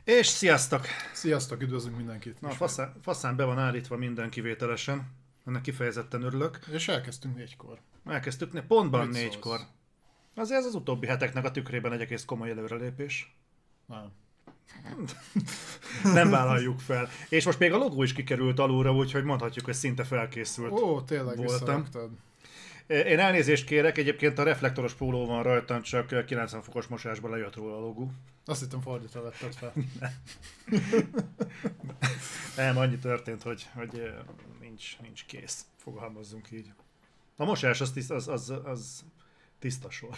És sziasztok! Sziasztok, üdvözlünk mindenkit! Na, faszán be van állítva minden kivételesen. Ennek kifejezetten örülök. És elkezdtünk 4-kor. Elkezdtük pontban Mit 4-kor. szólsz? Azért ez az utóbbi heteknek a tükrében egy egész komoly előrelépés. Nem. Nem vállaljuk fel. És most még a logó is kikerült alulra, úgyhogy mondhatjuk, hogy szinte felkészült. Ó, tényleg voltam. visszaraktad. Én elnézést kérek, egyébként a reflektoros póló van rajtam, csak 90 fokos mosásba lejött róla a logó. Azt hittem fordítva vetted fel. Nem, annyi történt, hogy nincs kész. Fogalmazzunk így. A mosás az tiszta sor.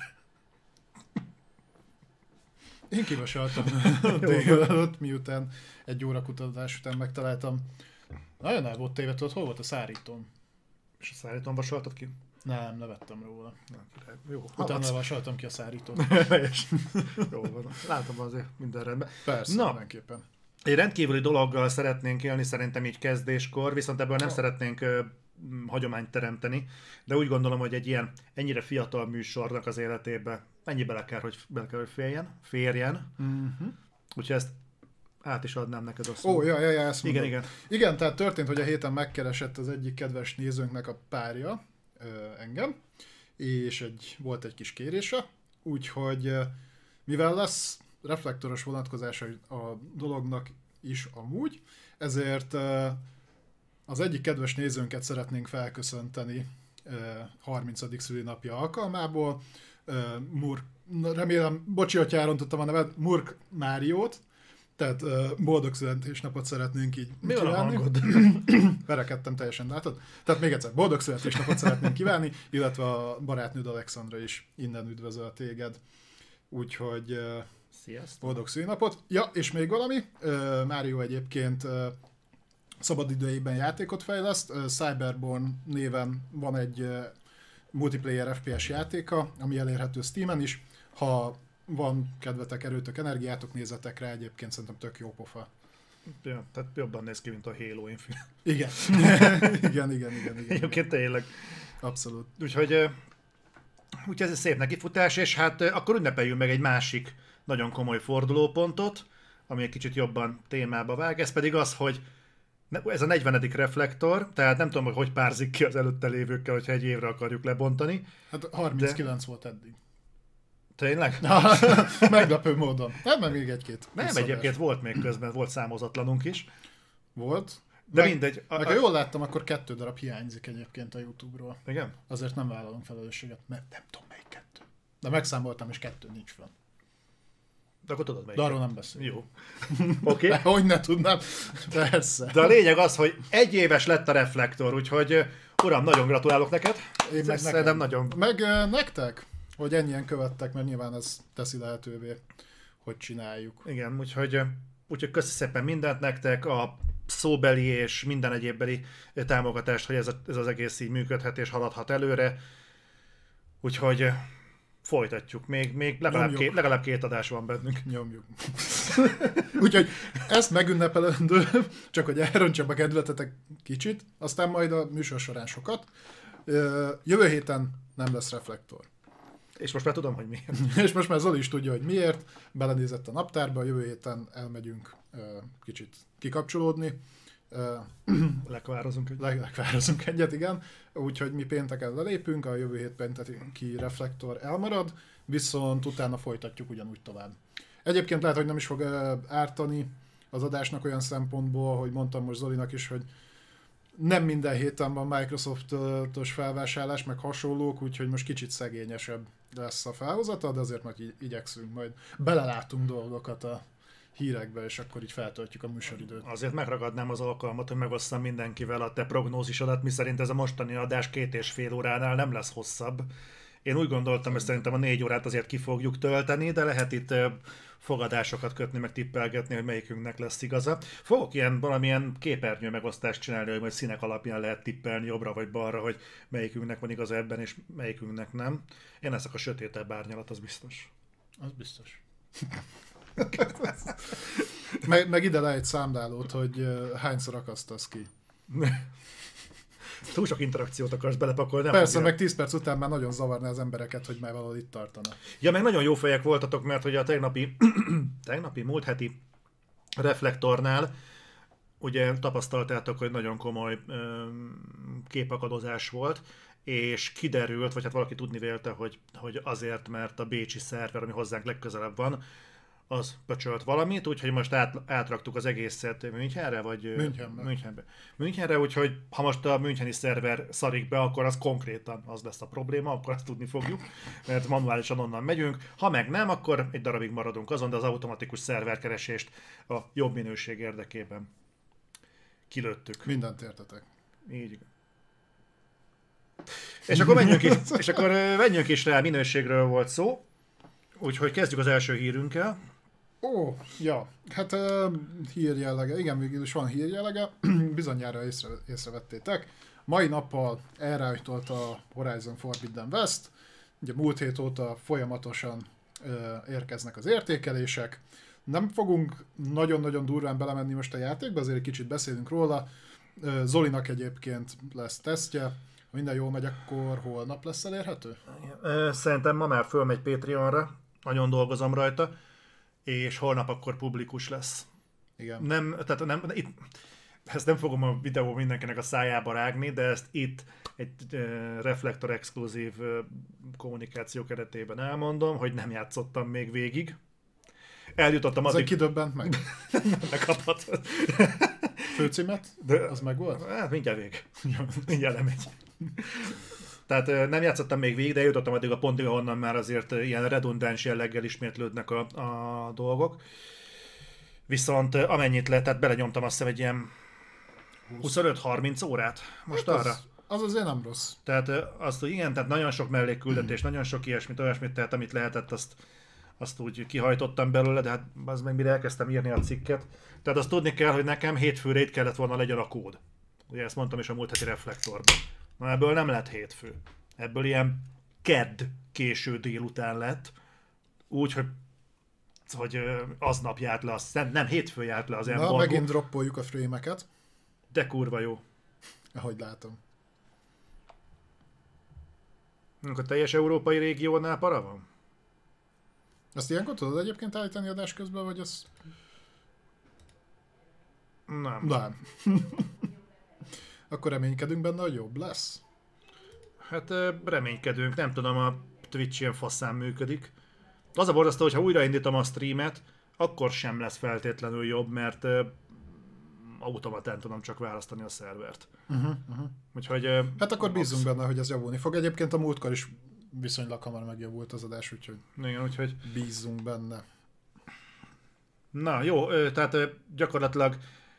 Én kivasaltam délelőtt, miután egy óra kutatás után megtaláltam. Nagyon el volt téve, tudod, hol volt a szárítóm? És a szárítom vasaltad ki? Nem, nevettem róla. Jó, Utána vasaltam ki a szárítót. Jó van, látom azért minden rendben. Persze, mindenképpen. Egy rendkívüli dologgal szeretnénk élni szerintem így kezdéskor, viszont ebből nem szeretnénk hagyományt teremteni, de úgy gondolom, hogy egy ilyen ennyire fiatal műsornak az életébe ennyi bele kell, hogy férjen. Mm-hmm. Úgyhogy ezt át is adnám neked a szót. Ó, ja, ezt mondom. Igen. Igen, tehát történt, hogy a héten megkeresett az egyik kedves nézőnknek a párja, engem, és volt egy kis kérése, úgyhogy mivel lesz reflektoros vonatkozása a dolognak is amúgy, ezért az egyik kedves nézőnket szeretnénk felköszönteni 30. szülinapja alkalmából. Remélem, bocsi, hogy elrontottam a nevet, Murk Máriót, tehát boldog születésnapot szeretnénk így mi van a hangod? Verekedtem teljesen, látod? Tehát még egyszer, boldog születésnapot szeretnénk kívánni, illetve a barátnőd Alexandra is innen üdvözöl téged. Úgyhogy sziasztok. Boldog szülinapot. Ja, és még valami, Mário egyébként szabadidőjében játékot fejleszt, Cyberborn néven van egy multiplayer FPS játéka, ami elérhető Steamen is. Ha van kedvetek, erőtök, energiátok, nézzetek rá, egyébként szerintem tök jó pofa. Ja, tehát jobban néz ki, mint a Halo Infinite. Igen. igen. Egyébként tényleg. Abszolút. Úgyhogy ez egy szép nekifutás, és hát akkor ünnepeljünk meg egy másik nagyon komoly fordulópontot, ami egy kicsit jobban témába vág, ez pedig az, hogy ez a 40. reflektor, tehát nem tudom, hogy párzik ki az előtte lévőkkel, hogyha egy évre akarjuk lebontani. Hát 39 volt eddig. Tényleg? Meglepő módon. Nem, még egy-két. Nem, egyébként volt még közben, volt számozatlanunk is. Volt. De mindegy. Ha jól láttam, akkor 2 darab hiányzik egyébként a YouTube-ról. Igen? Azért nem vállalunk felelősséget, mert nem tudom melyik 2. De megszámoltam, és 2 nincs fel. De akkor tudod melyik. De arról nem beszélünk. Jó. Oké. Okay. Hogy ne tudnám. Persze. De a lényeg az, hogy 1 éves lett a reflektor, úgyhogy uram, nagyon gratulálok neked. Én meg szerintem nagyon. Meg nektek, hogy ennyien követtek, mert nyilván ez teszi lehetővé, hogy csináljuk. Igen, úgyhogy köszi szépen mindent nektek, a szóbeli és minden egyébbeli támogatást, hogy ez az egész így működhet és haladhat előre. Úgyhogy folytatjuk. Még legalább 2 adás van bennünk. Nyomjuk. Úgyhogy ezt megünnepelendő, csak hogy elrontsam a kedvetetek kicsit, aztán majd a műsor során sokat. Jövő héten nem lesz reflektor. És most már tudom, hogy miért. És most már Zoli is tudja, hogy miért. Belenézett a naptárba, jövő héten elmegyünk kicsit kikapcsolódni. Lekvározunk egyet, igen. Úgyhogy mi pénteken lelépünk, a jövő hét pénteki reflektor elmarad, viszont utána folytatjuk ugyanúgy tovább. Egyébként lehet, hogy nem is fog ártani az adásnak olyan szempontból, hogy mondtam most Zolinak is, hogy nem minden héten van Microsoft-os felvásárlás, meg hasonlók, úgyhogy most kicsit szegényesebb lesz a felhozata, de azért majd igyekszünk, majd belelátunk dolgokat a hírekbe, és akkor így feltöltjük a műsoridőt. Azért megragadnám az alkalmat, hogy megosszam mindenkivel a te prognózisodat, miszerint ez a mostani adás 2,5 óránál nem lesz hosszabb. Én úgy gondoltam, hogy szerintem a 4 órát azért ki fogjuk tölteni, de lehet itt fogadásokat kötni, meg tippelgetni, hogy melyikünknek lesz igaza. Fogok valamilyen képernyő megosztást csinálni, hogy majd színek alapján lehet tippelni jobbra vagy balra, hogy melyikünknek van igaza ebben, és melyikünknek nem. Én leszek a sötétebb árnyalat, az biztos. Az biztos. meg ide le egy számlálót, hogy hányszor akasztasz ki. Túl sok interakciót akarsz belepakolni. Nem persze, fogja. meg 10 perc után már nagyon zavarná az embereket, hogy már valahol itt tartana. Ja, meg nagyon jó fejek voltatok, mert hogy a tegnapi múlt heti Reflektornál ugye tapasztaltátok, hogy nagyon komoly képakadozás volt, és kiderült, vagy hát valaki tudni vélte, hogy azért, mert a bécsi szerver, ami hozzánk legközelebb van, az pöcsölt valamit, úgyhogy most átraktuk az egészet Münchenre, vagy Münchenre, úgyhogy ha most a müncheni szerver szarik be, akkor az konkrétan az lesz a probléma, akkor azt tudni fogjuk, mert manuálisan onnan megyünk. Ha meg nem, akkor egy darabig maradunk azon, de az automatikus szerverkeresést a jobb minőség érdekében kilőttük. Mindent értetek. Így. És akkor menjünk is rá, minőségről volt szó. Úgyhogy kezdjük az első hírünkkel. Ja, hát hírjellege, igen, mégis van hírjellege, bizonyára észrevettétek. Mai nappal elrajtolt a Horizon Forbidden West, ugye múlt hét óta folyamatosan érkeznek az értékelések. Nem fogunk nagyon-nagyon durván belemenni most a játékba, azért egy kicsit beszélünk róla. Zolinak egyébként lesz tesztje, ha minden jól megy, akkor holnap lesz elérhető? Szerintem ma már fölmegy Patreonra, nagyon dolgozom rajta, és holnap akkor publikus lesz. Igen. Ezt nem fogom a videó mindenkinek a szájába rágni, de ezt itt egy Reflektor exkluzív kommunikáció keretében elmondom, hogy nem játszottam még végig. Eljutottam addig... Ezek kidöbbent meg? Megkaphat. Főcímet? Az meg volt? Hát mindjárt vég. Mindjárt lemegy. Tehát nem játszottam még végig, de jutottam addig a pontig, ahonnan már azért ilyen redundáns jelleggel ismétlődnek a dolgok. Viszont amennyit lehet, tehát belenyomtam azt hiszem egy ilyen 25-30 órát most hát arra. Az azért nem rossz. Tehát azt, hogy igen, tehát nagyon sok mellékküldetés, nagyon sok olyasmit, tehát amit lehetett, azt úgy kihajtottam belőle, de hát az meg mire elkezdtem írni a cikket. Tehát azt tudni kell, hogy nekem hétfőre itt kellett volna legyen a kód. Ugye ezt mondtam is a múlt heti reflektorban. Na ebből nem lett hétfő. Ebből ilyen kedd késő délután lett. Úgy, hogy aznap járt le, nem hétfő járt le az embargó. Na, megint droppoljuk a frame-eket. De kurva jó. Ahogy látom. A teljes európai régiónál para van? Ezt ilyenkor tudod egyébként állítani adás közben, vagy az... Nem. Akkor reménykedünk benne, hogy jobb lesz? Hát reménykedünk, nem tudom, a Twitch ilyen faszán működik. Az a borzasztó, hogy ha újraindítom a streamet, akkor sem lesz feltétlenül jobb, mert automatán tudom csak választani a szervert. Úgyhogy, hát akkor bízunk benne, hogy ez javulni fog. Egyébként a múltkor is viszonylag hamar megjavult az adás, úgyhogy bízunk benne. Na jó, tehát gyakorlatilag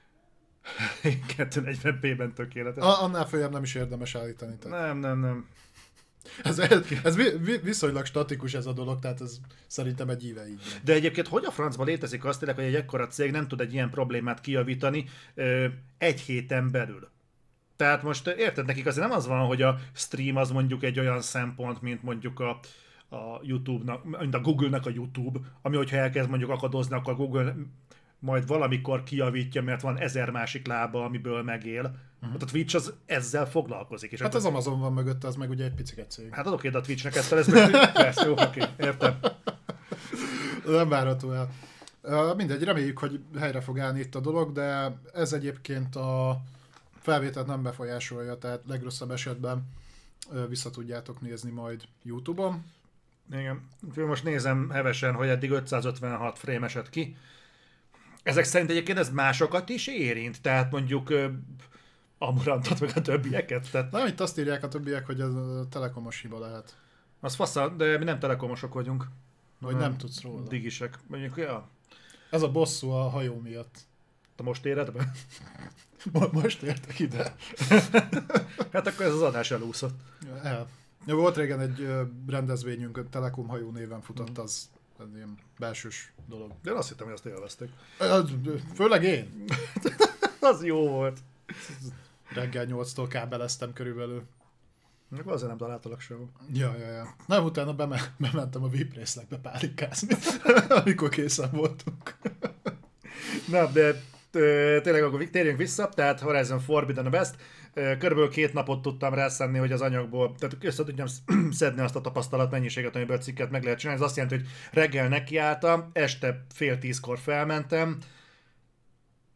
240p-ben tökéletes. Annál följebb nem is érdemes állítani. Tehát. Nem. Ez viszonylag statikus ez a dolog, tehát ez szerintem egy íve így. De egyébként hogy a francban létezik azt tényleg, hogy egy ekkora cég nem tud egy ilyen problémát kijavítani egy héten belül? Tehát most érted, nekik azért nem az van, hogy a stream az mondjuk egy olyan szempont, mint mondjuk a YouTube-nak, mint a Google-nak a YouTube, ami hogyha elkezd mondjuk akadozni, akkor a Google majd valamikor kijavítja, mert van 1000 másik lába, amiből megél. Hát a Twitch az ezzel foglalkozik. És hát az Amazon van mögötte, az meg ugye egy picike cég. Hát adok a Twitchnek ezt, ez meg persze, jó, oké, értem. Nem várható el. Mindegy, reméljük, hogy helyre fog állni itt a dolog, de ez egyébként a felvételt nem befolyásolja, tehát legrosszabb esetben vissza tudjátok nézni majd YouTube-on. Igen, most nézem hevesen, hogy eddig 556 frame esett ki. Ezek szerint egyébként ez másokat is érint, tehát mondjuk Amurantot meg a többieket. Tehát... Na, itt azt írják a többiek, hogy ez a telekomos hiba lehet. Az fasza, de mi nem telekomosok vagyunk. Vagy nem tudsz róla. Digisek. Mondjuk, ja. Ez a bosszú a hajó miatt. Te most éred be? Most értek ide. Hát akkor ez az adás elúszott. Volt régen egy rendezvényünk, a Telekom hajó néven futott, az ilyen belsős dolog. De én azt hittem, hogy azt élvezték. Főleg én. Az jó volt. Reggel 8-tól kábeleztem körülbelül. Akkor azért nem találtalak sehol. Ja. Nem, utána bementem a VIP részlegbe pálikázni, amikor készen voltunk. Na, de tényleg akkor térjünk vissza, tehát Horizon Forbidden West. Körülbelül 2 napot tudtam rászánni, hogy az anyagból, tehát össze tudjam szedni azt a tapasztalat mennyiséget, amiből cikket meg lehet csinálni. Ez azt jelenti, hogy reggel nekiálltam, este 9:30-kor felmentem,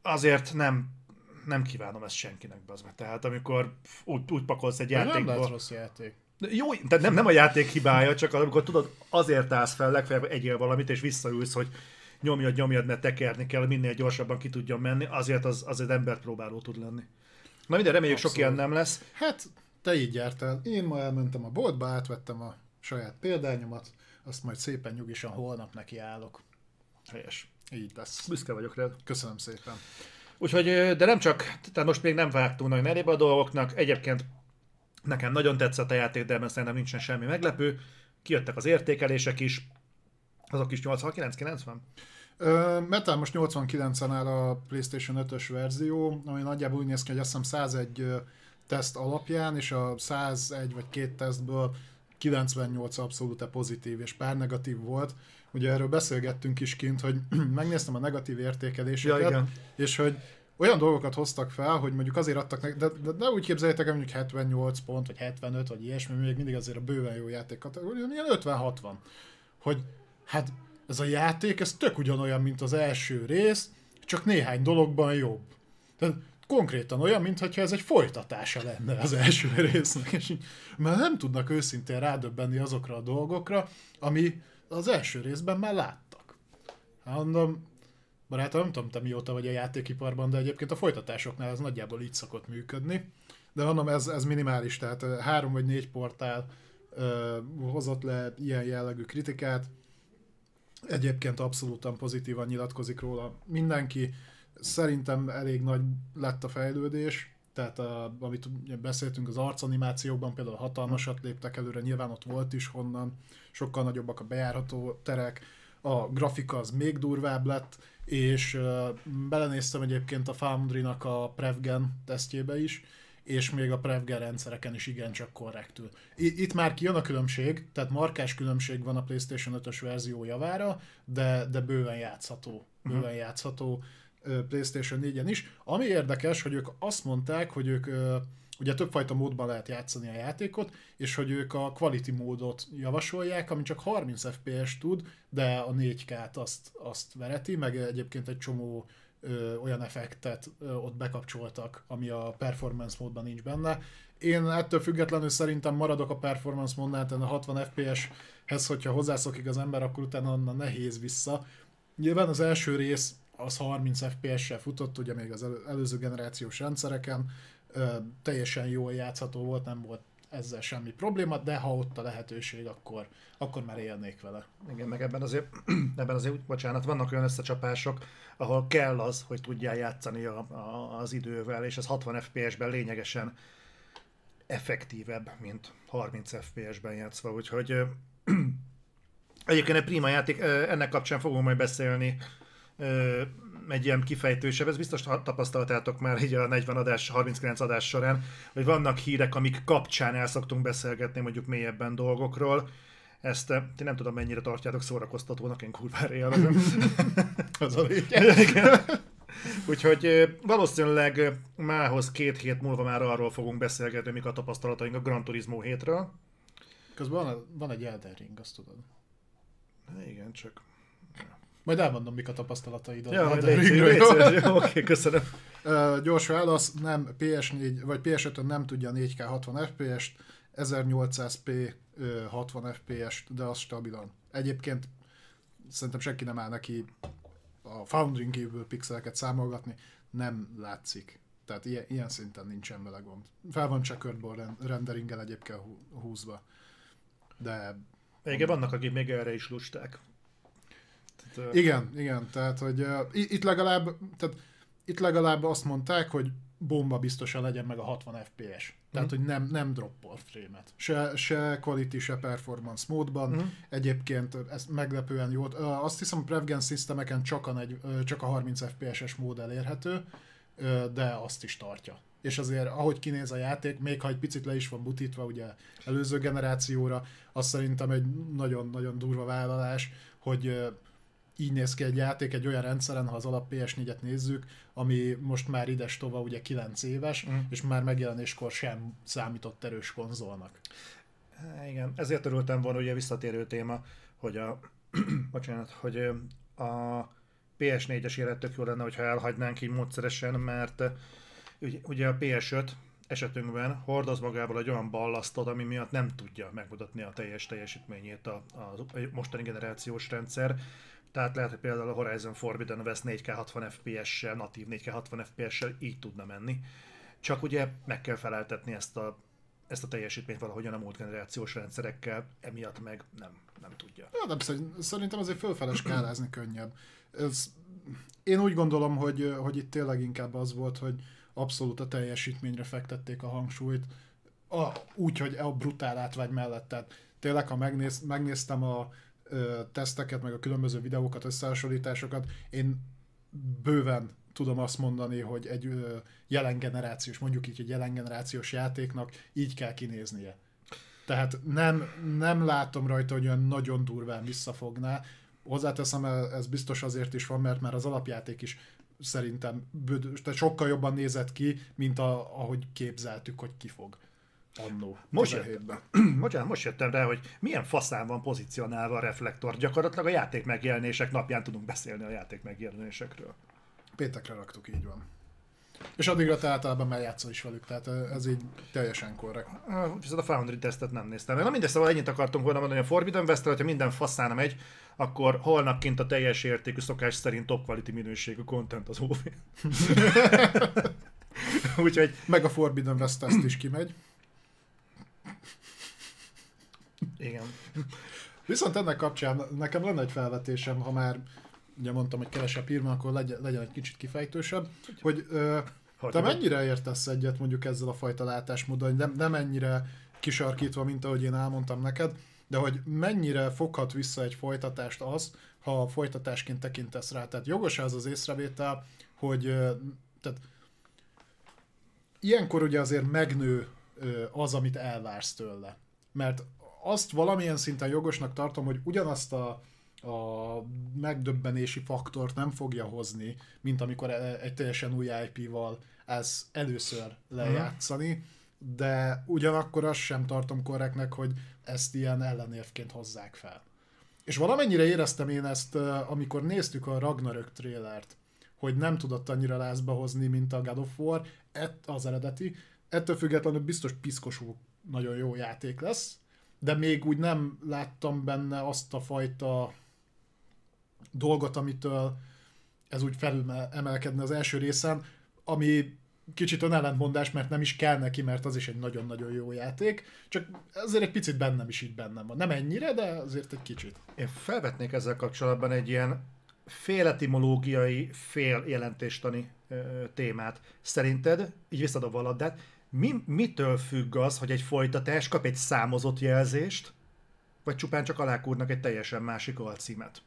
azért nem kívánom ezt senkinek, bazd meg. Tehát amikor úgy pakolsz egy Nem játékba... lehet rossz játék. Jó, tehát nem a játék hibája, csak amikor tudod, azért állsz fel, legfeljebb egyél valamit, és visszaülsz, hogy nyomjad, mert tekerni kell, minél gyorsabban ki tudjon menni, azért az egy embert próbáló tud lenni. Na minden, reméljük sok ilyen nem lesz. Hát, te így jártál. Én ma elmentem a boltba, átvettem a saját példányomat, azt majd szépen nyugisan holnap neki állok. Helyes. Így lesz. Büszke vagyok rád. Köszönöm szépen. Úgyhogy, de nem csak, tehát most még nem vágtunk nagy merébe a dolgoknak, egyébként nekem nagyon tetszett a játék, de ebben szerintem nincsen semmi meglepő. Kijöttek az értékelések is, azok is 89-90? Metal most 89-en áll a PlayStation 5-ös verzió, ami nagyjából úgy néz ki, hogy azt hiszem 101 teszt alapján, és a 101 vagy 2 tesztből 98 abszolút pozitív, és pár negatív volt. Ugye erről beszélgettünk is kint, hogy megnéztem a negatív értékeléseket, és hogy olyan dolgokat hoztak fel, hogy mondjuk azért adtak, de úgy képzeljétek, hogy mondjuk 78 pont, vagy 75, vagy ilyesmi, még mindig azért a bőven jó játék kategória, ilyen 50-60. Hogy hát ez a játék, ez tök ugyanolyan, mint az első rész, csak néhány dologban jobb. Tehát konkrétan olyan, mintha ez egy folytatása lenne az első résznek, és így, mert nem tudnak őszintén rádöbbenni azokra a dolgokra, ami az első részben már láttak. Hát mondom, barátom, nem tudom, te mióta vagy a játékiparban, de egyébként a folytatásoknál ez nagyjából így szokott működni. De mondom, ez minimális, tehát 3 vagy 4 portál hozott le ilyen jellegű kritikát. Egyébként abszolútan pozitívan nyilatkozik róla mindenki. Szerintem elég nagy lett a fejlődés, tehát amit beszéltünk az arcanimációkban, például hatalmasat léptek előre, nyilván ott volt is honnan, sokkal nagyobbak a bejárható terek, a grafika az még durvább lett, és belenéztem egyébként a Foundry-nak a PrevGen tesztjébe is, és még a PrevGen rendszereken is igencsak korrektül. Itt már kijön a különbség, tehát markás különbség van a PlayStation 5-ös verzió javára, de bőven játszható PlayStation 4-en is. Ami érdekes, hogy ők azt mondták, hogy ők ugye többfajta módban lehet játszani a játékot, és hogy ők a quality módot javasolják, ami csak 30 FPS tud, de a 4K-t azt vereti, meg egyébként egy csomó olyan effektet ott bekapcsoltak, ami a performance módban nincs benne. Én ettől függetlenül szerintem maradok a performance módnál, tehát a 60 FPS-hez, hogyha hozzászokik az ember, akkor utána onnan nehéz vissza. Nyilván az első rész az 30 FPS-sel futott, ugye még az előző generációs rendszereken, teljesen jól játszható volt, nem volt ezzel semmi probléma, de ha ott a lehetőség, akkor már élnék vele. Igen, meg ebben azért, bocsánat, vannak olyan összecsapások, ahol kell az, hogy tudjál játszani az idővel, és ez 60 FPS-ben lényegesen effektívebb, mint 30 FPS-ben játszva, úgyhogy egyébként egy prima játék, ennek kapcsán fogunk majd beszélni egy ilyen kifejtősebb, ez biztos tapasztaltátok már így a 40 adás, 39 adás során, hogy vannak hírek, amik kapcsán el szoktunk beszélgetni mondjuk mélyebben dolgokról. Ezt ti nem tudom mennyire tartjátok szórakoztatónak, én kurvára élvezem. Az a lényeg. Úgyhogy valószínűleg mához 2 hét múlva már arról fogunk beszélgetni, mik a tapasztalataink a Gran Turismo 7-ről. Közben van egy Elden Ring, azt tudod. Igen, csak... Majd elmondom, mik a tapasztalataid. Ja, majd légy. Oké, köszönöm. Gyors válasz, nem PS4 vagy PS5-ön nem tudja 4K 60 FPS-t, 1800p 60 FPS-t, de az stabilan. Egyébként szerintem senki nem áll neki a Foundry-n kívül pixeleket számolgatni, nem látszik. Tehát ilyen szinten nincsen vele gond. Fel van checkerboard renderinggel egyébként húzva. De... Igen, vannak, akik még erre is lusták. Igen, tehát hogy itt legalább azt mondták, hogy bomba biztosan legyen meg a 60 FPS. Tehát, hogy nem droppol frame-et. Se quality, se performance módban. Egyébként ez meglepően jó. Azt hiszem, a PrevGen systemeken csak a 30 FPS-es mód elérhető, de azt is tartja. És azért, ahogy kinéz a játék, még ha egy picit le is van butítva ugye előző generációra, az szerintem egy nagyon-nagyon durva vállalás, hogy így néz ki egy játék egy olyan rendszeren, ha az alap PS4-et nézzük, ami most már ides tova ugye 9 éves, és már megjelenéskor sem számított erős konzolnak. Igen, ezért örültem volna, ugye visszatérő téma, hogy hogy a PS4-es élet tök jó lenne, hogyha elhagynánk így módszeresen, mert ugye a PS5 esetünkben hordoz magából egy olyan ballasztot, ami miatt nem tudja megmutatni a teljes teljesítményét a mostani generációs rendszer. Tehát lehet, hogy például a Horizon Forbidden West 4K 60 FPS-sel, natív 4K 60 FPS-sel így tudna menni. Csak ugye meg kell feleltetni ezt a teljesítményt valahogyan a múlt generációs rendszerekkel, emiatt meg nem tudja. Ja, de szerintem azért fölfele skálázni könnyebb. Én úgy gondolom, hogy itt tényleg inkább az volt, hogy abszolút a teljesítményre fektették a hangsúlyt, úgy, hogy a brutál átvágy mellett. Tehát tényleg, ha megnéztem a teszteket, meg a különböző videókat, összehasonlításokat, én bőven tudom azt mondani, hogy egy jelen generációs, mondjuk így egy jelen generációs játéknak így kell kinéznie. Tehát nem látom rajta, hogy olyan nagyon durván visszafogná. Hozzáteszem, ez biztos azért is van, mert már az alapjáték is szerintem sokkal jobban nézett ki, mint ahogy képzeltük, hogy ki fog. Annó. Most jöttem rá, hogy milyen faszán van pozícionálva a Reflektor. Gyakorlatilag a játék megjelenések napján tudunk beszélni a játék megjelenésekről. Péntekre raktuk, így van. És addigra te általában már játszol is velük, tehát ez így teljesen korrekt. Viszont a Foundry tesztet nem néztem. Na mindegy, szóval ennyit akartunk volna mondani a Forbidden West-re, hogyha minden faszána megy, akkor holnap kint a teljes értékű, szokás szerint top quality minőségű content az OV. Úgyhogy... Meg a Forbidden West test is kimegy. Igen. Viszont ennek kapcsán nekem lenne egy felvetésem, ha már ugye mondtam, hogy kevesebb hír, akkor legyen egy kicsit kifejtősebb, hogy te mennyire értesz egyet mondjuk ezzel a fajta látásmóddal, hogy nem ennyire kisarkítva, mint ahogy én elmondtam neked, de hogy mennyire foghat vissza egy folytatást az, ha folytatásként tekintesz rá. Tehát jogos az az észrevétel, hogy tehát ilyenkor ugye azért megnő az, amit elvársz tőle. Mert azt valamilyen szinten jogosnak tartom, hogy ugyanazt a megdöbbenési faktort nem fogja hozni, mint amikor egy teljesen új IP-val ez először lejátszani, de ugyanakkor azt sem tartom korrektnek, hogy ezt ilyen ellenérvként hozzák fel. És valamennyire éreztem én ezt, amikor néztük a Ragnarök trailert, hogy nem tudott annyira lázba hozni, mint a God of War, az eredeti. Ettől függetlenül biztos piszkosú nagyon jó játék lesz, de még úgy nem láttam benne azt a fajta dolgot, amitől ez úgy felül emelkedne az első részen, ami kicsit ellentmondás, mert nem is kell neki, mert az is egy nagyon-nagyon jó játék, csak azért egy picit bennem is így bennem van. Nem ennyire, de azért egy kicsit. Én felvetnék ezzel kapcsolatban egy ilyen féletimológiai, fél jelentéstani témát. Szerinted, így visszadobva a labdát, mitől függ az, hogy egy folytatás kap egy számozott jelzést, vagy csupán csak alákúrnak egy teljesen másik alcímet?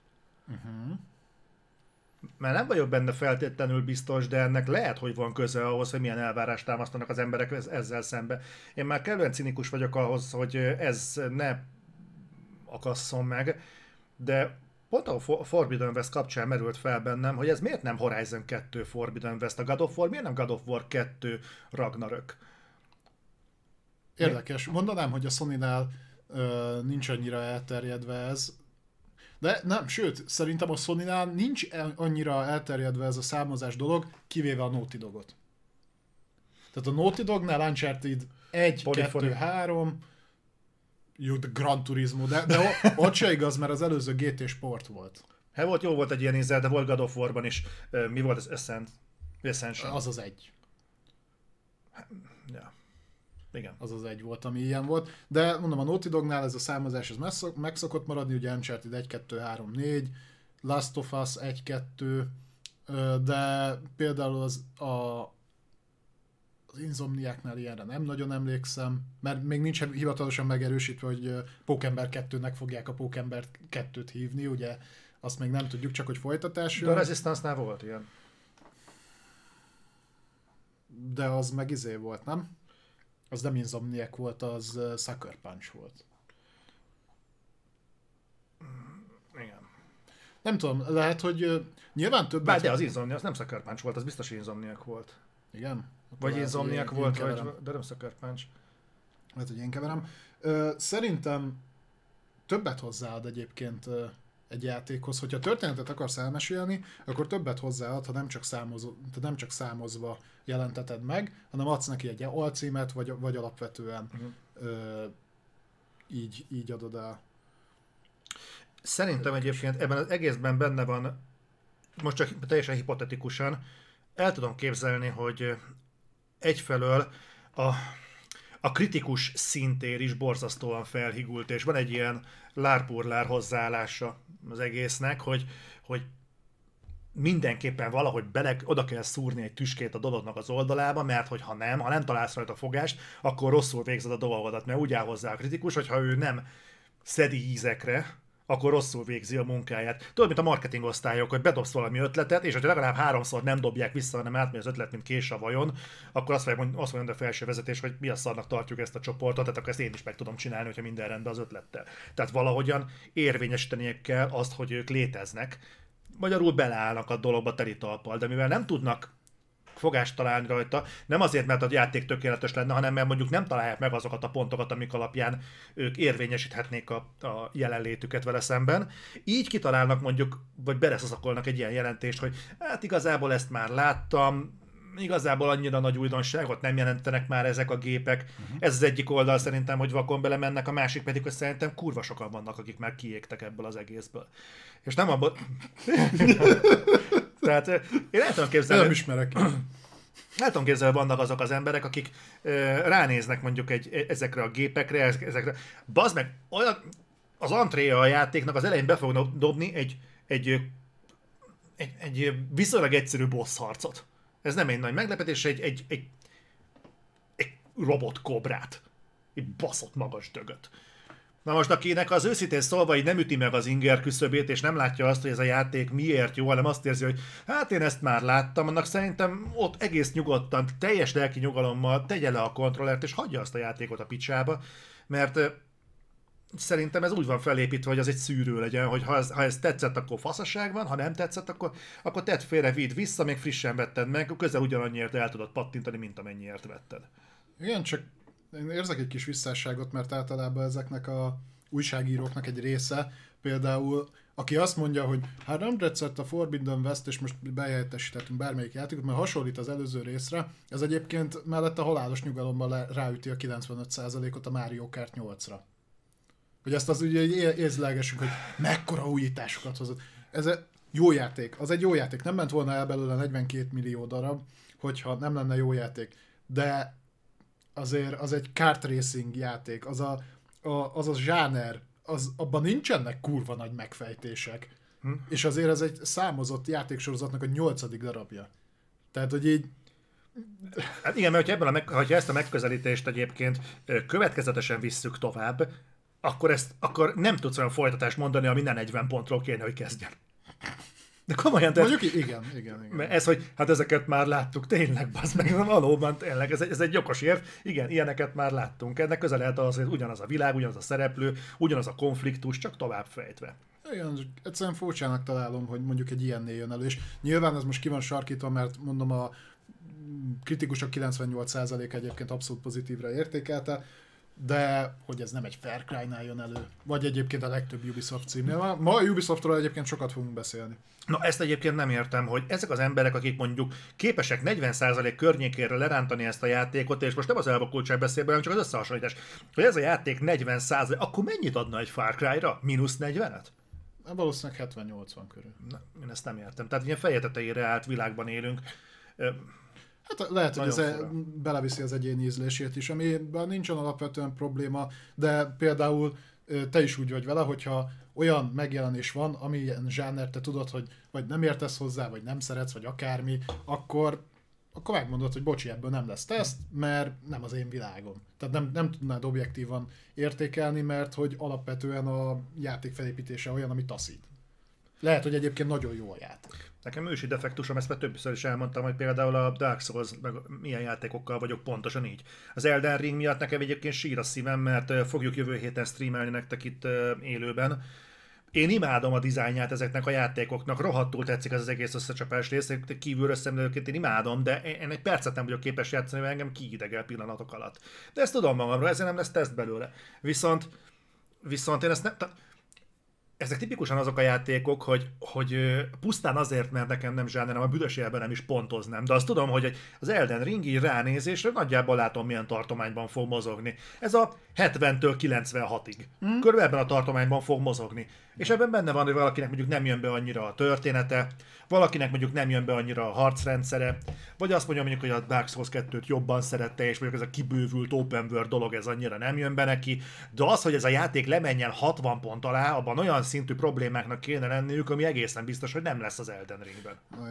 Mert nem vagyok benne feltétlenül biztos, de ennek lehet, hogy van köze ahhoz, hogy milyen elvárást támasztanak az emberek ezzel szembe. Én már kellően cinikus vagyok ahhoz, hogy ez ne akasszon meg, de pont a Forbidden West kapcsán merült fel bennem, hogy ez miért nem Horizon 2 Forbidden West a God of War, miért nem God of War 2 Ragnarök? Érdekes. Mondanám, hogy a Sonynál nincs annyira elterjedve ez, de nem, sőt, szerintem a Sonynál nincs annyira elterjedve ez a számozás dolog, kivéve a Naughty Dogot. Tehát a Naughty Dognál Uncharted 1, 2, 3, jó, de Gran Turismo, de ott se igaz, mert az előző GT Sport volt. Hát jó volt egy ilyen ízzel, de volt God of War-ban is. Mi volt az Ascension? Az az egy. Ja. Igen. Az az egy volt, ami ilyen volt. De mondom, a Naughty Dognál ez a számozás ez meg szokott maradni, ugye Uncharted 1, 2, 3, 4, Last of Us 1, 2, de például az Insomniáknál ilyenre nem nagyon emlékszem, mert még nincs hivatalosan megerősítve, hogy Pókember 2-nek fogják a Pókember 2-t hívni, ugye azt még nem tudjuk, csak hogy folytatás jön. De a Resistance-nál volt ilyen. De az meg volt, nem? Az nem Insomniac volt, az Sucker Punch volt. Igen. Nem tudom, lehet, hogy nyilván többet... De az Insomniac, az nem Sucker Punch volt, az biztos Insomniac volt. Igen? Vagy Insomniac volt, de nem Sucker Punch. Lehet, hogy én keverem. Szerintem többet hozzáad egyébként egy játékhoz. Hogyha történetet akarsz elmesélni, akkor többet hozzáad, ha nem csak számozva jelenteted meg, hanem adsz neki egy alcímet, vagy alapvetően így adod el. Szerintem egyébként ebben az egészben benne van, most csak teljesen hipotetikusan, el tudom képzelni, hogy egyfelől a kritikus szintér is borzasztóan felhigult, és van egy ilyen lárpurlár hozzáállása az egésznek, hogy mindenképpen valahogy oda kell szúrni egy tüskét a dolognak az oldalába, mert ha nem találsz rajta fogást, akkor rosszul végzed a dolgodat, mert úgy áll hozzá a kritikus, hogyha ő nem szedi ízekre, akkor rosszul végzi a munkáját. Tudod, mint a marketing osztályok, hogy bedobsz valami ötletet, és hogyha legalább 3-szor nem dobják vissza, hanem átmegy az ötlet, mint kés a vajon, akkor azt mondja a felső vezetés, hogy mi a szarnak tartjuk ezt a csoportot, tehát akkor ezt én is meg tudom csinálni, hogyha minden rendben az ötlettel. Tehát valahogyan érvényesíteniek kell azt, hogy ők léteznek. Magyarul beleállnak a dologba teli talppal, de mivel nem tudnak fogást találni rajta, nem azért, mert a játék tökéletes lenne, hanem mert mondjuk nem találják meg azokat a pontokat, amik alapján ők érvényesíthetnék a jelenlétüket vele szemben. Így kitalálnak mondjuk, vagy beleszakolnak egy ilyen jelentést, hogy hát igazából ezt már láttam, igazából annyira nagy újdonságot nem jelentenek már ezek a gépek. Ez az egyik oldal szerintem, hogy vakon belemennek, a másik pedig, hogy szerintem kurva sokan vannak, akik már kiégtek ebből az egészből. És nem abból... Tehát én el tudom képzelni... Nem ismerek. El tudom képzelni, vannak azok az emberek, akik ránéznek mondjuk ezekre a gépekre, ezekre... Bazd meg, olyan, az antréja a játéknak az elején be fognak dobni egy viszonylag egyszerű boss harcot. Ez nem egy nagy meglepetés, egy robotkobrát. Egy baszott magas dögöt. Na most akinek az őszintén szólva így nem üti meg az inger küszöbét, és nem látja azt, hogy ez a játék miért jó, hanem azt érzi, hogy hát én ezt már láttam, annak szerintem ott egész nyugodtan, teljes lelki nyugalommal tegye le a kontrollert, és hagyja azt a játékot a picsába, mert szerintem ez úgy van felépítve, hogy az egy szűrő legyen, hogy ha ez tetszett, akkor faszaság van, ha nem tetszett, akkor tedd félre, vidd vissza, még frissen vetted meg, közel ugyanannyiért el tudod pattintani, mint amennyiért vetted. Igen, csak én érzek egy kis visszásságot, mert általában ezeknek a újságíróknak egy része, például aki azt mondja, hogy hát nem tetszett a Forbidden West, és most behelyettesítettünk bármelyik játékot, mert hasonlít az előző részre, ez egyébként mellett a halálos nyugalomban ráüti a 95%-ot a Mario Kart 8-ra. Hogy ezt az ugye észlelgessük, hogy mekkora újításokat hozott. Ez egy jó játék, az egy jó játék, nem ment volna el belőle 42 millió darab, hogyha nem lenne jó játék, de azért az egy kart racing játék, az a zsáner, abban nincsenek kurva nagy megfejtések. És azért ez egy számozott játéksorozatnak a 8. darabja. Tehát, hogy így... Hát igen, mert hogyha ezt a megközelítést egyébként következetesen visszük tovább, akkor nem tudsz olyan folytatást mondani, ami nem 40 pontról kéne, hogy kezdjen. De komolyan, mondjuk igen. Mert ez, hogy hát ezeket már láttuk, tényleg, bazd meg, valóban tényleg, ez egy jogos érv, igen, ilyeneket már láttunk. Ennek közel lehet az, hogy ugyanaz a világ, ugyanaz a szereplő, ugyanaz a konfliktus, csak tovább fejtve. Igen, egyszerűen furcsának találom, hogy mondjuk egy ilyennél jön elő, és nyilván ez most ki van sarkítva, mert mondom a kritikusok 98% egyébként abszolút pozitívra értékelte, de hogy ez nem egy Far Cry-nál jön elő, vagy egyébként a legtöbb Ubisoft címnél. Ma a Ubisoftról egyébként sokat fogunk beszélni. Na ezt egyébként nem értem, hogy ezek az emberek, akik mondjuk képesek 40% környékére lerántani ezt a játékot, és most nem az elvakultság beszélben, hanem csak az összehasonlítás, hogy ez a játék 40%, akkor mennyit adna egy Far Cry-ra? -40-et? Valószínűleg 70-80 körül. Na, én ezt nem értem. Tehát ilyen feje tetejére állt világban élünk. Hát lehet, hogy ez beleviszi az egyéni ízlését is, amiben nincsen alapvetően probléma, de például te is úgy vagy vele, hogyha olyan megjelenés van, amilyen zsáner te tudod, hogy vagy nem értesz hozzá, vagy nem szeretsz, vagy akármi, akkor megmondod, hogy bocsi, ebből nem lesz teszt, mert nem az én világom. Tehát nem tudnád objektívan értékelni, mert hogy alapvetően a játék felépítése olyan, ami taszít. Lehet, hogy egyébként nagyon jó a játék. Nekem ősi defektusom, ezt már többször is elmondtam, hogy például a Dark Souls, meg milyen játékokkal vagyok pontosan így. Az Elden Ring miatt nekem egyébként sír a szívem, mert fogjuk jövő héten streamelni nektek itt élőben. Én imádom a dizájnját ezeknek a játékoknak, rohadtul tetszik ez az egész összecsapás rész, kívülről szemlélőként én imádom, de én egy percet nem vagyok képes játszani, mert engem kiidegel pillanatok alatt. De ezt tudom magamról, ezért nem lesz teszt belőle. Viszont én ezt nem... ezek tipikusan azok a játékok, hogy pusztán azért, mert nekem nem zsánerem, a büdös élben nem is pontoznám. De azt tudom, hogy az Elden Ring így ránézésre nagyjából látom, milyen tartományban fog mozogni. Ez a 70-től 96-ig. Körülbelül ebben a tartományban fog mozogni. És ebben benne van, hogy valakinek mondjuk nem jön be annyira a története, valakinek mondjuk nem jön be annyira a harcrendszere, vagy azt mondja mondjuk, hogy a Dark Souls 2-t jobban szerette, és mondjuk ez a kibővült open world dolog, ez annyira nem jön be neki. De az, hogy ez a játék lemenjen 60 pont alá, abban olyan szintű problémáknak kéne lenniük, ami egészen biztos, hogy nem lesz az Elden Ringben. Na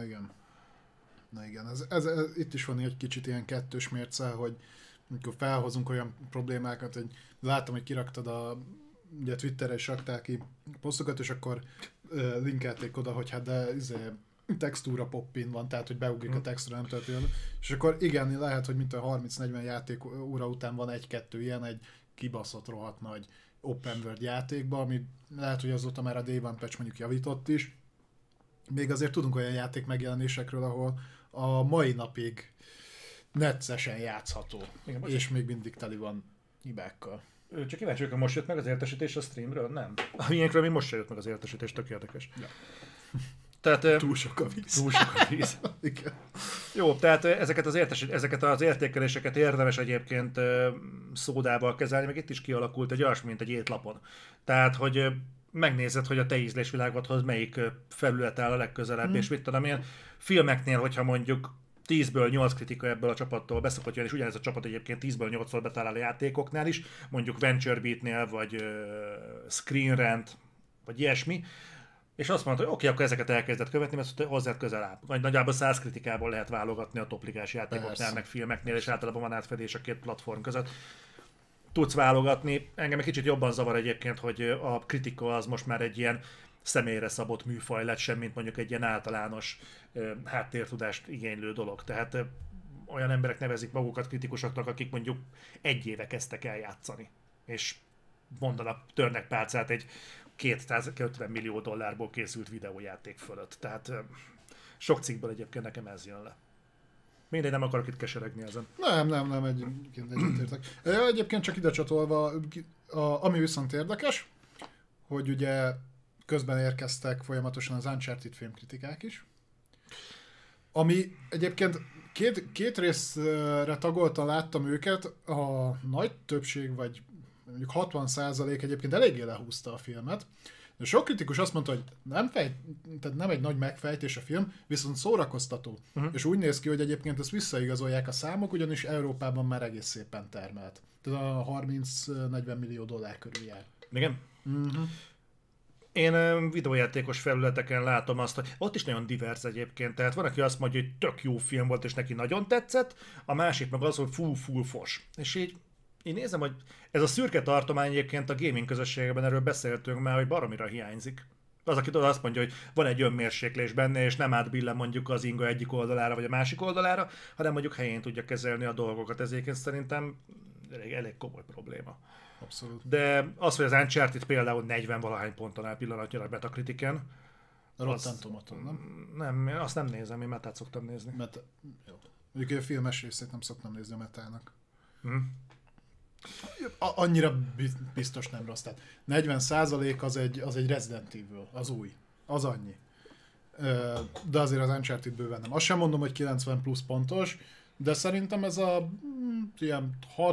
igen. Ez itt is van egy kicsit ilyen kettős mérce, hogy amikor felhozunk olyan problémákat, hogy látom, hogy kiraktad ugye Twitterre is raktál ki posztokat, és akkor linkelték oda, hogy hát de textúra pop-in van, tehát hogy beugrik a textúra, nem történik. És akkor igen, lehet, hogy mint a 30-40 játék óra után van egy-kettő ilyen, egy kibaszott rohadt nagy open world játékba, ami lehet, hogy azóta már a Day One patch mondjuk javított is. Még azért tudunk olyan játék megjelenésekről, ahol a mai napig neccesen játszható, igen, és még mindig teli van hibákkal. Csak kíváncsi vagyok, most jött meg az értesítés a streamről? Nem. A miénkről még most se jött meg az értesítés, tök érdekes. Ja. Tehát, túl sok a víz. Túl sok a víz. Igen. Jó, tehát ezeket az értékeléseket érdemes egyébként szódával kezelni, meg itt is kialakult egy olyasmi, mint egy étlapon. Tehát, hogy megnézed, hogy a te ízlésvilágodhoz melyik felület áll a legközelebb, és mit tudom én, filmeknél, hogyha mondjuk 10-ből 8 kritika ebből a csapattól beszokott jönni, és ugyanez a csapat egyébként 10-ből 8-szor betalál a játékoknál is, mondjuk Venture Beat-nél, vagy Screen Rant, vagy ilyesmi, és azt mondta, hogy oké, akkor ezeket elkezdett követni, mert hozzád közel áll. Vagy nagyjából 100 kritikából lehet válogatni a topligás játékoknál, meg filmeknél, és általában van átfedés a két platform között. Tudsz válogatni. Engem egy kicsit jobban zavar egyébként, hogy a kritika az most már egy ilyen személyre szabott műfaj lett, sem mint mondjuk egy ilyen általános háttértudást igénylő dolog. Tehát olyan emberek nevezik magukat kritikusoknak, akik mondjuk 1 éve kezdtek el játszani. És mondanak, törnek pálcát egy $250 millió készült videójáték fölött. Tehát sok cikkből egyébként nekem ez jön le. Mindegy, nem akarok itt keseregni ezen. Nem, egyetértek. Egyébként csak ide csatolva, ami viszont érdekes, hogy ugye közben érkeztek folyamatosan az Uncharted filmkritikák is, ami egyébként két részre tagoltan láttam őket, a nagy többség, vagy mondjuk 60% egyébként eléggé lehúzta a filmet. De sok kritikus azt mondta, hogy tehát nem egy nagy megfejtés a film, viszont szórakoztató. És úgy néz ki, hogy egyébként ezt visszaigazolják a számok, ugyanis Európában már egész szépen termelt. Tehát a $30-40 millió körül jár. Igen? Én videójátékos felületeken látom azt, hogy ott is nagyon divers egyébként. Tehát van, aki azt mondja, hogy tök jó film volt, és neki nagyon tetszett, a másik meg az, hogy full fos. És így én nézem, hogy ez a szürke tartomány egyébként a gaming közösségben, erről beszéltünk már, hogy baromira hiányzik. Az, aki azt mondja, hogy van egy önmérséklés benne, és nem átbillen mondjuk az inga egyik oldalára, vagy a másik oldalára, hanem mondjuk helyén tudja kezelni a dolgokat. Ez egyébként szerintem elég komoly probléma. Abszolút. De az, hogy az Uncharted például 40-valahány ponton áll pillanatnyilag a Metacritiken. Rotten Tomaton, nem? Nem, azt nem nézem, én Metát szoktam nézni. Jó. Mondjuk a filmes részét nem szoktam nézni a Metának. Annyira biztos nem rossz. Tehát 40% az egy Resident Evil, az új. Az annyi. De azért az Uncharted bőven nem. Azt sem mondom, hogy 90 plusz pontos, de szerintem ez a ilyen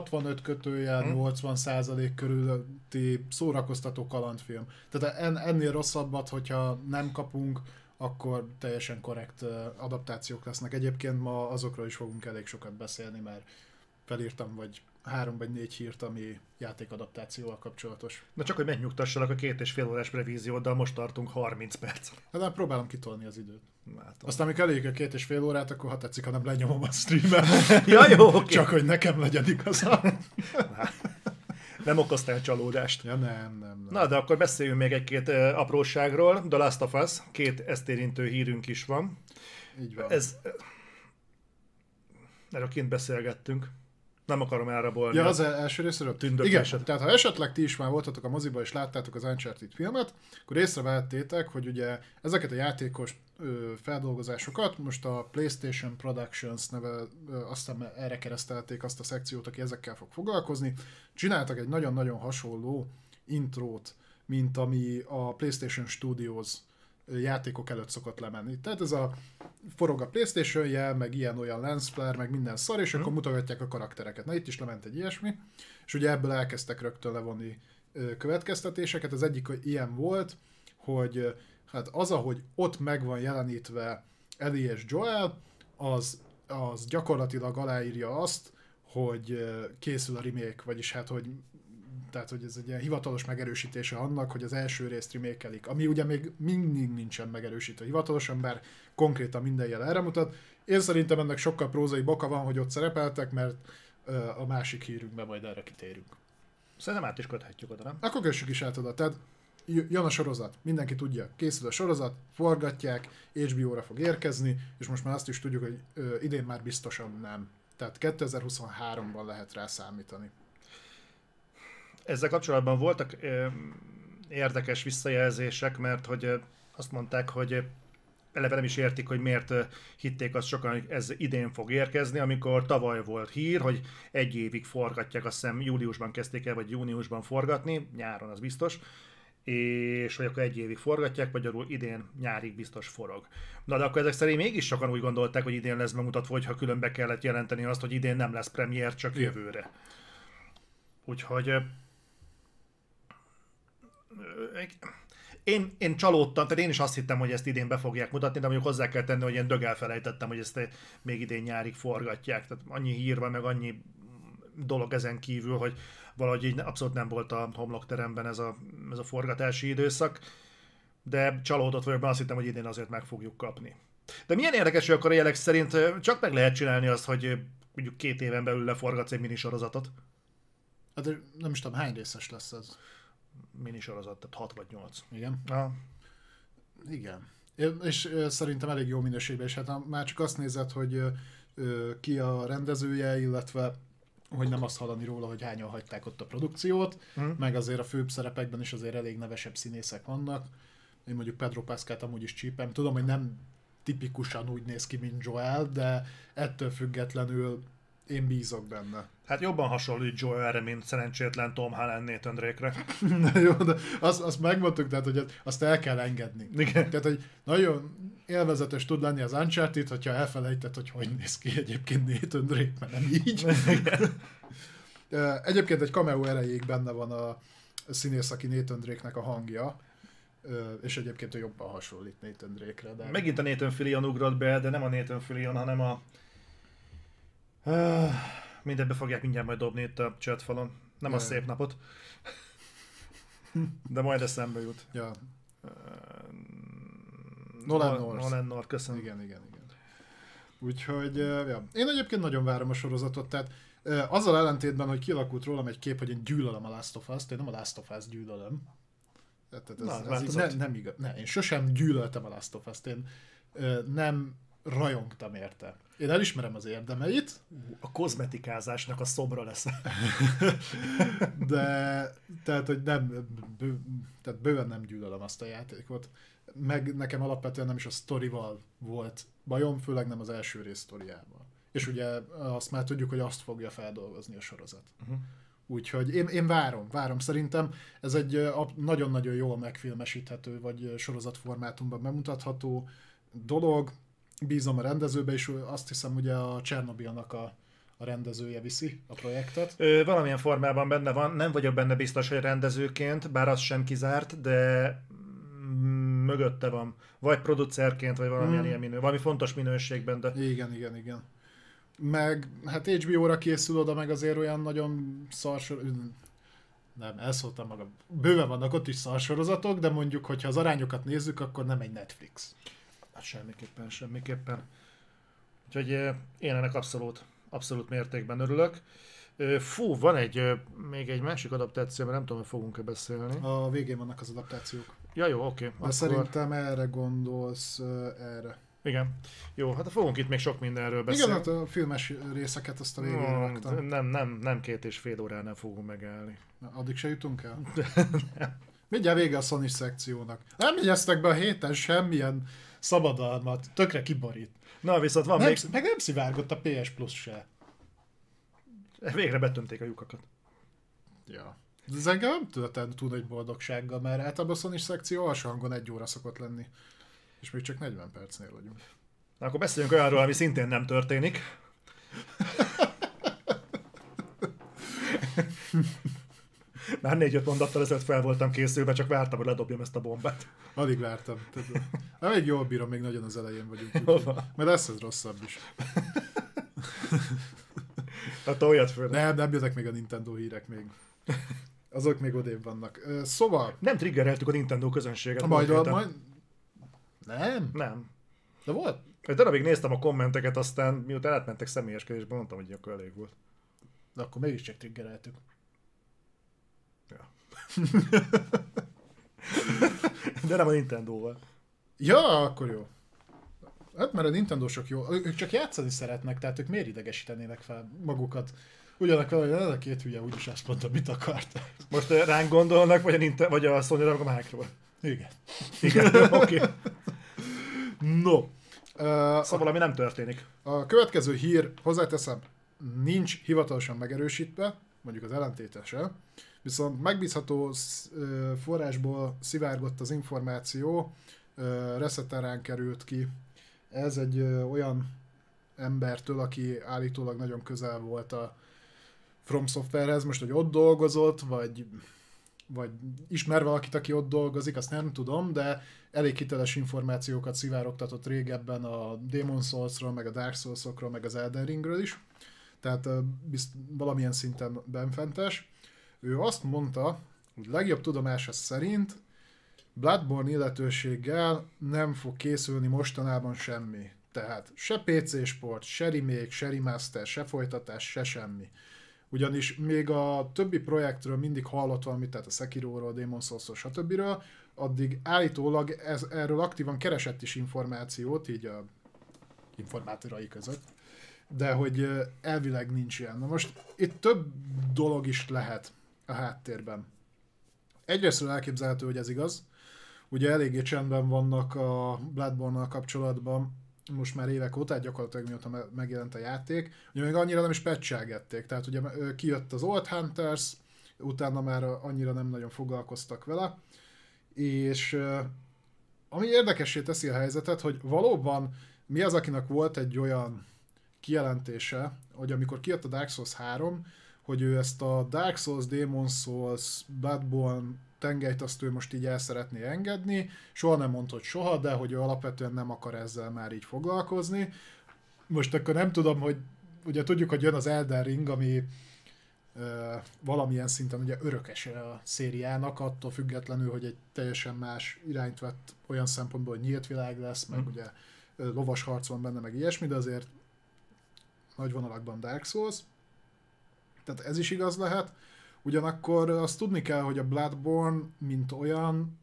65-80% körülötti szórakoztató kalandfilm. Tehát ennél rosszabbat, hogyha nem kapunk, akkor teljesen korrekt adaptációk lesznek. Egyébként ma azokról is fogunk elég sokat beszélni, mert felírtam vagy 3 vagy 4 hírt, ami játékadaptációval kapcsolatos. Na csak, hogy megnyugtassalak, a 2,5 órás revízióddal most tartunk 30 perc. Hát próbálom kitolni az időt. Látom. Aztán amikor elég a 2,5 órát, akkor ha tetszik, ha nem lenyomom a streamet. Ja, jó, okay. Csak hogy nekem legyen igaza. Nem okoztál csalódást. Ja, nem. Na, de akkor beszéljünk még egy-két apróságról. The Last of Us, 2 ezt érintő hírünk is van. Így van. Erről kint beszélgettünk. Nem akarom elrabolni. Ja, az első részről? Igen, tehát ha esetleg ti is már voltatok a moziba és láttátok az Uncharted filmet, akkor észrevettétek, hogy ugye ezeket a játékos feldolgozásokat most a PlayStation Productions neve, aztán erre keresztelték azt a szekciót, aki ezekkel fog foglalkozni. Csináltak egy nagyon-nagyon hasonló intrót mint ami a PlayStation Studios játékok előtt szokott lemenni. Tehát ez a forog a PlayStation jel, meg ilyen-olyan lens flare, meg minden szar, és akkor mutogatják a karaktereket. Na itt is lement egy ilyesmi, és ugye ebből elkezdtek rögtön levonni következtetéseket. Az egyik ilyen volt, hogy hát az, ahogy ott meg van jelenítve Ellie és Joel, az gyakorlatilag aláírja azt, hogy készül a remake, vagyis hát, hogy ez egy ilyen hivatalos megerősítése annak, hogy az első részt remake-elik, ami ugye még mindig nincsen megerősítve hivatalosan, bár konkrétan minden jel erre mutat. Én szerintem ennek sokkal prózai boka van, hogy ott szerepeltek, mert a másik hírünkben majd erre kitérünk. Szerintem át is köthetjük oda, nem? Akkor kössük is át oda. Tehát jön a sorozat, mindenki tudja, készül a sorozat, forgatják, HBO-ra fog érkezni, és most már azt is tudjuk, hogy idén már biztosan nem. Tehát 2023-ban lehet rá számítani. Ezzel kapcsolatban voltak érdekes visszajelzések, mert hogy azt mondták, hogy eleve nem is értik, hogy miért hitték azt sokan, hogy ez idén fog érkezni, amikor tavaly volt hír, hogy egy évig forgatják, azt hiszem júliusban kezdték el, vagy júniusban forgatni, nyáron az biztos, és hogy akkor egy évig forgatják, magyarul idén nyárig biztos forog. Na de akkor ezek szerint mégis sokan úgy gondolták, hogy idén lesz bemutatva, hogyha különbe kellett jelenteni azt, hogy idén nem lesz premier, csak jövőre. Úgyhogy én csalódtam, tehát én is azt hittem, hogy ezt idén be fogják mutatni, de mondjuk hozzá kell tenni, hogy én elfelejtettem, hogy ezt még idén nyárig forgatják. Tehát annyi hír van, meg annyi dolog ezen kívül, hogy valahogy így abszolút nem volt a homlokteremben ez a forgatási időszak, de csalódott vagyok, mert azt hittem, hogy idén azért meg fogjuk kapni. De milyen érdekes, hogy akkor a jelek szerint csak meg lehet csinálni azt, hogy mondjuk 2 éven belül leforgatsz egy minisorozatot. Hát nem is tudom, hány részes lesz ez? Minisorozat, tehát 6 vagy 8. Igen? Ah. Igen. És szerintem elég jó minőségben, és hát már csak azt nézed, hogy ki a rendezője, illetve hogy nem azt hallani róla, hogy hányan hagyták ott a produkciót, meg azért a főbb szerepekben is azért elég nevesebb színészek vannak. Én mondjuk Pedro Pascalt amúgy is csípem. Tudom, hogy nem tipikusan úgy néz ki, mint Joel, de ettől függetlenül én bízok benne. Hát jobban hasonlít Joelre, mint szerencsétlen Tom Holland Nathan Drake-re. Na jó, de azt megmondtuk, tehát hogy azt el kell engedni. Igen. Tehát, hogy nagyon élvezetes tud lenni az Uncharted, hogyha elfelejtett, hogy néz ki egyébként Nathan Drake, mert nem így. Egyébként egy cameo erejéig benne van a színész, aki Nathan Drake-nek a hangja, és egyébként ő jobban hasonlít Nathan Drake-re. De... Megint a Nathan Fillion ugrott be, de nem a Nathan Fillion, hanem a... Mindent be fogják mindjárt majd dobni itt a chatfalon. Nem a szép napot. De majd eszembe jut. Ja. Nolan North, köszönöm. Igen. Úgyhogy, ja. Én egyébként nagyon várom a sorozatot, tehát azzal ellentétben, hogy kialakult rólam egy kép, hogy én gyűlölöm a Last of Us-t, én nem a Last of Us gyűlölöm. Nem igaz. Én sosem gyűlöltem a Last of Us-t, én nem rajongtam érte. Én elismerem az érdemeit. A kozmetikázásnak a szobra lesz. De, tehát, hogy tehát bőven nem gyűlölöm azt a játékot. Meg nekem alapvetően nem is a sztorival volt bajom, főleg nem az első rész sztoriával. És ugye azt már tudjuk, hogy azt fogja feldolgozni a sorozat. Úgyhogy én várom. Szerintem ez egy nagyon-nagyon jól megfilmesíthető, vagy sorozatformátumban bemutatható dolog. Bízom a rendezőbe, és azt hiszem, ugye a Csernobilnak a rendezője viszi a projektet. Valamilyen formában benne van, nem vagyok benne biztos, hogy rendezőként, bár az sem kizárt, de mögötte van. Vagy producerként, vagy valamilyen ilyen valami fontos minőségben. De... Igen. Meg hát HBO-ra készül oda, meg azért olyan nagyon nem, elszóltam magam. Bőven vannak ott is szarsorozatok, de mondjuk, hogyha az arányokat nézzük, akkor nem egy Netflix. Hát semmiképpen. Úgyhogy én ennek abszolút mértékben örülök. Van még egy másik adaptáció, mert nem tudom, hogy fogunk-e beszélni. A végén vannak az adaptációk. Ja, jó, oké. De akkor... szerintem erre gondolsz, erre. Igen. Jó, hát fogunk itt még sok mindenről beszélni. Igen, hát a filmes részeket azt a végén raktam. Nem 2,5 óránál fogunk megállni. Addig se jutunk el? Mindjárt vége a Sony szekciónak. Nem jegyeztek be a héten semmilyen szabadalmat, tökre kiborít. Na, viszont van még... Meg nem szivárgott a PS Plus se. Végre betömték a lyukakat. Ja. Ez engem nem tölteni túl egy boldogsággal, mert általában a Sony szekció alsó hangon 1 óra szokott lenni. És még csak 40 percnél vagyunk. Na, akkor beszéljünk olyanról, ami szintén nem történik. Már 4-5 mondattal ezelőtt fel voltam készülve, csak vártam, hogy ledobjam ezt a bombát. Alig vártam. Még jól bírom, még nagyon az elején vagyunk. Mert lesz ez rosszabb is. Hát olyat föl. Nem jöttek még a Nintendo hírek még. Azok még odébb vannak. Szóval... Nem triggereltük a Nintendo közönséget. Majd... Nem? Nem. De volt? Egy darabig néztem a kommenteket, aztán miután átmentek személyeskedésbe, mondtam, hogy akkor elég volt. De akkor mégiscsak triggereltük. Ja. De nem a Nintendo-val. Ja, akkor jó. Hát mert a Nintendo-sok jó. Ők csak játszani szeretnek, tehát ők miért idegesítenének fel magukat? Ugyanakkor, hogy ez a két hülye úgyis azt mondta, mit akart. Most ránk gondolnak, vagy a Sony-ra, vagy a Micro-ra? Igen. Igen, oké. Okay. No. Szóval ami nem történik. A következő hír, hozzáteszem, nincs hivatalosan megerősítve, mondjuk az ellentétese, viszont megbízható forrásból szivárgott az információ, Reseterán került ki. Ez egy olyan embertől, aki állítólag nagyon közel volt a From Softwarehez, most, hogy ott dolgozott, vagy ismer valakit, aki ott dolgozik, azt nem tudom, de elég hiteles információkat szivárogtatott régebben a Demon's Souls-ról, meg a Dark Souls-okról, meg az Elden Ringről is. Tehát valamilyen szinten benfentes. Ő azt mondta, hogy legjobb tudomása szerint Bloodborne illetőséggel nem fog készülni mostanában semmi. Tehát se PC sport, se remake, se remaster, se folytatás, se semmi. Ugyanis még a többi projektről mindig hallott valamit, tehát a Sekiróról, Demon's Souls-ról, stb. Addig állítólag erről aktívan keresett is információt, így a informátorai között, de hogy elvileg nincs ilyen. Na most itt több dolog is lehet a háttérben. Egyrésztről elképzelhető, hogy ez igaz. Ugye eléggé csendben vannak a Bloodborne-nal kapcsolatban, most már évek óta, gyakorlatilag mióta megjelent a játék, ugye még annyira nem is patchelgették, tehát ugye kijött az Old Hunters, utána már annyira nem nagyon foglalkoztak vele, és ami érdekessé teszi a helyzetet, hogy valóban mi az, akinek volt egy olyan kijelentése, hogy amikor kijött a Dark Souls 3, hogy ő ezt a Dark Souls, Demon's Souls, Bloodborne tengelyt azt ő most így el szeretné engedni, soha nem mondta, hogy soha, de hogy ő alapvetően nem akar ezzel már így foglalkozni. Most akkor nem tudom, hogy ugye tudjuk, hogy jön az Elden Ring, ami valamilyen szinten ugye örökese a szériának, attól függetlenül, hogy egy teljesen más irányt vett olyan szempontból, hogy nyílt világ lesz, meg ugye lovas harc van benne, meg ilyesmi, de azért nagy vonalakban Dark Souls. Tehát ez is igaz lehet. Ugyanakkor azt tudni kell, hogy a Bloodborne, mint olyan,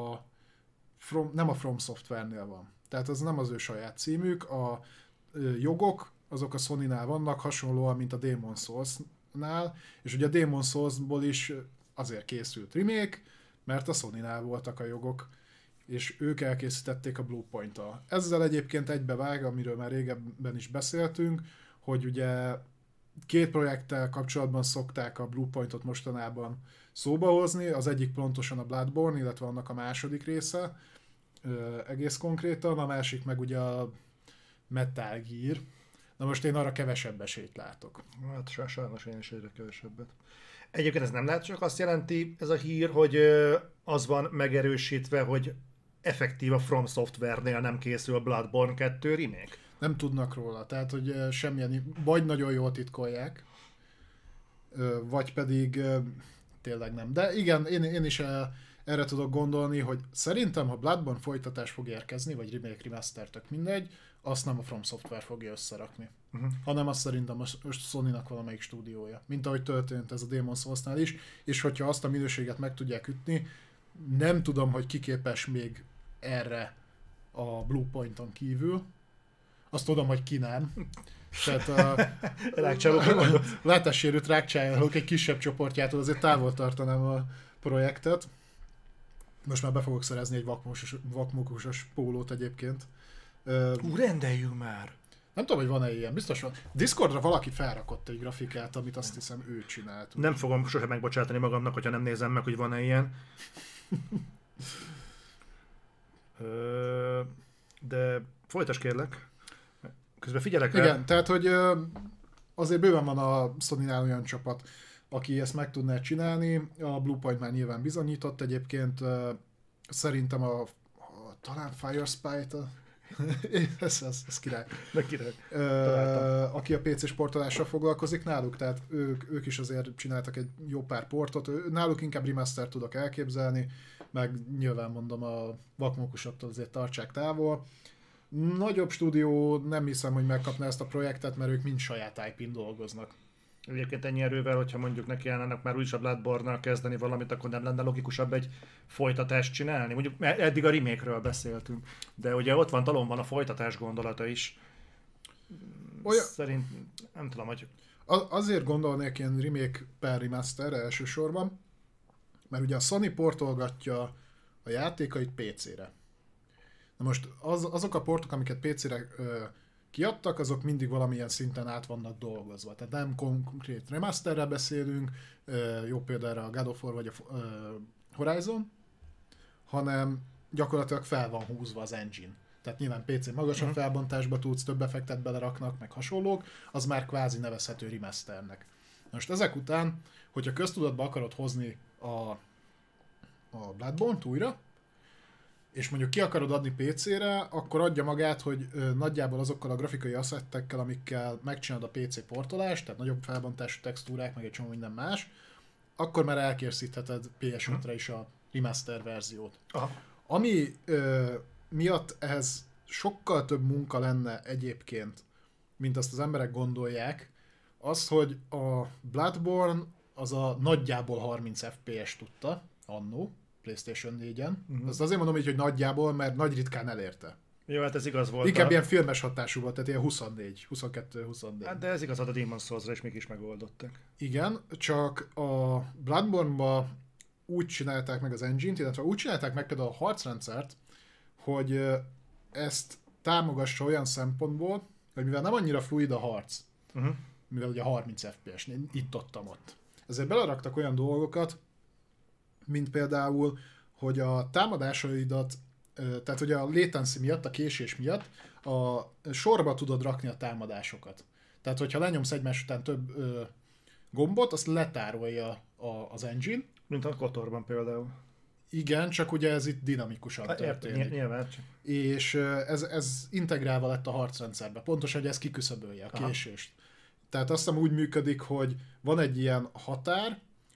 nem a From Software-nél van. Tehát az nem az ő saját címük. A jogok, azok a Sony-nál vannak, hasonlóan, mint a Demon's Souls-nál, és ugye a Demon's Souls-ból is azért készült remake, mert a Sony-nál voltak a jogok, és ők elkészítették a Bluepoint-tal. Ezzel egyébként egybevág, amiről már régebben is beszéltünk, hogy ugye két projekttel kapcsolatban szokták a Bluepointot mostanában szóba hozni, az egyik pontosan a Bloodborne, illetve annak a második része, egész konkrétan, a másik meg ugye a Metal Gear. Na most én arra kevesebb esélyt látok. Hát sajnos én is egyre kevesebbet. Egyébként ez nem lehet csak azt jelenti, ez a hír, hogy az van megerősítve, hogy effektív a From Software-nél nem készül a Bloodborne 2 remake? Nem tudnak róla, tehát hogy semmilyen, vagy nagyon jól titkolják, vagy pedig tényleg nem. De igen, én is erre tudok gondolni, hogy szerintem, ha Bloodborne folytatás fog érkezni, vagy remake, remaster, tök mindegy, azt nem a From Software fogja összerakni. Hanem azt szerintem a Sony-nak valamelyik stúdiója. Mint ahogy történt ez a Demon's Souls-nál is, és hogyha azt a minőséget meg tudják ütni, nem tudom, hogy ki képes még erre a Bluepointon kívül. Azt tudom, hogy ki nem. Tehát a látássérült rákcsálók egy kisebb csoportjától azért távol tartanám a projektet. Most már be fogok szerezni egy vakmukusos pólót egyébként. Rendeljünk már! Nem tudom, hogy van-e ilyen, biztos van. Discordra valaki felrakott egy grafikát, amit azt hiszem ő csinált. Nem fogom sosem megbocsátani magamnak, hogyha nem nézem meg, hogy van-e ilyen. De folytasd kérlek. Közben figyelek rá. Igen, tehát, hogy azért bőven van a Sony-nál olyan csapat, aki ezt meg tudná csinálni. A Bluepoint már nyilván bizonyított egyébként. Szerintem talán Firespite ez király. De király. Aki a PC-s portolással foglalkozik náluk, tehát ők is azért csináltak egy jó pár portot. Náluk inkább remaster tudok elképzelni, meg nyilván mondom a vakmókusoktól azért tartsák távol. Nagyobb stúdió nem hiszem, hogy megkapná ezt a projektet, mert ők mind saját IP-n dolgoznak. Egyébként ennyi erővel, hogyha mondjuk neki állnának már úgyis a Bloodborne-nal kezdeni valamit, akkor nem lenne logikusabb egy folytatást csinálni? Mondjuk eddig a remake-ről beszéltünk, de ugye ott van, talon van a folytatás gondolata is. Szerint nem tudom, hogy... Azért gondolnék ilyen remake per remaster elsősorban, mert ugye a Sony portolgatja a játékait PC-re. Na most azok a portok, amiket PC-re kiadtak, azok mindig valamilyen szinten át vannak dolgozva. Tehát nem konkrét remasterrel beszélünk, jó például a God of War vagy a Horizon, hanem gyakorlatilag fel van húzva az engine. Tehát nyilván PC magasabb felbontásba tudsz, több effektet beleraknak, meg hasonlók, az már kvázi nevezhető remasternek. Most ezek után, hogyha köztudatba akarod hozni a Bloodborne-t újra, és mondjuk ki akarod adni PC-re, akkor adja magát, hogy nagyjából azokkal a grafikai asszettekkel, amikkel megcsinálod a PC portolást, tehát nagyobb felbontású textúrák, meg egy csomó minden más, akkor már elkészítheted PS5-re is a remaster verziót. Aha. Ami miatt ehhez sokkal több munka lenne egyébként, mint azt az emberek gondolják, az, hogy a Bloodborne az a nagyjából 30 FPS tudta annó, PlayStation 4-en. Azt azért mondom így, hogy nagyjából, mert nagy ritkán elérte. Jó, hát ez igaz volt. Inkább ilyen filmes hatású volt, tehát ilyen 22-24. Hát de ez igaz, a Demon's Souls-ra is mégis megoldották. Igen, csak a Bloodborne-ba úgy csinálták meg az engine-t, illetve úgy csinálták meg például a harcrendszert, hogy ezt támogassa olyan szempontból, hogy mivel nem annyira fluid a harc, mivel ugye 30 FPS, itt-ott. Ezért beleraktak olyan dolgokat, mint például, hogy a támadásaidat, tehát ugye a latency miatt, a késés miatt a sorba tudod rakni a támadásokat. Tehát, hogyha lenyomsz egymás után több gombot, azt letárolja az engine. Mint a Kotorban például. Igen, csak ugye ez itt dinamikusan történik. Nyilván csak. És ez integrálva lett a harcrendszerbe. Pontosan, hogy ez kiküszöbölje a késést. Tehát azt hiszem úgy működik, hogy van egy ilyen határ,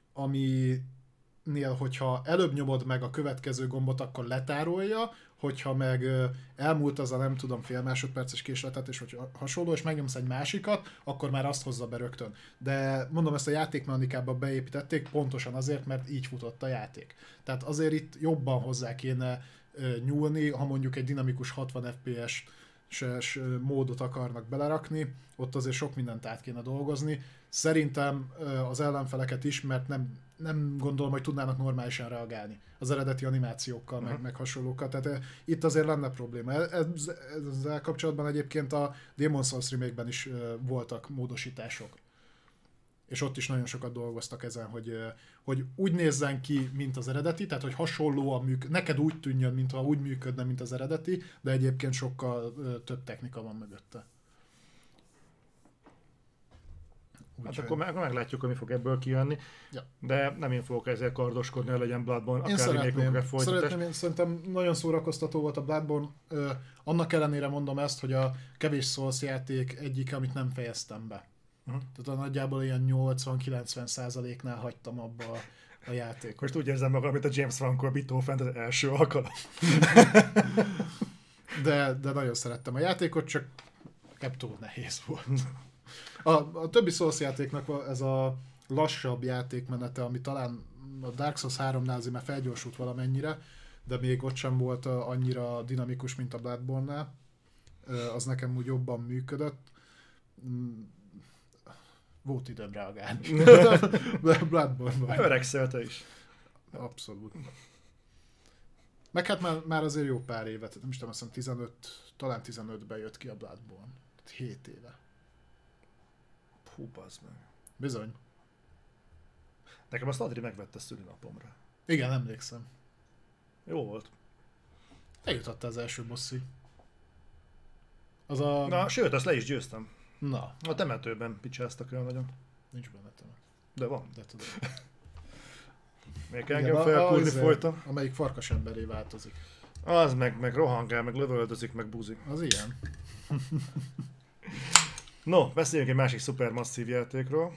aminél, hogyha előbb nyomod meg a következő gombot, akkor letárolja, hogyha meg elmúlt az a nem tudom fél másodperces késletetés, vagy hasonló, és megnyomsz egy másikat, akkor már azt hozza be rögtön. De mondom, ezt a játékmechanikába beépítették pontosan azért, mert így futott a játék. Tehát azért itt jobban hozzá kéne nyúlni, ha mondjuk egy dinamikus 60 FPS-es módot akarnak belerakni, ott azért sok mindent át kéne dolgozni. Szerintem az ellenfeleket is, mert nem gondolom, hogy tudnának normálisan reagálni az eredeti animációkkal, meg hasonlókkal. Tehát itt azért lenne probléma. Ezzel kapcsolatban egyébként a Demon's Souls remake-ben is voltak módosítások. És ott is nagyon sokat dolgoztak ezen, hogy úgy nézzen ki, mint az eredeti, tehát hogy hasonlóan neked úgy tűnjön, mintha úgy működne, mint az eredeti, de egyébként sokkal több technika van mögötte. Hát akkor meglátjuk, hogy mi fog ebből kijönni, de nem én fogok ezzel kardoskodni, hogy legyen Bloodborne, akár szeretném, szerintem nagyon szórakoztató volt a Bloodborne, annak ellenére mondom ezt, hogy a kevés Souls játék egyik, amit nem fejeztem be. Tehát nagyjából ilyen 80-90%-nál hagytam abba a játékot. Most úgy érzem magam, mint a James Franco a Beethoven, az első alkalom. de nagyon szerettem a játékot, csak nekem túl nehéz volt. A többi Souls játéknak ez a lassabb játékmenete, ami talán a Dark Souls 3-nál azért már felgyorsult valamennyire, de még ott sem volt annyira dinamikus, mint a Bloodborne-nál. Az nekem úgy jobban működött. Volt időm reagálni. Bloodborne-ban. Öregszel te is. Abszolút. Meg hát már azért jó pár évet, nem is tudom, azt hiszem 15, talán 15-ben jött ki a Bloodborne. 7 éve. Hú, bazd meg. Bizony. Nekem azt Adri megvette szülinapomra. Igen, emlékszem. Jó volt. Eljutottál az első bosszig. Az a... Na, sőt, azt le is győztem. Na, A temetőben picsáztak el nagyon. nincs benne temet. De van. De tudom. Még kell engem felkúrni folyton. Amelyik farkas emberé változik. Az meg rohangál, meg lövöldözik, meg búzik. Az ilyen. No, beszéljünk egy másik szupermasszív játékról.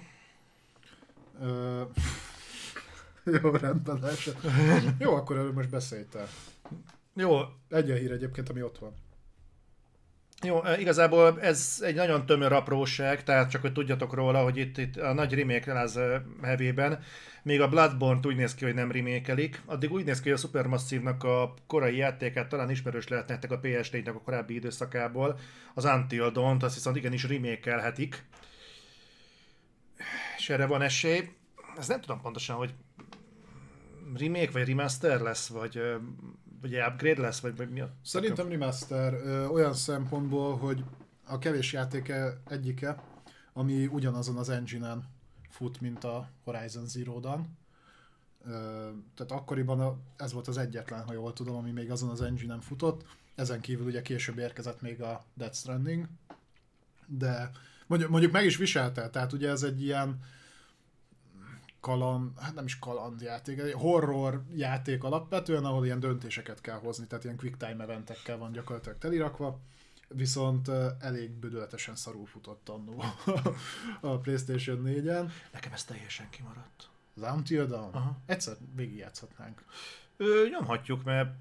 Jó, rendben esett. Jó, akkor erről most beszéltél. Jó, Egy a hír egyébként, ami ott van. Jó, igazából ez egy nagyon tömör apróság, tehát csak hogy tudjatok róla, hogy itt a nagy remake lesz hevében, még a Bloodborne-t úgy néz ki, hogy nem remékelik, addig úgy néz ki, hogy a Supermassive-nak a korai játékát talán ismerős lehet nektek a PS4-nek a korábbi időszakából, az Until Dawn-t, azt viszont igenis remékelhetik. És erre van esély. Ezt nem tudom pontosan, hogy remake vagy remaster lesz, vagy upgrade lesz, vagy mi a... Szerintem remaster olyan szempontból, hogy a kevés játéke egyike, ami ugyanazon az engine-en fut, mint a Horizon Zero Dawn. Tehát akkoriban ez volt az egyetlen, ha jól tudom, ami még azon az engine-en futott. Ezen kívül ugye később érkezett még a Death Stranding. De mondjuk meg is viselte, tehát ugye ez egy ilyen hát nem is kalandjáték, egy horror játék alapvetően, ahol ilyen döntéseket kell hozni, tehát ilyen quick time eventekkel van gyakorlatilag telirakva, viszont elég bődöletesen szarul futott annó a PlayStation 4-en. Nekem ez teljesen kimaradt. Az Until Dawn? Aha. Egyszer végigjátszhatnánk. Nyomhatjuk, mert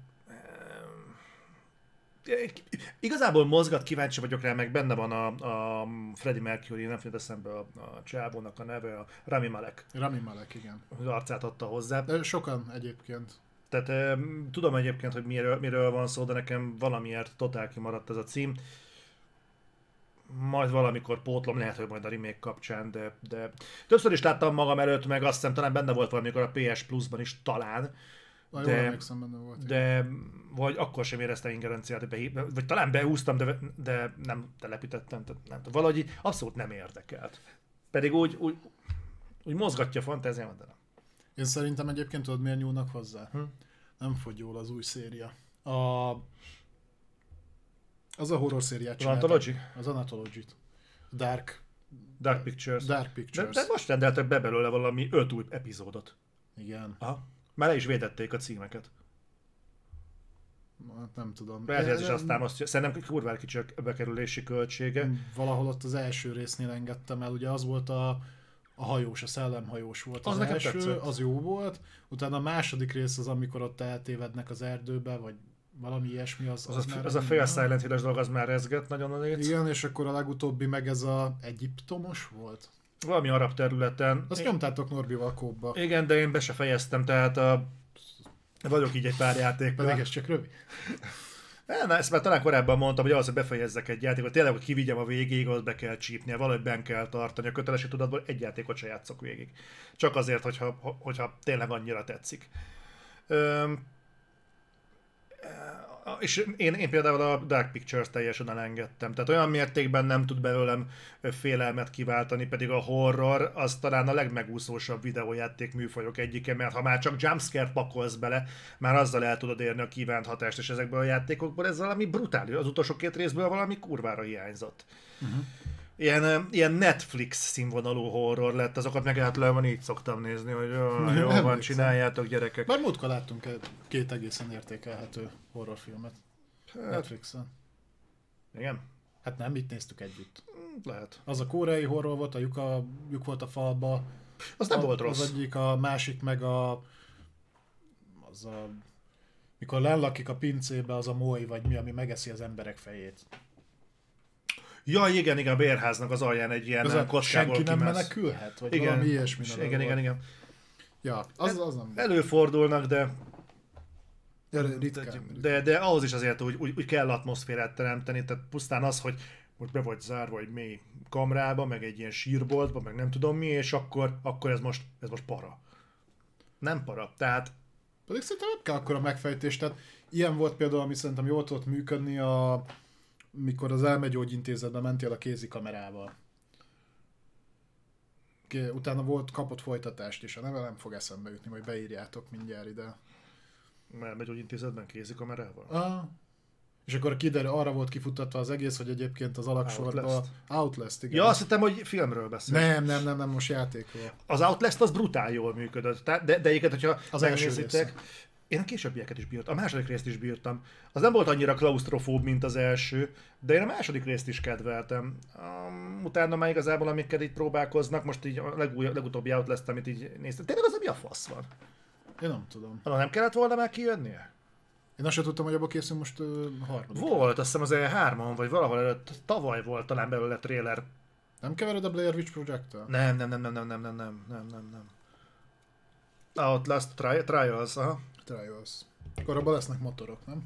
igazából mozgat, kíváncsi vagyok rá, meg benne van a Freddie Mercury, nem jut eszembe a csávónak a neve, a Rami Malek. Rami Malek, igen. Az arcát adta hozzá. De sokan egyébként. Tehát tudom egyébként, hogy miről van szó, de nekem valamiért totál kimaradt ez a cím. Majd valamikor pótlom, lehet, hogy majd a remake kapcsán, de többször is láttam magam előtt, meg azt hiszem talán benne volt valamikor a PS Plus-ban is talán. Jól emlékszem, benne volt. De vagy akkor sem éreztem ingerenciát, vagy talán behúztam, de nem telepítettem, tehát nem, valahogy abszolút nem érdekelt. Pedig úgy mozgatja a fantáziámat, de nem. Én szerintem egyébként tudod, miért nyúlnak hozzá? Nem fogy jól az új széria. Az a horror szériát csinálták. Az Anthology-t. Dark Pictures. Dark Pictures. De most rendeltek be belőle valami 5 új epizódot. Igen. Aha. Már le is védették a címeket. Nem tudom. Lehet, ez is azt támasztja. Szerintem kurvára kicsi a bekerülési költsége. Valahol ott az első résznél engedtem el, ugye az volt a hajós, a szellemhajós volt az első, tetszett. Az jó volt. Utána a második rész az, amikor ott eltévednek az erdőbe, vagy valami ilyesmi, az a fél Silent Hill-es dolog, az már rezgett nagyon a léc. Igen, és akkor a legutóbbi meg ez a egyiptomos volt. Valami arab területen. Azt nyomtátok Norbival kódba. Igen, de én be se fejeztem, tehát vagyok így egy pár játékkal. Pedig ez csak rövid. Na, ezt már talán korábban mondtam, hogy ahhoz, hogy befejezzek egy játékot, tényleg, hogy kivigyem a végéig, ahhoz be kell csípnie, valahogy benn kell tartani. A kötelesi tudatból egy játékot se játszok végig. Csak azért, hogyha tényleg annyira tetszik. És én például a Dark Pictures teljesen elengedtem. Tehát olyan mértékben nem tud belőlem félelmet kiváltani, pedig a horror az talán a legmegúszósabb videójáték műfajok egyike, mert ha már csak jumpscare pakolsz bele, már azzal el tudod érni a kívánt hatást, és ezekből a játékokból ez valami brutális. Az utolsó 2 részből valami kurvára hiányzott. Ilyen Netflix színvonalú horror lett, azokat meg általában így szoktam nézni, hogy jó van, csináljátok gyerekek. Már múltkor láttunk 2 egészen értékelhető horrorfilmet. Netflixen. Igen? Hát nem, itt néztük együtt. Lehet. Az a koreai horror volt, a lyuk volt a falba. Az nem volt rossz. Az egyik, a másik meg mikor lellakik a pincébe, az a moly, vagy mi, ami megeszi az emberek fejét. Ja, igen, a bérháznak az alján egy ilyen kockából senki nem menekülhet? Vagy valami ilyesmi. Igen. Ja, az nem. Előfordulnak, de ritkán. De ahhoz is azért úgy kell atmoszférát teremteni, tehát pusztán az, hogy most be vagy zárva egy mély kamrába, meg egy ilyen sírboltba, meg nem tudom mi, és akkor ez most para. Nem para, tehát... Pedig szerintem nem kell akkora megfejtés, tehát ilyen volt például, ami szerintem jól tudott működni a mikor az elmegyógyintézetbe mentél a kézikamerával. Utána kapott folytatást is, a neve nem fog eszembe jutni, majd beírjátok mindjárt ide. Elmegyógyintézetben kézikamerával? És akkor kiderül, arra volt kifutatva az egész, hogy egyébként az alaksorban... Outlast, igen. Ja, azt hittem, hogy filmről beszél. Nem, most játékról. Az Outlast az brutál jól működött, de egyébként, hogyha az megnézitek... Én a későbbieket is bírtam, a második részt is bírtam. Az nem volt annyira klaustrofób, mint az első, de én a második részt is kedveltem. Utána már igazából, amikkel így próbálkoznak, most így a legutóbbi Outlast, amit így néztem. Tényleg az, mi a fasz van? Én nem tudom. Nem kellett volna már kijönnie? Én azt sem tudtam, hogy abba készül most harmadik. Volt, azt hiszem az E3-on, vagy valahol előtt, tavaly volt talán belőle trailer. Nem kevered a Blair Witch Project-tel? Nem. Outlast Trials, aha. Trials. Akkor abban lesznek motorok, nem?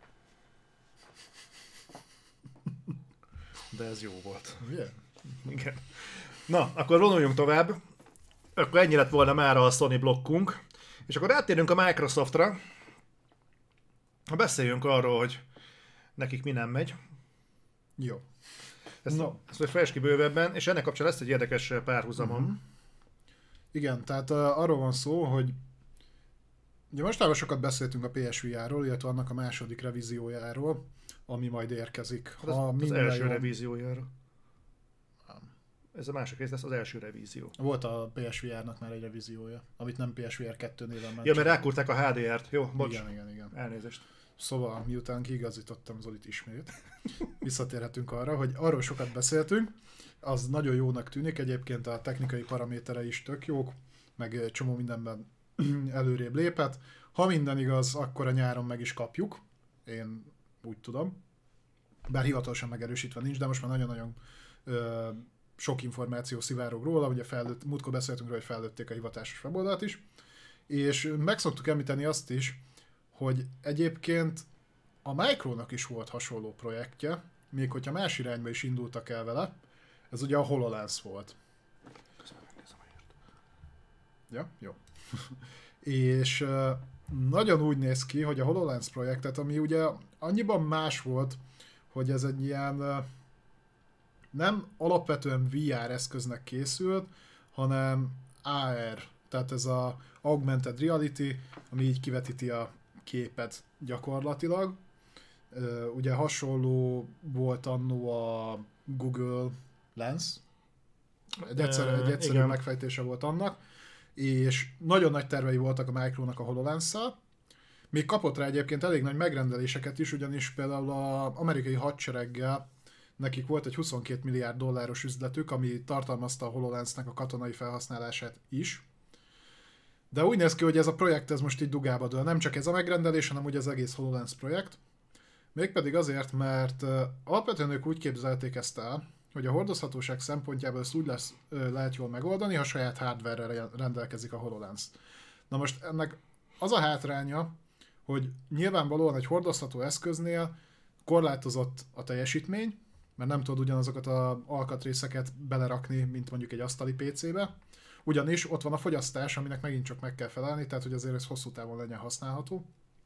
De ez jó volt. Yeah. Igen. Na, akkor vonuljunk tovább. Akkor ennyi lett volna már a Sony blokkunk. És akkor rátérünk a Microsoftra. Beszéljünk arról, hogy nekik mi nem megy. Jó. Ezt fejtsd ki bővebben, és ennek kapcsán lesz egy érdekes párhuzamom. Uh-huh. Igen, tehát arról van szó, hogy ugye mostában sokat beszéltünk a PSVR-ról, illetve annak a második revíziójáról, ami majd érkezik. Az első revíziójáról. Ez a másik rész lesz, az első revízió. Volt a PSVR-nak már egy revíziója, amit nem PSVR 2 néven ment. Ja, mert rákúrták a HDR-t. Jó, bocs. Igen. Elnézést. Szóval, miután kiigazítottam Zolit ismét, visszatérhetünk arra, hogy arról sokat beszéltünk, az nagyon jónak tűnik, egyébként a technikai paraméterei is tök jók, meg csomó mindenben előrébb lépett. Ha minden igaz, akkor a nyáron meg is kapjuk, én úgy tudom. Bár hivatalosan megerősítve nincs, de most már nagyon-nagyon sok információ szivárog róla, ugye múltkor beszéltünk róla, hogy fellőtték a hivatásos weboldalt is, és meg szoktuk említeni azt is, hogy egyébként a Micronak is volt hasonló projektje, még hogyha más irányba is indultak el vele, ez ugye a HoloLens volt. Ja, jó. És nagyon úgy néz ki, hogy a HoloLens projektet, ami ugye annyiban más volt, hogy ez egy ilyen nem alapvetően VR eszköznek készült, hanem AR, tehát ez a Augmented Reality, ami így kivetíti a képet gyakorlatilag. Ugye hasonló volt annó a Google Lens, egy egyszerű megfejtése volt annak, és nagyon nagy tervei voltak a Micronak a HoloLens-szel. Még kapott rá egyébként elég nagy megrendeléseket is, ugyanis például az amerikai hadsereggel nekik volt egy 22 milliárd dolláros üzletük, ami tartalmazta a HoloLensnek a katonai felhasználását is. De úgy néz ki, hogy ez a projekt ez most így dugába dől. Nem csak ez a megrendelés, hanem ugye az egész HoloLens projekt. Mégpedig azért, mert alapvetően ők úgy képzelték ezt el, hogy a hordozhatóság szempontjából ezt úgy lehet jól megoldani, ha saját hardware-rel rendelkezik a HoloLens. Na most ennek az a hátránya, hogy nyilvánvalóan egy hordozható eszköznél korlátozott a teljesítmény, mert nem tudod ugyanazokat az alkatrészeket belerakni, mint mondjuk egy asztali PC-be. Ugyanis ott van a fogyasztás, aminek megint csak meg kell felelni, tehát hogy azért ez hosszú távon legyen használható.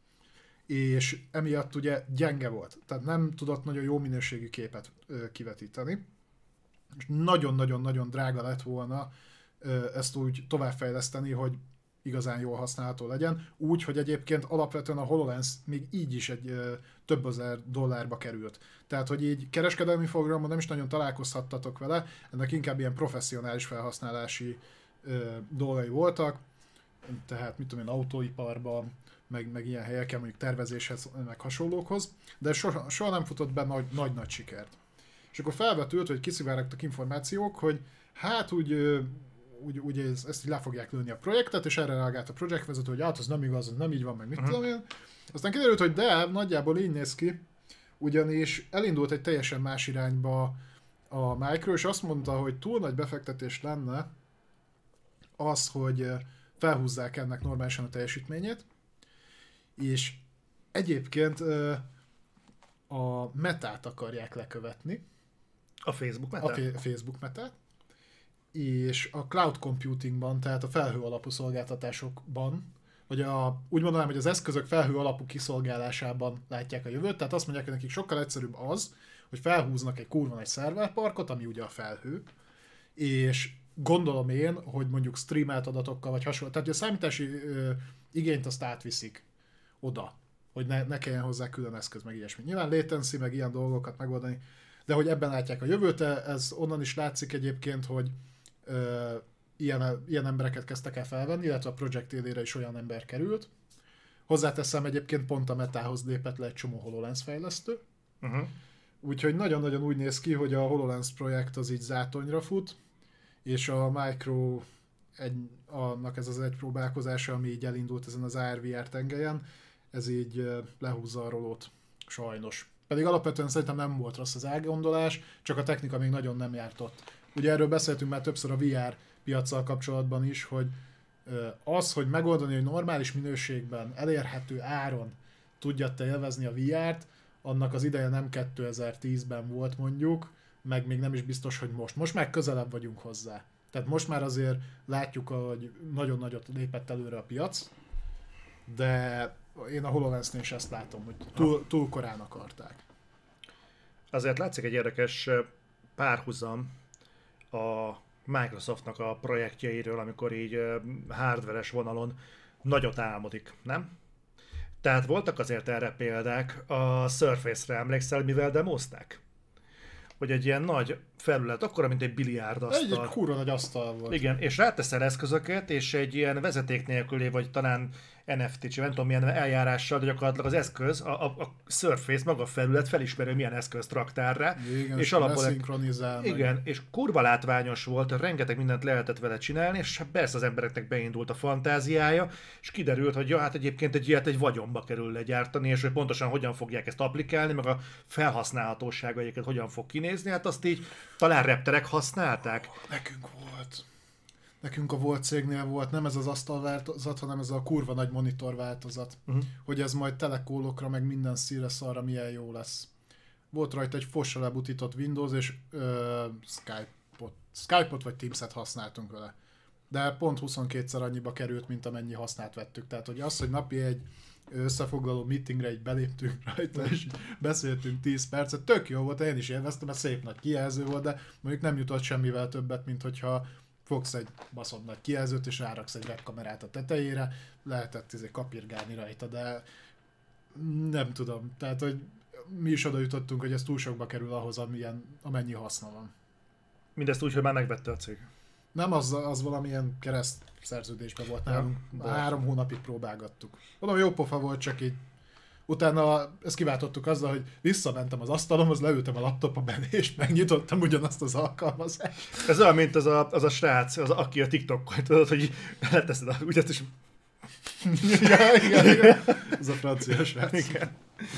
És emiatt ugye gyenge volt, tehát nem tudott nagyon jó minőségű képet kivetíteni. És nagyon-nagyon-nagyon drága lett volna ezt úgy továbbfejleszteni, hogy igazán jól használható legyen, úgy, hogy egyébként alapvetően a HoloLens még így is egy több ezer dollárba került. Tehát, hogy így kereskedelmi programon nem is nagyon találkozhattatok vele, ennek inkább ilyen professzionális felhasználási dolgai voltak, tehát mit tudom én, autóiparban, meg ilyen helyeken, mondjuk tervezéshez, meg hasonlókhoz, de soha nem futott be nagy-nagy sikert. És akkor felvetült, hogy kiszivárogtak információk, hogy hát úgy ezt így le fogják lőni a projektet, és erre reagált a projektvezető, hogy hát az nem igaz, az nem így van, meg mit tudom én. Aztán kiderült, hogy de, nagyjából így néz ki, ugyanis elindult egy teljesen más irányba a Micro, és azt mondta, hogy túl nagy befektetés lenne az, hogy felhúzzák ennek normálisan a teljesítményét, és egyébként a Metát akarják lekövetni. A Facebook Metát? A Facebook Metát. És a cloud computingban, tehát a felhő alapú szolgáltatásokban, vagy úgy mondanám, hogy az eszközök felhő alapú kiszolgálásában látják a jövőt, tehát azt mondják, hogy nekik sokkal egyszerűbb az, hogy felhúznak egy kurva nagy szerverparkot, ami ugye a felhő, és gondolom én, hogy mondjuk streamelt adatokkal, vagy hasonló, tehát a számítási igényt azt átviszik oda, hogy ne kelljen hozzá külön eszköz, meg ilyesmi. Nyilván latency, meg ilyen dolgokat megoldani, de hogy ebben látják a jövőt, ez onnan is látszik egyébként, hogy ilyen embereket kezdtek el felvenni, illetve a Project Élére is olyan ember került. Hozzáteszem, egyébként pont a Metához lépett le egy csomó HoloLens fejlesztő. Úgyhogy nagyon-nagyon úgy néz ki, hogy a HoloLens projekt az így zátonyra fut, és a Micro annak ez az egy próbálkozása, ami így elindult ezen az AR-VR tengelyen, ez így lehúzza a rolót, sajnos. Pedig alapvetően szerintem nem volt rossz az elgondolás, csak a technika még nagyon nem járt ott. Ugye erről beszéltünk már többször a VR piaccal kapcsolatban is, hogy az, hogy megoldani, hogy normális minőségben, elérhető áron tudja te élvezni a VR-t, annak az ideje nem 2010-ben volt mondjuk, meg még nem is biztos, hogy most. Most már közelebb vagyunk hozzá. Tehát most már azért látjuk, hogy nagyon nagyot lépett előre a piac, de én a HoloLensnél is ezt látom, hogy túl korán akarták. Azért látszik egy érdekes párhuzam a Microsoftnak a projektjeiről, amikor így hardveres vonalon nagyot álmodik, nem? Tehát voltak azért erre példák, a Surface-re emlékszel, mivel demozták? Hogy egy ilyen nagy felület, akkora, mint egy biliárdasztal. Egy kurva nagy asztal volt. Igen, és ráteszel eszközöket, és egy ilyen vezeték nélküli, vagy talán NFT, vagy nem tudom milyen eljárással, de gyakorlatilag az eszköz, a Surface maga a felület felismeri, milyen eszközt raktál rá. Igen, és alapból igen, és kurva látványos volt, rengeteg mindent lehetett vele csinálni, és persze az embereknek beindult a fantáziája, és kiderült, hogy ja, hát egyébként egy ilyet egy vagyonba kerül legyártani, és hogy pontosan hogyan fogják ezt applikálni, meg a felhasználhatósága egyébként hogyan fog kinézni, hát azt így talán repterek használták. Nekünk volt. Nekünk a volt cégnél volt nem ez az asztalváltozat, hanem ez a kurva nagy monitor változat. Hogy ez majd telekólokra, meg minden színre szarra milyen jó lesz. Volt rajta egy fosra lebutított Windows, és Skype-ot vagy Teams-et használtunk vele. De pont 22-szer annyiba került, mint amennyi hasznát vettük. Tehát hogy az, hogy napi egy összefoglaló meetingre így beléptünk rajta, és beszéltünk 10 percet, tök jó volt, én is élveztem, mert szép nagy kijelző volt, de mondjuk nem jutott semmivel többet, mint hogyha fogsz egy baszod nagy kijelzőt, és ráraksz egy webkamerát a tetejére, lehetett kapirgálni rajta, de nem tudom, tehát hogy mi is oda jutottunk, hogy ez túl sokba kerül ahhoz, amennyi haszna van. Mindezt úgy, hogy már megvette a cég. Nem, az valamilyen kereszt szerződésben volt nálunk. 3 hónapig próbálgattuk. Mondom, jó pofa volt, csak így utána ezt kiváltottuk azzal, hogy visszamentem az asztalomhoz, leültem a laptopba benne, és megnyitottam ugyanazt az alkalmazást. Ez olyan, mint az a srác, aki a TikTok-kal, tudod, hogy leteszed úgy ezt is... igen. Ez a francia srác. Igen.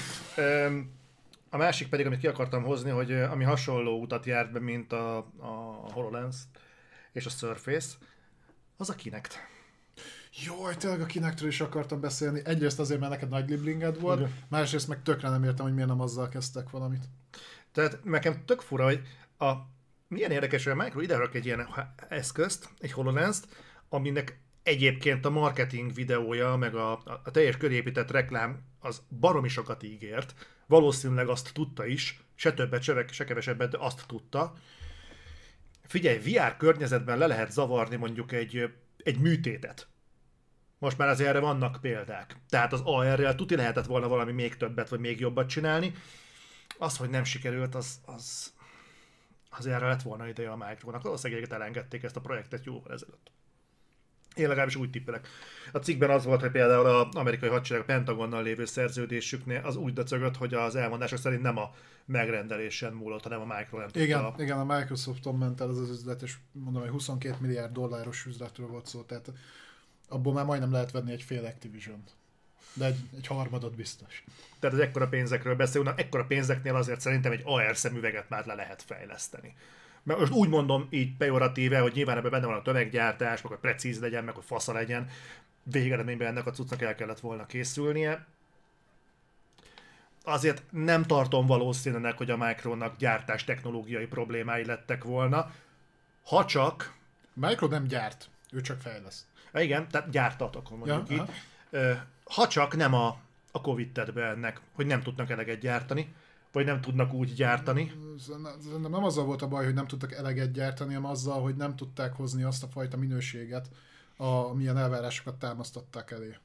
A másik pedig, amit ki akartam hozni, hogy ami hasonló utat járt be, mint a HoloLens és a Surface, az a Kinect. Jaj, tényleg a Kinectről is akartam beszélni. Egyrészt azért, mert neked nagy liblinged volt, igen. Másrészt meg tökre nem értem, hogy miért nem azzal kezdtek valamit. Tehát nekem tök fura, hogy milyen érdekes, hogy a Micro iderak egy ilyen eszközt, egy HoloLens-t, aminek egyébként a marketing videója, meg a teljes körépített reklám az baromi sokat ígért. Valószínűleg azt tudta is, se többet, se kevesebbet, de azt tudta. Figyelj, VR környezetben le lehet zavarni mondjuk egy műtétet. Most már azért erre vannak példák. Tehát az AR-rel tuti lehetett volna valami még többet, vagy még jobbat csinálni. Az, hogy nem sikerült, az erre lett volna ideje a Micronak. Valószínűleg elengedték ezt a projektet jóval ezelőtt. Én legalábbis úgy tippelek. A cikkben az volt, hogy például az amerikai hadsereg a Pentagonnal lévő szerződésüknél az úgy döcögött, hogy az elmondások szerint nem a megrendelésen múlott, hanem a Micro nem tudta. Igen, a Microsofton ment el az üzlet, és mondom, hogy $22 milliárd üzletről volt szó, tehát abból már majdnem lehet venni egy fél Activision-t. De egy harmadot biztos. Tehát az ekkora pénzekről beszélünk, ekkora pénzeknél azért szerintem egy AR szemüveget már le lehet fejleszteni. Mert most úgy mondom így pejoratíve, hogy nyilván ebben benne van a tömeggyártás, meg hogy precíz legyen, meg hogy fasza legyen. Végeredményben ennek a cuccnak el kellett volna készülnie. Azért nem tartom valószínűleg, hogy a Micronak gyártás technológiai problémái lettek volna. Ha csak... Micro nem gyárt, ő csak fejleszt. Igen, tehát gyártatok, mondjuk így. Ha csak nem a Covid tett be ennek, hogy nem tudnak eleget gyártani. Vagy nem tudnak úgy gyártani? Nem azzal volt a baj, hogy nem tudtak eleget gyártani, hanem azzal, hogy nem tudták hozni azt a fajta minőséget, amilyen elvárásokat támasztották elé.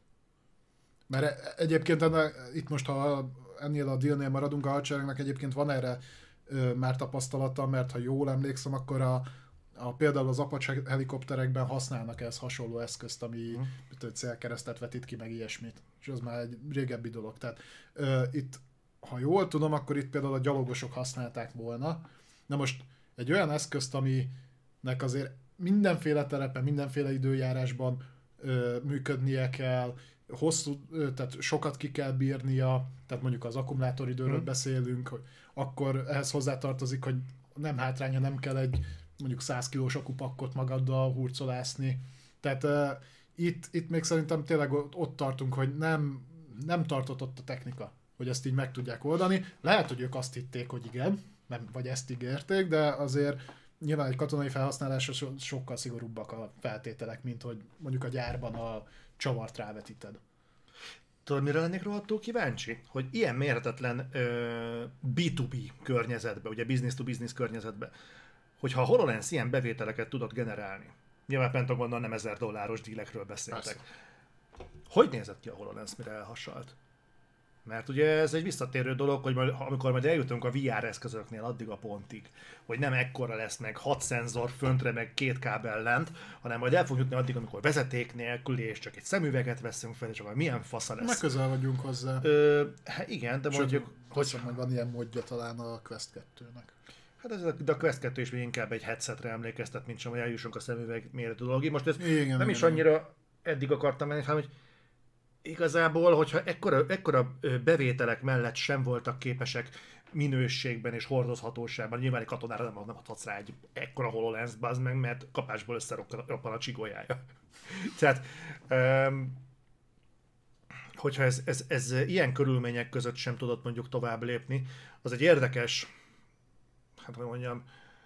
Mert egyébként itt most, ha ennél a dealnél maradunk, a hadseregnek egyébként van erre már tapasztalata, mert ha jól emlékszem, akkor például az Apache helikopterekben használnak ehhez hasonló eszközt, ami célkeresztet vetít ki, meg ilyesmit. És az már egy régebbi dolog. Tehát itt, ha jól tudom, akkor itt például a gyalogosok használták volna. Na most egy olyan eszközt, aminek azért mindenféle terepen, mindenféle időjárásban működnie kell, tehát sokat ki kell bírnia, tehát mondjuk az akkumulátoridőről beszélünk, hogy akkor ehhez hozzátartozik, hogy nem hátránya, nem kell egy mondjuk 100 kilós akupakkot magaddal hurcolászni. Tehát itt még szerintem tényleg ott tartunk, hogy nem tartott ott a technika, hogy ezt így meg tudják oldani. Lehet, hogy ők azt hitték, hogy igen, nem, vagy ezt ígérték, de azért nyilván egy katonai felhasználásra sokkal szigorúbbak a feltételek, mint hogy mondjuk a gyárban a csavart rávetíted. Tudod, mire lennék rohadtul kíváncsi? Hogy ilyen méretetlen B2B környezetbe, ugye business to business környezetbe, hogyha a HoloLens ilyen bevételeket tudott generálni, nyilván Pentagonnal nem $1000 dílekről beszéltek. Persze. Hogy nézett ki a HoloLens, mire elhasalt? Mert ugye ez egy visszatérő dolog, hogy amikor majd eljutunk a VR eszközöknél addig a pontig, hogy nem ekkora lesz meg 6 szenzor föntre, meg 2 kábel lent, hanem majd el fogunk jutni addig, amikor vezeték nélkül, és csak egy szemüveget veszünk fel, és akkor milyen fasza lesz. Meg közel vagyunk hozzá. Hát igen, de sőt, mondjuk... hogy van ilyen módja talán a Quest 2-nek. Hát de a Quest 2 is még inkább egy headsetre emlékeztet, mint sem, hogy eljussunk a szemüveg méretű dologig. Most ez nem is annyira eddig akartam menni, hanem hogy igazából, hogyha ekkora bevételek mellett sem voltak képesek minőségben és hordozhatóságban, nyilván egy katonára nem adhatsz rá egy ekkora HoloLens, bazd meg, mert kapásból összeroppan a csigójája. Tehát, hogyha ez ilyen körülmények között sem tudott mondjuk tovább lépni, az egy érdekes, hát hogy mondjam,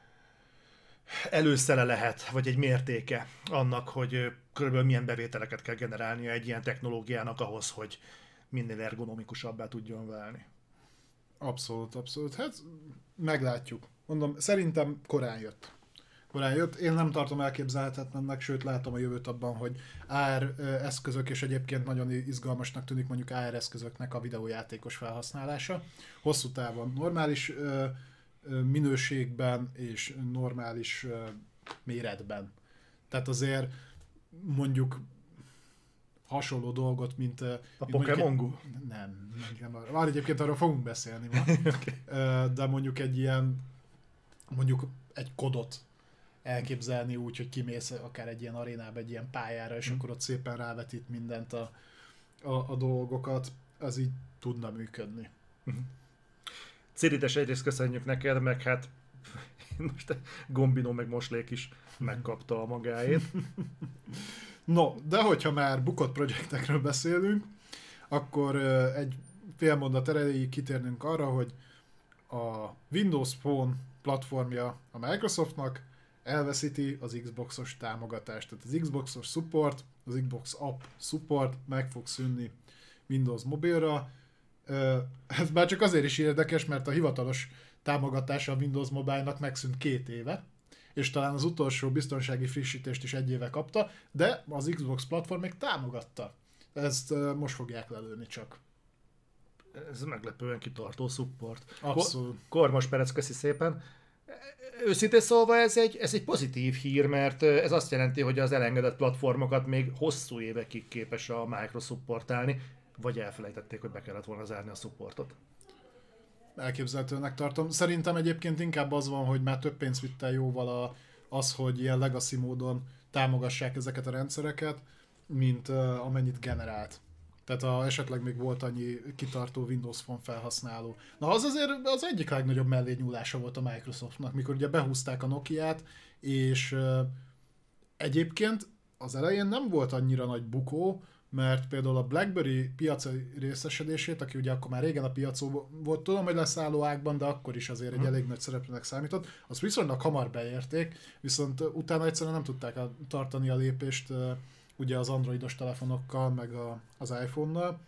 előszele lehet, vagy egy mértéke annak, hogy körülbelül milyen bevételeket kell generálnia egy ilyen technológiának ahhoz, hogy minél ergonomikusabbá tudjon válni. Abszolút, abszolút. Hát meglátjuk. Mondom, szerintem korán jött. Én nem tartom elképzelhetetlennek, sőt látom a jövőt abban, hogy AR eszközök, és egyébként nagyon izgalmasnak tűnik mondjuk AR eszközöknek a videójátékos felhasználása. Hosszú távon normális minőségben és normális méretben. Tehát azért mondjuk hasonló dolgot, mint... A Pokémon Go? Nem. Már egyébként arról fogunk beszélni ma. Okay. De mondjuk egy ilyen, mondjuk egy kodot elképzelni úgy, hogy kimész akár egy ilyen arénába, egy ilyen pályára, és akkor ott szépen rávetít mindent a dolgokat, az így tudna működni. Cirides, egyrészt köszönjük neked, meg hát most Gombino meg Moslék is megkapta a magáét. No, de hogyha már bukott projektekről beszélünk, akkor egy fél mondat erejéig kitérnünk arra, hogy a Windows Phone platformja a Microsoftnak elveszíti az Xboxos támogatást. Tehát az Xboxos support, az Xbox App support meg fog szűnni Windows mobilra. Ez bár csak azért is érdekes, mert a hivatalos támogatása a Windows Mobile-nak megszűnt 2 éve, és talán az utolsó biztonsági frissítést is 1 éve kapta, de az Xbox platform még támogatta. Ezt most fogják lelőni csak. Ez meglepően kitartó support. Abszolút. Kormos Perec, köszi szépen. Őszintén szólva ez egy pozitív hír, mert ez azt jelenti, hogy az elengedett platformokat még hosszú évekig képes a Microsoft supportálni, vagy elfelejtették, hogy be kellett volna zárni a supportot. Elképzelhetőnek tartom. Szerintem egyébként inkább az van, hogy már több pénzt vitt el jóval az, hogy ilyen legacy módon támogassák ezeket a rendszereket, mint amennyit generált. Tehát esetleg még volt annyi kitartó Windows Phone felhasználó. Na az azért az egyik legnagyobb mellényúlása volt a Microsoftnak, mikor ugye behúzták a Nokiát, és egyébként az elején nem volt annyira nagy bukó, mert például a BlackBerry piaci részesedését, aki ugye akkor már régen a piacon volt, tudom, hogy leszálló ágban, de akkor is azért egy elég nagy szereplőnek számított, azt viszonylag hamar beérték, viszont utána egyszerűen nem tudták tartani a lépést ugye az androidos telefonokkal, meg az iPhone-nal,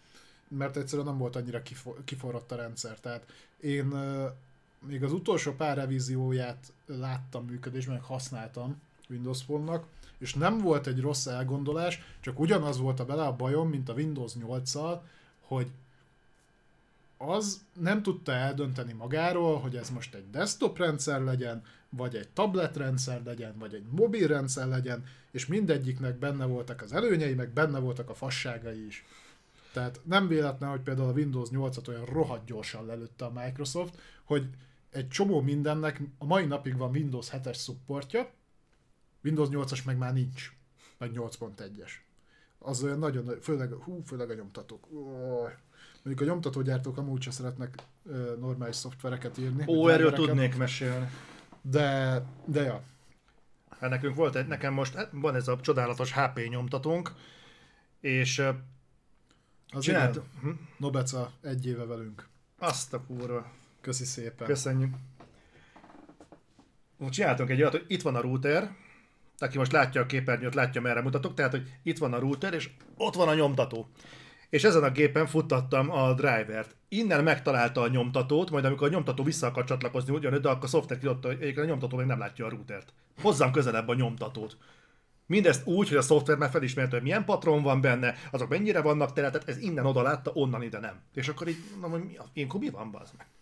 mert egyszerűen nem volt annyira kiforrott a rendszer. Tehát én még az utolsó pár revízióját láttam működésben, meg használtam Windows Phone-nak, és nem volt egy rossz elgondolás, csak ugyanaz volt a bajom, mint a Windows 8-szal, hogy az nem tudta eldönteni magáról, hogy ez most egy desktop rendszer legyen, vagy egy tablet rendszer legyen, vagy egy mobil rendszer legyen, és mindegyiknek benne voltak az előnyei, meg benne voltak a fasságai is. Tehát nem véletlen, hogy például a Windows 8-at olyan rohadt gyorsan lelőtte a Microsoft, hogy egy csomó mindennek a mai napig van Windows 7-es szupportja, Windows 8-as meg már nincs, meg 8.1-es. Az olyan nagyon, főleg a nyomtatók. Mondjuk a nyomtatógyártók amúgy sem szeretnek normális szoftvereket írni. Erről tudnék mesélni. De ja. Hát nekünk volt nekem most van ez a csodálatos HP nyomtatónk, és csinált. Nobeca 1 éve velünk. Azt a kurva. Köszi szépen. Köszönjük. Csináltunk egy olyat, hogy itt van a router, aki most látja a képernyőt, látja merre mutatok, tehát hogy itt van a router, és ott van a nyomtató. És ezen a gépen futtattam a drivert. Innen megtalálta a nyomtatót, majd amikor a nyomtató vissza akar csatlakozni ugyanúgy, de akkor a szoftver kiadta, hogy egyébként a nyomtató még nem látja a routert. Hozzám közelebb a nyomtatót. Mindezt úgy, hogy a szoftver már felismerte, hogy milyen patron van benne, azok mennyire vannak tele, tehát ez innen oda látta, onnan ide nem. És akkor így, mondom, hogy ilyenkor mi van, bazd meg?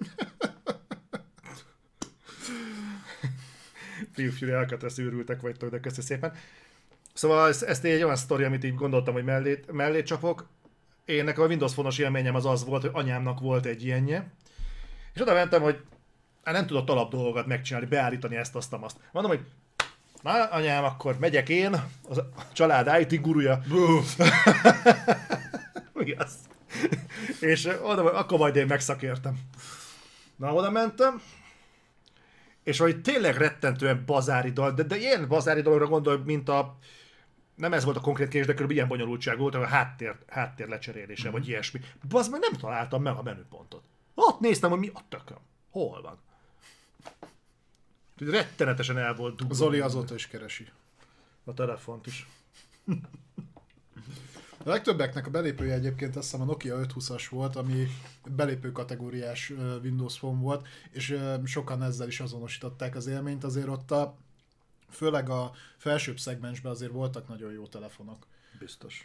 Fiú, elkötelező őrültek vagytok, de köszi szépen. Szóval ez egy olyan sztori, amit így gondoltam, hogy mellé csapok. Én nekem a Windows Phone-os élményem az volt, hogy anyámnak volt egy ilyenje. És oda mentem, hogy nem tudott alap dolgokat megcsinálni, beállítani ezt, azt. Mondom, hogy na anyám, akkor megyek én, a család IT guruja. Mi az? És oda, akkor majd én megszakértem. Na, oda mentem, és hogy tényleg rettentően bazári dolog, de ilyen bazári dologra gondolj, mint a... Nem ez volt a konkrét kérdés, de körülbelül ilyen bonyolultság volt, a háttér lecserélése, vagy ilyesmi. Bazd meg nem találtam meg a menüpontot. Ott néztem, hogy mi a tököm. Hol van? Rettenetesen el volt dugva. Zoli azóta is keresi. A telefont is. A legtöbbeknek a belépője egyébként azt hiszem a Nokia 520-as volt, ami belépő kategóriás Windows Phone volt, és sokan ezzel is azonosították az élményt, azért ott főleg a felsőbb szegmensben azért voltak nagyon jó telefonok. Biztos.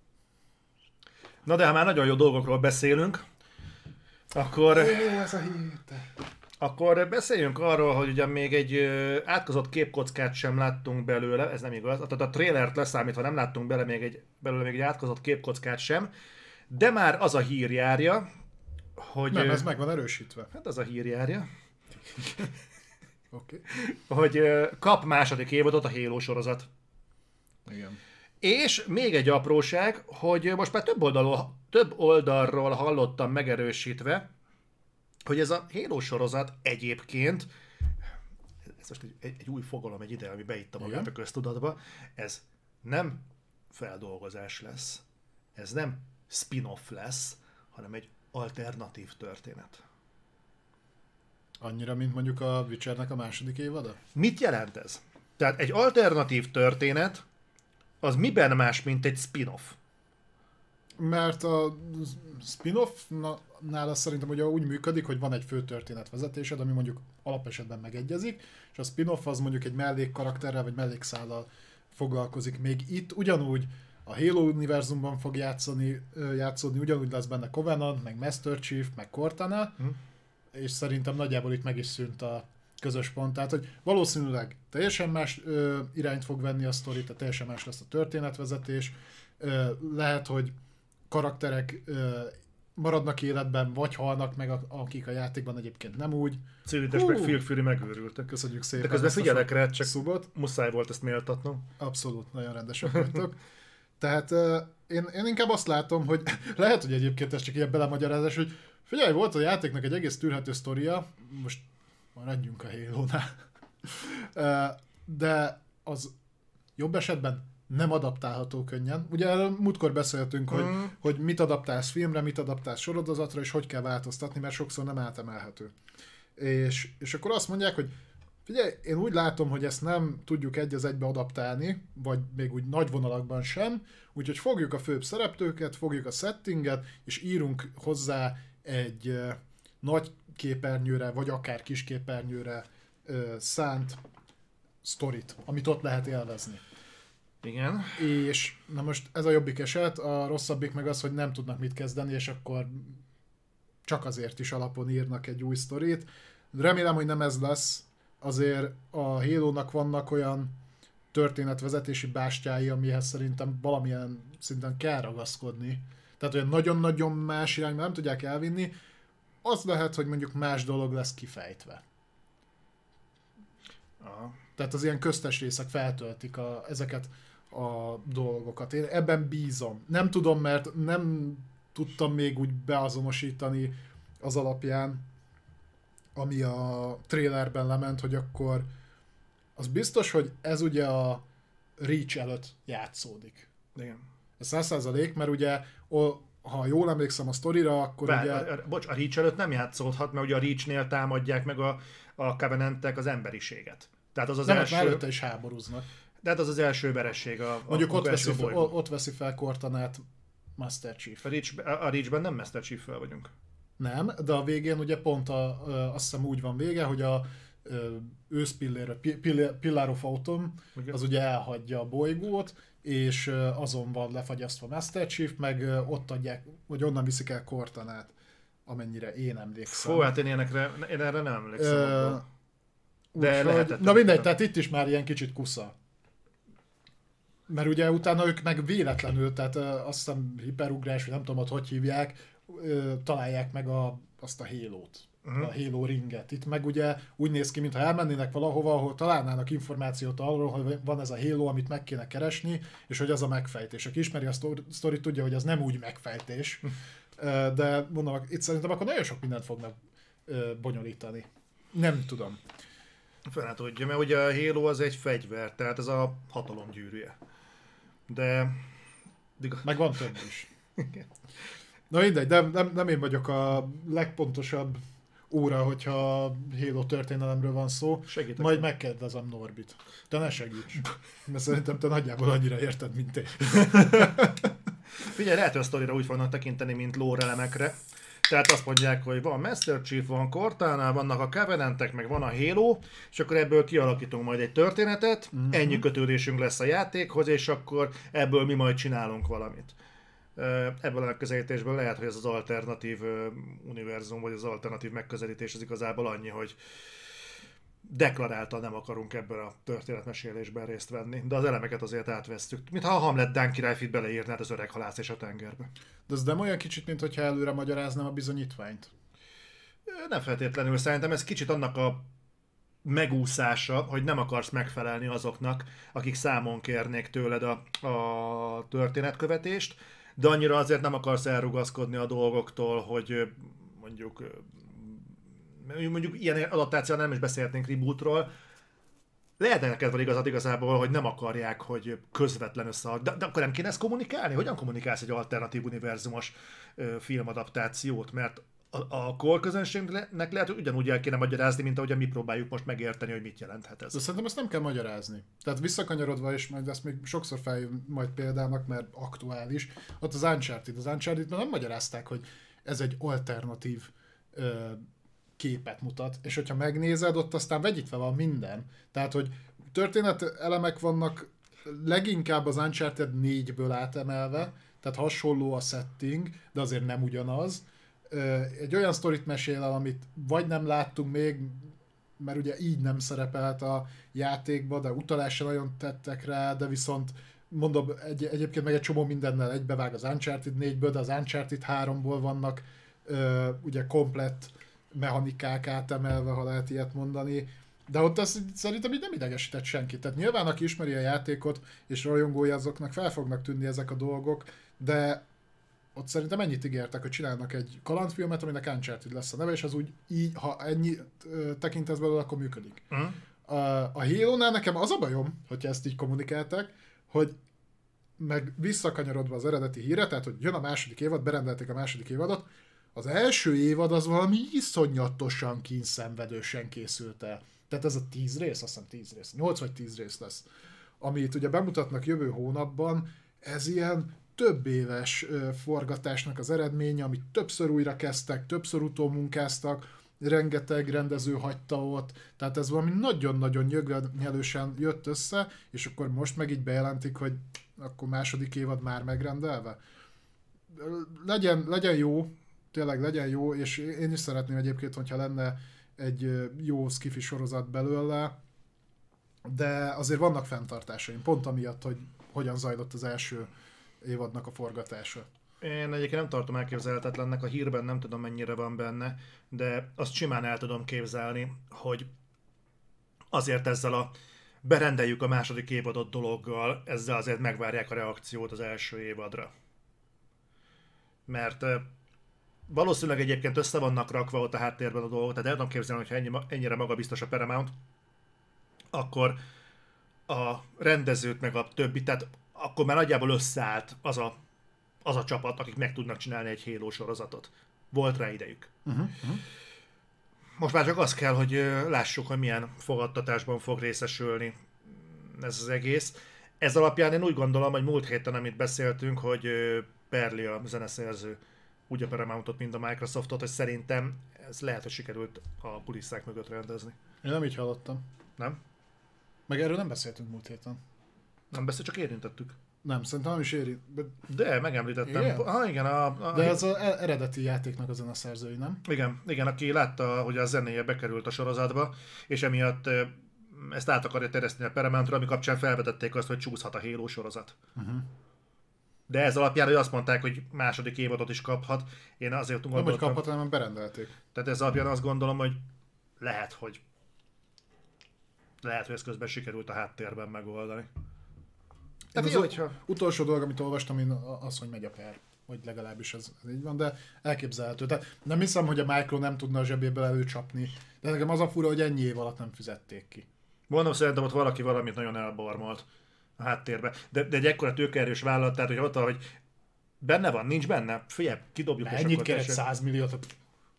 Na de ha már nagyon jó dolgokról beszélünk, akkor... ez a hír, Akkor beszéljünk arról, hogy ugye még egy átkozott képkockát sem láttunk belőle, ez nem igaz, tehát a trailert leszámítva nem láttunk belőle még egy átkozott képkockát sem, de már az a hír járja, hogy... Nem, ez meg van erősítve. Hát az a hír járja. Okay. Hogy kap második évadot a Halo sorozat. Igen. És még egy apróság, hogy most már több oldalról hallottam megerősítve, hogy ez a Halo sorozat egyébként, ez most egy új fogalom, egy ide, ami beitta magát a köztudatba, ez nem feldolgozás lesz, ez nem spin-off lesz, hanem egy alternatív történet. Annyira, mint mondjuk a Witchernek a második évada? Mit jelent ez? Tehát egy alternatív történet, az miben más, mint egy spin-off? Mert a spin-offnál az szerintem ugye úgy működik, hogy van egy fő történetvezetésed, ami mondjuk alapesetben megegyezik, és a spin-off az mondjuk egy mellékkarakterrel vagy mellékszállal foglalkozik. Még itt ugyanúgy a Halo univerzumban fog játszódni, ugyanúgy lesz benne Covenant, meg Master Chief, meg Cortana, és szerintem nagyjából itt meg is szűnt a közös pont. Tehát, hogy valószínűleg teljesen más irányt fog venni a sztori, tehát teljesen más lesz a történetvezetés. Lehet, hogy karakterek maradnak életben, vagy halnak meg, akik a játékban egyébként nem úgy. Cilites meg Phil Fury megőrültek. Köszönjük szépen. De közben figyelek rá, csak szubot. Muszáj volt ezt méltatnom. Abszolút, nagyon rendesek vagytok. Tehát én inkább azt látom, hogy lehet, hogy egyébként ez csak ilyen belemagyarázás, hogy figyelj, volt a játéknak egy egész tűrhető sztoria, most maradjunk a Halo-nál, de az jobb esetben nem adaptálható könnyen. Ugye múltkor beszéltünk, hogy mit adaptálsz filmre, mit adaptálsz sorozatra, és hogy kell változtatni, mert sokszor nem átemelhető. És akkor azt mondják, hogy Figyelj, én úgy látom, hogy ezt nem tudjuk egy az egybe adaptálni, vagy még úgy nagy vonalakban sem, úgyhogy fogjuk a főbb szereplőket, fogjuk a settinget, és írunk hozzá egy nagy képernyőre, vagy akár kis képernyőre szánt sztorit, amit ott lehet élvezni. Igen. És na most ez a jobbik eset, a rosszabbik meg az, hogy nem tudnak mit kezdeni, és akkor csak azért is alapon írnak egy új sztorit. Remélem, hogy nem ez lesz. Azért a Halo-nak vannak olyan történetvezetési bástyái, amihez szerintem valamilyen szinten kell ragaszkodni. Tehát olyan nagyon-nagyon más irányba nem tudják elvinni. Az lehet, hogy mondjuk más dolog lesz kifejtve. Aha. Tehát az ilyen köztes részek feltöltik ezeket a dolgokat. Én ebben bízom. Nem tudom, mert nem tudtam még úgy beazonosítani az alapján, ami a trailerben lement, hogy akkor az biztos, hogy ez ugye a Reach előtt játszódik. Igen. Ez 100%, mert ugye, ha jól emlékszem a sztorira, akkor ugye... A Reach előtt nem játszódhat, mert ugye a Reachnél támadják meg a Covenantek az emberiséget. Tehát az nem, első... előtte is háborúznak. De hát az az első veresség mondjuk ott veszi fel Cortanát Master Chief. A Reachben nem Master Chief-fel vagyunk. Nem, de a végén ugye pont azt hiszem úgy van vége, hogy a őszpillér, Pillar of Autumn, az ugye elhagyja a bolygót, és azon van lefagyasztva Master Chief, meg ott adják, vagy onnan viszik el Cortanát, amennyire én emlékszem. Fú, hát én erre nem emlékszem. De lehetett. Na mindegy, tehát itt is már ilyen kicsit kusza. Mert ugye utána ők meg véletlenül, tehát azt hiszem hiperugrás, vagy nem tudom, hogy hívják, találják meg azt a Halo-t, a Halo ringet. Itt meg ugye úgy néz ki, mintha elmennének valahova, ahol találnának információt arról, hogy van ez a Halo, amit meg kéne keresni, és hogy az a megfejtés. Aki ismeri a sztorit, tudja, hogy az nem úgy megfejtés. De mondom, itt szerintem akkor nagyon sok mindent fognak bonyolítani. Nem tudom. Fel tudja, mert ugye a Halo az egy fegyver, tehát ez a hatalom gyűrűje. De... Meg van több is. Na mindegy, nem én vagyok a legpontosabb óra, hogyha Halo történelemről van szó. Segítek. Majd megkérdezem Norbit. Te ne segíts, mert szerintem te nagyjából annyira érted, mint én. Figyelj, lehet, hogy a sztorira úgy fognak tekinteni, mint lore elemekre. Tehát azt mondják, hogy van Master Chief, van Cortana, vannak a Covenantek, meg van a Halo, és akkor ebből kialakítunk majd egy történetet, ennyi kötődésünk lesz a játékhoz, és akkor ebből mi majd csinálunk valamit. Ebből a megközelítésből lehet, hogy ez az alternatív univerzum, vagy az alternatív megközelítés az igazából annyi, hogy deklaráltan nem akarunk ebben a történetmesélésben részt venni, de az elemeket azért átvesztük. Mintha a Hamlet Dán királyfit beleírnád az öreg halász és a tengerbe. De ez nem olyan kicsit, mintha előre magyaráznám a bizonyítványt? Nem feltétlenül, szerintem ez kicsit annak a megúszása, hogy nem akarsz megfelelni azoknak, akik számon kérnék tőled a történetkövetést, de annyira azért nem akarsz elrugaszkodni a dolgoktól, hogy mondjuk ilyen adaptációval nem is beszélhetnénk rebootról. Lehet neked van igazad igazából, hogy nem akarják, hogy közvetlen de akkor nem kéne ezt kommunikálni? Hogyan kommunikálsz egy alternatív univerzumos filmadaptációt? Mert a core közönségnek lehet, hogy ugyanúgy el kéne magyarázni, mint ahogy mi próbáljuk most megérteni, hogy mit jelenthet ez. De szerintem ezt nem kell magyarázni. Tehát visszakanyarodva, és majd ezt még sokszor feljön majd példának, mert aktuális, ott az Uncharted-ben nem magyarázták, hogy ez egy alternatív képet mutat, és hogyha megnézed, ott aztán vegyítve van minden. Tehát, hogy történet elemek vannak leginkább az Uncharted 4-ből átemelve, tehát hasonló a setting, de azért nem ugyanaz. Egy olyan sztorit mesél el, amit vagy nem láttunk még, mert ugye így nem szerepelt a játékba, de utalásra nagyon tettek rá, de viszont mondom, egyébként meg egy csomó mindennel egybevág az Uncharted 4-ből, de az Uncharted 3-ból vannak ugye komplett mechanikák átemelve, ha lehet ilyet mondani, de ott az szerintem így nem idegesített senkit. Tehát nyilván, aki ismeri a játékot és rajongója, azoknak fel fognak tűnni ezek a dolgok, de ott szerintem ennyit ígértek, hogy csinálnak egy kalandfilmet, aminek Uncharted lesz a neve, és az úgy így, ha ennyi tekintesz belőle, akkor működik. A Halo-nál nekem az a bajom, hogyha ezt így kommunikálták, hogy meg visszakanyarodva az eredeti híre, tehát hogy jön a második évad, berendelték a második évadot, az első évad az valami iszonyatosan kínszenvedősen készült el. Tehát ez a 10 rész, azt hiszem 10 rész, 8 vagy 10 rész lesz, amit ugye bemutatnak jövő hónapban, ez ilyen több éves forgatásnak az eredménye, amit többször újra kezdtek, többször utómunkáztak, rengeteg rendező hagyta ott, tehát ez valami nagyon-nagyon nyögvenyelősen jött össze, és akkor most meg így bejelentik, hogy akkor második évad már megrendelve. Legyen jó, tényleg legyen jó, és én is szeretném egyébként, hogyha lenne egy jó sci-fi sorozat belőle, de azért vannak fenntartásaim, pont amiatt, hogy hogyan zajlott az első évadnak a forgatása. Én egyébként nem tartom elképzelhetetlennek, a hírben nem tudom mennyire van benne, de azt simán el tudom képzelni, hogy azért ezzel a berendeljük a második évadot dologgal, ezzel azért megvárják a reakciót az első évadra. Mert valószínűleg egyébként össze vannak rakva ott a háttérben a dolgok, tehát el tudom képzelni, hogyha ennyire magabiztos a Paramount, akkor a rendezőt meg a többi, tehát akkor már nagyjából összeállt az a csapat, akik meg tudnak csinálni egy Halo sorozatot. Volt rá idejük. Most már csak az kell, hogy lássuk, hogy milyen fogadtatásban fog részesülni ez az egész. Ez alapján én úgy gondolom, hogy múlt héten, amit beszéltünk, hogy Perli a zeneszerző úgy a Paramountot, mint a Microsoftot, hogy szerintem ez lehet, hogy sikerült a kulisszák mögött rendezni. Én nem így hallottam. Nem? Meg erről nem beszéltünk múlt héten. Nem csak érintettük. Nem, szerintem nem is érint. De megemlítettem. Igen? Igen, De ez az eredeti játéknak a zeneszerzői, nem? Igen, aki látta, hogy a zenéje bekerült a sorozatba, és emiatt ezt át akarja terjeszteni a Paramountra, ami kapcsán felvetették azt, hogy csúszhat a Halo sorozat. De ez alapján, hogy azt mondták, hogy második évadot is kaphat, én azért gondoltam... Nem, hogy kaphat, hanem berendelték. Tehát ez alapján azt gondolom, hogy lehet, hogy ezt közben sikerült a háttérben megoldani. Tehát jó, hogyha... Utolsó dolog, amit olvastam, én az, hogy megy a per. Vagy legalábbis ez így van, de elképzelhető. Tehát nem hiszem, hogy a Micro nem tudna a zsebéből előcsapni, de nekem az a fura, hogy ennyi év alatt nem fizették ki. Mondom, szerintem ott valaki valamit nagyon elbarmalt a háttérbe. De egy ekkora tőkeerős vállalat, tehát hogy ott, hogy benne van, nincs benne, figyelj, kidobjuk. Ennyit kérett 100 milliót.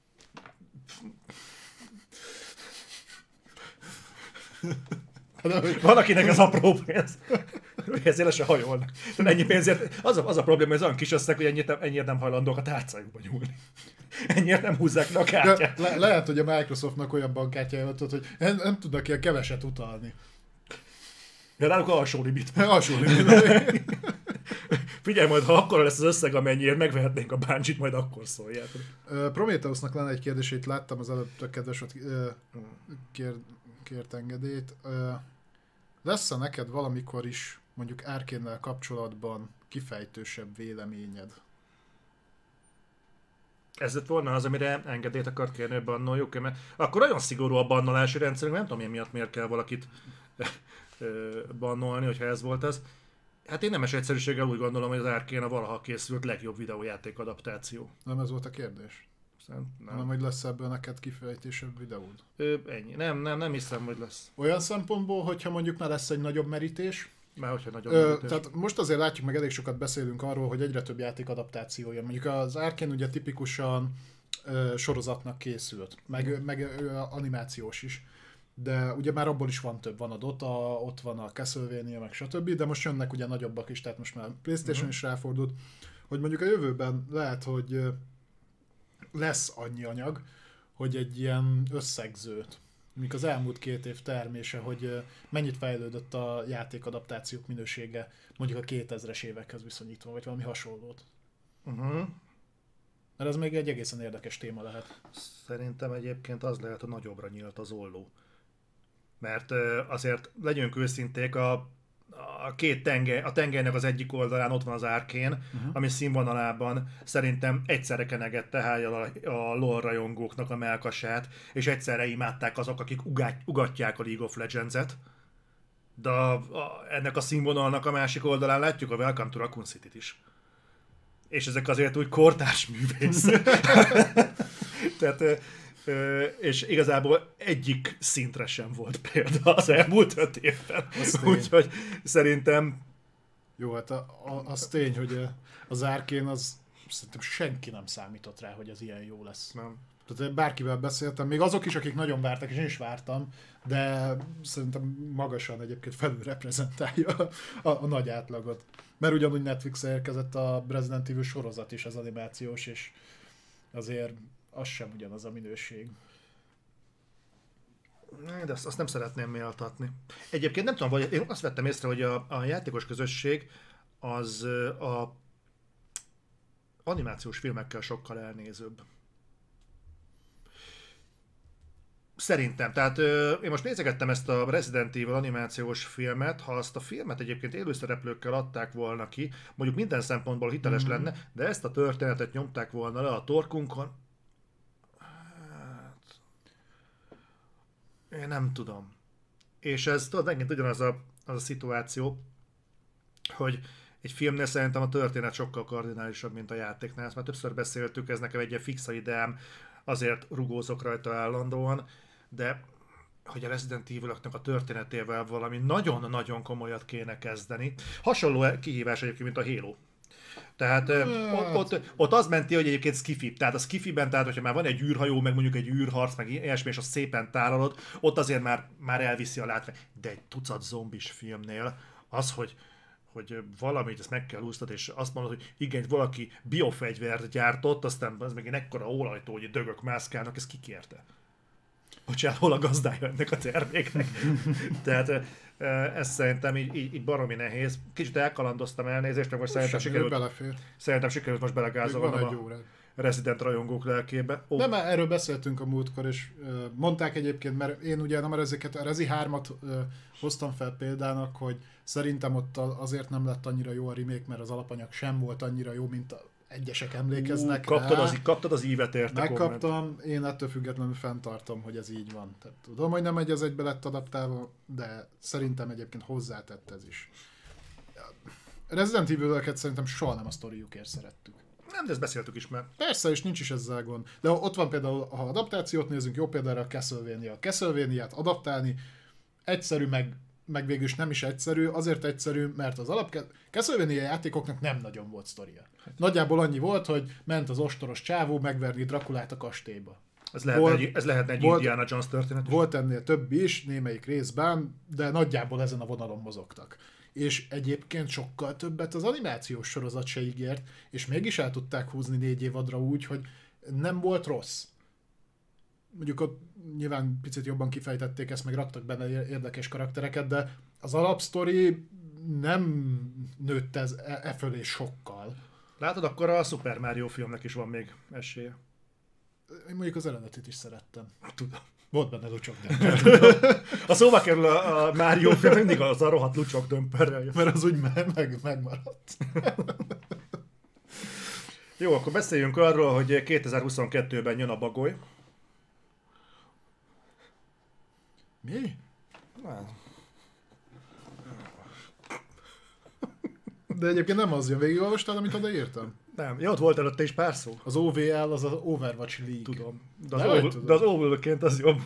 Van, akinek ez apró pénz. Ezért se hajolnak. Ennyi pénzért, az a probléma, hogy az olyan kis összeg, hogy ennyire nem hajlandók a tárcájukba nyúlni. Ennyire nem húzzák le a kártyát. Lehet, hogy a Microsoftnak olyan bankkártyája volt, hogy nem tudnak ilyen keveset utalni. De náluk alsó limit. Alsó limit. Figyelj majd, ha akkora lesz az összeg, amennyiért megvehetnénk a Bungie-t, majd akkor szóljátok. Prometheusnak lenne egy kérdését, láttam az előbb, tök kedves, hogy kért engedélyt. Lesz-e neked valamikor is, mondjuk Arkane-nel kapcsolatban kifejtősebb véleményed? Ez lett volna az, amire engedélyt akart kérni, hogy bannoljuk, mert akkor nagyon szigorú a bannolási rendszerünk, nem tudom, miatt miért kell valakit bannolni, hogyha ez volt az. Hát én nemes egyszerűséggel úgy gondolom, hogy az Arkane a valaha készült legjobb videójáték adaptáció. Nem ez volt a kérdés? Nem, hogy lesz ebből neked kifejtésebb videód? Ennyi. Nem hiszem, hogy lesz. Olyan szempontból, hogyha mondjuk már lesz egy nagyobb merítés? Már hogyha nagyobb merítés. Tehát most azért látjuk, meg elég sokat beszélünk arról, hogy egyre több játék adaptáció jön. Mondjuk az Arkane ugye tipikusan sorozatnak készült, meg animációs is. De ugye már abból is van több, van a Dota, ott van a Castlevania, meg stb. De most jönnek ugye nagyobbak is, tehát most már PlayStation is ráfordult, hogy mondjuk a jövőben lehet, hogy lesz annyi anyag, hogy egy ilyen összegzőt, mondjuk az elmúlt 2 év termése, hogy mennyit fejlődött a játékadaptációk minősége mondjuk a 2000-es évekhez viszonyítva, vagy valami hasonlót. Mert ez még egy egészen érdekes téma lehet. Szerintem egyébként az lehet, hogy nagyobbra nyílt az olló. Mert azért legyünk őszinték, a tengelynek az egyik oldalán ott van az Arkane, ami színvonalában szerintem egyszerre kenegette hájjal a LoL rajongóknak a mellkasát, és egyszerre imádták azok, akik ugatják a League of Legends-et. De ennek a színvonalnak a másik oldalán látjuk a Welcome to Raccoon City-t is. És ezek azért úgy kortárs művész. Tehát... és igazából egyik szintre sem volt példa az elmúlt 5 évben. Úgyhogy szerintem... Jó, hát az tény, hogy az Arkane az szerintem senki nem számított rá, hogy ez ilyen jó lesz. Nem. Tehát bárkivel beszéltem, még azok is, akik nagyon vártak, és én is vártam, de szerintem magasan egyébként felül reprezentálja a nagy átlagot. Mert ugyanúgy Netflixre érkezett a Resident Evil sorozat is, az animációs, és azért az sem ugyanaz a minőség. De azt nem szeretném méltatni. Egyébként nem tudom, vagy én azt vettem észre, hogy a játékos közösség az a animációs filmekkel sokkal elnézőbb. Szerintem. Tehát én most nézegettem ezt a Resident Evil animációs filmet, ha azt a filmet egyébként élőszereplőkkel adták volna ki, mondjuk minden szempontból hiteles lenne, de ezt a történetet nyomták volna le a torkunkon, hát... Én nem tudom. És ez tudod, megint ugyanaz az a szituáció, hogy egy filmnél szerintem a történet sokkal kardinálisabb, mint a játéknál. Ezt már többször beszéltük, ez nekem egy ilyen fixa ideám, azért rugózok rajta állandóan, de hogy a Resident Evil-öknek a történetével valami nagyon-nagyon komolyat kéne kezdeni. Hasonló kihívás egyébként, mint a Halo. Tehát ott az menti, hogy egyébként skifi. Tehát a skifiben, tehát hogyha már van egy űrhajó, meg mondjuk egy űrharc, meg ilyesmi, és azt szépen tárolod, ott azért már elviszi a látvány. De egy tucat zombis filmnél az, hogy valamit ezt meg kell úsztad, és azt mondod, hogy igen, valaki biofegyvert gyártott, aztán az meg egy ekkora olajtó, hogy dögök mászkálnak, ez ki kérte? Bocsánat, hol a gazdája ennek a terméknek? Tehát ez szerintem így baromi nehéz. Kicsit elkalandoztam, elnézést, meg most szerintem sikerült most belegázolnom a Resident rajongók lelkébe. Nem, már erről beszéltünk a múltkor, és mondták egyébként, mert én ugye nem a Rezi 3-at hoztam fel példának, hogy szerintem ott azért nem lett annyira jó a remake, mert az alapanyag sem volt annyira jó, mint egyesek emlékeznek kaptad az ívet érte. Megkaptam, én ettől függetlenül fenntartom, hogy ez így van. Tehát tudom, hogy nem egy az egybe lett adaptálva, de szerintem egyébként hozzátett ez is. Resident Evil-öket szerintem soha nem a sztoriukért szerettük. Nem, de ezt beszéltük is már. Persze, és nincs is ezzel gond. De ott van például, ha adaptációt nézünk, jó például a Castlevania-t adaptálni, egyszerű, meg végül is nem is egyszerű, azért egyszerű, mert az Castlevania játékoknak nem nagyon volt sztoria. Nagyjából annyi volt, hogy ment az ostoros csávó megverni Drakulát a kastélyba. Ez lehetne egy Indiana Jones történet. Volt ennél több is, némelyik részben, de nagyjából ezen a vonalon mozogtak. És egyébként sokkal többet az animációs sorozat se ígért, és mégis el tudták húzni 4 évadra úgy, hogy nem volt rossz. Mondjuk ott nyilván picit jobban kifejtették ezt, meg raktak benne érdekes karaktereket, de az alapsztori nem nőtt e fölé sokkal. Látod, akkor a Super Mario filmnek is van még esélye. Én mondjuk az eredetit is szerettem. Tudom. Volt benne Lucsok Dömper. A szóba kerül a Mario film, mindig az a rohadt Lucsok Dömperrel. Mert az úgy megmaradt. Jó, akkor beszéljünk arról, hogy 2022-ben jön a Bagoly. Mi? De egyébként nem az jön, végigolvastál, amit oda írtam? Nem, jó, ott volt előtte is pár szó. Az OVL az az Overwatch League. Tudom. De az Overwatch-ként az jobb.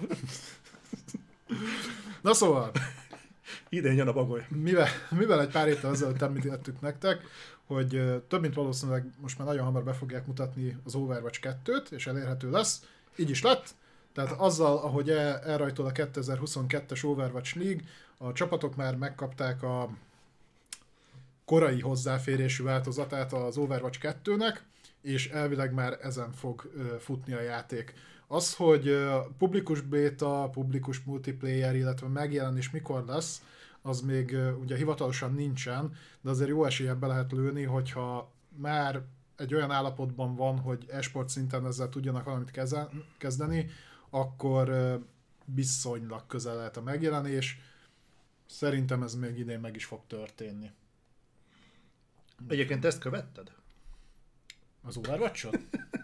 Na szóval. Idén jön a Bagoly. Mivel egy pár héttel ezelőtt említettük nektek, hogy több mint valószínűleg most már nagyon hamar be fogják mutatni az Overwatch 2-t, és elérhető lesz. Így is lett. Tehát azzal, ahogy elrajtol a 2022-es Overwatch League, a csapatok már megkapták a korai hozzáférésű változatát az Overwatch 2-nek, és elvileg már ezen fog futni a játék. Az, hogy publikus beta, publikus multiplayer, illetve megjelenés mikor lesz, az még ugye hivatalosan nincsen, de azért jó eséllyel be lehet lőni, hogyha már egy olyan állapotban van, hogy esport szinten ezzel tudjanak valamit kezdeni, akkor viszonylag közel lehet a megjelenés. Szerintem ez még idén meg is fog történni. Egyébként ezt követted? Az Overwatch-ot?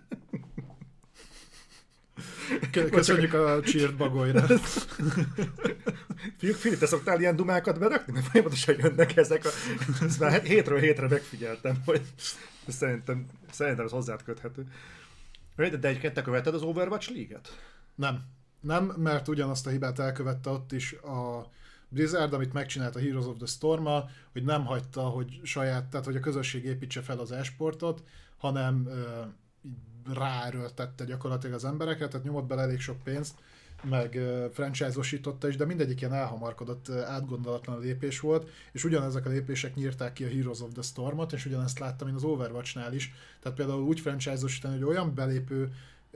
Köszönjük a cheert Bagolyra. Filip, te szoktál ilyen dumákat berakni? Mert folyamatosan jönnek ezek. Ezt már hétről hétre megfigyeltem, hogy szerintem ez hozzád köthető. De egyébként te követted az Overwatch League-et? Nem, mert ugyanazt a hibát elkövette ott is a Blizzard, amit megcsinált a Heroes of the Storm-mal, hogy nem hagyta, hogy tehát hogy a közösség építse fel az e-sportot, hanem ráerőltette gyakorlatilag az embereket, tehát nyomott bele elég sok pénzt, meg franchise-osította is, de mindegyik ilyen elhamarkodott, átgondolatlan lépés volt, és ugyanezek a lépések nyírták ki a Heroes of the Stormot, és ugyanezt láttam én az Overwatchnál is, tehát például úgy franchise-osítani, hogy olyan belépő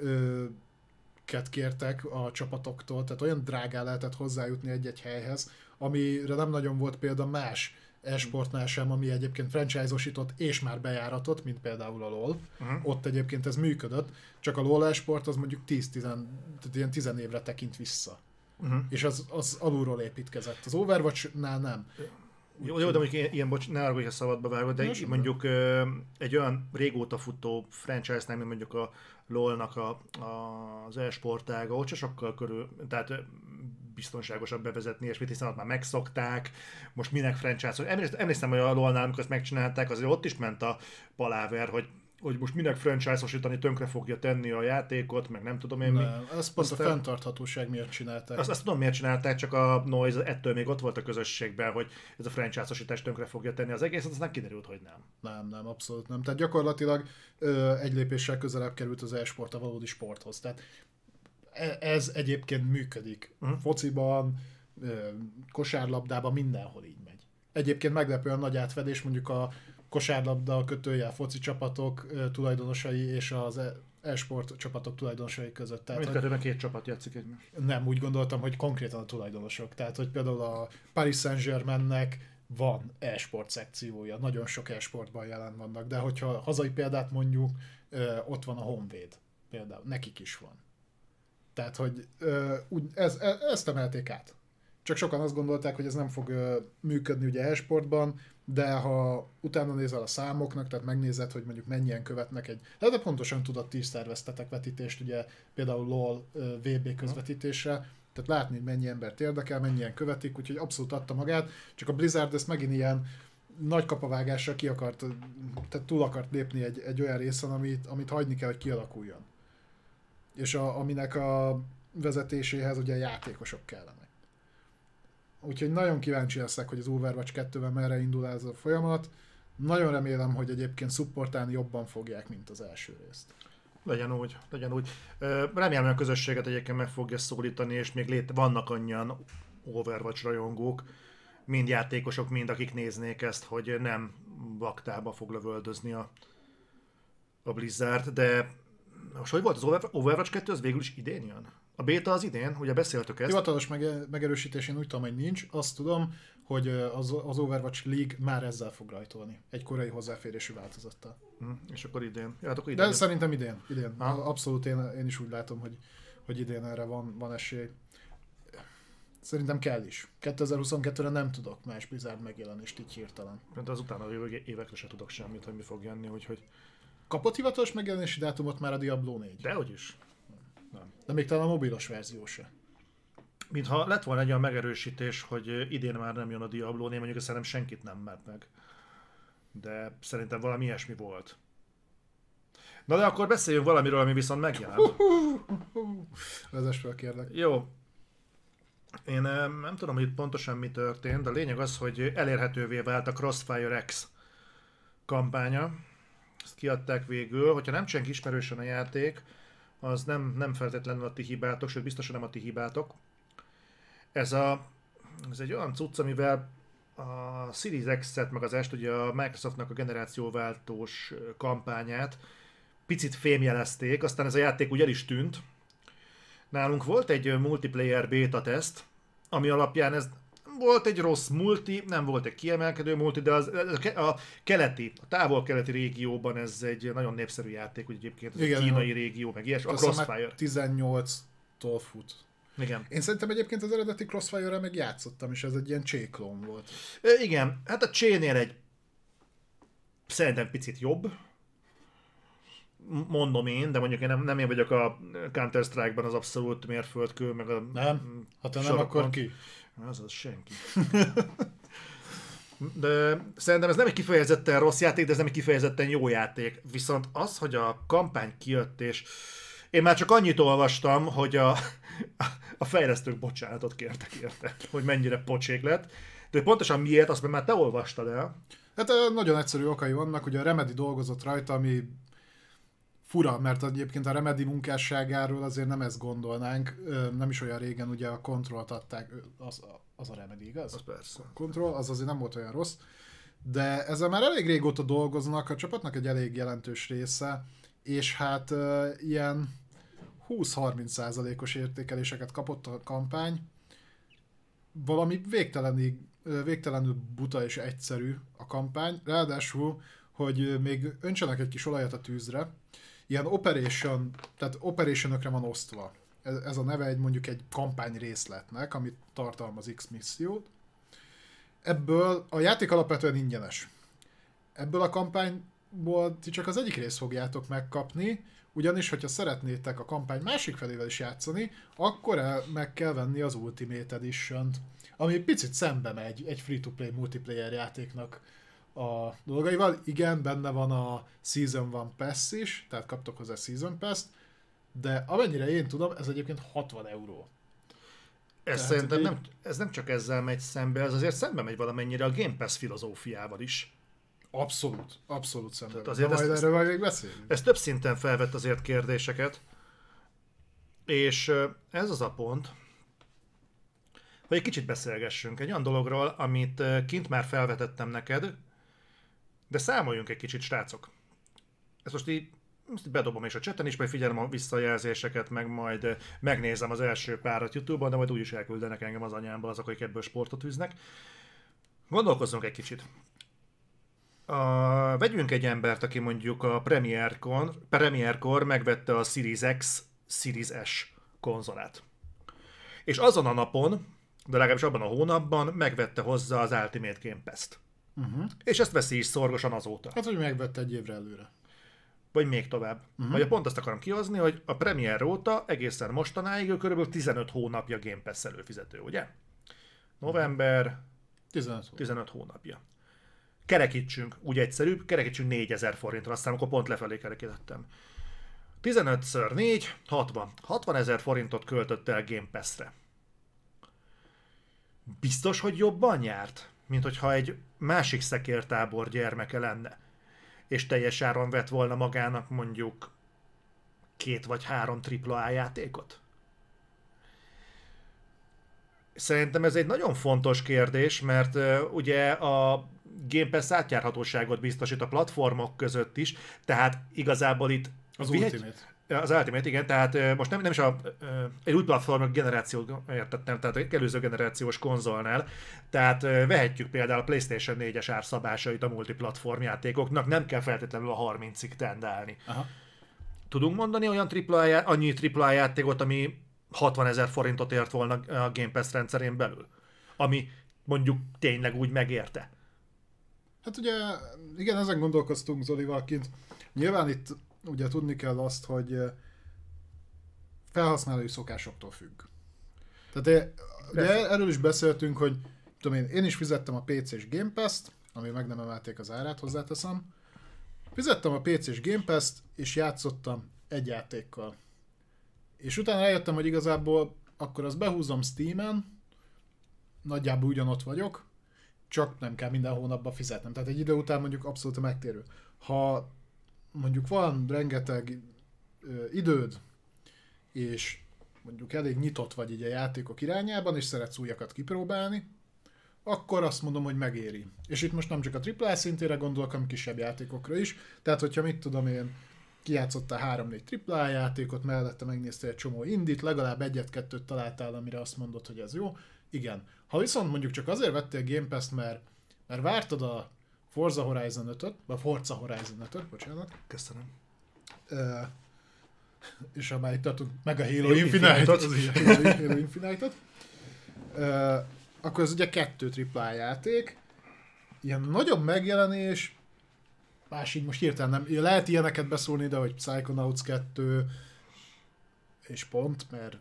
kértek a csapatoktól, tehát olyan drágán lehetett hozzájutni egy-egy helyhez, amire nem nagyon volt példa más e-sportnál sem, ami egyébként franchise-osított és már bejáratott, mint például a LoL. Ott egyébként ez működött, csak a LoL e-sport az mondjuk 10 évre tekint vissza. És az alulról építkezett. Az Overwatchnál nem. Jó, de mondjuk ilyen, ne arra, hogy a szabadba vágod, de mondjuk egy olyan régóta futó franchise-nál, mint mondjuk a LoL-nak az e-sportága, ott sokkal tehát biztonságosabb bevezetni, és hiszen ott már megszokták, most minek franchise. Emlékszem, hogy a LoL-nál, amikor ezt megcsinálták, azért ott is ment a paláver, hogy most minek franchise-osítani, tönkre fogja tenni a játékot, meg nem tudom én mi. Ezt pont a fenntarthatóság miért csinálták. Azt tudom miért csinálták, csak a Noise ettől még ott volt a közösségben, hogy ez a franchise-osítás tönkre fogja tenni az egészet, aztán kiderült, hogy nem. Nem, abszolút nem. Tehát gyakorlatilag egy lépéssel közelebb került az e-sport a valódi sporthoz. Tehát ez egyébként működik. Fociban, kosárlabdában, mindenhol így megy. Egyébként meglepően nagy átfedés, mondjuk a kosárlabda kötőjel foci csapatok tulajdonosai és az e-sport csapatok tulajdonosai között. Tehát, mindkettőben két csapat játszik egymást. Nem, úgy gondoltam, hogy konkrétan a tulajdonosok. Tehát, hogy például a Paris Saint-Germainnek van e-sport szekciója, nagyon sok e-sportban jelen vannak, de hogyha hazai példát mondjuk, ott van a Honvéd például, nekik is van. Tehát, hogy ezt emelték át. Csak sokan azt gondolták, hogy ez nem fog működni ugye e-sportban, de ha utána nézel a számoknak, tehát megnézed, hogy mondjuk mennyien követnek de pontosan tudod, ti is szerveztetek vetítést, ugye például LoL VB közvetítésre, tehát látni, hogy mennyi embert érdekel, mennyien követik, úgyhogy abszolút adta magát, csak a Blizzard ezt megint ilyen nagy kapavágással tehát túl akart lépni egy olyan részen, amit hagyni kell, hogy kialakuljon. És aminek a vezetéséhez ugye játékosok kellenek. Úgyhogy nagyon kíváncsi leszek, hogy az Overwatch 2-ben merre indul ez a folyamat. Nagyon remélem, hogy egyébként szupportálni jobban fogják, mint az első részt. Legyen úgy. Remélem, hogy a közösséget egyébként meg fogja szólítani, és még vannak annyian Overwatch rajongók, mind játékosok, mind akik néznék ezt, hogy nem vaktába fog lövöldözni a Blizzard, de most hogy volt az Overwatch 2, az végül is idén jön? A beta az idén, ugye beszéltük ezt. Hivatalos megerősítés én úgy tudom, hogy nincs. Azt tudom, hogy az Overwatch League már ezzel fog rajtolni. Egy korai hozzáférésű változattal. És akkor idén. Ja, akkor idén. De szerintem idén. Abszolút én is úgy látom, hogy idén erre van esély. Szerintem kell is. 2022-re nem tudok más Blizzard megjelenést így hirtelen. Mert az utána a jövő évekre se tudok semmit, hogy mi fog jönni, úgyhogy... Kapott hivatalos megjelenési dátumot már a Diablo 4? Dehogy is. Nem. De még talán a mobilos verzió se. Mintha lett volna egy olyan megerősítés, hogy idén már nem jön a Diablo 4, mondjuk szerintem senkit nem mert meg. De szerintem valami ilyesmi volt. Na de akkor beszéljünk valamiről, ami viszont megjelent. Vezess fel, kérlek. Jó. Én nem tudom, hogy itt pontosan mi történt, de a lényeg az, hogy elérhetővé vált a Crossfire X kampánya. Ezt kiadták végül. Hogyha nem csinálják ismerősen a játék, az nem feltétlenül a ti hibátok, sőt biztosan nem a ti hibátok. Ez egy olyan cucc, amivel a Series X-et, meg az S-t, ugye a Microsoftnak a generációváltós kampányát picit fémjelezték, aztán ez a játék úgy el is tűnt. Nálunk volt egy multiplayer beta teszt, ami alapján ez volt egy rossz multi, nem volt egy kiemelkedő multi, de a távol-keleti régióban ez egy nagyon népszerű játék, úgy egyébként ez a kínai régió, meg ilyes, a Crossfire. 18-tól fut. Igen. Én szerintem egyébként az eredeti Crossfire-rel meg játszottam, és ez egy ilyen cséklón volt. Igen, hát a csénél szerintem picit jobb. Mondom én, de mondjuk én nem én vagyok a Counter-Strike-ban az abszolút mérföldkő, meg a... Nem? Hát nem, akkor ki? Az senki. De szerintem ez nem egy kifejezetten rossz játék, de ez nem egy kifejezetten jó játék. Viszont az, hogy a kampány kijött, és én már csak annyit olvastam, hogy a fejlesztők bocsánatot kértek érte, hogy mennyire pocsék lett. De pontosan miért, azt már te olvastad el. Hát nagyon egyszerű okai vannak, ugye a Remedy dolgozott rajta, ami fura, mert egyébként a Remedy munkásságáról azért nem ezt gondolnánk, nem is olyan régen ugye a Controlt adták, az a Remedy, igaz? Az persze. Control, az azért nem volt olyan rossz, de ezzel már elég régóta dolgoznak, a csapatnak egy elég jelentős része, és hát ilyen 20-30%-os értékeléseket kapott a kampány, valami végtelenül buta és egyszerű a kampány, ráadásul, hogy még öntsenek egy kis olajat a tűzre, ilyen tehát operationökre van osztva. Ez a neve mondjuk egy kampány részletnek, amit tartalmaz X missziót. Ebből a játék alapvetően ingyenes. Ebből a kampányból ti csak az egyik részt fogjátok megkapni, ugyanis, hogyha szeretnétek a kampány másik felével is játszani, akkor meg kell venni az Ultimate Edition-t, ami picit szembe megy egy free-to-play multiplayer játéknak a dolgaival. Igen, benne van a Season 1 Pass is, tehát kaptok hozzá Season Pass-t, de amennyire én tudom, ez egyébként 60 euró. Ez szerintem ez nem csak ezzel megy szembe, ez azért szembe megy valamennyire a Game Pass filozófiával is. Abszolút szemben. Azért majd erről majd még beszélünk. Ez több szinten felvett azért kérdéseket, és ez az a pont, hogy egy kicsit beszélgessünk egy olyan dologról, amit kint már felvetettem neked, de számoljunk egy kicsit, srácok. Ezt most így bedobom és a chaten is, majd figyelem a visszajelzéseket, meg majd megnézem az első párat YouTube-on, de majd úgyis elküldenek engem az anyámba azok, akik ebből sportot üznek. Gondolkozzunk egy kicsit. Vegyünk egy embert, aki mondjuk a Premiere-kor megvette a Series X, Series S konzolát. És azon a napon, de legalábbis abban a hónapban megvette hozzá az Ultimate Game Pass-t. És ezt veszi is szorgosan azóta. Hát, hogy megvette egy évre előre. Vagy még tovább. Vagy pont azt akarom kihozni, hogy a Premiere óta egészen mostanáig ő kb. 15 hónapja Game Pass előfizető, ugye? November 15 hónapja. Kerekítsünk, úgy egyszerűbb, kerekítsünk 4000 forintra, aztán akkor pont lefelé kerekítettem. 15x4, 60. 60 000 forintot költött el Game Pass-re. Biztos, hogy jobban járt, mint hogyha egy másik szekértábor gyermeke lenne, és teljes áron vett volna magának mondjuk 2 vagy 3 AAA játékot? Szerintem ez egy nagyon fontos kérdés, mert ugye a Game Pass átjárhatóságot biztosít a platformok között is, tehát igazából itt... Az Ultimate. Az Ultimate, igen, tehát most nem is egy új platform generáció értettem, tehát egy előző generációs konzolnál, tehát vehetjük például a PlayStation 4-es árszabásait a multiplatform játékoknak, nem kell feltétlenül a 30-ig tendálni. Aha. Tudunk mondani olyan annyi AAA játékot, ami 60 000 forintot ért volna a Game Pass rendszerén belül? Ami mondjuk tényleg úgy megérte? Hát ugye, igen, ezen gondolkoztunk Zolival kint. Nyilván itt ugye tudni kell azt, hogy felhasználói szokásoktól függ. Tehát ugye erről is beszéltünk, hogy tudom én is fizettem a PC-s Game Pass-t, ami meg nem emelték az árát, hozzáteszem. Fizettem a PC-s Game Pass-t, és játszottam egy játékkal. És utána rájöttem, hogy igazából akkor azt behúzom Steamen, nagyjából ugyanott vagyok, csak nem kell minden hónapban fizetnem. Tehát egy idő után mondjuk abszolút megtérő. Ha mondjuk van rengeteg időd, és mondjuk elég nyitott vagy így a játékok irányában, és szeretsz újakat kipróbálni, akkor azt mondom, hogy megéri. És itt most nem csak a AAA szintére gondolok, hanem kisebb játékokra is. Tehát, hogyha mit tudom én, kijátszottál 3-4 AAA játékot, mellette megnéztél egy csomó indit, legalább egyet-kettőt találtál, amire azt mondod, hogy ez jó. Igen. Ha viszont mondjuk csak azért vettél Game Pass-t, mert vártad a Forza Horizon 5-öt, vagy Forza Horizon 5-öt, bocsánat. Köszönöm. És amely tartunk meg a Halo Infinite-ot. Halo Infinite-ot. Akkor ez ugye 2 AAA játék. Ilyen nagyobb megjelenés, más így most hirtelen nem. Lehet ilyeneket beszólni, de hogy Psychonauts 2 és pont, mert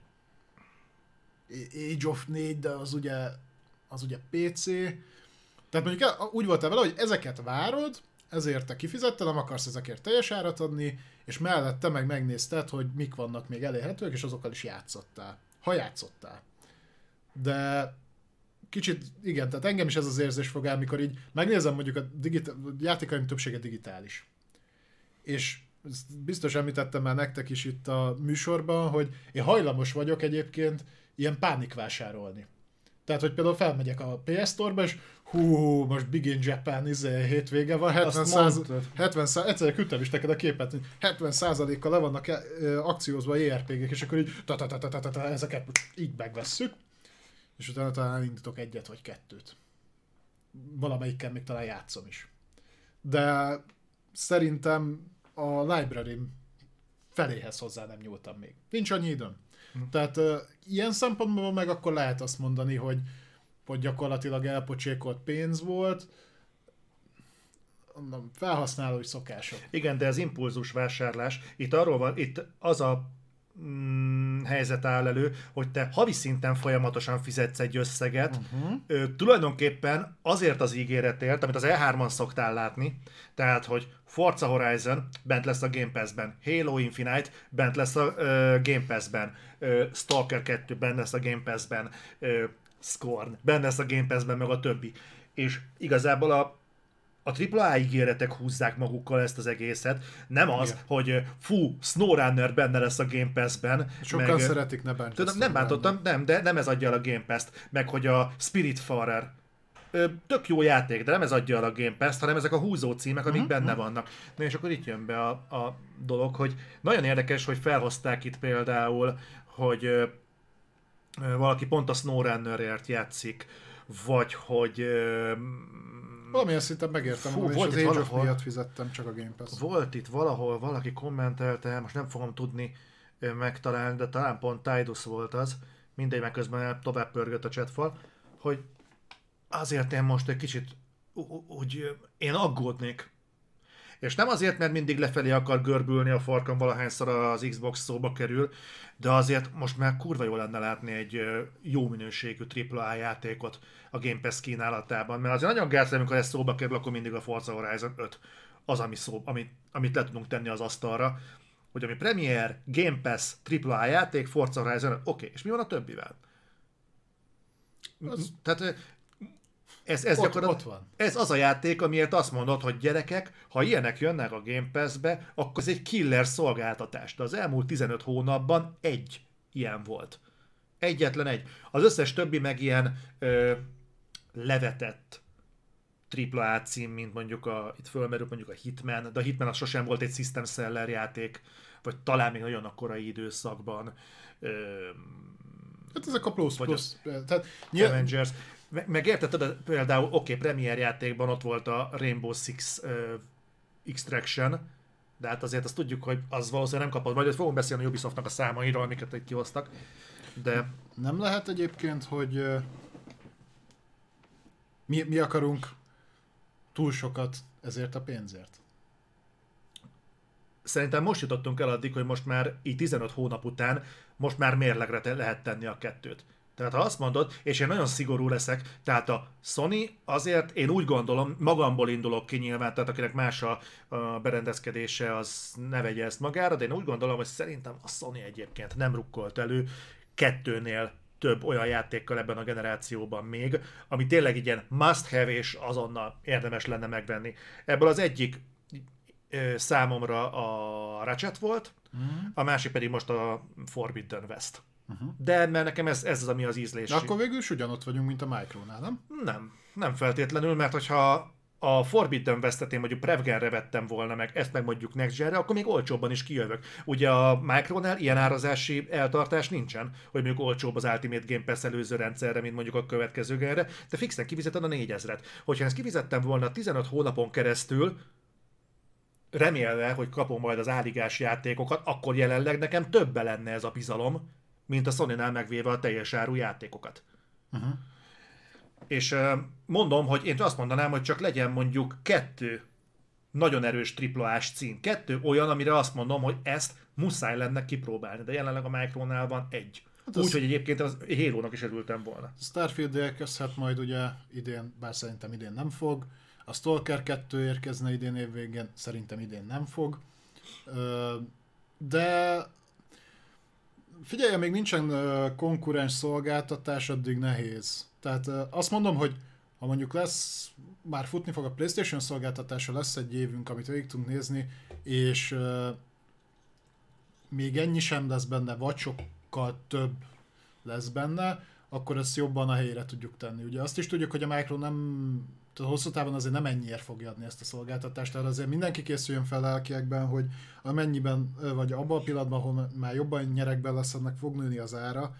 Age of 4, de az ugye PC. Tehát mondjuk úgy voltál vele, hogy ezeket várod, ezért te kifizetted, nem akarsz ezekért teljes árat adni, és mellette meg megnézted, hogy mik vannak még elérhetőek, és azokkal is játszottál. Ha játszottál. De kicsit, igen, tehát engem is ez az érzés fog el, mikor így megnézem mondjuk a játékaim többsége digitális. És ezt biztos említettem már nektek is itt a műsorban, hogy én hajlamos vagyok egyébként ilyen pánikvásárolni. Tehát, hogy például felmegyek a PS Store-ba, és most Big in Japan hétvége van, 70 egyszer küldtem is neked a képet, 70%-kal le vannak akciózva a JRPG-k, és akkor így ezeket így megvesszük, és utána talán indítok egyet vagy kettőt. Valamelyikkel még talán játszom is. De szerintem a library feléhez hozzá nem nyúltam még. Nincs annyi időm. Tehát ilyen szempontból meg akkor lehet azt mondani, hogy gyakorlatilag elpocsékolt pénz volt, felhasználói szokások. Igen, de az impulzus vásárlás, itt arról van, itt az a helyzet áll elő, hogy te havi szinten folyamatosan fizetsz egy összeget, tulajdonképpen azért az ígéretért, amit az E3-on szoktál látni, tehát, hogy Forza Horizon bent lesz a Game Pass-ben, Halo Infinite bent lesz a Game Pass-ben, Stalker 2 bent lesz a Game Pass-ben, Scorn bent lesz a Game Pass-ben, meg a többi. És igazából a AAA ígéretek húzzák magukkal ezt az egészet, nem az, hogy SnowRunner benne lesz a Game Pass-ben. Sokan szeretik, ne bántsd. Nem bántottam, de nem ez adja el a Game Pass-t, meg hogy a Spiritfarer tök jó játék, de nem ez adja el a Game Pass-t, hanem ezek a húzó címek, amik benne vannak. Na és akkor itt jön be a dolog, hogy nagyon érdekes, hogy felhozták itt például, hogy valaki pont a SnowRunnerért játszik, vagy hogy valamilyen szinten megértem, és az Age of miatt fizettem csak a Game Pass. Volt itt valahol, valaki kommentelte, most nem fogom tudni megtalálni, de talán pont Tidus volt az, mindegy, meg közben tovább pörgött a chatfal, hogy azért én most egy kicsit úgy én aggódnék. És nem azért, mert mindig lefelé akar görbülni a farkam valahányszor az Xbox szóba kerül, de azért most már kurva jó lenne látni egy jó minőségű AAA játékot a Game Pass kínálatában, mert azért nagyon gáz, amikor ez szóba kerül, akkor mindig a Forza Horizon 5 az, amit le tudunk tenni az asztalra, hogy ami Premier, Game Pass, AAA játék, Forza Horizon 5, oké, és mi van a többivel? Tehát ez ott van. Ez az a játék, amiért azt mondod, hogy gyerekek, ha ilyenek jönnek a Game Pass-be, akkor ez egy killer szolgáltatás. De az elmúlt 15 hónapban egy ilyen volt. Egyetlen egy. Az összes többi meg ilyen levetett AAA cím, mint mondjuk itt fölmerül mondjuk a Hitman, de a Hitman az sosem volt egy System Seller játék, vagy talán még nagyon a korai időszakban. Hát ezek a plusz. Tehát, Avengers. Meg érted, például Premier játékban ott volt a Rainbow Six Extraction, de hát azért azt tudjuk, hogy az valószínűleg nem kapott, majd fogunk beszélni a Ubisoftnak a számairól, amiket itt kihoztak. De nem lehet egyébként, hogy mi akarunk túl sokat ezért a pénzért? Szerintem most jutottunk el addig, hogy most már így 15 hónap után most már mérlegre lehet tenni a kettőt. Tehát ha azt mondod, és én nagyon szigorú leszek, tehát a Sony azért, én úgy gondolom, magamból indulok ki nyilván, tehát akinek más a berendezkedése, az ne vegye ezt magára, de én úgy gondolom, hogy szerintem a Sony egyébként nem rukkolt elő kettőnél több olyan játékkal ebben a generációban még, ami tényleg ilyen must have és azonnal érdemes lenne megvenni. Ebből az egyik számomra a Ratchet volt, a másik pedig most a Forbidden West. De mert nekem ez az, ami az ízlés. De akkor végül is ugyanott vagyunk, mint a Micronál, nem? Nem feltétlenül, mert hogyha a Forbidden West-et én mondjuk Prevgenre vettem volna meg, ezt meg mondjuk Next Gen-re, akkor még olcsóbban is kijövök. Ugye a Micronál ilyen árazási eltartás nincsen, hogy mondjuk olcsóbb az Ultimate Game Pass előző rendszerre, mint mondjuk a következő genre, de fixen kifizeted a 4000-et. Hogyha ezt kifizettem volna 15 hónapon keresztül, remélve, hogy kapom majd az áligás játékokat, akkor jelenleg nekem többe lenne ez a bizalom, mint a Sony-nál megvéve a teljes áru játékokat. És mondom, hogy én azt mondanám, hogy csak legyen mondjuk 2 nagyon erős AAA-s cím. 2 olyan, amire azt mondom, hogy ezt muszáj lenne kipróbálni, de jelenleg a Micronál van 1. Hát úgyhogy egyébként az Halo-nak is örültem volna. Starfield érkezhet majd ugye idén, bár szerintem idén nem fog. A Stalker 2 érkezne idén évvégén, szerintem idén nem fog. De figyelj, még nincsen konkurens szolgáltatás, addig nehéz. Tehát azt mondom, hogy ha mondjuk lesz, már futni fog a PlayStation szolgáltatása, lesz egy évünk, amit végig tudunk nézni, és még ennyi sem lesz benne, vagy sokkal több lesz benne, akkor ezt jobban a helyére tudjuk tenni. Ugye azt is tudjuk, hogy a Micro nem, tehát hosszú távon azért nem ennyiért fogja adni ezt a szolgáltatást, tehát azért mindenki készüljön fel lelkiekben, hogy amennyiben, vagy abban a pillanatban, ahol már jobban nyerekben lesz, annak fog nőni az ára.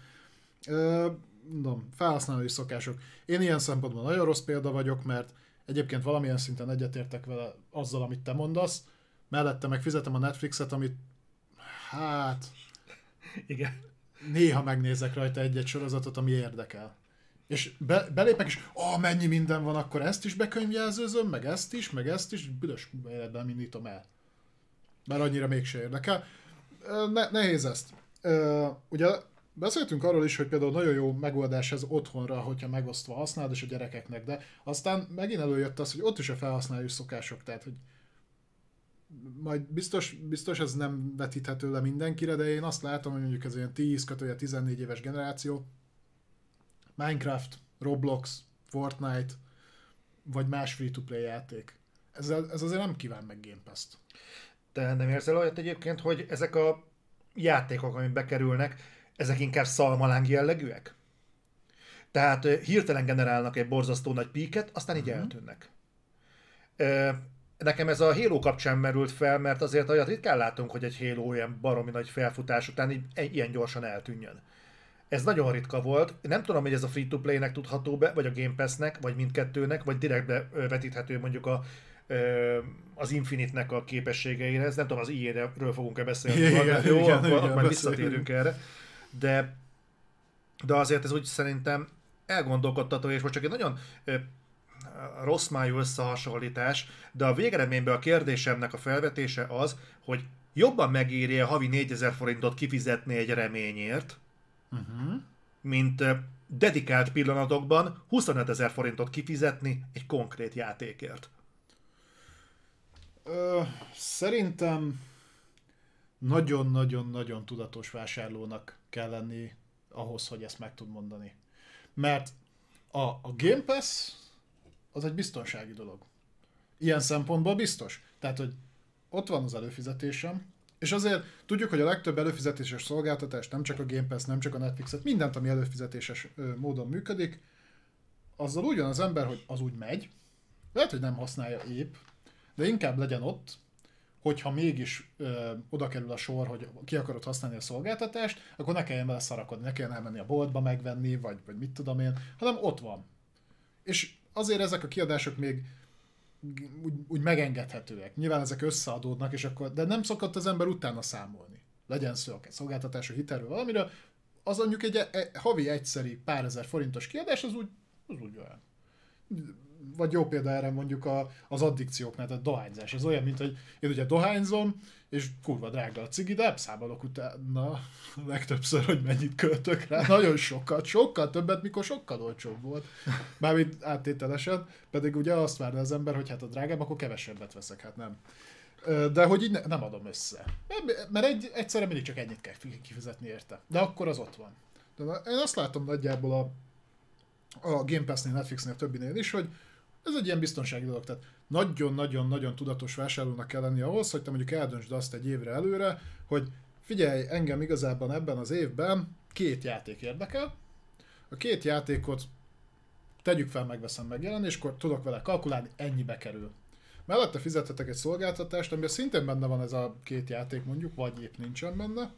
Felhasználói szokások. Én ilyen szempontból nagyon rossz példa vagyok, mert egyébként valamilyen szinten egyetértek vele azzal, amit te mondasz, mellette meg fizetem a Netflixet, amit hát... Igen. Néha megnézek rajta egy-egy sorozatot, ami érdekel. És belépek, és mennyi minden van, akkor ezt is bekönyvjelzőzöm, meg ezt is, büdös életben indítom el. Bár annyira mégse érdekel. Nehéz ezt. Ugye beszéltünk arról is, hogy például nagyon jó megoldás ez otthonra, hogyha megosztva használod, és a gyerekeknek, de aztán megint előjött az, hogy ott is a felhasználói szokások, tehát hogy majd biztos ez nem vetíthető le mindenkire, de én azt látom, hogy mondjuk ez olyan 10-14 éves generáció, Minecraft, Roblox, Fortnite, vagy más free-to-play játék. Ez azért nem kíván meg Game Pass-t. Te nem érzel olyat egyébként, hogy ezek a játékok, amik bekerülnek, ezek inkább szalmaláng jellegűek? Tehát hirtelen generálnak egy borzasztó nagy píket, aztán így eltűnnek. Nekem ez a Halo kapcsán merült fel, mert azért olyat ritkán látunk, hogy egy Halo ilyen baromi nagy felfutás után ilyen gyorsan eltűnjön. Ez nagyon ritka volt. Nem tudom, hogy ez a free-to-play-nek tudható be, vagy a Game Pass-nek, vagy mindkettőnek, vagy direkt bevetíthető mondjuk az Infinite-nek a képességeire. Ez nem tudom, az EA-ről fogunk-e beszélni. Jó, akkor majd visszatérünk erre. De azért ez úgy szerintem elgondolkodtató, és most csak egy nagyon rossz májú összehasonlítás, de a végeredményben a kérdésemnek a felvetése az, hogy jobban megéri a havi 4000 forintot kifizetni egy reményért, mint dedikált pillanatokban 25 000 forintot kifizetni egy konkrét játékért. Szerintem nagyon-nagyon-nagyon tudatos vásárlónak kell lenni ahhoz, hogy ezt meg tud mondani. Mert a Game Pass az egy biztonsági dolog. Ilyen szempontból biztos. Tehát, hogy ott van az előfizetésem, és azért tudjuk, hogy a legtöbb előfizetéses szolgáltatás, nem csak a Game Pass, nem csak a Netflixet, mindent, ami előfizetéses módon működik, azzal úgy van az ember, hogy az úgy megy, lehet, hogy nem használja épp, de inkább legyen ott, hogyha mégis oda kerül a sor, hogy ki akarod használni a szolgáltatást, akkor ne kelljen vele szarakodni, ne kelljen elmenni a boltba megvenni, vagy mit tudom én, hanem ott van. És azért ezek a kiadások még úgy megengedhetőek. Nyilván ezek összeadódnak, és akkor, de nem szokott az ember utána számolni. Legyen szó akár szolgáltatásról, hitelről, valamiről, az mondjuk egy havi egyszeri pár ezer forintos kiadás, az úgy olyan. Vagy jó példa erre mondjuk az addikcióknál, tehát dohányzás. Ez olyan, mint hogy én ugye dohányzom, és kurva drága a cigi, de számolok utána legtöbbször, hogy mennyit költök rá. Nagyon sokkal többet, mikor sokkal olcsóbb volt. Mármint áttételesen, pedig ugye azt várna az ember, hogy hát a drágább, akkor kevesebbet veszek, hát nem. De hogy így nem adom össze. Mert egyszerre mindig csak ennyit kell kifizetni érte. De akkor az ott van. De én azt látom nagyjából a Game Pass-nél, Netflixnél, többinél is, hogy ez egy ilyen biztonsági dolog. Tehát nagyon-nagyon-nagyon tudatos vásárlónak kell lenni ahhoz, hogy te mondjuk eldöntsd azt egy évre előre, hogy figyelj, engem igazából ebben az évben 2 játék érdekel. A 2 játékot tegyük fel, megveszem megjelenéskor, tudok vele kalkulálni, ennyibe kerül. Mellette fizethetek egy szolgáltatást, amiben szintén benne van ez a 2 játék mondjuk, vagy épp nincsen benne,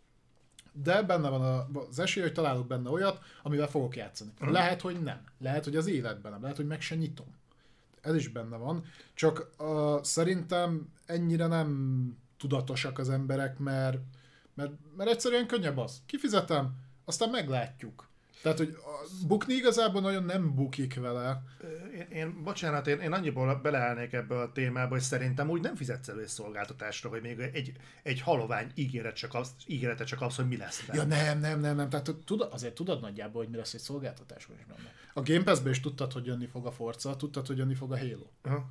de benne van az esély, hogy találok benne olyat, amivel fogok játszani. Lehet, hogy nem. Lehet, hogy az életben nem. Lehet, hogy meg se nyitom. Ez is benne van. Csak szerintem ennyire nem tudatosak az emberek, mert egyszerűen könnyebb az. Kifizetem, aztán meglátjuk. Tehát, hogy bukni igazából nagyon nem bukik vele. Bocsánat, én annyiból beleállnék ebbe a témába, hogy szerintem úgy nem fizetsz elő egy szolgáltatásra, hogy még egy halovány ígéretet csak az, hogy mi lesz benne. Ja nem. Tehát azért tudod nagyjából, hogy mi lesz egy szolgáltatásról is benne. A Game Pass-ben is tudtad, hogy jönni fog a Forza, tudtad, hogy jönni fog a Halo.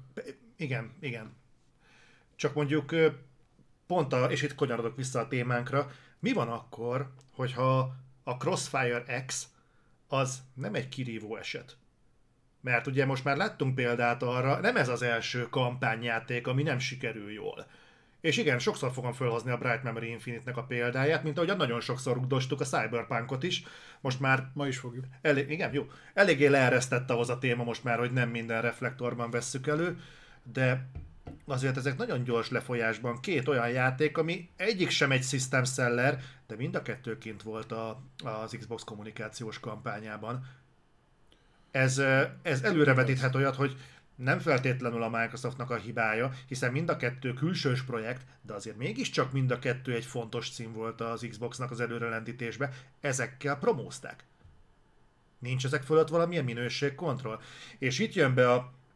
Igen. Csak mondjuk pont és itt kanyarodok vissza a témánkra, mi van akkor, hogyha a Crossfire X az nem egy kirívó eset, Mert ugye most már láttunk példát arra, nem ez az első kampányjáték, ami nem sikerül jól. És igen, sokszor fogom felhozni a Bright Memory Infinite-nek a példáját, mint ahogyan nagyon sokszor rugdostuk a Cyberpunkot is. Most már... Ma is fogjuk. Igen, jó. Eléggé leeresztett ahhoz a téma most már, hogy nem minden reflektorban vesszük elő, de azért ezek nagyon gyors lefolyásban két olyan játék, ami egyik sem egy system seller, de mind a kettő kint volt az Xbox kommunikációs kampányában. Ez előrevetíthet olyat, hogy nem feltétlenül a Microsoftnak a hibája, hiszen mind a kettő külsős projekt, de azért mégiscsak mind a kettő egy fontos cím volt az Xboxnak az előrelendítésbe, ezekkel promózták. Nincs ezek fölött valamilyen minőségkontroll. És itt jön be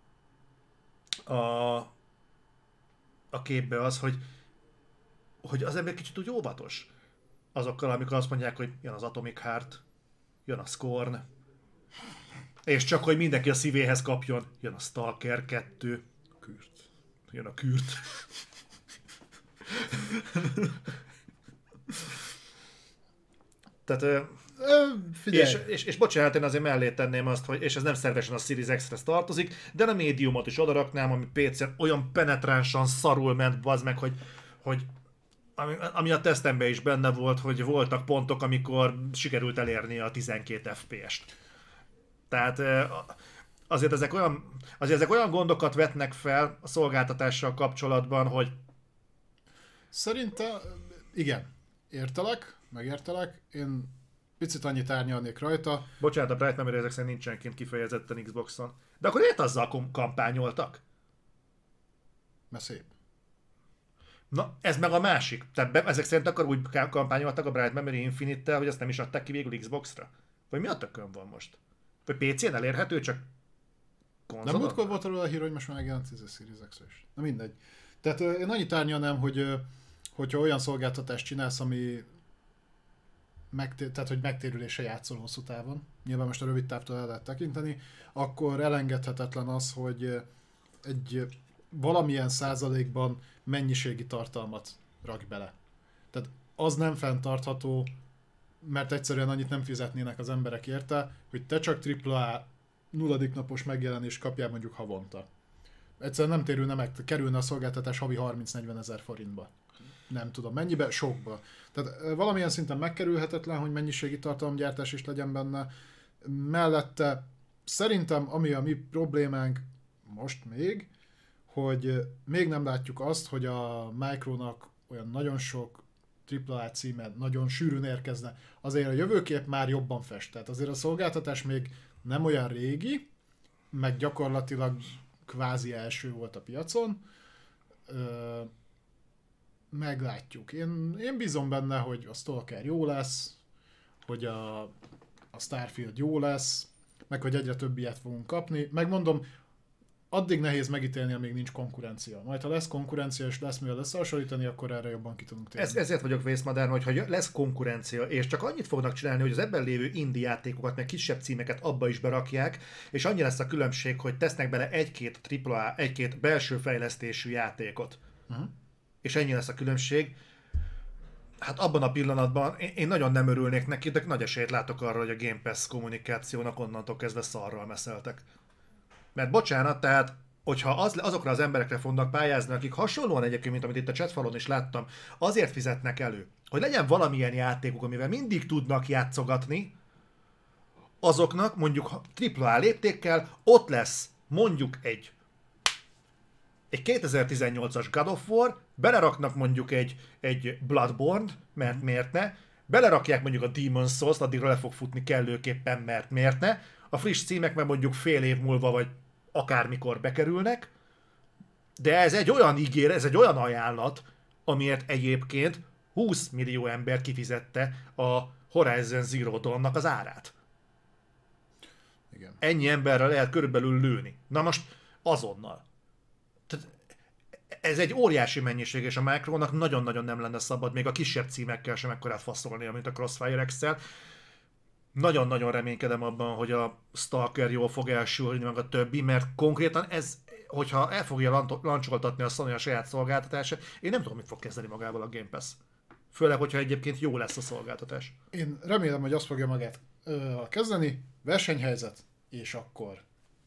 a képbe az, hogy az ember kicsit úgy óvatos azokkal, amikor azt mondják, hogy jön az Atomic Heart, jön a Scorn, és csak hogy mindenki a szívéhez kapjon, jön a Stalker 2, Kürt. jön a Kürt. Tehát, és bocsánat, én azért mellé tenném azt, hogy, és ez nem szervesen a Series X-hez tartozik, de a médiumot is odaraknám, ami PC-n olyan penetránsan szarul ment, bazd meg, hogy ami a tesztemben is benne volt, hogy voltak pontok, amikor sikerült elérni a 12 FPS-t. Tehát azért ezek olyan gondokat vetnek fel a szolgáltatással kapcsolatban, hogy... Szerintem, igen, megértelek, én picit annyit árnyalnék rajta. Bocsánat, a Bright Memory ezek szerint nincsen kint kifejezetten Xboxon. De akkor miért azzal kampányoltak? Mert szép. Na, ez meg a másik. Tehát ezek szerint akkor úgy kampányoltak a Bright Memory Infinite-tel, hogy azt nem is adták ki végül Xbox-ra? Vagy mi a tökön van most? Vagy PC-n elérhető, csak konzolon? Nem múltkor volt arról a hír, hogy most már megjelent a Series X is. Na mindegy. Tehát én annyit árnyalnám, hogyha olyan szolgáltatást csinálsz, ami tehát, hogy megtérülése játszol hosszú távon, nyilván most a rövid távtól el lehet tekinteni, akkor elengedhetetlen az, hogy egy valamilyen százalékban mennyiségi tartalmat rak bele. Tehát az nem fenntartható, mert egyszerűen annyit nem fizetnének az emberek érte, hogy te csak AAA nulladik napos megjelenést kapjál mondjuk havonta. Egyszerűen nem térülne meg, kerülne a szolgáltatás havi 30-40 ezer forintba. Nem tudom mennyibe, sokba. Tehát valamilyen szinten megkerülhetetlen, hogy mennyiségi tartalomgyártás is legyen benne. Mellette szerintem, ami a mi problémánk most még, hogy még nem látjuk azt, hogy a Micronak olyan nagyon sok AAA címet nagyon sűrűn érkezne. Azért a jövőkép már jobban fest. Tehát azért a szolgáltatás még nem olyan régi, meg gyakorlatilag kvázi első volt a piacon. Meglátjuk. Én bízom benne, hogy a Stalker jó lesz, hogy a Starfield jó lesz, meg hogy egyre több ilyet fogunk kapni. Megmondom, addig nehéz megítélni, amíg nincs konkurencia. Majd ha lesz konkurencia és lesz mivel összehasonlítani, akkor erre jobban ki tudunk térni. Ezért vagyok vészmadár, hogy ha lesz konkurencia, és csak annyit fognak csinálni, hogy az ebben lévő indie játékokat, meg kisebb címeket abba is berakják, és annyi lesz a különbség, hogy tesznek bele egy-két AAA, egy-két belső fejlesztésű játékot. És ennyi lesz a különbség. Hát abban a pillanatban én nagyon nem örülnék neki, de nagy esélyt látok arra, hogy a Game Pass kommunikációnak onnantól kezdve szarral meszeltek. Mert bocsánat, tehát hogyha azokra az emberekre fognak pályázni, akik hasonlóan egyébként, mint amit itt a chatfalon is láttam, azért fizetnek elő, hogy legyen valamilyen játékuk, amivel mindig tudnak játszogatni, azoknak mondjuk AAA léptékkel ott lesz mondjuk egy 2018-as God of War, beleraknak mondjuk egy Bloodborne, mert miért ne, belerakják mondjuk a Demon's Souls, addigra le fog futni kellőképpen, mert miért ne, a friss címek meg mondjuk fél év múlva vagy akármikor bekerülnek, de ez egy olyan ígéret, ez egy olyan ajánlat, amiért egyébként 20 millió ember kifizette a Horizon Zero Dawn-nak az árát. Igen. Ennyi emberrel lehet körülbelül lőni. Na most azonnal. Tehát ez egy óriási mennyiség, és a Micronak nagyon-nagyon nem lenne szabad még a kisebb címekkel sem ekkorát faszolnia, mint a Crossfire X-el. Nagyon-nagyon reménykedem abban, hogy a Stalker jól fog elsülni, meg a többi, mert konkrétan ez, hogyha el fogja lancsoltatni a Sony a saját szolgáltatását, én nem tudom, mit fog kezdeni magával a Game Pass. Főleg, hogyha egyébként jó lesz a szolgáltatás. Én remélem, hogy azt fogja magát kezdeni, versenyhelyzet, és akkor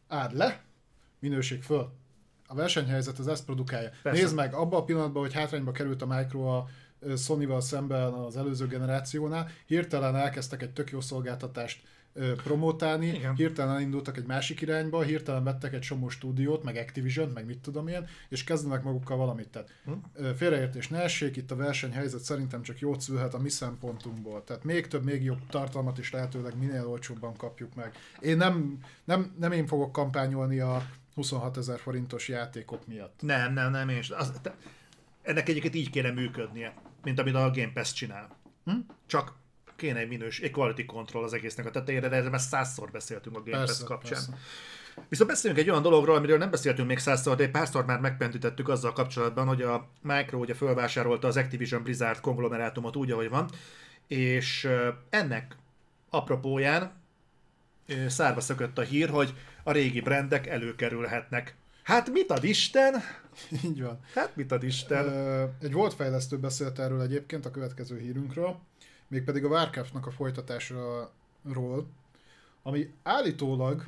áld le, minőség föl. A versenyhelyzet az ezt produkálja. Persze. Nézd meg, abban a pillanatban, hogy hátrányba került a Micro a Sony-val szemben az előző generációnál, hirtelen elkezdtek egy tök jó szolgáltatást promotálni, Igen. hirtelen indultak egy másik irányba, hirtelen vettek egy csomó stúdiót, meg Activision, meg mit tudom én, és kezdenek magukkal valamit. Tehát félreértés ne essék, itt a versenyhelyzet szerintem csak jót szülhet a mi szempontunkból. Tehát még több, még jobb tartalmat is lehetőleg minél olcsóbban kapjuk meg. Én nem én fogok kampányolni a 26 000 forintos játékok miatt. Nem, én ennek egyébként így kéne működnie, mint amit a Game Pass csinál. Csak kéne egy quality control az egésznek a tetejére, de erről már 100-szor beszéltünk a Game Pass kapcsán. Persze. Viszont beszélünk egy olyan dologról, amiről nem beszéltünk még 100-szor, de egy párszor már megpendítettük azzal kapcsolatban, hogy a Micro ugye fölvásárolta az Activision Blizzard konglomerátumot úgy, ahogy van, és ennek apropóján szárba szökött a hír, hogy a régi brandek előkerülhetnek. Hát mit ad Isten? Így van. Hát mit ad Isten? Egy volt fejlesztő beszélt erről egyébként a következő hírünkről, mégpedig a Warcraftnak a folytatásáról, ami állítólag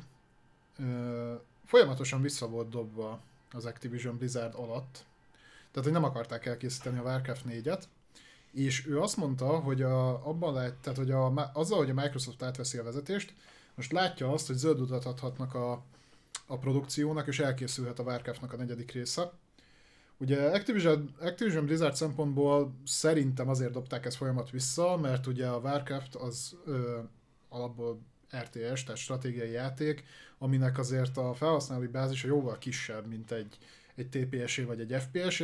folyamatosan vissza volt dobva az Activision Blizzard alatt, tehát hogy nem akarták elkészíteni a Warcraft 4-et, és ő azt mondta, hogy azzal, hogy a Microsoft átveszi a vezetést, most látja azt, hogy zöld utat adhatnak a produkciónak, és elkészülhet a Warcraftnak a 4. része. Ugye Activision Blizzard szempontból szerintem azért dobták ezt folyamat vissza, mert ugye a Warcraft az alapból RTS, tehát stratégiai játék, aminek azért a felhasználói bázisa jóval kisebb, mint egy TPS-é vagy egy FPS-é,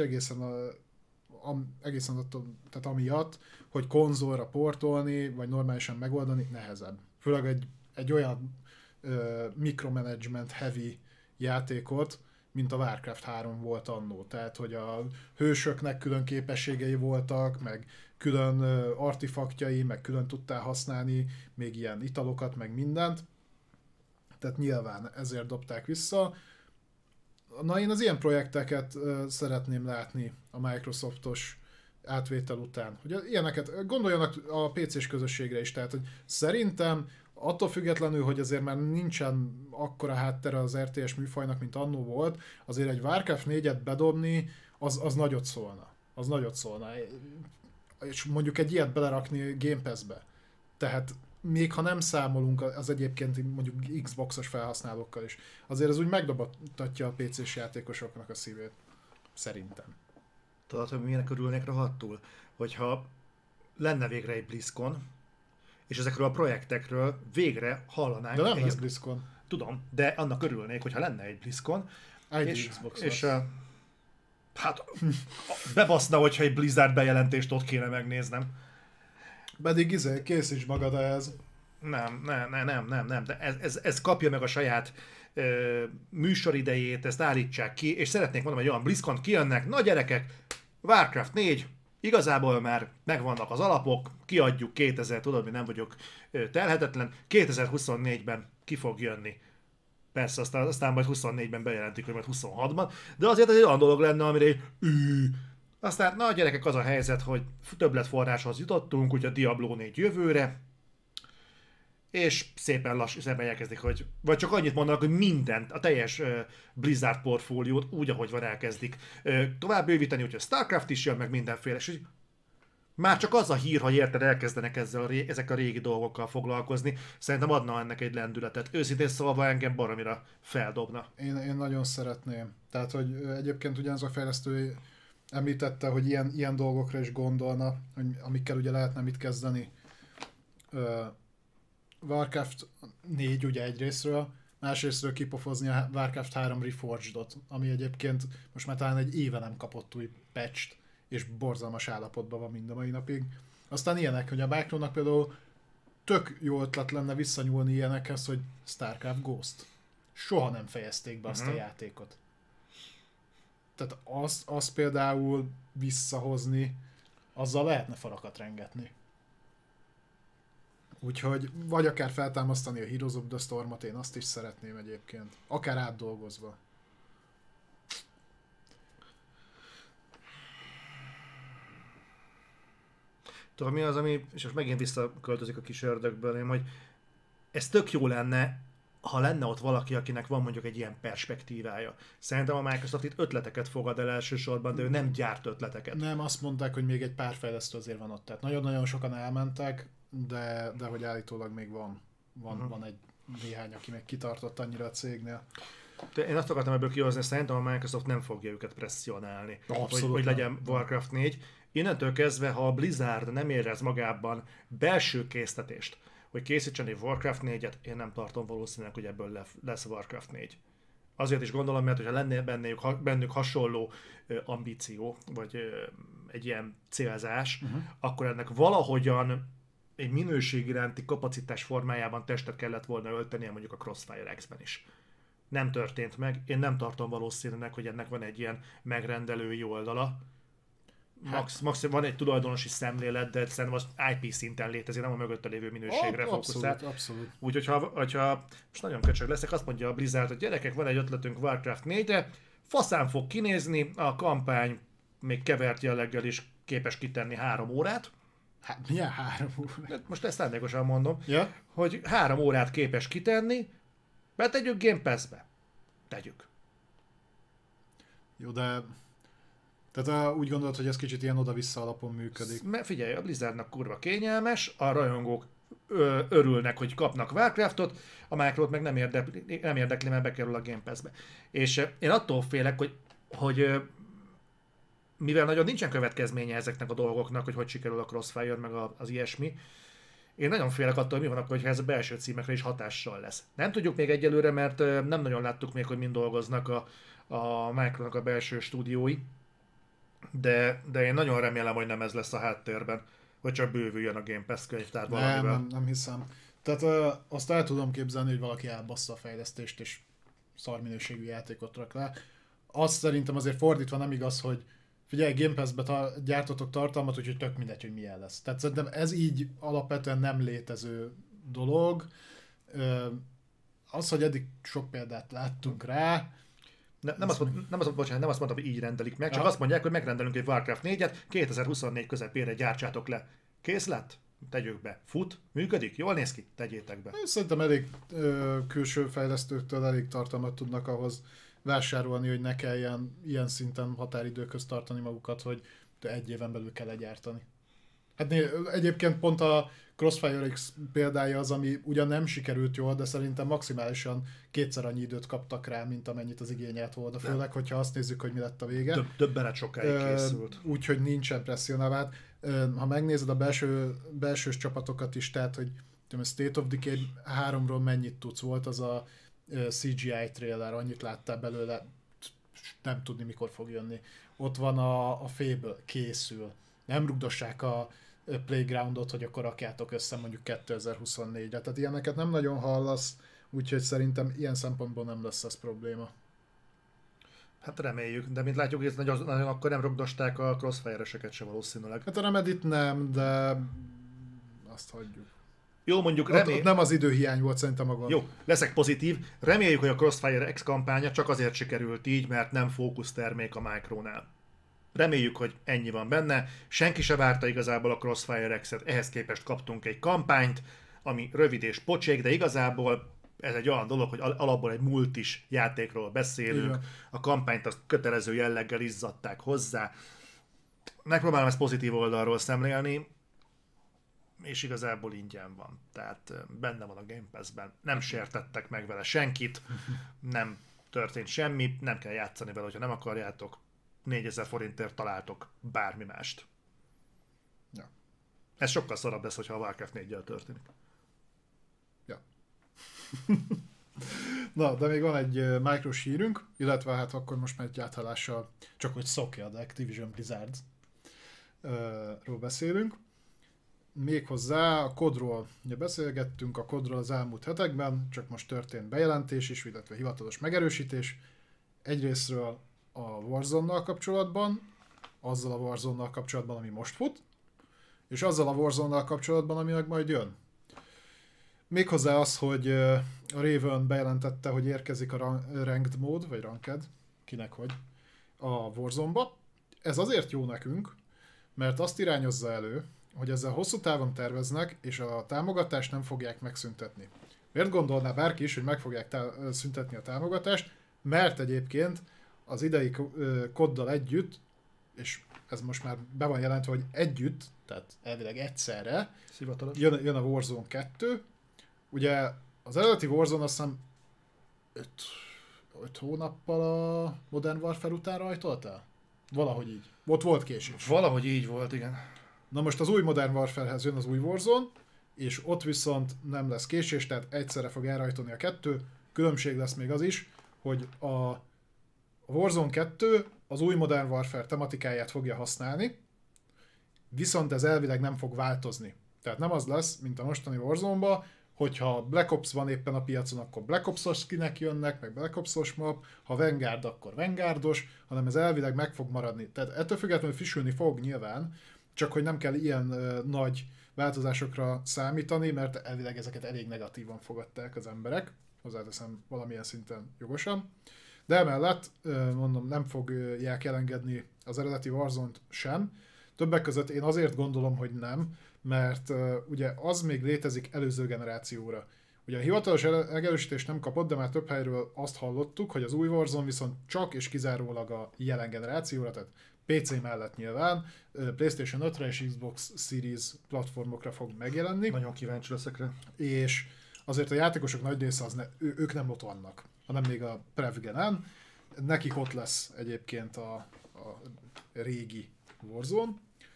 egészen attól, tehát amiatt, hogy konzolra portolni, vagy normálisan megoldani nehezebb. Főleg egy olyan micromanagement heavy játékot, mint a Warcraft 3 volt annó. Tehát, hogy a hősöknek külön képességei voltak, meg külön artifaktjai, meg külön tudtál használni még ilyen italokat, meg mindent. Tehát nyilván ezért dobták vissza. Na, én az ilyen projekteket szeretném látni a Microsoftos átvétel után. Hogy ilyeneket gondoljanak a PC-s közösségre is, tehát hogy szerintem attól függetlenül, hogy azért már nincsen akkora háttere az RTS műfajnak, mint annó volt, azért egy Warcraft 4-et bedobni, az nagyot szólna. Az nagyot szólna. És mondjuk egy ilyet belerakni Game Pass-be. Tehát még ha nem számolunk az egyébként mondjuk Xbox-os felhasználókkal is, azért az úgy megdobattatja a PC-s játékosoknak a szívét. Szerintem. Tudod, hogy milyenek örülnék rohadtul? Hogyha lenne végre egy BlizzCon, és ezekről a projektekről végre hallanánk. De nem lesz BlizzCon. Tudom, de annak örülnék, hogyha lenne egy BlizzCon. És hát bebaszna, hogyha egy Blizzard bejelentést ott kéne megnéznem. Pedig készíts magad ehhez. Nem, de ez kapja meg a saját műsoridejét, ezt állítsák ki, és szeretnék mondani, hogy olyan BlizzCon kijönnek, na gyerekek, Warcraft 4, igazából már megvannak az alapok, kiadjuk tudod, mi nem vagyok telhetetlen, 2024-ben ki fog jönni. Persze, aztán majd 24-ben bejelentik, hogy majd 26-ban, de azért ez egy olyan dolog lenne, amire aztán, na gyerekek, az a helyzet, hogy többletforráshoz jutottunk, ugye a Diablo 4 jövőre, és szépen elkezdik, hogy vagy csak annyit mondanak, hogy mindent, a teljes Blizzard portfóliót úgy, ahogy van, elkezdik tovább bővíteni, úgyhogy a Starcraft is jön, meg mindenféle, és már csak az a hír, hogy érted, elkezdenek ezek a régi dolgokkal foglalkozni, szerintem adna ennek egy lendületet. Őszintén szólva engem baromira feldobna. Én nagyon szeretném. Tehát, hogy egyébként ugyanaz a fejlesztő említette, hogy ilyen dolgokra is gondolna, hogy amikkel ugye lehetne mit kezdeni. Warcraft 4 ugye egyrésztről, másrésztről kipofozni a Warcraft 3 Reforged-ot, ami egyébként most már talán egy éve nem kapott új patcht, és borzalmas állapotban van mind a mai napig. Aztán ilyenek, hogy a Micronak például tök jó ötlet lenne visszanyúlni ilyenekhez, hogy Starcraft Ghost. Soha nem fejezték be azt a játékot. Tehát azt például visszahozni, azzal lehetne falakat rengetni. Úgyhogy, vagy akár feltámasztani a Heroes of the Stormot, én azt is szeretném egyébként. Akár átdolgozva. Tudom, mi az, ami, és most megint visszaköltözik a kis ördögből, hogy ez tök jó lenne ha lenne ott valaki, akinek van mondjuk egy ilyen perspektívája. Szerintem a Microsoft itt ötleteket fogad el elsősorban, de ő nem gyárt ötleteket. Nem, azt mondták, hogy még egy pár fejlesztő azért van ott. Tehát nagyon-nagyon sokan elmentek, de hogy állítólag még van egy néhány, aki még kitartott annyira a cégnél. De én azt akartam ebből kihozni, szerintem a Microsoft nem fogja őket presszionálni, hogy legyen Warcraft 4. Innentől kezdve, ha a Blizzard nem érez magában belső késztetést, hogy készítsen egy Warcraft 4-et, én nem tartom valószínűleg, hogy ebből lesz Warcraft 4. Azért is gondolom, mert hogyha lenne bennük hasonló ambíció, vagy egy ilyen célzás, akkor ennek valahogyan egy minőség iránti kapacitás formájában testet kellett volna öltenie mondjuk a Crossfire X-ben is. Nem történt meg, én nem tartom valószínűleg, hogy ennek van egy ilyen megrendelői oldala. Max van egy tulajdonosi szemlélet, de szerintem az IP szinten létezik, nem a mögötte lévő minőségre fókuszál. Abszolút. Úgyhogy ha most nagyon köcsög leszek, azt mondja a Blizzard, hogy gyerekek, van egy ötletünk Warcraft 4-re, faszán fog kinézni, a kampány még kevert jelleggel is képes kitenni 3 órát. Hát milyen 3 órát? Most ezt szándékosan mondom, ja? hogy 3 órát képes kitenni, betegyük Game Pass-be. Tegyük. Jó, de... Tehát úgy gondolod, hogy ez kicsit ilyen oda-vissza alapon működik. Figyelj, a Blizzardnak kurva kényelmes, a rajongók örülnek, hogy kapnak Warcraftot, a Microsoft meg nem érdekli, mert bekerül a Game Pass-be. És én attól félek, hogy mivel nagyon nincsen következménye ezeknek a dolgoknak, hogy sikerül a Crossfire, meg az ilyesmi, én nagyon félek attól, hogy mi van akkor, hogyha ez a belső címekre is hatással lesz. Nem tudjuk még egyelőre, mert nem nagyon láttuk még, hogy mind dolgoznak a Microsoftnak a belső stúdiói, de én nagyon remélem, hogy nem ez lesz a háttérben, hogy csak bővüljön a Game Pass könyvtár valamivel. Nem hiszem. Tehát azt el tudom képzelni, hogy valaki elbassza a fejlesztést, és szarminőségű játékot rak le. Azt szerintem azért fordítva nem igaz, hogy figyelj, Game Pass-be gyártotok tartalmat, úgyhogy tök mindegy, hogy milyen lesz. Tehát szerintem ez így alapvetően nem létező dolog. Az, hogy eddig sok példát láttunk rá, nem azt mondtam, hogy így rendelik meg, csak azt mondják, hogy megrendelünk egy Warcraft 4-et, 2024 közepére gyártsátok le. Kész lett? Tegyük be. Fut? Működik? Jól néz ki? Tegyétek be. Szerintem elég külső fejlesztőktől elég tartalmat tudnak ahhoz vásárolni, hogy ne kelljen ilyen szinten határidőköz tartani magukat, hogy 1 éven belül kell legyártani. Hát egyébként pont a Crossfire X példája az, ami ugyan nem sikerült jól, de szerintem maximálisan 2-szer annyi időt kaptak rá, mint amennyit az igényelt volna. Főleg, hogyha azt nézzük, hogy mi lett a vége. Többenet sokáig készült. Úgyhogy nincsen presszionálva. Ha megnézed a belsős csapatokat is, tehát, hogy a State of Decay 3-ról mennyit tudsz, volt az a CGI trailer, annyit láttál belőle, nem tudni mikor fog jönni. Ott van a Fable, készül. Nem rugdossák a Playgroundot, hogy akkor rakjátok össze mondjuk 2024-re. Tehát ilyeneket nem nagyon hallasz, úgyhogy szerintem ilyen szempontból nem lesz ez probléma. Hát reméljük, de mint látjuk, hogy nagyon akkor nem rugdosták a Crossfire-eseket se valószínűleg. Hát a Remedit nem, de azt hagyjuk. Jó, mondjuk ott nem az időhiány volt szerintem a gond. Jó, leszek pozitív. Reméljük, hogy a Crossfire X kampánya csak azért sikerült így, mert nem fókusztermék a Micronál. Reméljük, hogy ennyi van benne. Senki se várta igazából a Crossfire X-et, ehhez képest kaptunk egy kampányt, ami rövid és pocsék, de igazából ez egy olyan dolog, hogy alapból egy multis játékról beszélünk. Igen. A kampányt azt kötelező jelleggel izzadták hozzá. Megpróbálom ezt pozitív oldalról szemlélni, és igazából ingyen van. Tehát benne van a Game Pass-ben. Nem sértettek meg vele senkit, nem történt semmi, nem kell játszani vele, hogyha nem akarjátok. 4000 forintért találtok bármi mást. Ja. Ez sokkal szarabb lesz, hogyha a Warcraft 4-jel történik. Ja. Na, de még van egy Micros hírünk, illetve hát akkor most már egy áthallással, csak hogy szokja, de Activision Blizzard ról beszélünk. Méghozzá a COD-ról ugye beszélgettünk, a COD-ról az elmúlt hetekben, csak most történt bejelentés is, illetve hivatalos megerősítés. Egyrésztről a Warzone-nal kapcsolatban, azzal a Warzone-nal kapcsolatban, ami most fut, és azzal a Warzone-nal kapcsolatban, ami meg majd jön. Méghozzá az, hogy a Raven bejelentette, hogy érkezik a Ranked mód, vagy Ranked, kinek hogy, a Warzone-ba. Ez azért jó nekünk, mert azt irányozza elő, hogy ezzel hosszú távon terveznek, és a támogatást nem fogják megszüntetni. Miért gondolná bárki is, hogy meg fogják szüntetni a támogatást? Mert egyébként az idei koddal együtt, és ez most már be van jelentve, hogy együtt, tehát elvileg egyszerre, jön a Warzone 2. Ugye az eredeti Warzone azt hiszem 5 hónappal a Modern Warfare után rajtolt el? Valahogy így. Ott volt késés. Valahogy így volt, igen. Na most az új Modern Warfarehez jön az új Warzone, és ott viszont nem lesz késés, tehát egyszerre fog elrajtolni a kettő. Különbség lesz még az is, hogy a Warzone 2 az új Modern Warfare tematikáját fogja használni, viszont ez elvileg nem fog változni. Tehát nem az lesz, mint a mostani Warzone-ban, hogyha Black Ops van éppen a piacon, akkor Black Ops-os skinek jönnek, meg Black Ops-os map, ha Vanguard, akkor Vanguardos, hanem ez elvileg meg fog maradni. Tehát ettől függetlenül frissülni fog nyilván, csak hogy nem kell ilyen nagy változásokra számítani, mert elvileg ezeket elég negatívan fogadták az emberek, hozzáteszem valamilyen szinten jogosan. De emellett, mondom, nem fogják elengedni az eredeti Warzone-t sem. Többek között én azért gondolom, hogy nem, mert ugye az még létezik előző generációra. Ugye a hivatalos megerősítést nem kapott, de már több helyről azt hallottuk, hogy az új Warzone viszont csak és kizárólag a jelen generációra, tehát PC mellett nyilván, PlayStation 5-re és Xbox Series platformokra fog megjelenni. Nagyon kíváncsi leszek rá. És azért a játékosok nagy része ők nem ott vannak, hanem még a Prevgenen. Nekik ott lesz egyébként a régi Warzone,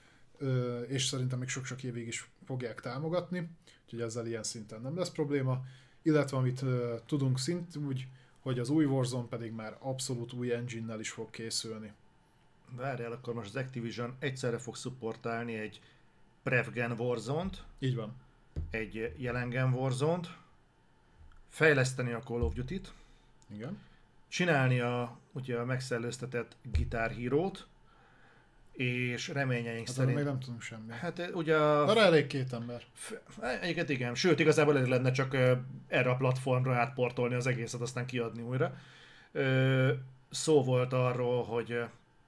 és szerintem még sok-sok évig is fogják támogatni, úgyhogy ezzel ilyen szinten nem lesz probléma. Illetve amit tudunk úgy, hogy az új Warzone pedig már abszolút új engine-nel is fog készülni. Várjál, akkor most az Activision egyszerre fog szupportálni egy Prevgen Warzone-t, így van, egy jelengen Warzone-t, fejleszteni a Call of Duty-t, igen, csinálni ugye a megszellőztetett Guitar Hero-t, és reményeink szerint... még nem tudunk semmi. Hát ugye arra elég 2 ember. Egyiket igen, sőt igazából elég lenne csak erre a platformra átportolni az egészet, aztán kiadni újra. Szó volt arról, hogy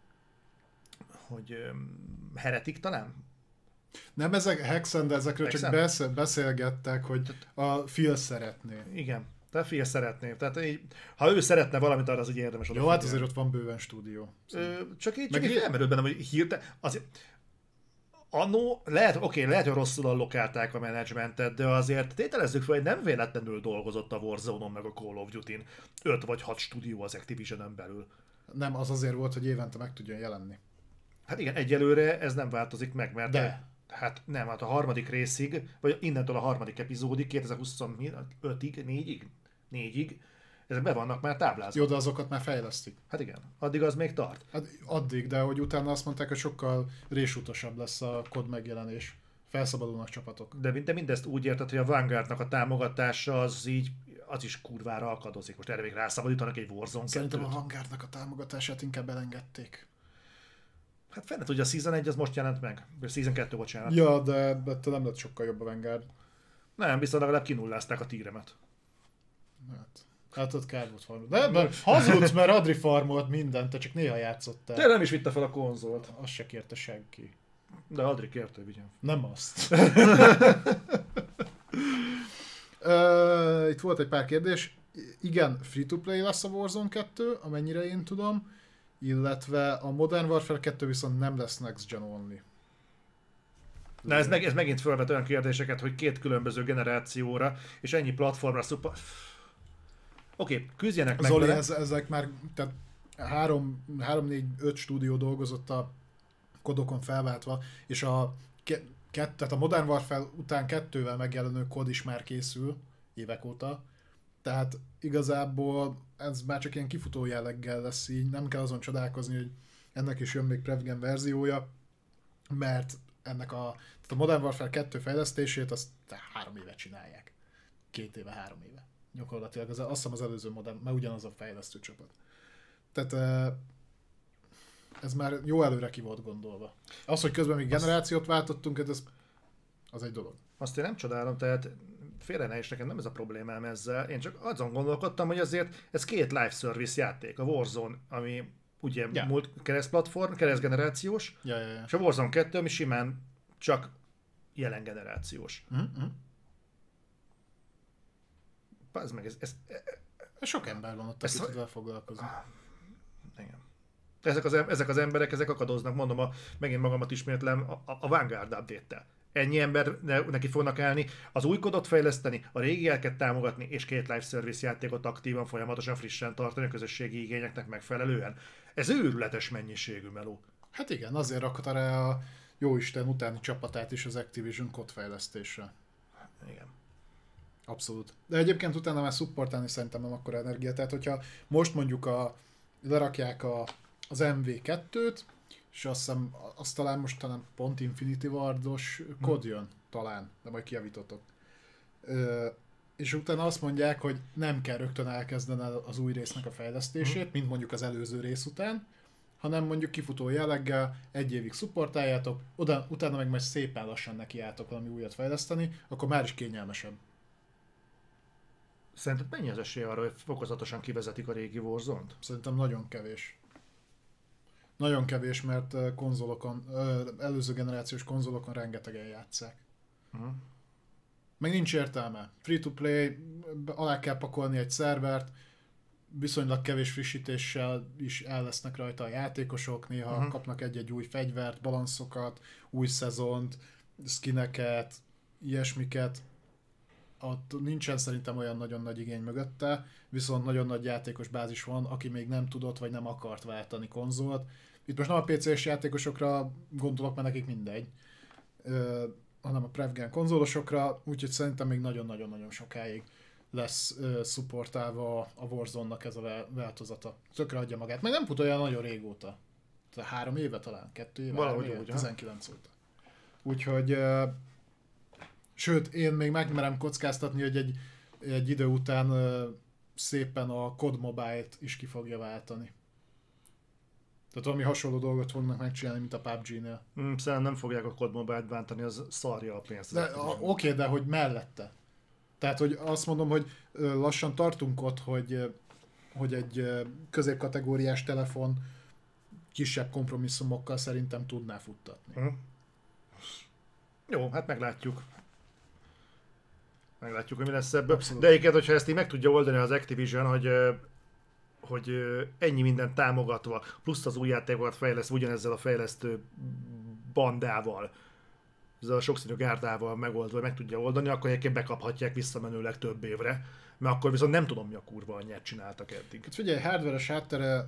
Heretic talán? Nem ezek Hexen, de ezekről Hexen? Csak beszélgettek, hogy a Phil szeretné. Igen, tehát Phil szeretné. Tehát így, ha ő szeretne valamit, arra az így érdemes oda. Jó, hát azért ott van bőven stúdió. Csak így felmerült bennem, hogy hirtelen... Annó, lehet, hogy rosszul allokálták a menedzsmentet, de azért tételezzük fel, hogy nem véletlenül dolgozott a Warzone-on meg a Call of Duty-n 5 vagy 6 stúdió az Activision-en belül. Nem, az azért volt, hogy évente meg tudjon jelenni. Hát igen, egyelőre ez nem változik meg, mert hát nem, hát a harmadik részig, vagy innentől a harmadik epizódig, 2025-ig, 4-ig, ezek be vannak már táblázva. Jó, de azokat már fejlesztik. Hát igen, addig az még tart. Hát addig, de hogy utána azt mondták, hogy sokkal résutasabb lesz a kod megjelenés. Felszabadulnak csapatok. De mindezt úgy érted, hogy a Vanguardnak a támogatása az is kurvára akadozik. Most erre még rászabadítanak egy Warzone 2-t. Szerintem a Vanguardnak a támogatását inkább elengedték. Hát fennet, hogy a Season 1 az most jelent meg. Vagy Season 2, bocsánat. Ja, de ettől nem lett sokkal jobb a Vanguard. Nem, viszont legalább kinullázták a tíremet. Hát ott kár volt farmol. De hazudsz, mert Adri farmolt mindent, te csak néha játszottál. Te nem is vitte fel a konzolt. Azt se kérte senki. De Adri kérte, hogy vigyen. Nem azt. Itt volt egy pár kérdés. Igen, free-to-play lesz a Warzone 2, amennyire én tudom. Illetve a Modern Warfare 2 viszont nem lesz Next Gen only. Na ez megint felvet olyan kérdéseket, hogy 2 különböző generációra, és ennyi platformra Oké, küzdjenek meg Zoli, ezek már, tehát 3-4-5 stúdió dolgozott a kodokon felváltva, és tehát a Modern Warfare után 2-vel megjelenő kod is már készül évek óta. Tehát igazából ez már csak ilyen kifutó jelleggel lesz így, nem kell azon csodálkozni, hogy ennek is jön még Prevgen verziója, mert tehát a Modern Warfare 2 fejlesztését azt 3 éve csinálják. 2 éve, 3 éve. Gyakorlatilag azt hiszem az előző Modern, mert ugyanaz a fejlesztő csapat. Tehát ez már jó előre ki volt gondolva. Az, hogy közben még generációt váltottunk, az egy dolog. Azt én nem csodálom, tehát félre ne is, nekem nem ez a problémám ezzel. Én csak azon gondolkodtam, hogy azért ez 2 live service játék. A Warzone, ami ugye keresztplatform, keresztgenerációs, és a Warzone 2, ami simán csak jelen generációs. Pazd meg, Sok ember van ott, aki tud foglalkozni. Igen. Ezek az emberek, ezek akadoznak, mondom, megint magamat ismétlem, a Vanguard update-tel. Ennyi ember neki fognak állni, az új kodot fejleszteni, a régieket támogatni, és 2 live service játékot aktívan, folyamatosan frissen tartani a közösségi igényeknek megfelelően. Ez őrületes mennyiségű meló. Hát igen, azért rakta rá a jóisten utáni csapatát is az Activision kodfejlesztésre. Igen. Abszolút. De egyébként utána már szupportálni szerintem nem akkora energia. Tehát, hogyha most mondjuk lerakják az MV2-t, és azt talán pont Infinity Ward-os kod jön, talán, de majd kijavítotok. És utána azt mondják, hogy nem kell rögtön elkezdeni az új résznek a fejlesztését, mint mondjuk az előző rész után, hanem mondjuk kifutó jelleggel 1 évig szupportáljátok, utána meg majd szépen lassan nekiálltok valami újat fejleszteni, akkor már is kényelmesebb. Szerinted mennyi az esély arra, hogy fokozatosan kivezetik a régi Warzone-t? Szerintem nagyon kevés. Nagyon kevés, mert előző generációs konzolokon rengetegen játsszák. Meg nincs értelme. Free-to-play, alá kell pakolni egy szervert, viszonylag kevés frissítéssel is el lesznek rajta a játékosok, néha kapnak egy-egy új fegyvert, balanszokat, új szezont, skineket, ilyesmiket. Ott nincsen szerintem olyan nagyon nagy igény mögötte, viszont nagyon nagy játékos bázis van, aki még nem tudott vagy nem akart váltani konzolt. Itt most nem a PC-s játékosokra gondolok, mert nekik mindegy, hanem a prevgen konzolosokra, úgyhogy szerintem még nagyon-nagyon-nagyon sokáig lesz szupportálva a Warzone-nak ez a változata. Tökre adja magát. Meg nem fut olyan nagyon régóta. 3 éve talán, 2 éve, valahogy 3 éve, úgy, 19 óta. Úgyhogy sőt, én még megmerem kockáztatni, hogy egy idő után szépen a COD Mobile-t is ki fogja váltani. Tehát valami hasonló dolgot fognak megcsinálni, mint a PUBG-nél. Szerintem nem fogják a COD Mobile-t bántani, az szarja a pénzt. Oké, de hogy mellette. Tehát, hogy azt mondom, hogy lassan tartunk ott, hogy egy középkategóriás telefon kisebb kompromisszumokkal szerintem tudná futtatni. Jó, hát meglátjuk. Meglátjuk, hogy mi lesz ebből. De egyébként, hogyha ezt így meg tudja oldani az Activision, hogy ennyi mindent támogatva, plusz az új játékokat fejleszt ugyanezzel a fejlesztő bandával, ezzel a sokszínű gárdával megoldva, meg tudja oldani, akkor egyébként bekaphatják visszamenőleg több évre, mert akkor viszont nem tudom, mi a kurva annyit csináltak eddig. Hát figyelj, hardware-es háttere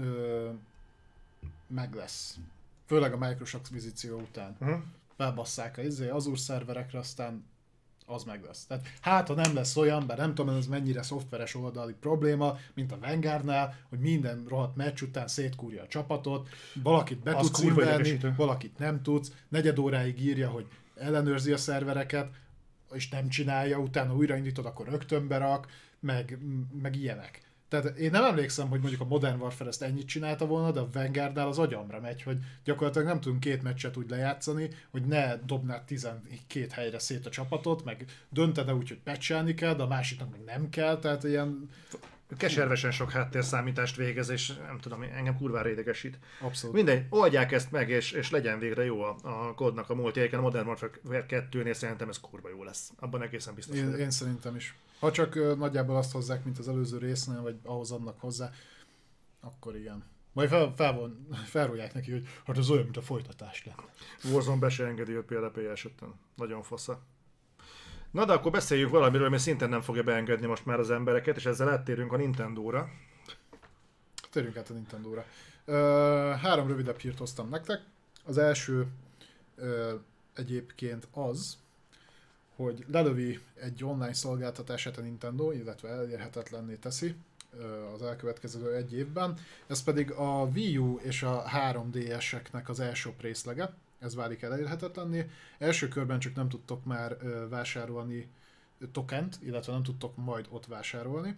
meg lesz. Főleg a Microsoft akvizíció után. Bebasszák az Azure szerverekre, aztán az meg lesz. Tehát ha nem lesz olyan, bár nem tudom, ez mennyire szoftveres oldali probléma, mint a Vanguardnál, hogy minden rohadt meccs után szétkúrja a csapatot, valakit be tudsz inverni, valakit nem tudsz, 4 óráig írja, hogy ellenőrzi a szervereket, és nem csinálja, utána újraindítod, akkor rögtön berak, meg ilyenek. Tehát én nem emlékszem, hogy mondjuk a Modern Warfare ezt ennyit csinálta volna, de a Vanguardnál az agyamra megy, hogy gyakorlatilag nem tudunk 2 meccset úgy lejátszani, hogy ne dobnád 12 helyre szét a csapatot, meg dönted úgy, hogy patchelni kell, de a másiknak meg nem kell, tehát ilyen... Keservesen sok háttérszámítást végez, és nem tudom, engem kurvára idegesít. Abszolút. Mindegy, oldják ezt meg, és legyen végre jó a kodnak a multi. A Modern Warfare 2-nél szerintem ez kurva jó lesz. Abban egészen biztos. Én szerintem is. Ha csak nagyjából azt hozzák, mint az előző résznél, vagy ahhoz adnak hozzá, akkor igen. Majd felrólják neki, hogy hát ez olyan, mint a folytatás lenne. Warzone be se engedi őt például PS5-en. Nagyon fasza. Na de akkor beszéljük valamiről, ami szintén nem fogja beengedni most már az embereket, és ezzel áttérünk a Nintendóra. Térjünk át a Nintendóra. 3 rövidebb hírt hoztam nektek. Az első egyébként az, hogy lelövi egy online szolgáltatását a Nintendo, illetve elérhetetlenné teszi az elkövetkező 1 évben. Ez pedig a Wii U és a 3DS-eknek az eShop részlege. Ez válik elérhetetlenné. Első körben csak nem tudtok már vásárolni tokent, illetve nem tudtok majd ott vásárolni.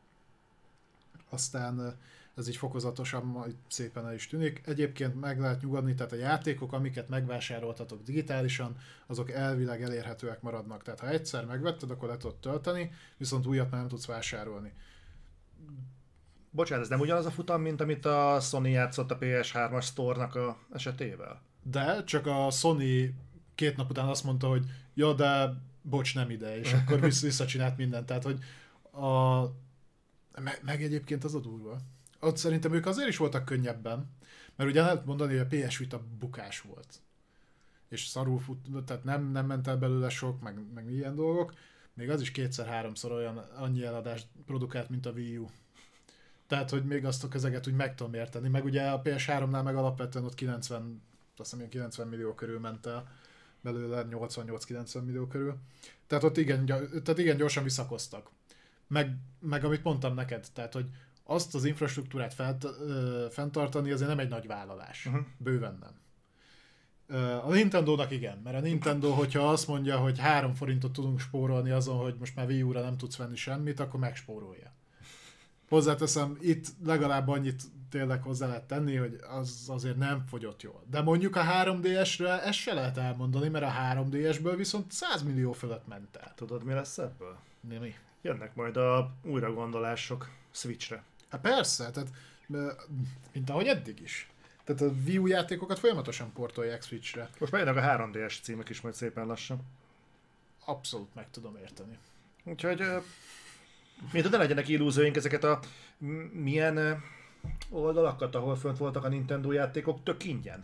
Aztán ez így fokozatosan majd szépen el is tűnik. Egyébként meg lehet nyugodni, tehát a játékok, amiket megvásároltatok digitálisan, azok elvileg elérhetőek maradnak. Tehát ha egyszer megvetted, akkor le tudod tölteni, viszont újat már nem tudsz vásárolni. Bocsánat, ez nem ugyanaz a futam, mint amit a Sony játszott a PS3-as Store-nak a esetével? De csak a Sony 2 nap után azt mondta, hogy ja, de bocs, nem ide, és akkor visszacsinált mindent. Tehát, hogy A... Meg egyébként az a durva. Ott szerintem ők azért is voltak könnyebben, mert ugye lehet mondani, hogy a PS Vita bukás volt. És szarul fut, tehát nem ment el belőle sok, meg ilyen dolgok. Még az is 2-3-szor annyi eladást produkált, mint a Wii U. Tehát, hogy még azt a közeget úgy meg tudom érteni. Meg ugye a PS3-nál meg alapvetően ott 90 millió körül ment el belőle, 88-90 millió körül. Tehát ott igen gyorsan visszakoztak. Meg amit mondtam neked, tehát, hogy azt az infrastruktúrát fenntartani azért nem egy nagy vállalás. Bőven nem. A Nintendónak igen, mert a Nintendo, hogyha azt mondja, hogy 3 forintot tudunk spórolni azon, hogy most már Wii U-ra nem tudsz venni semmit, akkor megspórolja. Hozzáteszem, itt legalább annyit tényleg hozzá lehet tenni, hogy az azért nem fogyott jól. De mondjuk a 3DS-re ezt se lehet elmondani, mert a 3DS-ből viszont 100 millió fölött ment el. Tudod, mi lesz ebből? Mi? Jönnek majd a újragondolások Switchre. Hát persze, tehát mint ahogy eddig is. Tehát a Wii U játékokat folyamatosan portolják Switchre. Most már jönnek a 3DS címek is majd szépen lassan. Abszolút meg tudom érteni. Úgyhogy miért ne legyenek illúzióink, ezeket a milyen oldalakat, ahol fönt voltak a Nintendo játékok, tök ingyen.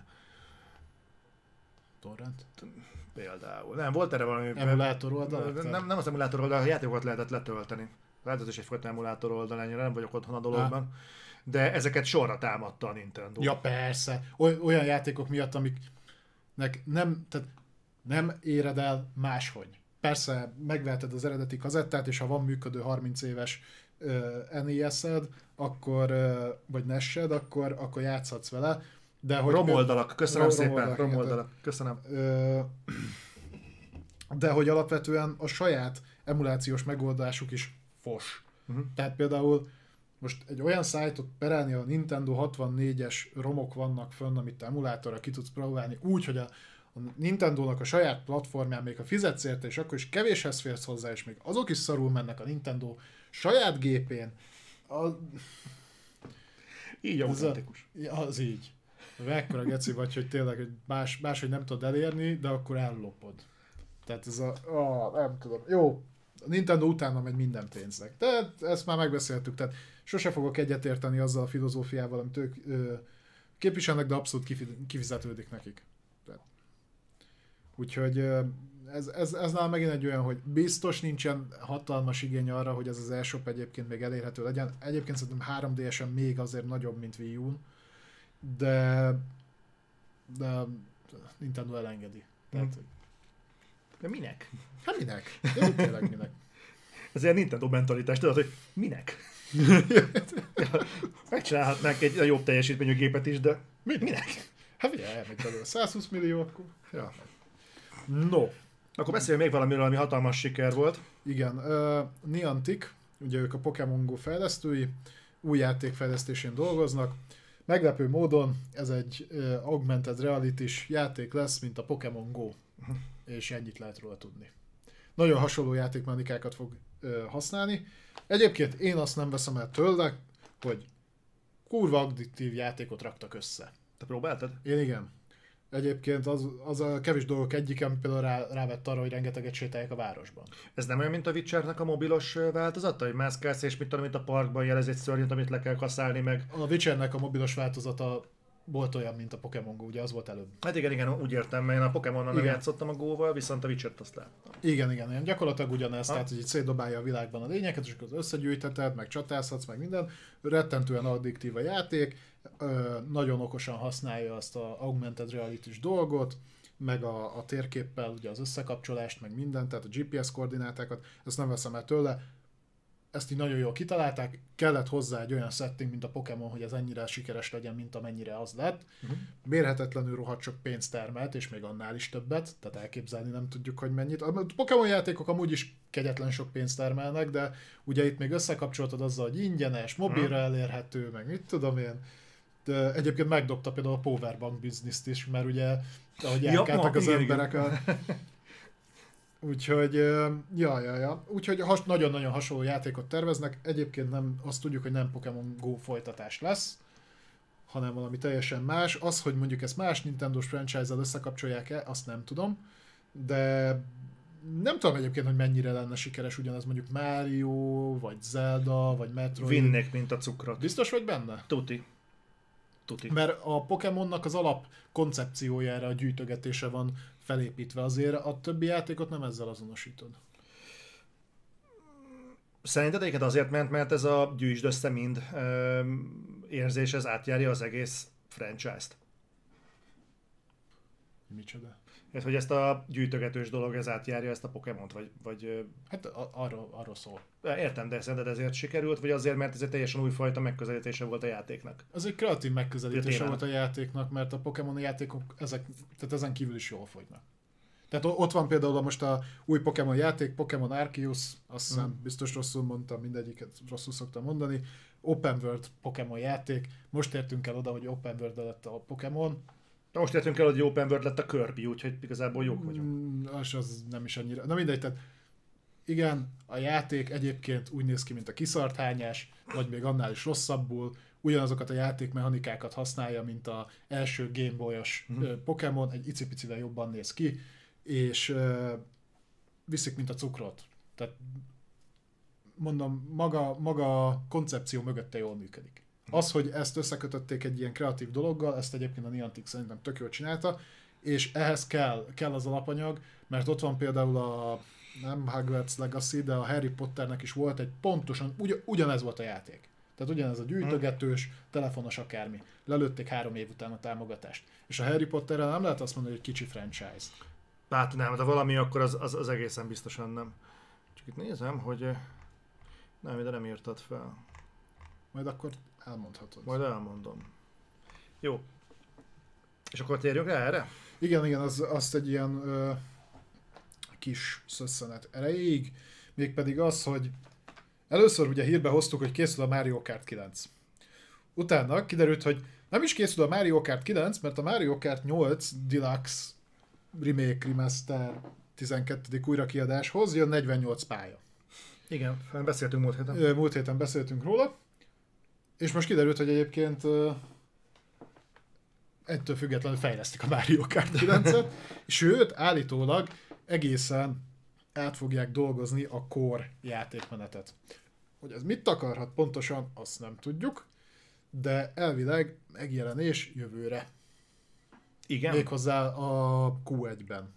Torrent? Például. Nem, volt erre valami... Emulátor oldal? Nem az emulátor oldal, a játékokat lehetett letölteni. Lehet, ez is egyfajta emulátor oldal, ennyire nem vagyok otthon a dologban. De ezeket sorra támadta a Nintendo. Ja persze. Olyan játékok miatt, amiknek nem éred el máshogy. Persze megveheted az eredeti kazettát, és ha van működő 30 éves NES-ed, akkor, vagy NES-ed, akkor játszhatsz vele. De hogy romoldalak, köszönöm szépen, romoldalak, köszönöm. De hogy alapvetően a saját emulációs megoldásuk is fos. Tehát például most egy olyan szájtot perelni, a Nintendo 64-es romok vannak fönn, amit te emulátorra ki tudsz próbálni, úgy, hogy a Nintendónak a saját platformján még ha fizetsz érte, és akkor is kevéshez férsz hozzá, és még azok is szarul mennek a Nintendo saját gépén. Így autentikus. Az így. Mekkora geci vagy, hogy tényleg hogy máshogy nem tudod elérni, de akkor ellopod. Tehát ez nem tudom. Jó, a Nintendo utána megy minden pénznek. De ezt már megbeszéltük, tehát sose fogok egyetérteni azzal a filozófiával, amit ők képviselnek, de abszolút kifizetődik nekik. Tehát. Úgyhogy ez nálam megint egy olyan, hogy biztos nincsen hatalmas igény arra, hogy ez az eShop egyébként még elérhető legyen. Egyébként szerintem 3DS-en még azért nagyobb, mint Wii U-n, de Nintendo elengedi. Tehát, de minek? Hát minek? De tényleg minek? Ez ilyen Nintendo mentalitás, tudod, hogy minek? Megcsinálhatnánk egy jobb teljesítményű gépet is, de minek? Hát ugye elmegy belőle 120 millió, akkor... Ja. No. Akkor beszélj még valamiről, ami hatalmas siker volt. Igen, Niantic, ugye ők a Pokémon Go fejlesztői, új játék fejlesztésén dolgoznak. Meglepő módon ez egy augmented reality-s játék lesz, mint a Pokémon Go. És ennyit lehet róla tudni. Nagyon hasonló játékmechanikákat fog használni. Egyébként én azt nem veszem el tőle, hogy kurva addiktív játékot raktak össze. Te próbáltad? Én igen. Egyébként az a kevés dolgok egyik, ami például rávett arra, hogy rengeteget sétálják a városban. Ez nem olyan, mint a Witchernek a mobilos változata, hogy mászkálsz, és mit tudom, mint a parkban jelez egy szörnyet, amit le kell kaszálni meg. A Witchernek a mobilos változata volt olyan, mint a Pokémon Go, ugye az volt előbb. Hát igen, úgy értem, mert én a Pokémonnal nem játszottam a Go-val, viszont a Witchert azt láttam. Igen, gyakorlatilag ugyanez, tehát hogy itt szétdobálja a világban a lényeket, és akkor összegyűjtheted, meg csatázhatsz, meg minden. Rettentően addiktív a játék, nagyon okosan használja azt a augmented reality-s dolgot, meg a térképpel ugye az összekapcsolást, meg mindent, tehát a GPS koordinátákat, ezt nem veszem el tőle. Ezt így nagyon jól kitalálták, kellett hozzá egy olyan setting, mint a Pokémon, hogy ez ennyire sikeres legyen, mint amennyire az lett. Mérhetetlenül rohadt sok pénzt termelt, és még annál is többet, tehát elképzelni nem tudjuk, hogy mennyit. A Pokémon játékok amúgy is kegyetlen sok pénzt termelnek, de ugye itt még összekapcsoltad azzal, hogy ingyenes, mobilra elérhető, meg mit tudom én. De egyébként megdobta például a Powerbank business-t is, mert ugye, ahogy járkáltak az emberek Úgyhogy, Úgyhogy nagyon-nagyon hasonló játékot terveznek. Egyébként nem, azt tudjuk, hogy nem Pokémon Go folytatás lesz, hanem valami teljesen más. Az, hogy mondjuk ezt más Nintendo-s franchise-zal összekapcsolják-e, azt nem tudom, de Nem tudom egyébként, hogy mennyire lenne sikeres ugyanez mondjuk Mario, vagy Zelda, vagy Metroid. Vinnék, mint a cukrot. Biztos vagy benne? Tuti. Mert a Pokémonnak az alap koncepciójára, a gyűjtögetése van felépítve. Azért a többi játékot nem ezzel azonosítod. Szerinted egyébként azért ment, mert ez a gyűjtsd össze mind érzés, ez átjárja az egész franchise-t. Micsoda? Ez, hogy ezt a gyűjtögetős dolog, ez átjárja ezt a Pokémont, vagy... Hát arról szól. Értem, de szerinted ezért sikerült, vagy azért, mert ez egy teljesen újfajta megközelítése volt a játéknak? Ez egy kreatív megközelítése volt a játéknak, mert a Pokémon játékok tehát ezen kívül is jól fogynak. Tehát ott van például most a új Pokémon játék, Pokémon Arceus, azt hiszem, biztos rosszul mondtam, mindegyiket rosszul szoktam mondani, Open World Pokémon játék, most értünk el oda, hogy Open World lett a Pokémon. Na most értünk el, hogy Open World lett a Kirby, úgyhogy igazából jók vagyunk. Az nem is annyira. Na mindegy, tehát igen, a játék egyébként úgy néz ki, mint a kiszart hányás, vagy még annál is rosszabbul, ugyanazokat a játékmechanikákat használja, mint az első Game Boy-os Pokémon, egy icipicivel jobban néz ki, és viszik, mint a cukrot. Tehát mondom, maga a koncepció mögötte jól működik. Az, hogy ezt összekötötték egy ilyen kreatív dologgal, ezt egyébként a Niantic szerintem tök jól csinálta, és ehhez kell az alapanyag, mert ott van például a nem Hogwarts Legacy, de a Harry Potternek is volt egy pontosan, ugyanez volt a játék. Tehát ugyanez a gyűjtögetős, telefonos akármi. Lelőtték 3 év után a támogatást. És a Harry Potterrel nem lehet azt mondani, hogy kicsi franchise. Hát nem, de valami akkor az egészen biztosan nem. Csak itt nézem, hogy nem, de nem írtad fel. Majd akkor elmondhatod. Majd elmondom. Jó. És akkor térjünk rá erre? Igen, azt egy ilyen kis szösszenet erejéig, mégpedig az, hogy először ugye hírbe hoztuk, hogy készül a Mario Kart 9. Utána kiderült, hogy nem is készül a Mario Kart 9, mert a Mario Kart 8 Deluxe Remake Remaster 12. újrakiadáshoz jön 48 pálya. Igen, beszéltünk múlt héten. Múlt héten beszéltünk róla, és most kiderült, hogy egyébként ettől függetlenül fejlesztik a Mario Kart 9-et, sőt, állítólag egészen át fogják dolgozni a core játékmenetet. Hogy ez mit akarhat pontosan, azt nem tudjuk, de elvileg megjelenés jövőre. Igen. Méghozzá a Q1-ben.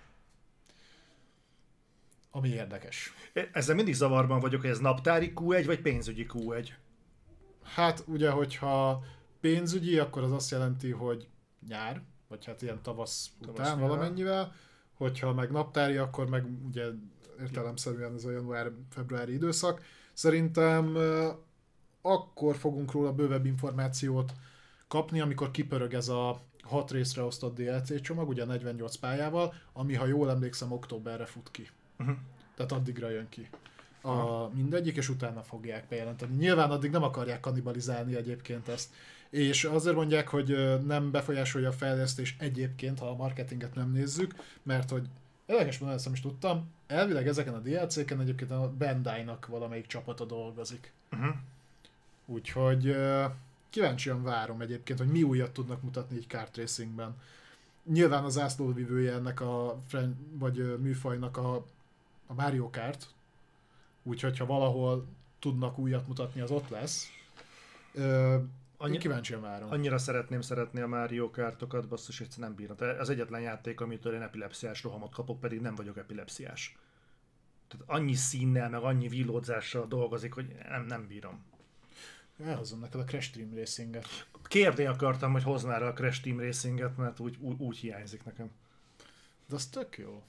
Ami érdekes. Ezzel mindig zavarban vagyok, hogy ez naptári Q1 vagy pénzügyi Q1. Hát ugye, hogyha pénzügyi, akkor az azt jelenti, hogy nyár, vagy hát ilyen tavasz után valamennyivel. Hogyha meg naptári, akkor meg ugye értelemszerűen ez a január-februári időszak. Szerintem akkor fogunk róla bővebb információt kapni, amikor kipörög ez a 6 részre osztott DLC csomag, ugye 48 pályával, ami, ha jól emlékszem, októberre fut ki. Tehát addigra jön ki a mindegyik, és utána fogják bejelenteni. Nyilván addig nem akarják kannibalizálni egyébként ezt. És azért mondják, hogy nem befolyásolja a fejlesztés egyébként, ha a marketinget nem nézzük, mert hogy érdekes mondani, ezt nem is tudtam, elvileg ezeken a DLC-ken egyébként a Bandai-nak valamelyik csapata dolgozik. Úgyhogy kíváncsian várom egyébként, hogy mi újat tudnak mutatni így kart racingben. Nyilván az zászlóvivője ennek vagy műfajnak a Mario Kart, úgyhogy ha valahol tudnak újat mutatni, az ott lesz. Kíváncsian várom. Annyira szeretni a Mario Kartokat, basszus, hogy nem bírom. Az egyetlen játék, amitől én epilepsziás rohamot kapok, pedig nem vagyok epilepsziás. Tehát annyi színnel, meg annyi villódzással dolgozik, hogy nem bírom. Elhozom neked a Crash Team Racinget. Kérni akartam, hogy hoznál a Crash Team Racinget, mert úgy hiányzik nekem. De az tök jó.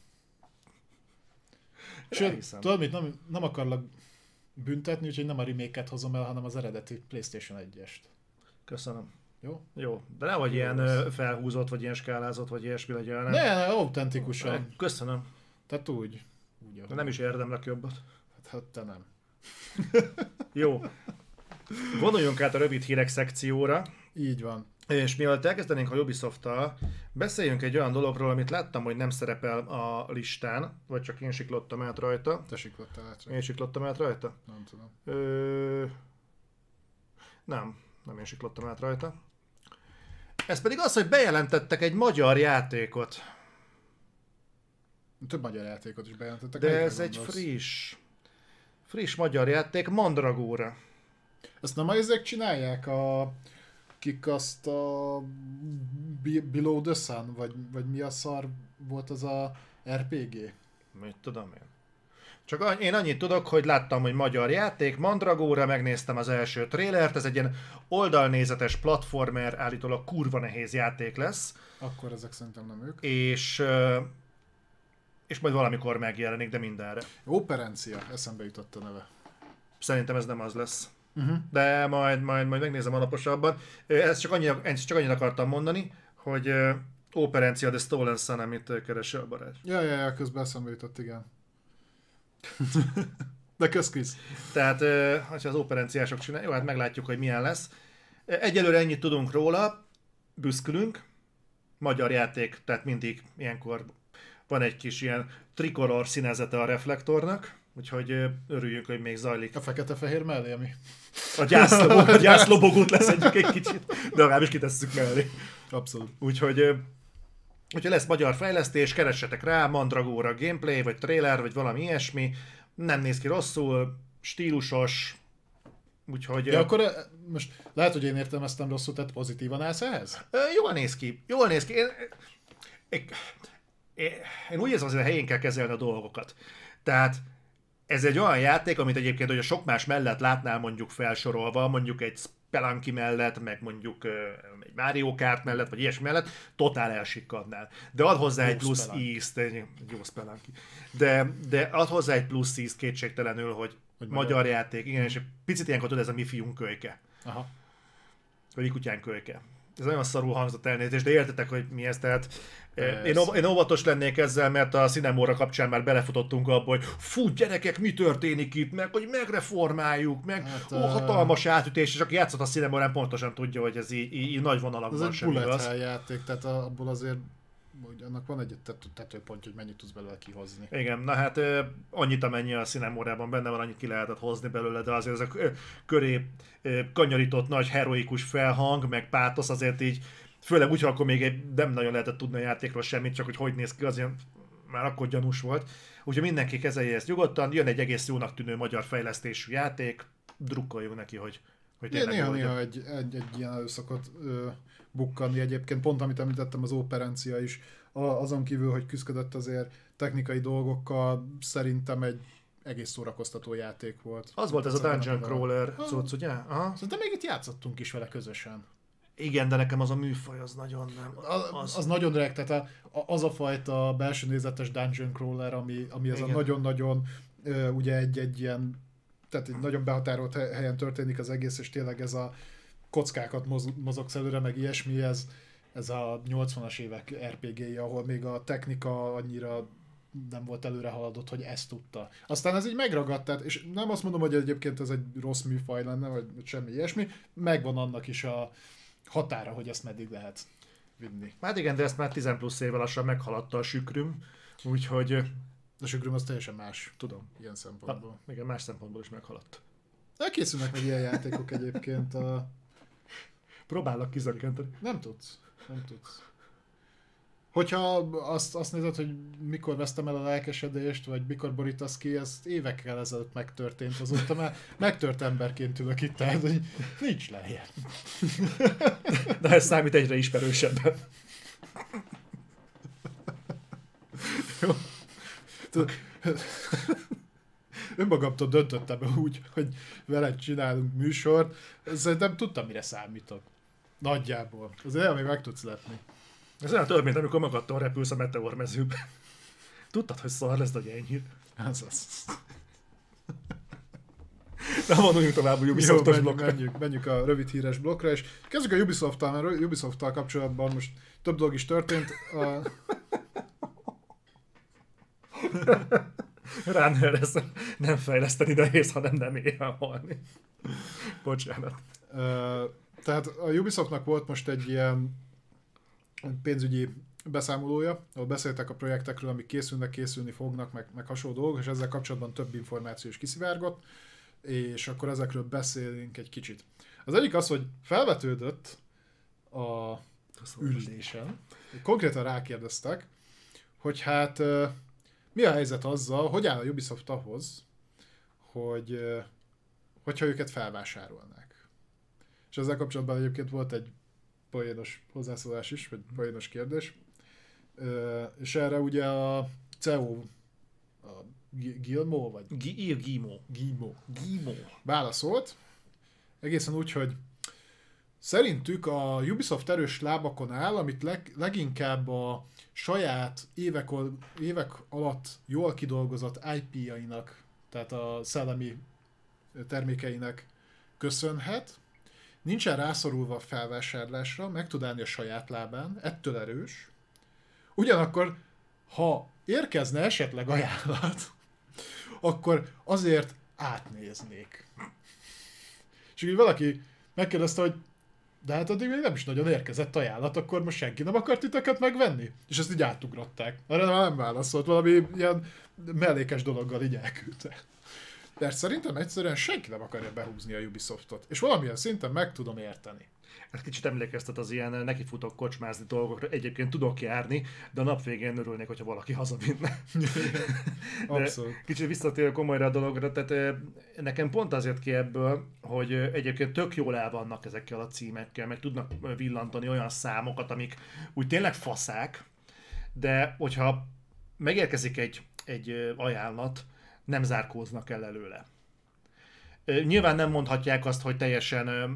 Sőt, tudod mit, nem akarlak büntetni, úgyhogy nem a remake-et hozom el, hanem az eredeti PlayStation 1-est. Köszönöm. Jó? Jó, de nehogy ilyen felhúzott, vagy ilyen skálázott, vagy ilyesmi legyen. Ne, autentikusan. Köszönöm. Tehát úgy. Nem is érdemlek jobbat. Hát te nem. Jó. Vonuljunk át a rövid hírek szekcióra. Így van. És mielőtt elkezdenénk a Ubisoft-tal, beszéljünk egy olyan dologról, amit láttam, hogy nem szerepel a listán, vagy csak én siklottam át rajta. Te siklottál át rajta. Én siklottam át rajta? Nem tudom. Nem én siklottam át rajta. Ez pedig az, hogy bejelentettek egy magyar játékot. Több magyar játékot is bejelentettek. De ez egy friss magyar játék, Mandragora. Ezt nem ezek csinálják kik azt a Below the Sun, vagy mi a szar volt az a RPG? Mit tudom én. Csak én annyit tudok, hogy láttam, hogy magyar játék, Mandragora, megnéztem az első trélert, ez egy ilyen oldalnézetes platformer, állítólag kurva nehéz játék lesz. Akkor ezek szerintem nem ők. És majd valamikor megjelenik, de mindenre. Operencia, eszembe jutott a neve. Szerintem ez nem az lesz. De majd megnézem alaposabban. Ezt csak annyit akartam mondani, hogy Operencia The Stolen Sun, amit keresel a barát. Ja, közben eszembe jutott, igen. De kösz, Krisz. Tehát, ha az operenciások csinálják, jó, hát meglátjuk, hogy milyen lesz. Egyelőre ennyit tudunk róla, büszkülünk. Magyar játék, tehát mindig ilyenkor van egy kis ilyen trikolor színezete a reflektornak, úgyhogy örüljünk, hogy még zajlik. A fekete-fehér mellé, ami... A gyászlobogót leszedjük egy kicsit, de legalábbis kitesszük mellé. Abszolút. Úgyhogy lesz magyar fejlesztés, keressetek rá, Mandragora gameplay, vagy trailer, vagy valami ilyesmi. Nem néz ki rosszul, stílusos, úgyhogy... Ja, akkor most lehet, hogy én értelmeztem rosszul, tehát pozitívan állsz ehhez? Jól néz ki. Én úgy érzem, hogy a helyén kell kezelni a dolgokat. Tehát ez egy olyan játék, amit egyébként, hogy a sok más mellett látnál mondjuk felsorolva, mondjuk egy Spelunky mellett, meg mondjuk egy Mario Kart mellett, vagy ilyesmi mellett, totál elsikkadnál. De ad hozzá egy plusz ízt, jó Spelunky, de ad hozzá egy plusz ízt kétségtelenül, hogy magyar játék, igen, és egy picit ilyenkor tudod, ez a mi fiunk kölyke. Aha. Vagy mi kutyán kölyke. Ez nagyon szarul hangzott elnézést, de értetek, hogy mi ez, tehát én óvatos lennék ezzel, mert a Cinemora kapcsán már belefutottunk abba, hogy fú, gyerekek, mi történik itt, meg hogy megreformáljuk, meg hatalmas átütés, és aki játszott a Cinemorán pontosan tudja, hogy ez így nagy vonalakban sem igaz. Ez egy bullet hell játék, tehát abból azért hogy annak van egy tetőpont, hogy mennyit tudsz belőle kihozni. Igen, na hát annyit, amennyi a Cinemorában benne van, annyit ki lehetett hozni belőle, de azért ez a köré kanyarított nagy heroikus felhang, meg pátosz azért így, főleg úgy, akkor még nem nagyon lehetett tudni a játékról semmit, csak hogy néz ki, azért már akkor gyanús volt. Úgyhogy mindenki kezelje ezt nyugodtan, jön egy egész jónak tűnő magyar fejlesztésű játék, drukkoljunk neki, hogy tényleg néha egy ilyen elő szokott bukkanni egyébként, pont amit említettem, az Operencia is, azon kívül, hogy küzdött azért technikai dolgokkal, szerintem egy egész szórakoztató játék volt. Az volt ez a Dungeon Crawler cucc, ugye? Aha. Szerintem még itt játszottunk is vele közösen. Igen, de nekem az a műfaj az nagyon nem. Az nagyon direkt, tehát az a fajta belső nézetes Dungeon Crawler, ami ez a nagyon-nagyon ugye egy ilyen, tehát egy nagyon behatárolt helyen történik az egész, és tényleg ez a kockákat mozogsz előre, meg ilyesmi, ez a 80-as évek RPG-je, ahol még a technika annyira nem volt előre haladott, hogy ezt tudta. Aztán ez így megragadt, tehát, és nem azt mondom, hogy egyébként ez egy rossz műfaj lenne, vagy semmi ilyesmi, megvan annak is a határa, hogy ezt meddig lehet vinni. Hát igen, de ezt már 10 plusz évvel lassan meghaladta a Sükrüm, úgyhogy... A Sükrüm az teljesen más. Tudom. Ilyen szempontból. Igen, más szempontból is meghaladta. Készülnek meg ilyen játékok egyébként. Próbálok kizökkenteni. Nem tudsz. Hogyha azt nézed, hogy mikor vesztem el a lelkesedést, vagy mikor borítasz ki, ez évekkel ezelőtt megtörtént, azóta már megtört emberként ülök itt, tehát hogy nincs lejjebb. De ez számít egyre ismerősebben. Jó. Önmagamtól döntöttem úgy, hogy veled csinálunk műsort, szerintem tudtam, mire számítok. Nagyjából. Azért még meg tudsz lepni. Ez olyan több, mint amikor magadtól repülsz a meteormezőbe. Tudtad, hogy szar lesz, hogy ennyi? Az. Na, vonuljunk tovább a Ubisoftos blokkra. Menjünk a rövid híres blokkra, és kezdjük a Ubisoft-tal, mert Ubisoft-tal kapcsolatban most több dolog is történt. Runner, ezt nem fejleszteni nehéz, hanem nem éjjel halni. Bocsánat. Tehát a Ubisoftnak volt most egy ilyen pénzügyi beszámolója, ahol beszéltek a projektekről, amik készülni fognak, meg hasonló dolgok, és ezzel kapcsolatban több információ is kiszivárgott, és akkor ezekről beszélünk egy kicsit. Az egyik az, hogy felvetődött a ülésen, konkrétan rákérdeztek, hogy hát Mi a helyzet azzal, hogy áll a Ubisoft ahhoz, hogyha őket felvásárolnák? És ezzel kapcsolatban egyébként volt egy poénos hozzászólás is, vagy poénos kérdés. És erre ugye a CEO, a Gilmo, vagy Gimo válaszolt, egészen úgy, hogy szerintük a Ubisoft erős lábakon áll, amit leginkább a saját évek alatt jól kidolgozott IP-jainak, tehát a szellemi termékeinek köszönhet. Nincsen rászorulva a felvásárlásra, meg tud állni a saját lábán, ettől erős. Ugyanakkor, ha érkezne esetleg ajánlat, akkor azért átnéznék. És így valaki megkérdezte, hogy de hát addig még nem is nagyon érkezett ajánlat, akkor most senki nem akart titeket megvenni? És ezt így átugrották. Arra nem válaszolt, valami ilyen mellékes dologgal így elküldte. De szerintem egyszerűen senki nem akarja behúzni a Ubisoftot. És valamilyen szinten meg tudom érteni. Ez kicsit emlékeztet az ilyen nekifutok kocsmázni dolgokra. Egyébként tudok járni, de a nap végén örülnék, hogyha valaki hazavinne. Abszolút. Kicsit visszatérő komolyra a dologra, tehát nekem pont azért ki ebből, hogy egyébként tök jól el vannak ezekkel a címekkel, meg tudnak villantani olyan számokat, amik úgy tényleg faszák, de hogyha megérkezik egy ajánlat, nem zárkóznak el előle. Nyilván nem mondhatják azt, hogy teljesen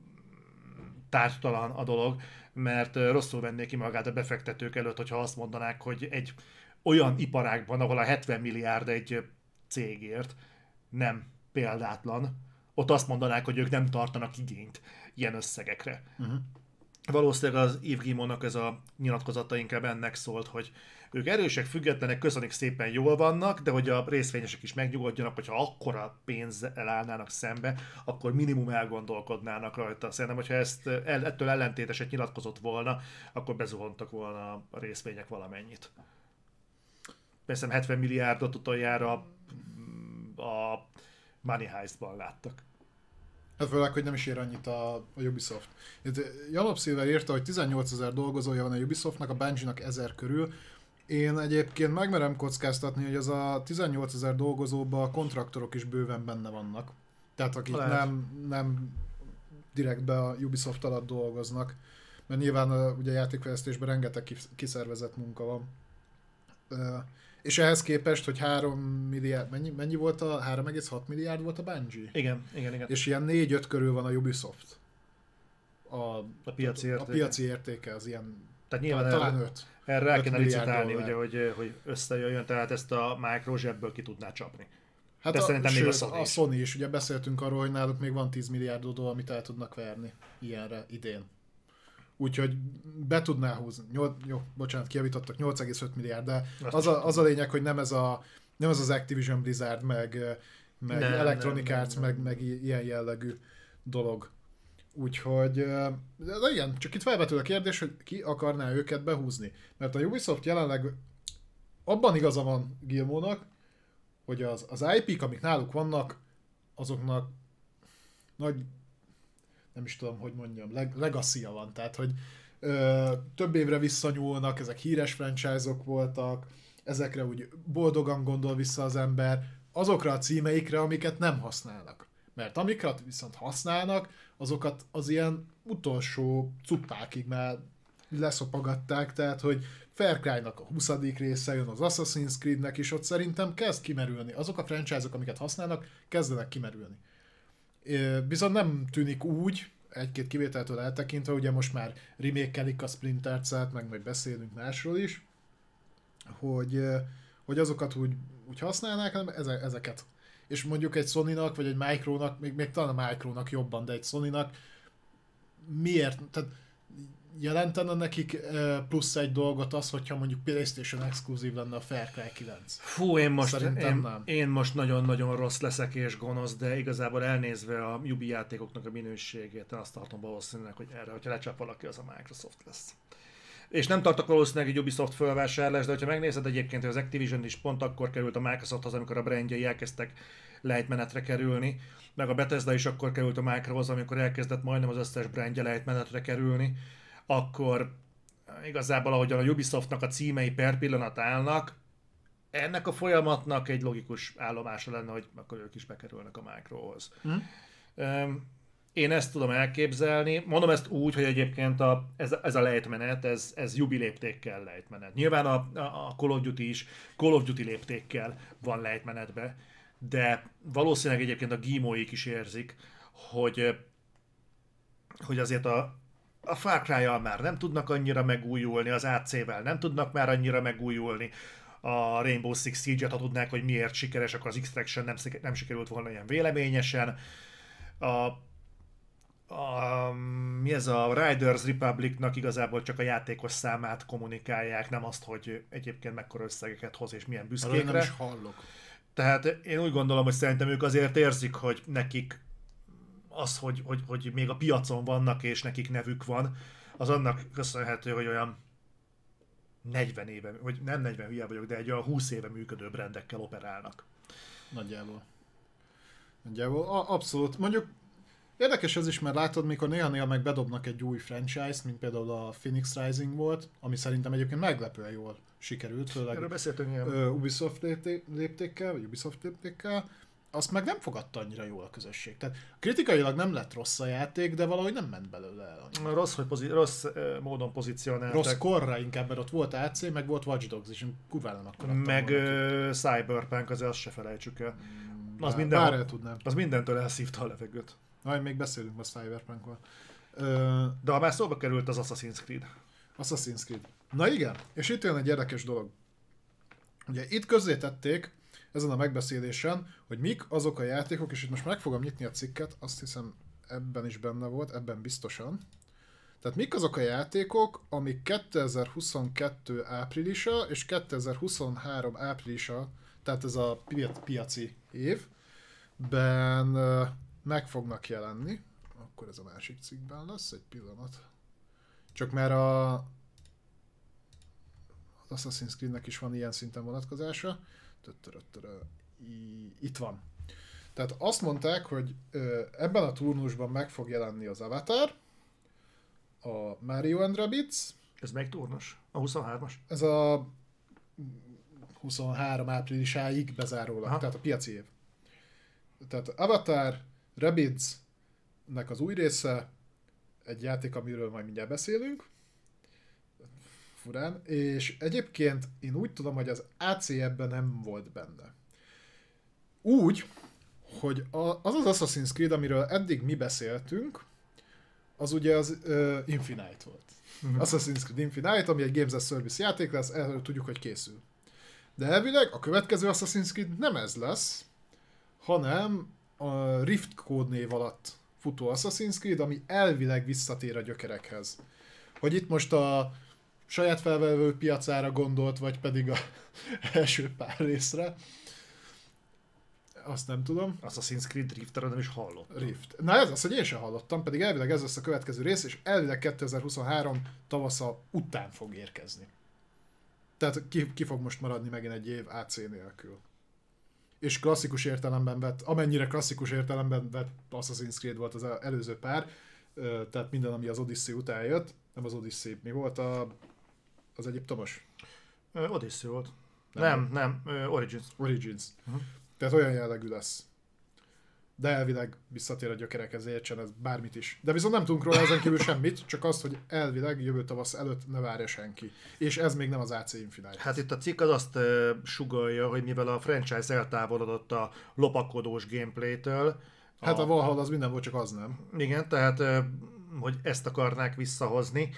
tárgytalan a dolog, mert rosszul vennék ki magát a befektetők előtt, hogyha azt mondanák, hogy egy olyan iparágban, ahol a 70 milliárd egy cégért nem példátlan, ott azt mondanák, hogy ők nem tartanak igényt ilyen összegekre. Valószínűleg az Yves Guillemot-nak ez a nyilatkozata inkább ennek szólt, hogy ők erősek, függetlenek, köszönik szépen, jól vannak, de hogy a részvényesek is megnyugodjanak, hogyha akkora pénzzel állnának szembe, akkor minimum elgondolkodnának rajta. Szerintem, hogyha ettől ellentéteset nyilatkozott volna, akkor bezuhantak volna a részvények valamennyit. Persze 70 milliárdot utoljára a Money Heist-ban láttak. Hát főleg, hogy nem is ér annyit a Ubisoft. Jalop Silver írta, hogy 18 000 dolgozója van a Ubisoftnak, a Bungie-nak 1000 körül. Én egyébként megmerem kockáztatni, hogy az a 18 000 dolgozóban a kontraktorok is bőven benne vannak. Tehát akik nem direktbe a Ubisoft alatt dolgoznak. Mert nyilván ugye a játékfejlesztésben rengeteg kiszervezett munka van. És ehhez képest, hogy 3 milliárd, mennyi volt 3,6 milliárd volt a Bungie? Igen. És ilyen 4-5 körül van a Ubisoft. A piaci értéke. A piaci értéke az ilyen, tehát nyilván talán 5. Erre rá kéne licitálni, ugye, hogy összejöjjön, tehát ezt a Micro zsebből ki tudná csapni. Hát de szerintem még a Sony is, ugye beszéltünk arról, hogy náluk még van 10 milliárd dollár, amit el tudnak verni ilyenre idén. Úgyhogy be tudná húzni. Kijavítottak 8,5 milliárd, de az a lényeg, hogy nem ez az Activision Blizzard, meg Electronic Arts, meg ilyen jellegű dolog. Úgyhogy, de igen, csak itt felvetül a kérdés, hogy ki akarná őket behúzni. Mert a Ubisoft jelenleg abban igaza van Guillemot-nak, hogy az IP-k, amik náluk vannak, azoknak nagy, nem is tudom, hogy mondjam, legacy-ja van. Tehát, hogy több évre visszanyúlnak, ezek híres franchise-ok voltak, ezekre úgy boldogan gondol vissza az ember, azokra a címeikre, amiket nem használnak. Mert amiket viszont használnak, azokat az ilyen utolsó cuppákig már leszopagatták, tehát, hogy Far Cry-nak a 20. része jön, az Assassin's Creed-nek is, ott szerintem kezd kimerülni. Azok a franchise-ok, amiket használnak, kezdenek kimerülni. Viszont nem tűnik úgy, egy-két kivételtől eltekintve, ugye most már remake-elik a Splinter Cell-t, meg majd beszélünk másról is, hogy azokat úgy használnák, hanem ezeket. És mondjuk egy Sony-nak, vagy egy Micronak, még talán a Micronak jobban, de egy Sony-nak miért? Tehát jelentene nekik plusz egy dolgot az, hogyha mondjuk PlayStation exkluzív lenne a Far Cry 9? Fú, én most nagyon-nagyon rossz leszek és gonosz, de igazából elnézve a Ubi játékoknak a minőségét, azt tartom valószínűleg, hogy erre, hogyha lecsap valaki, az a Microsoft lesz. És nem tartok valószínűleg egy Ubisoft fölvásárlás, de ha megnézed egyébként, hogy az Activision is pont akkor került a Microsofthoz, amikor a brandjei elkezdtek lejtmenetre kerülni, meg a Bethesda is akkor került a Microhoz, amikor elkezdett majdnem az összes brandje lejtmenetre kerülni, akkor igazából ahogyan a Ubisoftnak a címei per pillanat állnak, ennek a folyamatnak egy logikus állomása lenne, hogy akkor ők is bekerülnek a Microhoz. Én ezt tudom elképzelni. Mondom ezt úgy, hogy egyébként ez a lejtmenet, ez Ubi léptékkel lejtmenet. Nyilván a Call of Duty is Call of Duty léptékkel van lejtmenetbe, de valószínűleg egyébként a gímóik is érzik, hogy azért a Far Cry-jal már nem tudnak annyira megújulni, az AC-vel nem tudnak már annyira megújulni, a Rainbow Six Siege-et, ha tudnák, hogy miért sikeres, akkor az Extraction nem sikerült volna ilyen véleményesen. Mi ez a Riders Republicnak igazából csak a játékos számát kommunikálják, nem azt, hogy egyébként mekkora összegeket hoz és milyen büszkékre. Arra nem is hallok. Tehát én úgy gondolom, hogy szerintem ők azért érzik, hogy nekik az, hogy még a piacon vannak és nekik nevük van, az annak köszönhető, hogy olyan 40 éve, vagy nem 40 hülye vagyok, de egy olyan 20 éve működő brandekkel operálnak. Nagyjából. Abszolút. Mondjuk érdekes ez is, mert látod, mikor néha-néha meg bedobnak egy új franchise-t, mint például a Phoenix Rising volt, ami szerintem egyébként meglepően jól sikerült, főleg erről beszéltünk ilyen. Ubisoft léptékkel, azt meg nem fogadta annyira jól a közösség. Tehát kritikailag nem lett rossz a játék, de valahogy nem ment belőle el. Rossz módon pozícionálták. Rossz korra inkább, mert ott volt AC, meg volt Watch Dogs is, kurvára nem akkor meg Cyberpunk, azért azt se felejtsük el. Bár el tudnám. Az mindentől elszívta a levegőt. Még beszélünk a Cyberpunkról. De ha már szóba került az Assassin's Creed. Na igen, és itt jön egy érdekes dolog. Ugye itt közzétették ezen a megbeszélésen, hogy mik azok a játékok, és itt most meg fogom nyitni a cikket, azt hiszem ebben is benne volt, ebben biztosan. Tehát mik azok a játékok, amik 2022 áprilisa és 2023 áprilisa, tehát ez a piaci évben meg fognak jelenni. Akkor ez a másik cikkben lesz, egy pillanat. Csak mert az Assassin's Creed-nek is van ilyen szinten vonatkozása. Itt van. Tehát azt mondták, hogy ebben a turnusban meg fog jelenni az Avatar, a Mario and Rabbids. Ez melyik turnus? A 23-as? Ez a 23 áprilisáig bezárólag, aha, tehát a piaci év. Tehát Avatar, Rabbids-nek az új része, egy játék, amiről majd mindjárt beszélünk, furán, és egyébként én úgy tudom, hogy az AC ebben nem volt benne. Úgy, hogy az Assassin's Creed, amiről eddig mi beszéltünk, az ugye az Infinite volt. Assassin's Creed Infinite, ami egy Games as Service játék lesz, erről tudjuk, hogy készül. De elvileg a következő Assassin's Creed nem ez lesz, hanem a Rift kódnév alatt futó Assassin's Creed, ami elvileg visszatér a gyökerekhez. Hogy itt most a saját felvevő piacára gondolt, vagy pedig a első pár részre. Azt nem tudom. Assassin's Creed Rift-ről nem is hallottam. Rift. Na ez az, hogy én sem hallottam, pedig elvileg ez lesz a következő rész, és elvileg 2023 tavasza után fog érkezni. Tehát ki fog most maradni megint egy év AC nélkül. És klasszikus értelemben vett, amennyire klasszikus értelemben vett Assassin's Creed volt az előző pár, tehát minden, ami az Odyssey után jött, nem az Odyssey, mi volt az egyiptomos? Odyssey volt. Nem, Origins. Uh-huh. Tehát olyan jellegű lesz. De elvileg visszatér a gyökerekhez, értsen ez bármit is. De viszont nem tudunk róla ezen kívül semmit, csak azt, hogy elvileg jövő tavasz előtt ne várja senki. És ez még nem az AC Infinite. Hát itt a cikk az azt sugallja, hogy mivel a franchise eltávolodott a lopakodós gameplaytől. Hát a Valhalla az minden volt, csak az nem. Igen, tehát hogy ezt akarnák visszahozni.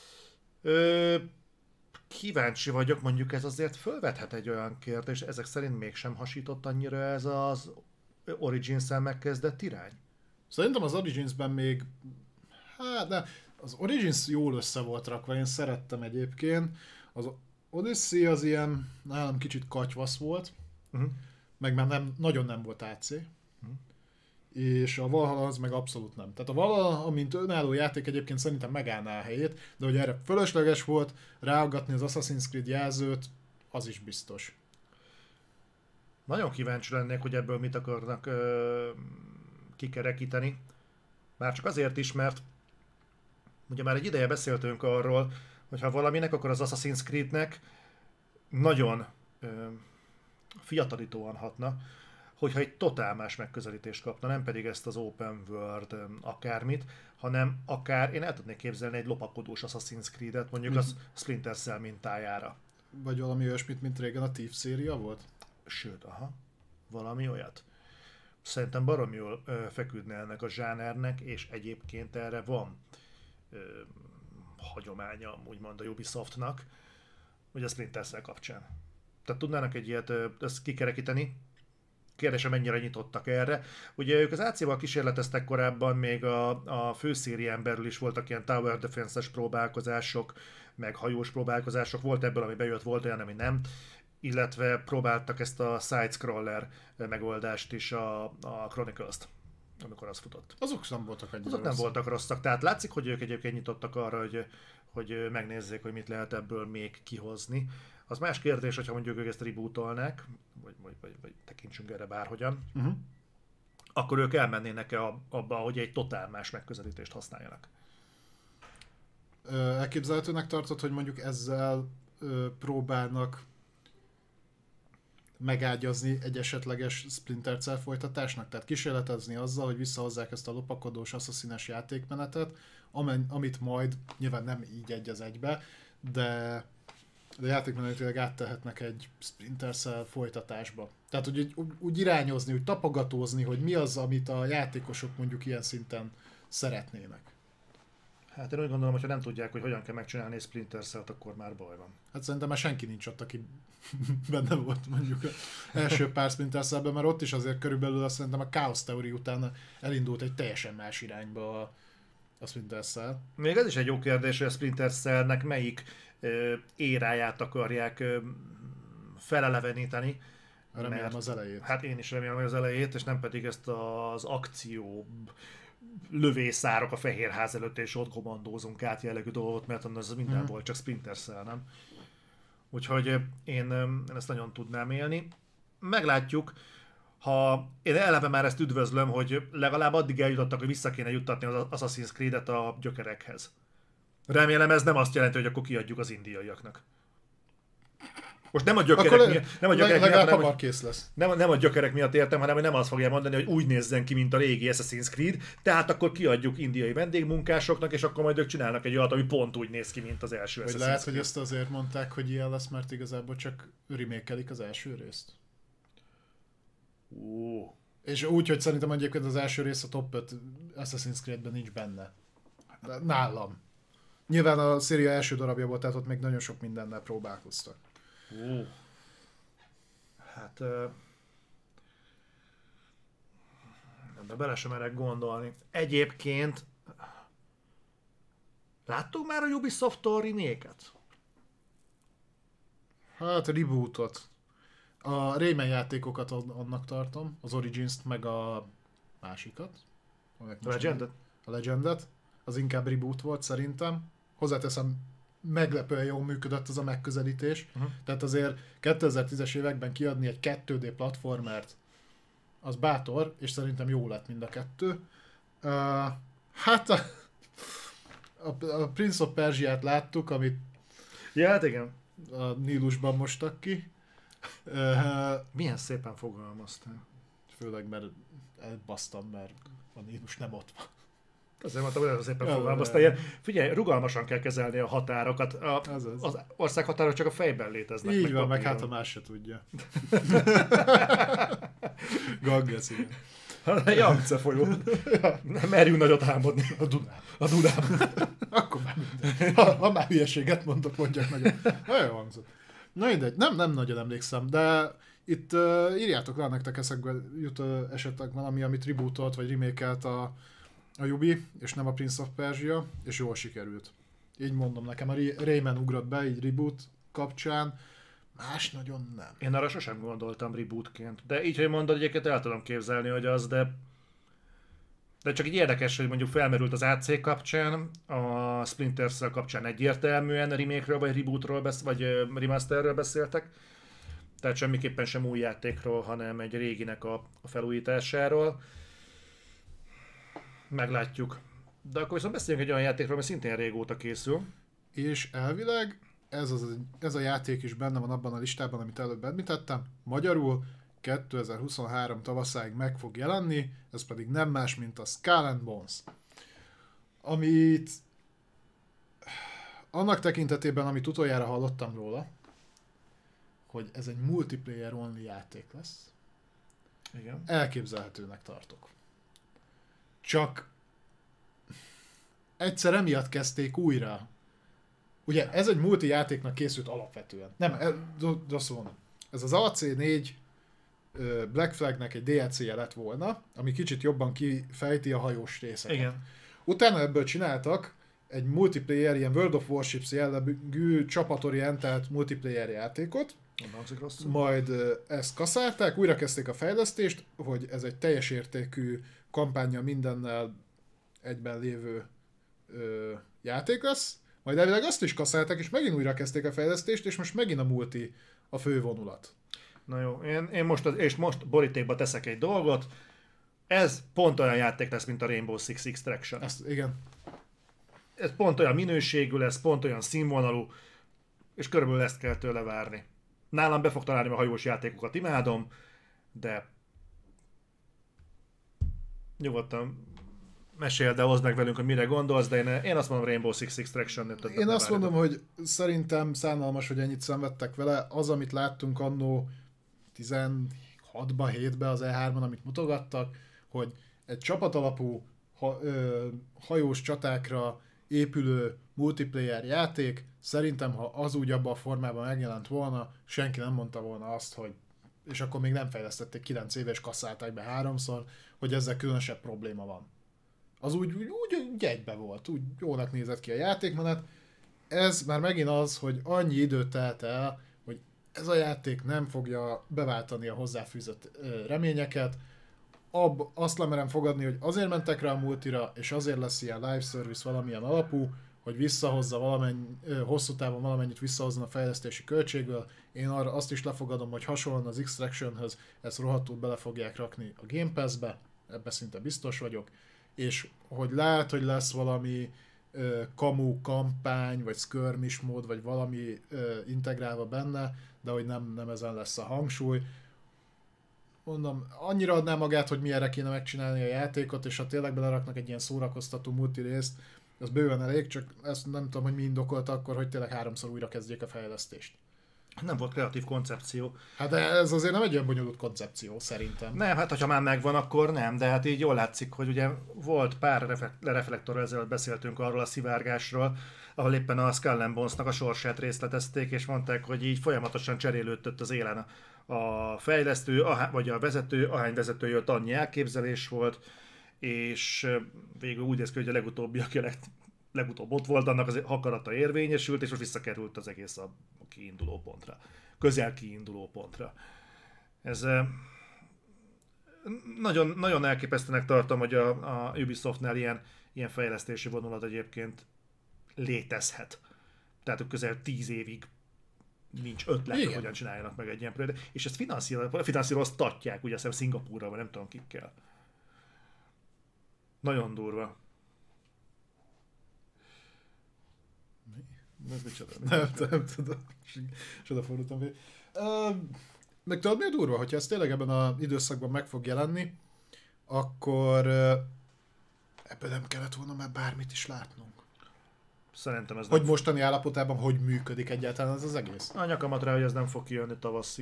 Kíváncsi vagyok, mondjuk ez azért fölvethet egy olyan kérdést, ezek szerint mégsem hasított annyira ez az Origins-el megkezdett irány? Szerintem az Origins-ben még... Hát, de az Origins jól össze volt rakva, én szerettem egyébként. Az Odyssey az ilyen, nálam kicsit katyvasz volt, meg már nagyon nem volt AC. És a Valhalla az meg abszolút nem. Tehát a Valhalla, mint önálló játék egyébként szerintem megállná a helyét, de hogy erre fölösleges volt ráaggatni az Assassin's Creed jelzőt, az is biztos. Nagyon kíváncsi lennék, hogy ebből mit akarnak kikerekíteni. Már csak azért is, mert ugye már egy ideje beszéltünk arról, hogy ha valaminek, akkor az Assassin's Creednek nagyon fiatalítóan hatna, hogyha egy totál más megközelítést kapna, nem pedig ezt az open world akármit, hanem akár én el tudnék képzelni egy lopakodós Assassin's Creed-et, mondjuk a Splinter Cell mintájára. Vagy valami olyasmit, mint régen a Thief széria volt? Sőt, valami olyat. Szerintem baromi jól feküdne ennek a zsánernek, és egyébként erre van hagyománya, úgymond a Ubisoftnak, hogy a Splinter Cell kapcsán. Tehát tudnának egy ilyet ezt kikerekíteni. Kérdésem, mennyire nyitottak erre. Ugye ők az AC-val kísérleteztek korábban, még a főszérián belül is voltak ilyen Tower Defense-es próbálkozások, meg hajós próbálkozások. Volt ebből, ami bejött, volt olyan, ami nem. Illetve próbáltak ezt a side-scroller megoldást is, a Chronicles-t, amikor az futott. Azok nem voltak annyira Azok nem voltak rosszak. Tehát látszik, hogy ők egyébként nyitottak arra, hogy megnézzék, hogy mit lehet ebből még kihozni. Az más kérdés, hogyha mondjuk ők ezt rebootolnák, vagy tekintsünk erre bárhogyan, akkor ők elmennének-e abba, hogy egy totál más megközelítést használjanak. Elképzelhetőnek tartod, hogy mondjuk ezzel próbálnak megágyazni egy esetleges Splinter Cell folytatásnak? Tehát kísérletezni azzal, hogy visszahozzák ezt a lopakodós asszaszínes játékmenetet, amit majd nyilván nem így egy az egybe, de játékmenetileg áttehetnek egy Splinter Cell folytatásba. Tehát úgy irányozni, úgy tapogatózni, hogy mi az, amit a játékosok mondjuk ilyen szinten szeretnének. Hát én úgy gondolom, hogy ha nem tudják, hogy hogyan kell megcsinálni egy Splinter Cell-t, akkor már baj van. Hát szerintem már senki nincs ott, aki benne volt mondjuk az első pár Splinter Cell-ben, mert ott is azért körülbelül azt szerintem a Chaos Theory után elindult egy teljesen más irányba a Splinter Cell. Még ez is egy jó kérdés, hogy a Splinter Cell-nek melyik éráját akarják feleleveníteni. Remélem az elejét. Hát én is remélem, hogy az elejét, és nem pedig ezt az akció lövészárok a Fehérház előtt, és ott kommandózunk át jellegű dolgot, mert az minden volt, csak Splinter Cell, nem? Úgyhogy én ezt nagyon tudnám élni. Meglátjuk, ha én eleve már ezt üdvözlöm, hogy legalább addig eljutottak, hogy vissza kéne juttatni az Assassin's Creed-et a gyökerekhez. Remélem ez nem azt jelenti, hogy akkor kiadjuk az indiaiaknak. Most nem a gyökerek miatt, nem a gyökerek miatt értem, hanem hogy nem azt fogja mondani, hogy úgy nézzen ki, mint a régi Assassin's Creed, tehát akkor kiadjuk indiai vendégmunkásoknak, és akkor majd ők csinálnak egy olyat, ami pont úgy néz ki, mint az első Assassin's Creed. Lehet, hogy ezt azért mondták, hogy ilyen lesz, mert igazából csak remékelik az első részt. És úgy, hogy szerintem egyébként az első rész a top 5 Assassin's Creed-ben nincs benne. Nálam. Nyilván a széria első darabja volt, tehát ott még nagyon sok mindennel próbálkoztak. Hát... de bele sem merek gondolni. Egyébként... láttuk már a Ubisoft-tól remake-et? Hát rebootot. A Rayman játékokat annak tartom, az Origins-t meg a másikat. A Legendet? A Legendet. Az inkább reboot volt szerintem. Hozzáteszem, meglepően jól működött az a megközelítés. Tehát azért 2010-es években kiadni egy 2D platformert, az bátor, és szerintem jó lett mind a kettő. Hát a Prince of Persia-t láttuk, amit ja, hát igen. A Nílusban mostak ki. Milyen szépen fogalmaztál. Főleg, mert elbasztam, mert a Nílus nem ott van. Azért mondtam, hogy szépen fogalmaztál. Figyelj, rugalmasan kell kezelni a határokat. Az országhatárok csak a fejben léteznek. Így van, meg hát a más se tudja. Ganges, igen. A Yangtze folyó. Nem merjünk nagyot álmodni. A Dunában. Akkor már minden. Ha már hülyeséget mondok, mondjak nagyot. Nagyon hangzott. Na mindegy, nem nagyon emlékszem, de itt írjátok rá, nektek eszekbe jut esetleg valami, amit rebootolt vagy remake-elt a Ubi, és nem a Prince of Persia, és jól sikerült. Így mondom, nekem a Rayman ugrott be, így reboot kapcsán, más nagyon nem. Én arra sosem gondoltam rebootként, de így, hogy mondod, egyébként el tudom képzelni, hogy az, de csak így érdekes, hogy mondjuk felmerült az AC kapcsán, a Splinter Cell kapcsán egyértelműen remake-ről, vagy rebootról, vagy remasterről beszéltek, tehát semmiképpen sem új játékról, hanem egy réginek a felújításáról. Meglátjuk. De akkor viszont beszéljünk egy olyan játékról, ami szintén régóta készül. És elvileg ez a játék is benne van abban a listában, amit előbb említettem. Magyarul 2023 tavaszáig meg fog jelenni, ez pedig nem más, mint a Skull and Bones. Amit annak tekintetében, amit utoljára hallottam róla, hogy ez egy multiplayer only játék lesz, Igen. elképzelhetőnek tartok. Csak egyszer emiatt kezdték újra. Ugye ez egy multi játéknak készült alapvetően. Nem, szóval ez az AC4 Black Flagnek egy DLC-je lett volna, ami kicsit jobban kifejti a hajós részeket. Igen. Utána ebből csináltak egy multiplayer, ilyen World of Warships jellegű csapatorientált multiplayer játékot, majd ezt kaszálták, újra kezdték a fejlesztést, hogy ez egy teljes értékű kampánya mindennel egyben lévő játék lesz, majd elvileg azt is kaszálták, és megint újra kezdték a fejlesztést, és most megint a multi a fő vonulat. Na jó, én most borítékba teszek egy dolgot. Ez pont olyan játék lesz, mint a Rainbow Six Extraction. Igen. Ez pont olyan minőségű lesz, pont olyan színvonalú, és körülbelül ezt kell tőle várni. Nálam be fog találni a hajós játékokat, imádom, de nyugodtan meséld, de hozd meg velünk, hogy mire gondolsz, de én azt mondom Rainbow Six Extraction. Én azt mondom, hogy szerintem szánalmas, hogy ennyit szenvedtek vele. Az, amit láttunk annó 16-ba, 7-be az E3-on, amit mutogattak, hogy egy csapatalapú hajós csatákra épülő multiplayer játék, szerintem, ha az úgy abban a formában megjelent volna, senki nem mondta volna azt, hogy és akkor még nem fejlesztették 9 éve, és kasszálták be 3-szor, hogy ezzel különösebb probléma van. Az úgy egybe volt, úgy jónak nézett ki a játékmenet. Ez már megint az, hogy annyi időt telt el, hogy ez a játék nem fogja beváltani a hozzáfűzött reményeket. Azt lemerem fogadni, hogy azért mentek rá a multira, és azért lesz ilyen live service valamilyen alapú, hogy visszahozza hosszú távon valamennyit visszahozzon a fejlesztési költségből. Én arra azt is lefogadom, hogy hasonlóan az Extractionhöz ezt rohadtul bele fogják rakni a Game Pass-be, ebben szinte biztos vagyok, és hogy lehet, hogy lesz valami kamu kampány, vagy skirmish mód, vagy valami integrálva benne, de hogy nem ezen lesz a hangsúly. Mondom, annyira adná magát, hogy mi erre kéne megcsinálni a játékot, és ha tényleg beleraknak egy ilyen szórakoztató multi részt, az bőven elég, csak ezt nem tudom, hogy mi indokolta akkor, hogy tényleg 3-szor újra kezdjék a fejlesztést. Nem volt kreatív koncepció. Hát de ez azért nem egy olyan bonyolult koncepció, szerintem. Nem, hát ha már megvan, akkor nem, de hát így jól látszik, hogy ugye volt pár reflektorral ezelőtt beszéltünk arról a szivárgásról, ahol éppen a Skull and Bones-nak a sorsát részletezték, és mondták, hogy így folyamatosan cserélődött az élen a fejlesztő, vagy a vezető, ahány vezető jött, annyi elképzelés volt, és végül úgy néz ki, hogy a legutóbbi, aki legutóbb ott volt, annak az akarata érvényesült, és most visszakerült az egész a kiinduló pontra. Közel kiinduló pontra. Ez nagyon, nagyon elképesztőnek tartom, hogy a Ubisoftnál ilyen fejlesztési vonulat egyébként létezhet. Tehát közel 10 évig nincs ötlet, hogy hogyan csináljanak meg egy ilyen projektet. És ezt finanszíroztatják, ugye azt hiszem Szingapúrral, vagy nem tudom kikkel. Nagyon durva. Ez micsoda? Nem tudom. És odafordultam végig. Meg tudod, mi a durva? Hogyha ez tényleg ebben az időszakban meg fog jelenni, akkor ebben nem kellett volna már bármit is látnunk. Szerintem ez hogy mostani állapotában hogy működik egyáltalán ez az egész? A nyakamat rá, hogy ez nem fog kijönni tavasszig.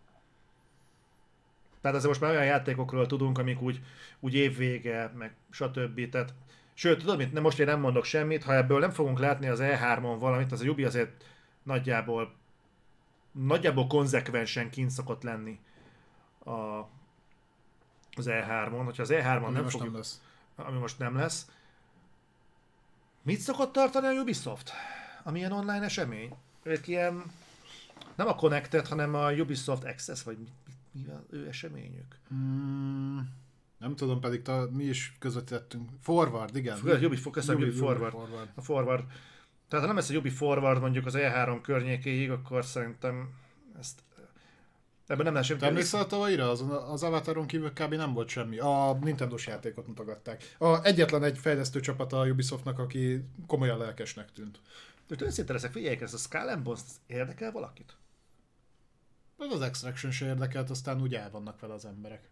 Tehát ezzel most már olyan játékokról tudunk, amik úgy évvége, meg stb. Tehát, sőt, tudod mit, most én nem mondok semmit, ha ebből nem fogunk látni az E3-on valamit, az a Ubi azért nagyjából konzekvensen kint szokott lenni az E3-on. Hogyha az E3-on nem fogjuk... Nem lesz. Ami most nem lesz. Mit szokott tartani a Ubisoft? Ami ilyen online esemény? Ők ilyen... Nem a Connected, hanem a Ubisoft Access, vagy mi az ő eseményük? Nem tudom, pedig mi is közvetítettünk. Forward, igen. Ubi Forward. A Forward. Tehát ha nem lesz a Ubi Forward mondjuk az E3 környékéig, akkor szerintem ebben nem lesz semmi. Te emlékszel tavalyira? Az Avataron kívül kb. Nem volt semmi. A Nintendo-s játékot mutogatták. Egyetlen egy fejlesztő csapat a Ubisoftnak, aki komolyan lelkesnek tűnt. Most őszinte leszek, figyeljék, ez a Skull and Bones érdekel valakit? Az Extraction se érdekelt, aztán úgy el vannak vele az emberek.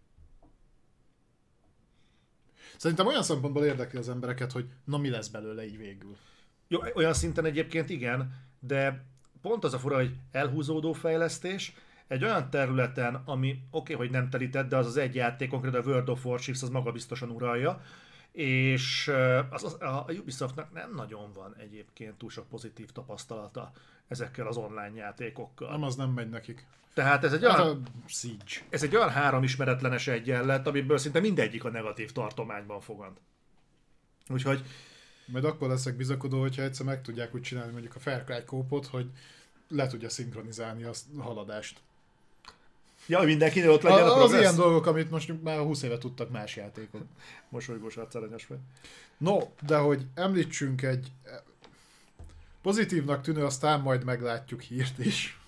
Szerintem olyan szempontból érdekli az embereket, hogy na mi lesz belőle így végül. Jó, olyan szinten egyébként igen, de pont az a fura, hogy elhúzódó fejlesztés, egy olyan területen, ami oké, hogy nem telített, de az egy játék, konkrétan a World of Warships, az maga biztosan uralja, és a Ubisoftnak nem nagyon van egyébként túl sok pozitív tapasztalata ezekkel az online játékokkal. Nem, az nem megy nekik. Tehát ez Ez egy olyan 3 ismeretlenes egyenlet, amiből szinte mindegyik a negatív tartományban fogant. Úgyhogy... Majd akkor leszek bizakodó, hogyha egyszer meg tudják úgy csinálni mondjuk a Far Cry kópot, hogy le tudja szinkronizálni a haladást. Ja, mindenkinél ott legyen a az ilyen dolgok, amit most már 20 éve tudtak más játékok. Mosolygós arcáranyos vagy. No, de hogy említsünk egy pozitívnak tűnő, aztán majd meglátjuk hírt is.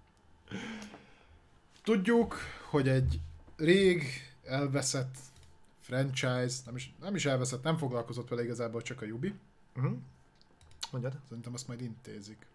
Tudjuk, hogy egy rég elveszett franchise, nem is elveszett, nem foglalkozott vele igazából, csak a Ubi. Mondjad. Szerintem azt majd intézik.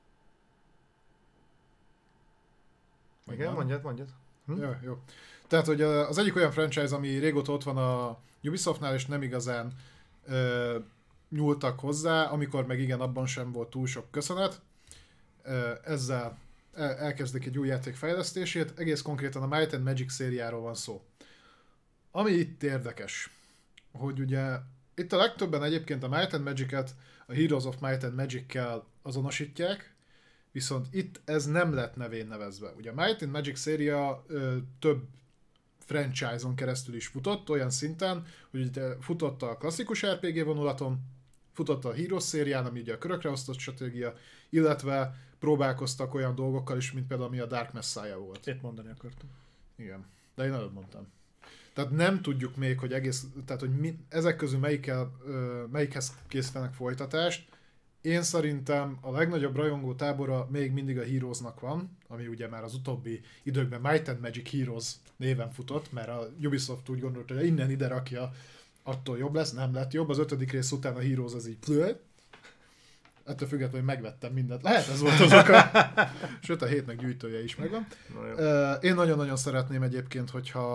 Igen, mondjad. Jó. Tehát, hogy az egyik olyan franchise, ami régóta ott van a Ubisoftnál, és nem igazán nyúltak hozzá, amikor meg igen, abban sem volt túl sok köszönet. Ezzel elkezdik egy új játék fejlesztését, egész konkrétan a Might and Magic szériáról van szó. Ami itt érdekes, hogy ugye itt a legtöbben egyébként a Might and Magic-et a Heroes of Might and Magic-kel azonosítják, viszont itt ez nem lett nevén nevezve. Ugye a Might and Magic széria több franchise-on keresztül is futott, olyan szinten, hogy futott a klasszikus RPG vonulaton, futott a Heroes szérián, ami ugye a körökre osztott stratégia, illetve próbálkoztak olyan dolgokkal is, mint például ami a Dark Messiah volt. Épp mondani akartam. Igen, de én előbb mondtam. Tehát nem tudjuk még, hogy ezek közül melyikhez készítenek folytatást. Én szerintem a legnagyobb rajongó tábora még mindig a Heroesnak van, ami ugye már az utóbbi időkben Might and Magic Heroes néven futott, mert a Ubisoft úgy gondolta, hogy innen ide rakja, attól jobb lesz, nem lett jobb. Az 5. rész után a Heroes az így ettől függetlenül megvettem mindent. Lehet ez volt az oka. Sőt, a hétnek gyűjtője is megvan. Én nagyon-nagyon szeretném egyébként,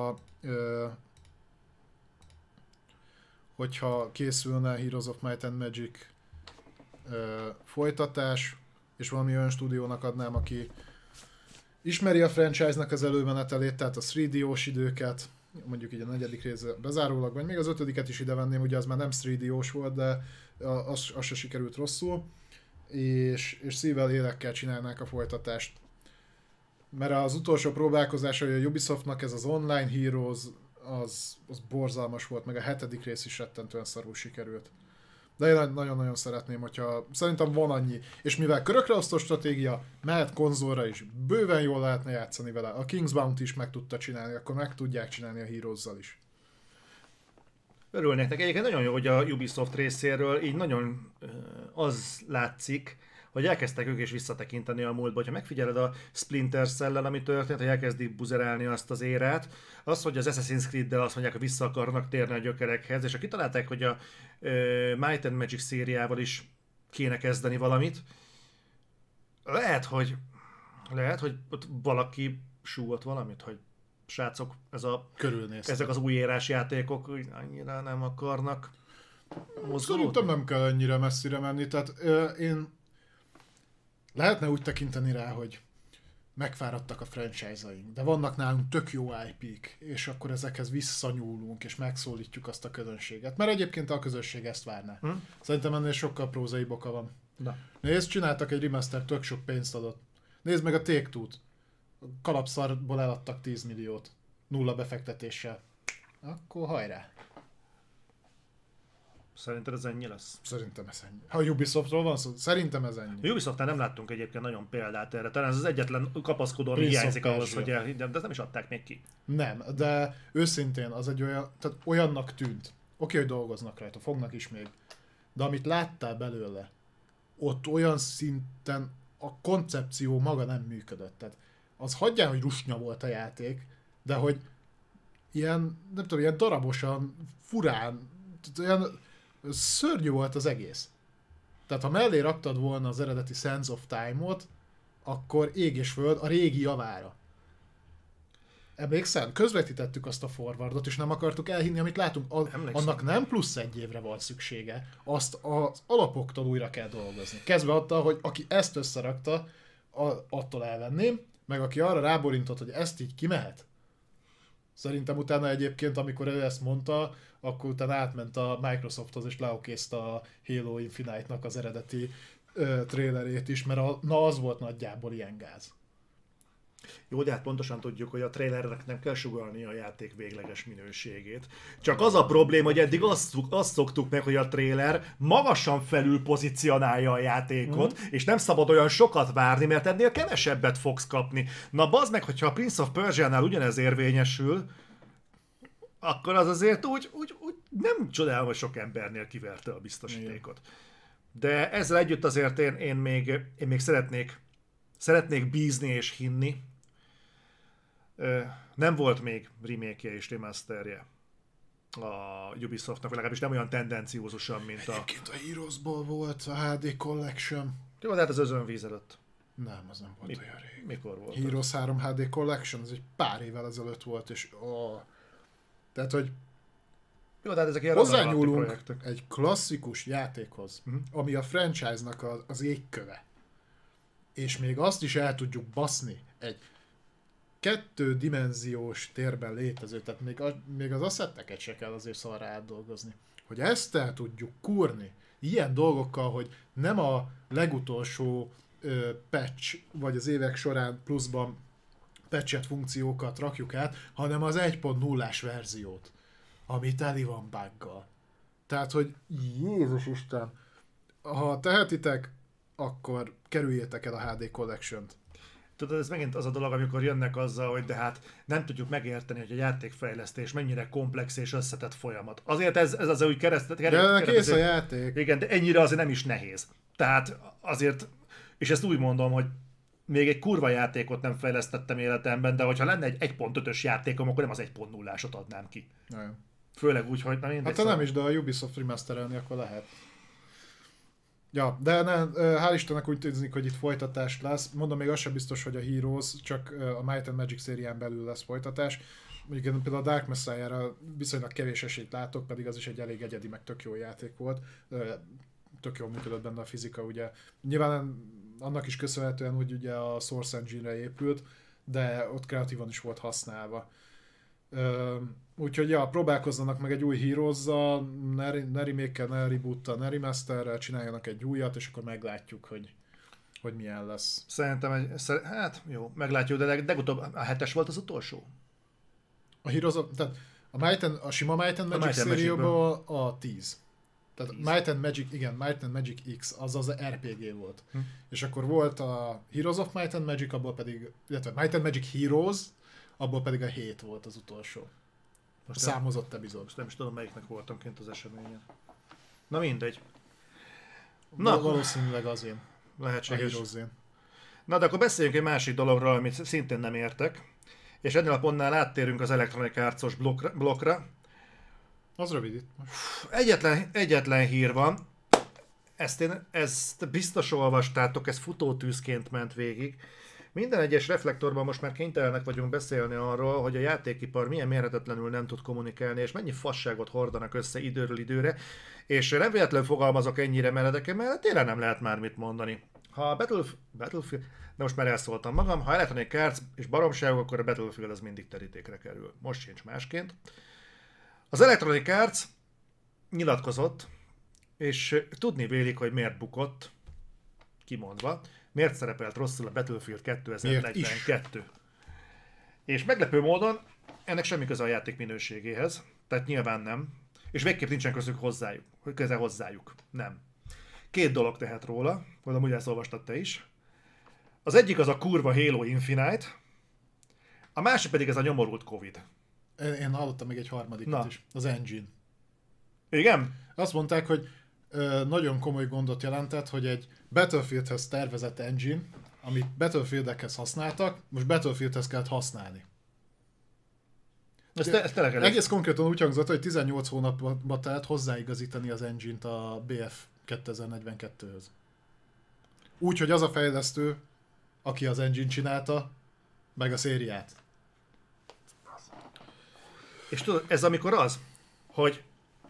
hogyha készülne Heroes of Might and Magic folytatás, és valami olyan stúdiónak adnám, aki ismeri a franchise-nak az előmenetelét, tehát a 3D-os időket, mondjuk így a 4. rész bezárólag, vagy még az 5. is ide venném, ugye az már nem 3D-os volt, de az se sikerült rosszul, és szívvel lélekkel csinálnák a folytatást. Mert az utolsó próbálkozása, hogy a Ubisoftnak ez az Online Heroes, az borzalmas volt, meg a 7. rész is rettentően szarul sikerült. De én nagyon-nagyon szeretném, hogyha szerintem van annyi. És mivel körökre osztó stratégia, mehet konzolra is, bőven jól lehetne játszani vele. A Kingsbound is meg tudta csinálni, akkor meg tudják csinálni a Heroes-zal is. Örülnék neki. Egyébként nagyon jó, hogy a Ubisoft részéről így nagyon az látszik, hogy elkezdtek ők is visszatekinteni a múltba. Ha megfigyeled a Splinter Cell-el, ami történt, hogy elkezdik buzerálni azt az érát, az, hogy az Assassin's Creed-del azt mondják, hogy vissza akarnak térni a gyökerekhez, és kitalálták, hogy a Might and Magic szériával is kéne kezdeni valamit. Lehet, hogy ott valaki súgott valamit, hogy srácok, ezek az új érás játékok annyira nem akarnak mozgolódni. Szerintem nem kell ennyire messzire menni, tehát lehetne úgy tekinteni rá, hogy megfáradtak a franchise-aink, de vannak nálunk tök jó IP-k, és akkor ezekhez visszanyúlunk, és megszólítjuk azt a közönséget. Mert egyébként a közönség ezt várná. Szerintem ennél sokkal prózai boka van. Na. Nézd, csináltak egy remaster, tök sok pénzt adott. Nézd meg a Take-Two-t. Kalapszarból eladtak 10 milliót. 0 befektetéssel. Akkor hajrá! Szerinted ez ennyi lesz? Szerintem ez ennyi. Ha a Ubisoftról van szó, szerintem ez ennyi. A Ubisoftnál nem láttunk egyébként nagyon példát erre. Talán ez az egyetlen kapaszkodó, ami hiányzik ahhoz, hogy de ezt nem is adták még ki. Nem, de őszintén az egy olyan, tehát olyannak tűnt. Oké, hogy dolgoznak rajta, fognak is még. De amit láttál belőle, ott olyan szinten a koncepció maga nem működött. Tehát az hagyján, hogy rusnya volt a játék, de hogy ilyen, nem tudom, ilyen darabosan, furán, olyan szörnyű volt az egész. Tehát ha mellé raktad volna az eredeti Sands of Time-ot, akkor ég és föld a régi javára. Emlékszel? Közvetítettük azt a forwardot, és nem akartuk elhinni, amit látunk. Annak nem plusz 1 évre volt szüksége. Azt az alapoktól újra kell dolgozni. Kezdve attól, hogy aki ezt összerakta, attól elvenném, meg aki arra ráborintott, hogy ezt így kimehet. Szerintem utána egyébként, amikor ő ezt mondta, akkor utána átment a Microsofthoz, és leokézte a Halo Infinite-nak az eredeti trailerét is, mert az volt nagyjából ilyen gáz. Jó, de hát pontosan tudjuk, hogy a trailernek nem kell sugallni a játék végleges minőségét. Csak az a probléma, hogy eddig azt szoktuk meg, hogy a trailer magasan felül pozícionálja a játékot, és nem szabad olyan sokat várni, mert ennél kevesebbet fogsz kapni. Na bazd meg, hogyha a Prince of Persia-nál ugyanez érvényesül, akkor az azért úgy nem csodálom, hogy sok embernél kiverte a biztosítékot. De ezzel együtt azért én még szeretnék bízni és hinni. Nem volt még remake-je és remasterje a Ubisoftnak, legalábbis nem olyan tendenciózusan, mint Egyébként a Heroesból volt a HD Collection. Jó, de hát az özönvíz előtt. Nem, az nem volt olyan rég. Mikor volt? Heroes 3 HD Collection, ez egy pár évvel ezelőtt volt, és tehát, hogy jó, de hát ezek ilyen hozzányúlunk egy klasszikus játékhoz, ami a franchise-nak az égköve. És még azt is el tudjuk baszni egy 2-dimenziós térben létező, tehát még az asszetteket se kell azért szarra átdolgozni. Hogy ezt el tudjuk kurni ilyen dolgokkal, hogy nem a legutolsó patch, vagy az évek során pluszban patchet funkciókat rakjuk át, hanem az 1.0-ás verziót, ami teli van buggal. Tehát, hogy Jézus Isten, ha tehetitek, akkor kerüljétek el a HD Collection-t. Tudod, ez megint az a dolog, amikor jönnek azzal, hogy de hát nem tudjuk megérteni, hogy a játékfejlesztés mennyire komplex és összetett folyamat. Azért ez az úgy de kész a játék. Igen, de ennyire azért nem is nehéz. Tehát azért, és ezt úgy mondom, hogy még egy kurva játékot nem fejlesztettem életemben, de hogyha lenne egy 1.5-ös játékom, akkor nem az 1.0-ásot adnám ki. Nagyon. Főleg úgy, hogy hát ha nem is, de a Ubisoft remasterelni, akkor lehet. Ja, de hál' Istennek úgy tűnik, hogy itt folytatás lesz. Mondom, még az sem biztos, hogy a Heroes, csak a Might and Magic szérián belül lesz folytatás. Mondjuk például a Dark Messiah-ra viszonylag kevés esélyt látok, pedig az is egy elég egyedi, meg tök jó játék volt. Tök jól működött benne a fizika, ugye. Nyilván annak is köszönhetően, hogy ugye a Source Engine-re épült, de ott kreatívan is volt használva. Úgyhogy ja, próbálkozzanak meg egy új Heroes-zal, ne remake-kel, ne reboot-tal, ne remasterrel, csináljanak egy újat, és akkor meglátjuk, hogy milyen lesz. Szerintem hát jó, meglátjuk, de legutóbb a 7-es volt az utolsó. A Heroes, tehát a sima Might and Magic szérióból a 10. Tehát 10. Might and Magic X, az az RPG volt. És akkor volt a Heroes of Might and Magic, abból pedig, illetve Might and Magic Heroes, abból pedig a 7 volt az utolsó. Most a számozott epizód. Most nem is tudom, melyiknek voltam kint az eseményen. Na mindegy. Na, valószínűleg az én. Lehetséges. Na, de akkor beszéljünk egy másik dologról, amit szintén nem értek. És ennél a pontnál áttérünk az Electronic Arts-os blokkra. Az rövid itt most. Egyetlen hír van. Ezt biztos olvastátok, ez futótűzként ment végig. Minden egyes reflektorban most már kénytelenek vagyunk beszélni arról, hogy a játékipar milyen mérhetetlenül nem tud kommunikálni, és mennyi fasságot hordanak össze időről időre, és nem véletlenül fogalmazok ennyire meredeken, mert tényleg nem lehet már mit mondani. Ha a Battlefield, de most már elszóltam magam, ha Electronic Arts és baromságok, akkor a Battlefield az mindig terítékre kerül. Most sincs másként. Az Electronic Arts nyilatkozott, és tudni vélik, hogy miért bukott, kimondva, miért szerepelt rosszul a Battlefield 2042. És meglepő módon ennek semmi köze a játék minőségéhez, tehát nyilván nem, és végképp nincsen köze hozzájuk. Nem. 2 dolog tehet róla, mondom, úgy ezt olvastad te is. Az egyik az a kurva Halo Infinite, a másik pedig ez a nyomorult Covid. Én hallottam még egy harmadikat is, az Engine. Igen? Azt mondták, hogy nagyon komoly gondot jelentett, hogy egy Battlefieldhez tervezett engine, amit Battlefieldekhez használtak, most Battlefieldhez kellett használni. Egész konkrétan úgy hangzott, hogy 18 hónapba telt hozzáigazítani az engine-t a BF 2042-höz. Úgyhogy az a fejlesztő, aki az engine csinálta, meg a szériát. És tudod, ez amikor az, hogy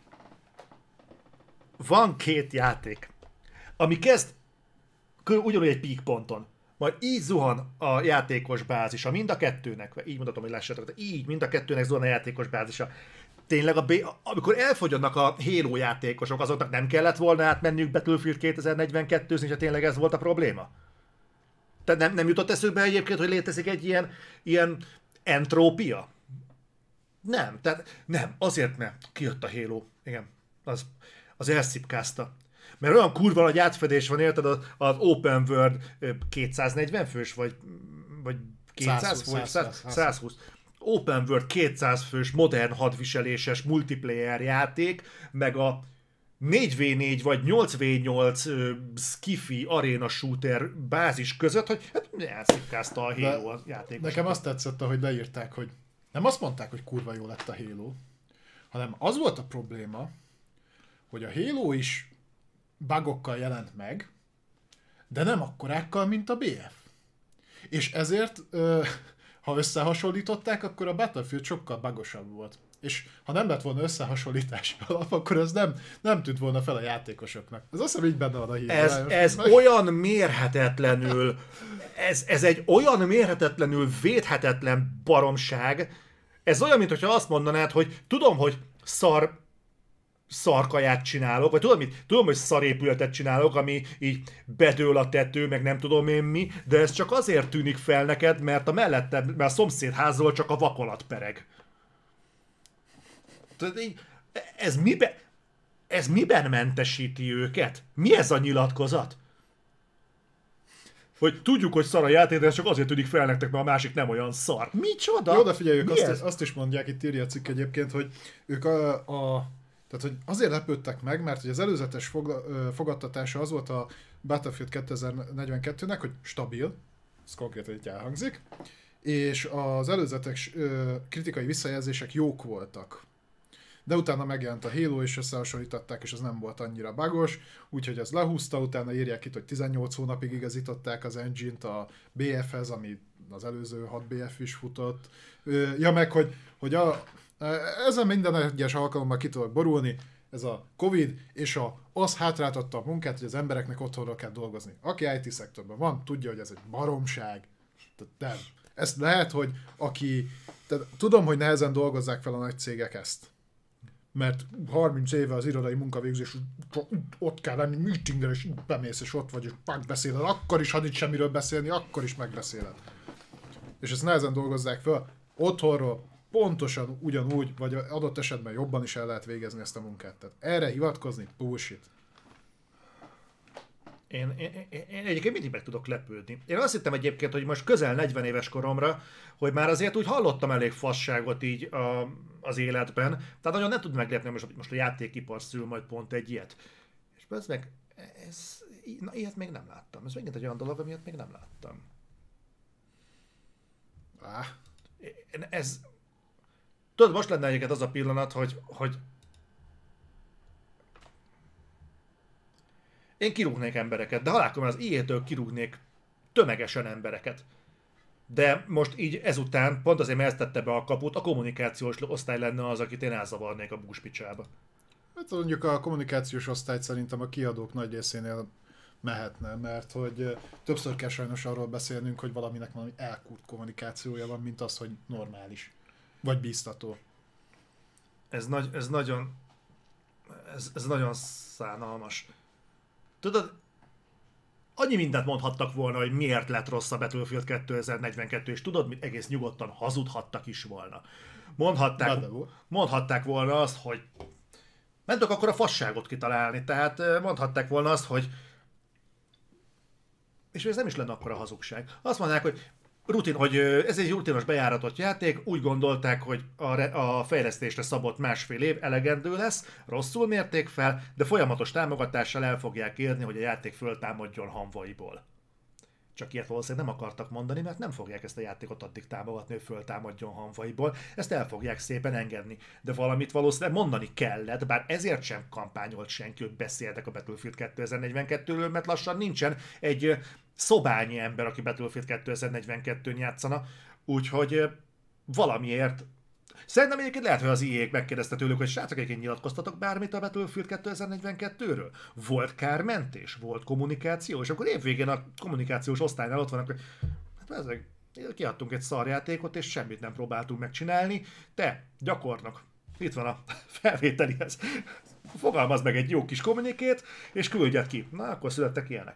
van két játék, ami kezd ugyanúgy egy peak ponton, majd így zuhan a játékos bázisa, mind a kettőnek, így mutatom, hogy lássátok, így mind a kettőnek zuhan a játékos bázisa. Tényleg, amikor elfogyadnak a Halo játékosok, azoknak nem kellett volna átmenniük Battlefield 2042-zni, ha tényleg ez volt a probléma? Tehát nem jutott eszükbe egyébként, hogy létezik egy ilyen entrópia? Nem, tehát nem, azért nem. Kijött a Halo, igen, az elszipkázta. Mert olyan kurva nagy átfedés van, érted, az Open World 240 fős, vagy 200 fős, 120. Open World 200 fős, modern hadviseléses multiplayer játék, meg a 4v4 vagy 8v8 skifi arena shooter bázis között, hogy hát elszipkázta a Halo a játékos. Nekem azt tetszett, hogy leírták, hogy nem azt mondták, hogy kurva jó lett a Halo, hanem az volt a probléma, hogy a Halo is bugokkal jelent meg, de nem akkorákkal, mint a BF. És ezért, ha összehasonlították, akkor a Battlefield sokkal bugosabb volt. És ha nem lett volna összehasonlítási alap, akkor ez nem tűnt volna fel a játékosoknak. Ez azt hiszem így benne van a hírban. Ez olyan mérhetetlenül, ez egy olyan mérhetetlenül védhetetlen baromság, ez olyan, mintha azt mondanád, hogy tudom, hogy szarkaját csinálok, vagy tudom, hogy szarépületet csinálok, ami így bedől a tető, meg nem tudom én mi, de ez csak azért tűnik fel neked, mert mert a szomszédházról csak a vakolat pereg. Ez miben mentesíti őket? Mi ez a nyilatkozat? Hogy tudjuk, hogy szar a játék, de ez csak azért tűnik fel nektek, mert a másik nem olyan szar. Micsoda? Jó, de figyeljük, azt is mondják, itt írja a cikk egyébként, hogy ők tehát, hogy azért lepődtek meg, mert hogy az előzetes fogadtatása az volt a Battlefield 2042-nek, hogy stabil, ez konkrétan itt elhangzik, és az előzetes kritikai visszajelzések jók voltak. De utána megjelent a Halo, és összehasonlították, és az nem volt annyira bugos, úgyhogy az lehúzta, utána írják itt, hogy 18 hónapig igazították az engine-t a BF-hez, ami az előző 6 BF is futott. Ja, meg, hogy ezen minden egyes alkalommal ki tudok borulni, ez a Covid, és az hátráltatta a munkát, hogy az embereknek otthonról kell dolgozni. Aki IT-szektorban van, tudja, hogy ez egy baromság. Tehát nem. Ez lehet, hogy tehát tudom, hogy nehezen dolgozzák fel a nagy cégek ezt. Mert 30 éve az irodai munkavégzés, ott kell lenni meetingre, és bemész, és ott vagy, és megbeszéled. Akkor is, ha nincs semmiről beszélni, akkor is megbeszéled. És ezt nehezen dolgozzák fel. Otthonról pontosan ugyanúgy, vagy adott esetben jobban is el lehet végezni ezt a munkát. Tehát erre hivatkozni, bullshit. Én egyébként mindig meg tudok lepődni. Én azt hittem egyébként, hogy most közel 40 éves koromra, hogy már azért úgy hallottam elég fasságot így az életben, tehát nagyon nem tud meglepni, most a játékipar szül majd pont egy ilyet. És ez meg, ilyet még nem láttam. Ez megint egy olyan dolog, amilyet még nem láttam. Tudod, most lenne egyébként az a pillanat, hogy én kirúgnék embereket, de halálkom az IE-től kirúgnék tömegesen embereket. De most így ezután, pont azért, mert ezt tette be a kaput, a kommunikációs osztály lenne az, akit én elzavarnék a búspicsába. Hát mondjuk a kommunikációs osztályt szerintem a kiadók nagy részénél mehetne, mert hogy többször kell sajnos arról beszélnünk, hogy valaminek valami elkúrt kommunikációja van, mint az, hogy normális. Vagy bíztató. Ez nagyon szánalmas. Tudod, annyi mindent mondhattak volna, hogy miért lett rossz a Battlefield 2042, és tudod, mit egész nyugodtan hazudhattak is volna. Mondhatták volna azt, hogy nem tudok akkor a fasságot kitalálni, tehát mondhatták volna azt, hogy és ez nem is lenne akkora hazugság. Azt mondják, hogy ez egy rutinos bejáratott játék, úgy gondolták, hogy a fejlesztésre szabott másfél év elegendő lesz, rosszul mérték fel, de folyamatos támogatással el fogják érni, hogy a játék föltámadjon hamvaiból. Csak ilyet valószínűleg nem akartak mondani, mert nem fogják ezt a játékot addig támogatni, hogy föltámadjon hanvaiból. Ezt el fogják szépen engedni. De valamit valószínűleg mondani kellett, bár ezért sem kampányolt senki, hogy beszéltek a Battlefield 2042-ről, mert lassan nincsen egy szobányi ember, aki Battlefield 2042-n játszana. Úgyhogy valamiért szerintem egyébként lehet, hogy az EA-k megkérdezte tőlük, hogy srácok, egyébként nyilatkoztatok bármit a Battlefield 2042-ről? Volt kármentés? Volt kommunikáció? És akkor évvégén a kommunikációs osztálynál ott vannak, hogy hát ezek, kiadtunk egy szarjátékot, és semmit nem próbáltunk megcsinálni. Te, gyakornok, itt van a felvételihez. Fogalmazd meg egy jó kis kommunikét, és küldjed ki. Na, akkor születtek ilyenek.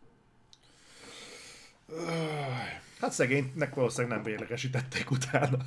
Hát szegénynek valószínűleg nem véglegesítették utána.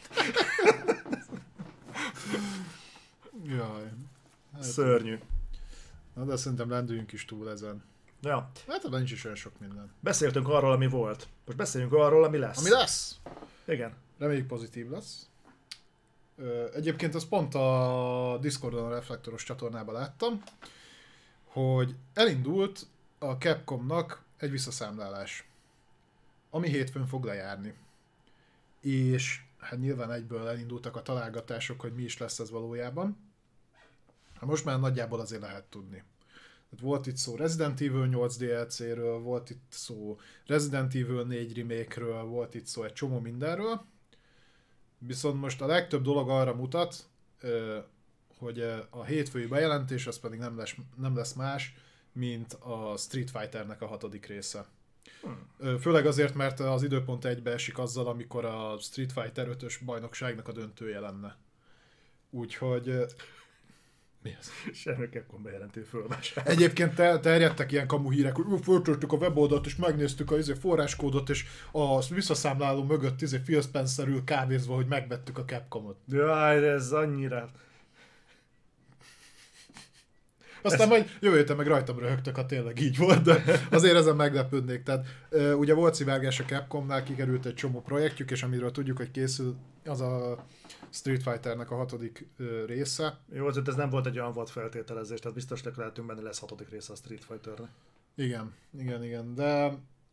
Jaj. Hát, szörnyű. Na de szerintem lendüljünk is túl ezen. Ja. Hát ebben nincs is olyan sok minden. Beszéltünk arról, ami volt. Most beszéljünk arról, ami lesz. Ami lesz? Igen. Reméljük pozitív lesz. Egyébként azt pont a Discordon a Reflektoros csatornában láttam, hogy elindult a Capcomnak egy visszaszámlálás, ami hétfőn fog lejárni. És hát nyilván egyből elindultak a találgatások, hogy mi is lesz ez valójában. Most már nagyjából azért lehet tudni. Volt itt szó Resident Evil 8 DLC-ről, volt itt szó Resident Evil 4 remake-ről, volt itt szó egy csomó mindenről. Viszont most a legtöbb dolog arra mutat, hogy a hétfői bejelentés az pedig nem lesz más, mint a Street Fighternek a 6. része. Főleg azért, mert az időpont egybeesik azzal, amikor a Street Fighter 5-ös bajnokságnak a döntője lenne. Úgyhogy... Mi ez? Semmi Capcom bejelentő fölmását. Egyébként terjedtek ilyen kamu hírek, hogy föltörtük a weboldalt, és megnéztük a forráskódot, és a visszaszámláló mögött Phil Spencer ül kávézva, hogy megvettük a Capcomot. Jaj, ez annyira... Aztán majd jövő héten meg rajtam röhögtök, ha tényleg így volt, de azért ezen meglepődnék. Tehát ugye volt szivárgás a Capcomnál, kikerült egy csomó projektjük, és amiről tudjuk, hogy készül, az a Street Fighternek a 6. része. Jó, azért ez nem volt egy olyan vad feltételezés, tehát biztos lehetünk benne, lesz 6. része a Street Fighternek. Igen, de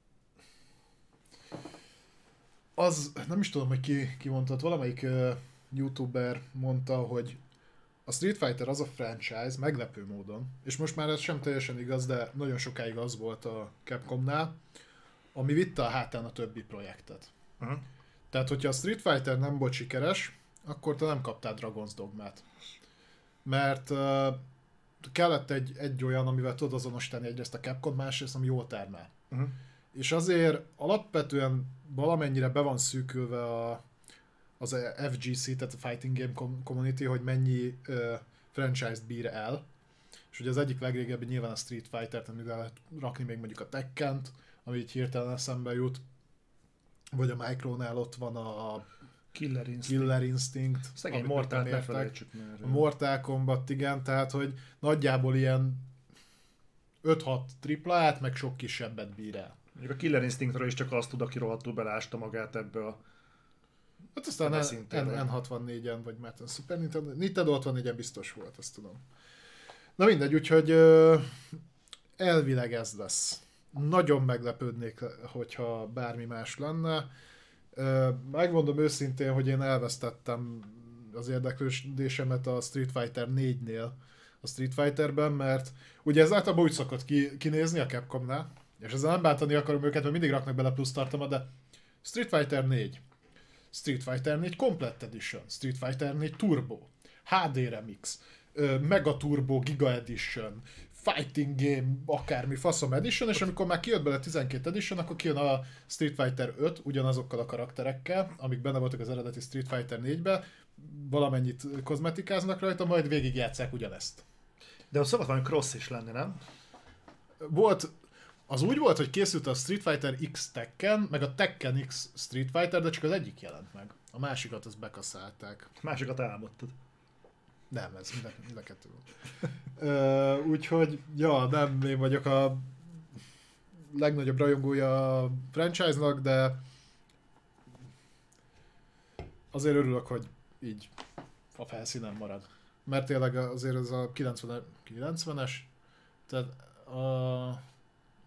az, nem is tudom, hogy ki mondta, valamelyik youtuber mondta, hogy a Street Fighter az a franchise, meglepő módon, és most már ez sem teljesen igaz, de nagyon sokáig az volt a Capcomnál, ami vitte a hátán a többi projektet. Uh-huh. Tehát, hogyha a Street Fighter nem volt sikeres, akkor te nem kaptál Dragon's Dogmát. Mert kellett egy olyan, amivel tudod azonosítani egyrészt a Capcom, másrészt, ami jól termel. Uh-huh. És azért alapvetően valamennyire be van szűkülve az FGC, tehát a Fighting Game Community, hogy mennyi franchise-t bír el. És ugye az egyik legrégebbi nyilván a Street Fighter-t, amivel lehet rakni még mondjuk a Tekkent, ami így hirtelen eszembe jut. Vagy a Micronál ott van a Killer Instinct. Szegény Mortalt ne felejtsük már. A Mortal Kombat, igen, tehát hogy nagyjából ilyen 5-6 AAA-t, meg sok kisebbet bír el. Mondjuk a Killer Instinctről is csak azt tud, aki rohadtul belásta magát ebbe a... Hát aztán N64-en, vagy már a Super Nintendo 64-en biztos volt, azt tudom. Na mindegy, úgyhogy elvileg ez lesz. Nagyon meglepődnék, hogyha bármi más lenne. Megmondom őszintén, hogy én elvesztettem az érdeklődésemet a Street Fighter 4-nél a Street Fighterben, mert ugye ez általában úgy szokott kinézni a Capcomnál, és ezzel nem bántani akarom őket, mert mindig raknak bele plusz tartalmat, de Street Fighter 4, Street Fighter 4 Complete Edition, Street Fighter 4 Turbo, HD Remix, Mega Turbo Giga Edition, Fighting Game, akármi faszom Edition, és amikor már kijött bele 12 Edition, akkor kijön a Street Fighter 5 ugyanazokkal a karakterekkel, amik benne voltak az eredeti Street Fighter 4-be, valamennyit kozmetikáznak rajta, majd végigjátsszák ugyanezt. De ott szokott valami cross is lenni, nem? Volt, az úgy volt, hogy készült a Street Fighter X Tekken, meg a Tekken X Street Fighter, de csak az egyik jelent meg. A másikat azt bekaszálták. A másikat álmodtad. Nem, ez mind a kettő volt. Úgyhogy, ja, nem én vagyok a legnagyobb rajongója a franchise-nak, de azért örülök, hogy így a felszínen marad. Mert tényleg azért ez a 90-es, tehát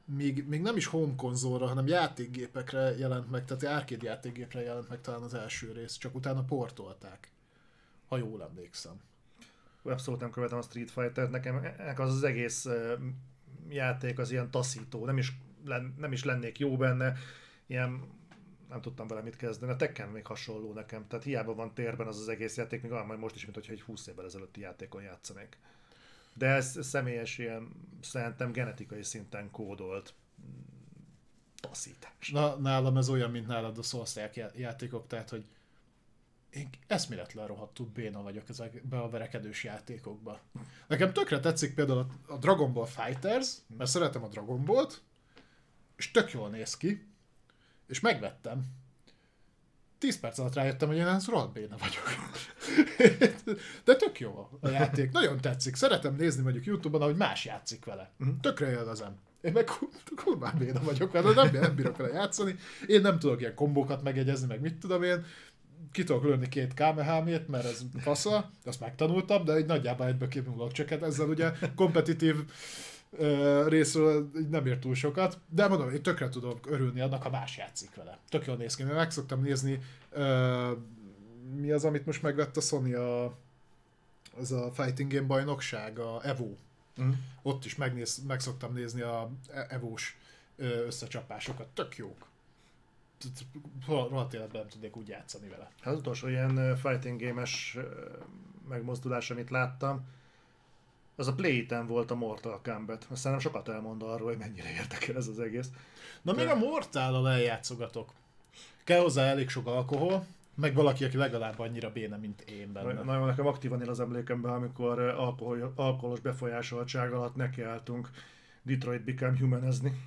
még nem is home konzolra, hanem játékgépekre jelent meg, tehát arcade játékgépre jelent meg talán az első rész, csak utána portolták, ha jól emlékszem. Abszolút nem követem a Street Fighter-t, nekem az egész játék az ilyen taszító, nem is lennék jó benne, ilyen nem tudtam vele mit kezdeni. A Tekken még hasonló nekem, tehát hiába van térben az egész játék, még olyan majd most is, mint hogyha egy 20 évvel ezelőtti játékon játszanék. De ez személyes ilyen, szerintem genetikai szinten kódolt taszítás. Nálam ez olyan, mint nálad a Souls-like játékok, tehát, hogy én eszméletlen rohadtul béna vagyok ezekbe a verekedős játékokba. Nekem tökre tetszik például a Dragon Ball Fighters, mert szeretem a Dragon Ballt, és tök jól néz ki, és megvettem. 10 perc alatt rájöttem, hogy én ez rohadt béna vagyok. De tök jó a játék, nagyon tetszik. Szeretem nézni mondjuk YouTube-on, ahogy más játszik vele. Tökre élvezem. Én meg kurván béna vagyok vele, nem bírok vele játszani. Én nem tudok ilyen kombókat megjegyezni, meg mit tudom én. Ki tudok lőni 2 Kamehamét, mert ez fasza, azt megtanultam, de egy nagyjából egyből képmúlok, csak hát ezzel ugye kompetitív részről nem ér túl sokat, de mondom, én tökre tudok örülni annak, ha más játszik vele. Tök jól néz ki, mert meg szoktam nézni, mi az, amit most megvett a Sony, az a Fighting Game bajnokság, a EVO. Ott is meg szoktam nézni a EVO-s összecsapásokat, tök jók. Rohadt életben nem tudnék úgy játszani vele. Hát az utolsó ilyen fighting game-es megmozdulás, amit láttam, az a Play-Ten volt a Mortal Kombat. Aztán nem sokat elmond arról, hogy mennyire érdekel ez az egész. Na még a Mortal-al eljátszogatok. Kell hozzá elég sok alkohol, meg valaki, aki legalább annyira béna, mint én benne. Nagyon nekem aktívan él az emlékemben, amikor alkoholos befolyásoltság alatt nekiálltunk Detroit Become Human-ezni.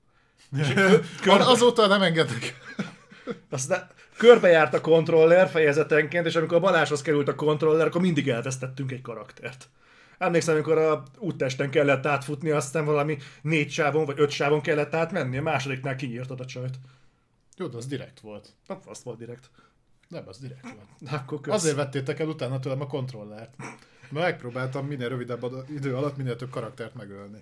Azóta nem engednek. Aztán körbejárt a kontroller fejezetenként, és amikor a Balázshoz került a kontroller, akkor mindig elvesztettünk egy karaktert. Emlékszem, amikor a úttesten kellett átfutni, aztán valami 4 sávon vagy 5 sávon kellett átmenni, a másodiknál kinyírtad a csajt. Jó, de az direkt volt. Azt volt direkt. Nem, az direkt volt. Akkor azért vettétek el utána tőlem a kontrollert. Mert megpróbáltam minél rövidebb idő alatt minél több karaktert megölni.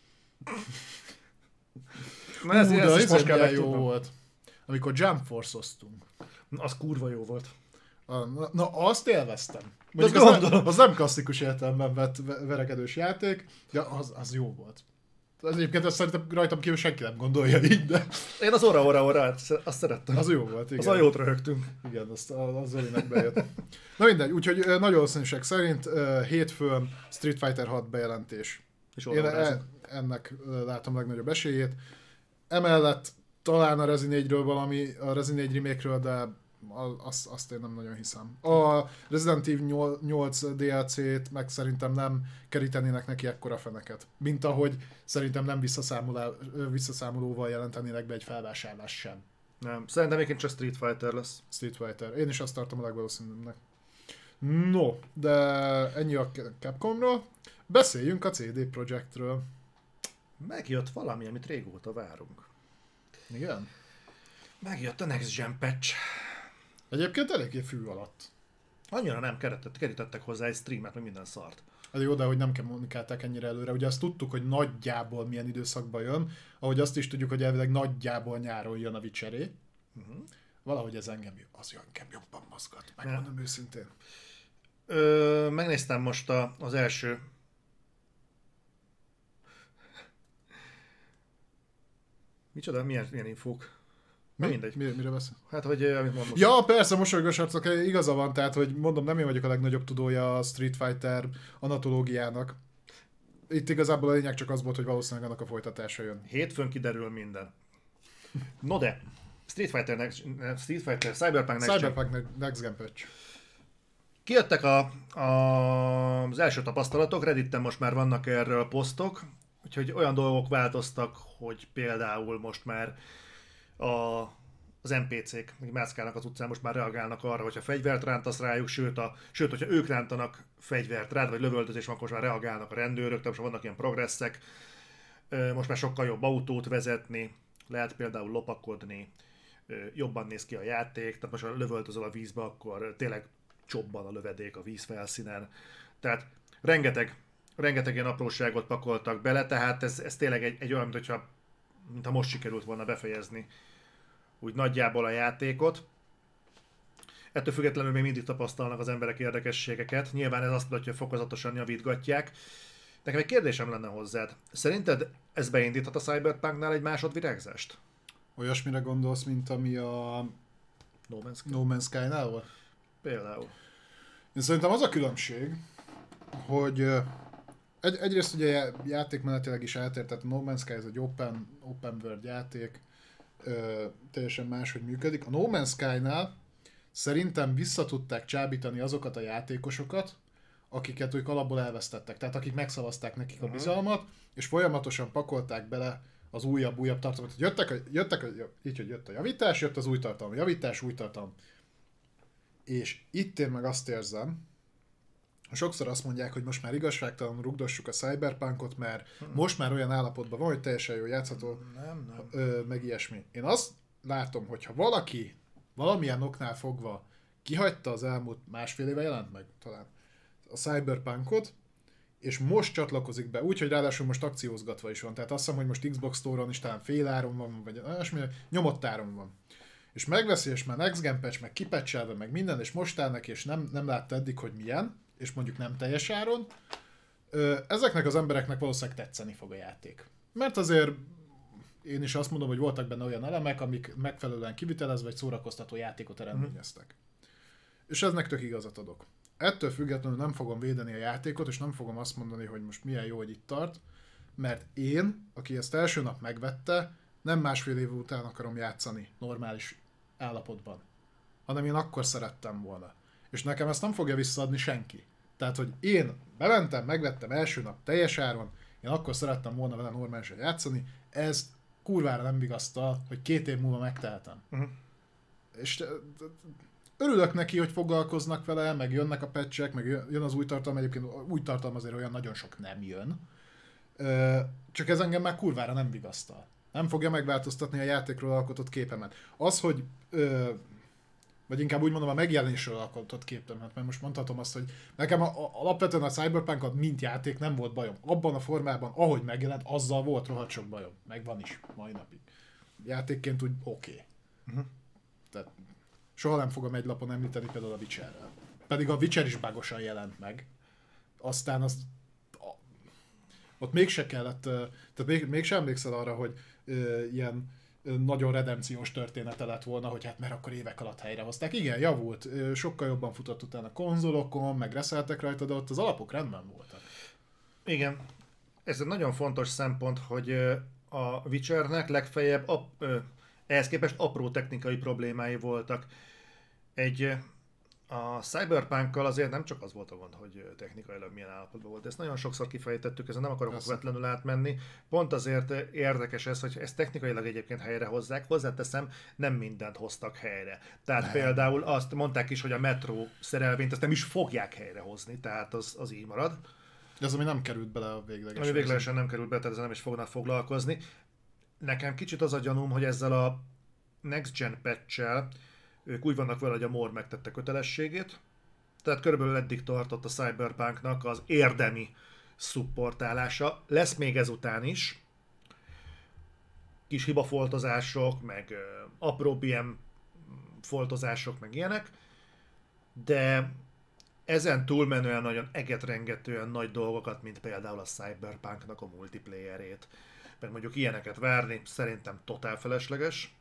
Na ez is most kell jó volt. Amikor Jump Force-oztunk. Az kurva jó volt. Na azt élveztem. Az nem klasszikus értelemben vett verekedős játék, de az jó volt. Egyébként azt szerintem rajtam kívül senki nem gondolja így, de... Én az ora, azt szerettem. Az jó volt, igen. Az a jót röhögtünk. Igen, az Zolinek bejött. Na mindegy, úgyhogy nagy valószínűség szerint hétfőn Street Fighter 6 bejelentés. És én ennek látom legnagyobb esélyét. Emellett talán a Resi 4-ről valami, a Resi 4 remake-ről, de azt én nem nagyon hiszem. A Resident Evil 8 DLC-t meg szerintem nem kerítenének neki ekkora feneket. Mint ahogy szerintem nem visszaszámolóval jelentenének be egy felvásárlás sem. Nem, szerintem egyébként csak Street Fighter lesz. Street Fighter. Én is azt tartom a legvalószínűbbnek. No, de ennyi a Capcomról. Beszéljünk a CD Projektről. Megjött valami, amit régóta várunk. Igen? Megjött a Next Gen patch. Egyébként eléggé fű alatt. Annyira nem kerítettek hozzá egy streamet, meg minden szart. Ez jó, de hogy nem kommunikálták ennyire előre. Ugye azt tudtuk, hogy nagyjából milyen időszakban jön, ahogy azt is tudjuk, hogy elvileg nagyjából nyáron jön a Witcheré. Valahogy ez engem jobban mozgat, megmondom őszintén. Megnéztem most az első... Micsoda? Milyen infók? Mindegy. Mire beszél? Hát, hogy amit mondom. Ja, persze, mosolygós arcok, igaza van, tehát, hogy mondom, nem én vagyok a legnagyobb tudója a Street Fighter anatológiának. Itt igazából a lényeg csak az volt, hogy valószínűleg annak a folytatása jön. Hétfőn kiderül minden. No de, Street Fighter, Cyberpunk Next Gen patch. Kijöttek az első tapasztalatok, Redditen most már vannak erről posztok, úgyhogy olyan dolgok változtak, hogy például most már az NPC-k, hogy mászkálnak az utcán, most már reagálnak arra, hogyha fegyvert rántasz rájuk, sőt, hogyha ők rántanak fegyvert rád, vagy lövöldözés, akkor most már reagálnak a rendőrök, tehát most vannak ilyen progresszek, most már sokkal jobb autót vezetni, lehet például lopakodni, jobban néz ki a játék, tehát most ha lövöldözöl a vízbe, akkor tényleg csobban a lövedék a víz felszínen. Tehát rengeteg ilyen apróságot pakoltak bele, tehát ez tényleg egy olyan, mintha mintha most sikerült volna befejezni úgy nagyjából a játékot. Ettől függetlenül még mindig tapasztalnak az emberek érdekességeket. Nyilván ez azt mutatja, hogy fokozatosan javítgatják. Nekem egy kérdésem lenne hozzád. Szerinted ez beindíthat a Cyberpunknál egy másodvirágzást? Olyasmire gondolsz, mint ami a No Man's Sky-nál volt? Például. Én szerintem az a különbség, hogy egyrészt ugye játékmenetileg is eltért, tehát a No Man's Sky ez egy open world játék, teljesen máshogy működik. A No Man's Sky-nál szerintem vissza tudták csábítani azokat a játékosokat, akiket ők alapból elvesztettek, tehát akik megszavazták nekik a bizalmat, és folyamatosan pakolták bele az újabb tartalmat. Így, hogy jött a javítás, jött az új tartalom, javítás, új tartalom. És itt én meg azt érzem, sokszor azt mondják, hogy most már igazságtalanul rugdossuk a Cyberpunkot, mert most már olyan állapotban van, hogy teljesen jó játszható, meg ilyesmi. Én azt látom, hogyha valaki valamilyen oknál fogva kihagyta az elmúlt másfél éve, jelent meg talán a Cyberpunkot, és most csatlakozik be, úgyhogy ráadásul most akciózgatva is van. Tehát azt hiszem, hogy most Xbox Store-on is talán féláron van, vagy olyasmi, nyomott áron van. És megveszi, és már Next Gen patch, meg kipatchelve, meg minden, és most áll neki, és nem látta eddig, hogy milyen, és mondjuk nem teljes áron, ezeknek az embereknek valószínűleg tetszeni fog a játék. Mert azért én is azt mondom, hogy voltak benne olyan elemek, amik megfelelően kivitelezve egy szórakoztató játékot eredményeztek. És eznek tök igazat adok. Ettől függetlenül nem fogom védeni a játékot, és nem fogom azt mondani, hogy most milyen jó, hogy itt tart, mert én, aki ezt első nap megvette, nem másfél év után akarom játszani normális állapotban, hanem én akkor szerettem volna. És nekem ezt nem fogja visszaadni senki. Tehát, hogy én bementem, megvettem első nap teljes áron, én akkor szerettem volna vele normálisan játszani, ez kurvára nem vigasztal, hogy 2 év múlva megteltem. És örülök neki, hogy foglalkoznak vele, meg jönnek a patchek, meg jön az új tartalom, egyébként új tartalom azért olyan nagyon sok nem jön. Csak ez engem már kurvára nem vigasztal. Nem fogja megváltoztatni a játékról alkotott képemet. Az, hogy vagy inkább úgy mondom, a megjelenésről alkotott képemet, mert most mondhatom azt, hogy nekem alapvetően a Cyberpunk mint játék nem volt bajom. Abban a formában, ahogy megjelent, azzal volt rohadt sok bajom. Meg van is, mai napig. Játékként úgy oké. Tehát soha nem fogom egy lapon említeni például a Witcherrel. Pedig a Witcher is bágosan jelent meg. Aztán ott mégse kellett, tehát mégse emlékszel arra, hogy ilyen nagyon redemciós története lett volna, hogy hát mert akkor évek alatt helyrehozták. Igen, javult, sokkal jobban futott utána konzolokon, meg reszeltek rajta, de ott az alapok rendben voltak. Igen, ez egy nagyon fontos szempont, hogy a Witchernek legfeljebb ehhez képest apró technikai problémái voltak. A Cyberpunkkal azért nem csak az volt a gond, hogy technikailag milyen állapotban volt. Ezt nagyon sokszor kifejtettük, ezen nem akarok okvetlenül átmenni. Pont azért érdekes ez, hogy ezt technikailag egyébként helyre hozzák. Hozzáteszem, nem mindent hoztak helyre. Tehát például azt mondták is, hogy a metró szerelvényt azt nem is fogják helyrehozni, tehát az így marad. De az, ami nem került bele a véglegesen. Ami véglegesen nem került bele, tehát ezzel nem is fognak foglalkozni. Nekem kicsit az a gyanúm, hogy ezzel a Next Gen patch-el ők úgy vannak vele, hogy a MOR megtette kötelességét. Tehát körülbelül eddig tartott a Cyberpunknak az érdemi szupportálása. Lesz még ezután is. Kis hibafoltozások, meg apróbb ilyen foltozások, meg ilyenek. De ezen túlmenően nagyon egetrengetően nagy dolgokat, mint például a Cyberpunknak a multiplayerét. Mert mondjuk ilyeneket várni szerintem totál felesleges.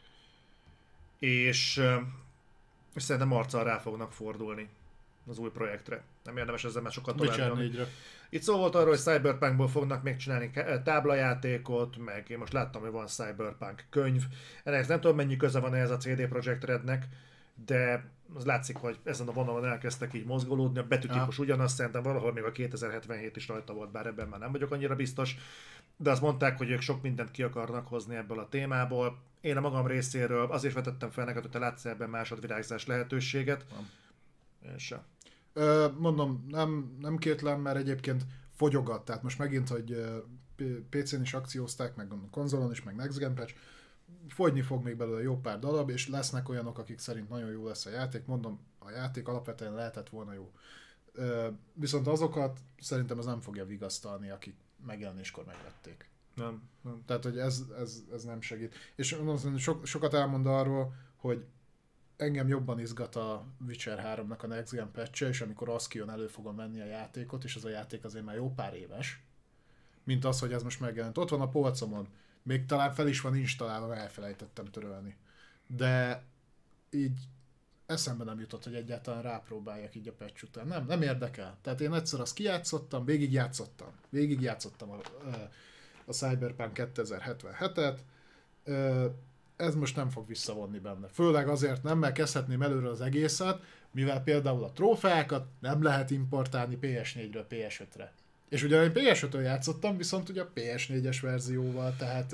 És szerintem arccal rá fognak fordulni az új projektre. Nem érdemes ezzel már sokat tovább nyomni. Itt szó volt arról, hogy Cyberpunkból fognak még csinálni táblajátékot, meg én most láttam, hogy van Cyberpunk könyv. Ennek nem tudom, mennyi köze van ehhez a CD Projekt Rednek, de az látszik, hogy ezen a vonalon elkezdtek így mozgolódni, a betűtípus ugyanaz, szerintem valahol még a 2077 is rajta volt, bár ebben már nem vagyok annyira biztos, de azt mondták, hogy ők sok mindent ki akarnak hozni ebből a témából. Én a magam részéről azért vetettem fel neked, hogy te látsz ebben másodvirágzás lehetőséget. És mondom, nem kétlem, mert egyébként fogyogat, tehát most megint, hogy PC-n is akciózták, meg konzolon is, meg Next Gen patch, fogyni fog még belőle jó pár darab, és lesznek olyanok, akik szerint nagyon jó lesz a játék. Mondom, a játék alapvetően lehetett volna jó. Viszont azokat szerintem ez nem fogja vigasztalni, akik megjelenéskor megvették. Nem, nem. Tehát, hogy ez nem segít. És sokat elmond arról, hogy engem jobban izgat a Witcher 3-nak a Next Gen patch-e, és amikor az kijön, elő fogom venni a játékot, és az a játék azért már jó pár éves, mint az, hogy ez most megjelent. Ott van a polcomon, még talán fel is van installálva, elfelejtettem törölni. De így eszembe nem jutott, hogy egyáltalán rápróbáljak így a patch után. Nem érdekel. Tehát én egyszer azt kijátszottam, végigjátszottam a Cyberpunk 2077-et, ez most nem fog visszavonni benne. Főleg azért nem, mert kezdhetném előről az egészet, mivel például a trófeákat nem lehet importálni PS4-ről PS5-re. És ugye én PS5-ről játszottam, viszont ugye a PS4-es verzióval, tehát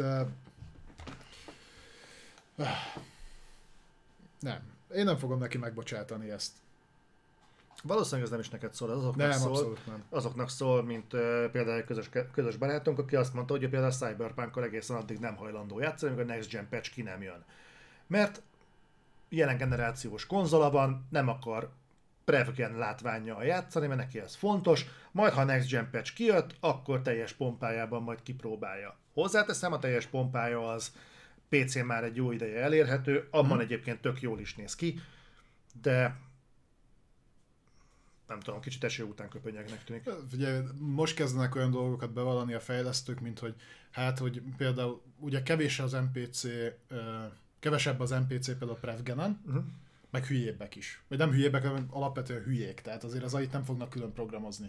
nem. Én nem fogom neki megbocsátani ezt. Valószínűleg ez nem is neked szól, azoknak szól, mint például egy közös barátunk, aki azt mondta, hogy például a Cyberpunk-kal egészen addig nem hajlandó játszani, amíg a Next Gen patch ki nem jön. Mert jelen generációs konzola van, nem akar Prev-gen látvánnyal játszani, mert neki ez fontos, majd ha a Next Gen patch kijött, akkor teljes pompájában majd kipróbálja. Hozzáteszem, a teljes pompája az PC-n már egy jó ideje elérhető, abban egyébként tök jól is néz ki, de nem tudom, kicsit eső után köpönyegnek tűnik. Ugye most kezdenek olyan dolgokat bevallani a fejlesztők, mint hogy hogy például ugye kevesebb az NPC például a Prevgenen, meg hülyébbek is. Vagy nem hülyébbek, hanem alapvetően hülyék, tehát azért az AI-t nem fognak külön programozni.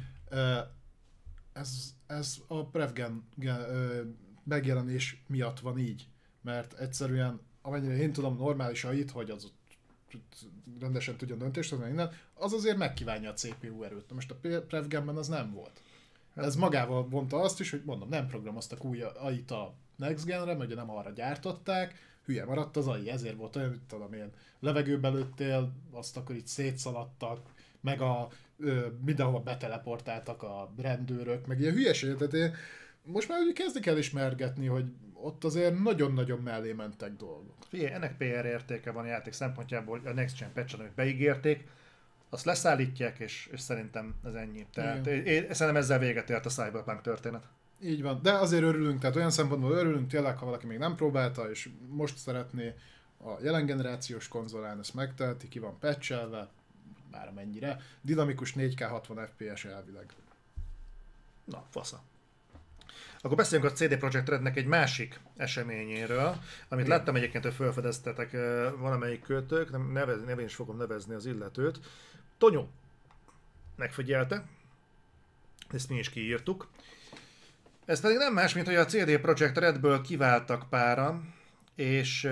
Ez a Prevgen megjelenés miatt van így, mert egyszerűen, amennyire én tudom, normális AI-t, hogy az rendesen tudjon döntést hozni innen, az azért megkívánja a CPU erőt. Most a Prevgenben az nem volt. Ez magával vonta azt is, hogy mondom, nem programoztak új AI-t a Next Genre, mert ugye nem arra gyártották, hülye maradt az AI, ezért volt olyan, hogy tudom én, levegőbe lőttél, azt akkor így szétszaladtak, meg mindenhova beteleportáltak a rendőrök, meg ilyen hülyeséget, tehát én most már úgy kezdik el ismergetni, hogy ott azért nagyon-nagyon mellé mentek dolgok. Figyelj, ennek PR értéke van a játék szempontjából, a Next Gen patch-en, amit beígérték, azt leszállítják, és szerintem ez ennyi. Tehát én szerintem ezzel véget ért a Cyberpunk történet. Így van, de azért örülünk, tehát olyan szempontból örülünk tényleg, ha valaki még nem próbálta, és most szeretné a jelen generációs konzolán, ezt megteheti, ki van patchelve, már mennyire, dinamikus 4K 60 FPS elvileg. Na, fasza. Akkor beszéljünk a CD Projekt Rednek egy másik eseményéről, amit láttam egyébként, hogy felfedeztetek valamelyik költők, nevén is fogom nevezni az illetőt. Tonyó megfigyelte, ezt mi is kiírtuk. Ez pedig nem más, mint hogy a CD Projekt Redből kiváltak páran, és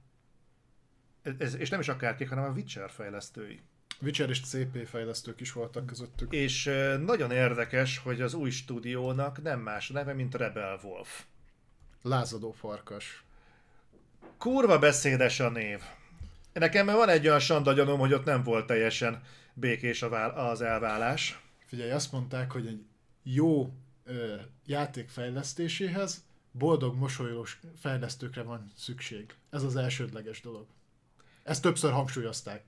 nem is akárkik, hanem a Witcher fejlesztői. Witcher és CP fejlesztők is voltak közöttük. És nagyon érdekes, hogy az új stúdiónak nem más neve, mint Rebel Wolf. Lázadó farkas. Kurva beszédes a név. Nekem van egy olyan sanda gyanúm, hogy ott nem volt teljesen békés az elválás. Figyelj, azt mondták, hogy egy jó játék fejlesztéséhez boldog, mosolygós fejlesztőkre van szükség. Ez az elsődleges dolog. Ezt többször hangsúlyozták.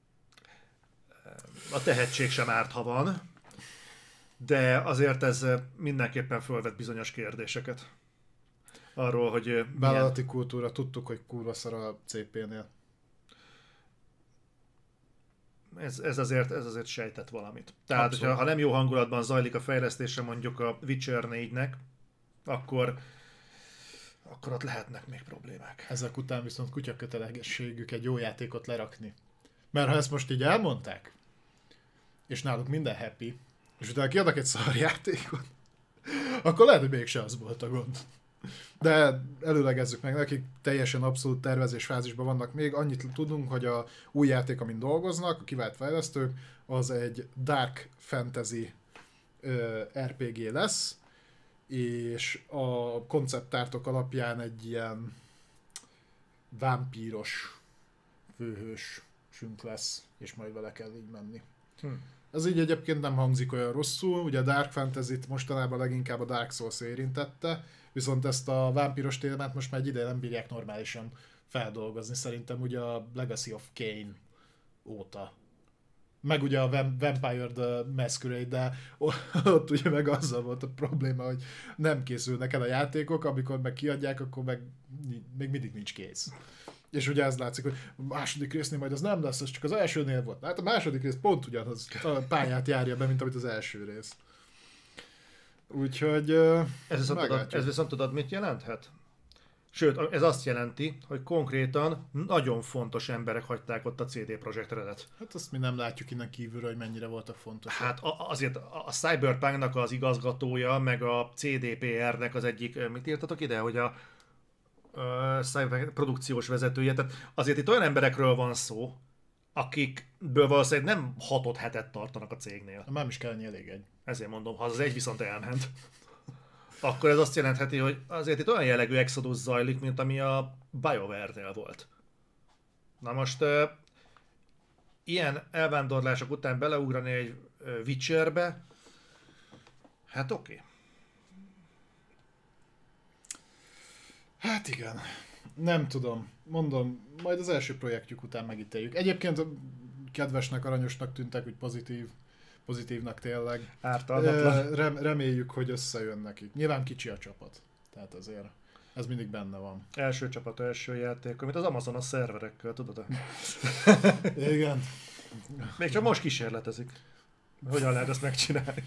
A tehetség sem árt, ha van, de azért ez mindenképpen fölvet bizonyos kérdéseket. Arról, hogy vállalati kultúra, tudtuk, hogy kurva szar a CP-nél. Ez azért sejtett valamit. Tehát, ha nem jó hangulatban zajlik a fejlesztése mondjuk a Witcher 4-nek, akkor ott lehetnek még problémák. Ezek után viszont kutyakötelességük egy jó játékot lerakni. Mert ha ezt most így elmondták, és náluk minden happy, és utána kiadnak egy szar játékot, akkor lehet, hogy mégse az volt a gond. De előlegezzük meg, nekik teljesen abszolút tervezés fázisban vannak még. Annyit tudunk, hogy a új játék, amin dolgoznak, a kivált fejlesztők, az egy dark fantasy RPG lesz, és a konceptártok alapján egy ilyen vámpíros főhősünk lesz, és majd vele kell így menni. Ez így egyébként nem hangzik olyan rosszul, ugye a Dark Fantasy-t mostanában leginkább a Dark Souls érintette, viszont ezt a vámpiros témát most már egy ideje nem bírják normálisan feldolgozni, szerintem ugye a Legacy of Kain óta. meg ugye a Vampire the Masquerade, de ott ugye meg azzal volt a probléma, hogy nem készülnek el a játékok, amikor meg kiadják, akkor meg még mindig nincs kész. És ugye ez látszik, hogy a második résznél majd az nem lesz, az csak az elsőnél volt. Hát a második rész pont ugyanaz a pályát járja be, mint amit az első rész. Úgyhogy ez viszont tudod, mit jelenthet? Sőt, ez azt jelenti, hogy konkrétan nagyon fontos emberek hagyták ott a CD Projekt Redet. Hát azt mi nem látjuk innen kívülről, hogy mennyire voltak fontosak. Hát azért a Cyberpunknak az igazgatója, meg a CDPR-nek az egyik, mit írtatok ide, hogy a Cyberpunk produkciós vezetője, tehát azért itt olyan emberekről van szó, akikből valószínűleg nem 6-7 tartanak a cégnél. Már is kell elég egy. Ezért mondom, ha az egy viszont elment, akkor ez azt jelentheti, hogy azért itt olyan jellegű exodus zajlik, mint ami a BioWare-nél volt. Na most ilyen elvándorlások után beleugrani egy Witcherbe, hát oké. Hát igen, nem tudom, mondom, majd az első projektjük után megítéljük. Egyébként kedvesnek, aranyosnak tűntek, úgy pozitívnak tényleg. Ártalmatlan. Reméljük, hogy összejön nekik. Nyilván kicsi a csapat, tehát azért ez mindig benne van. Első csapat, első játék, mint az Amazon a szerverekkel, tudod? Igen. Még csak most kísérletezik. Hogyan lehet ezt megcsinálni?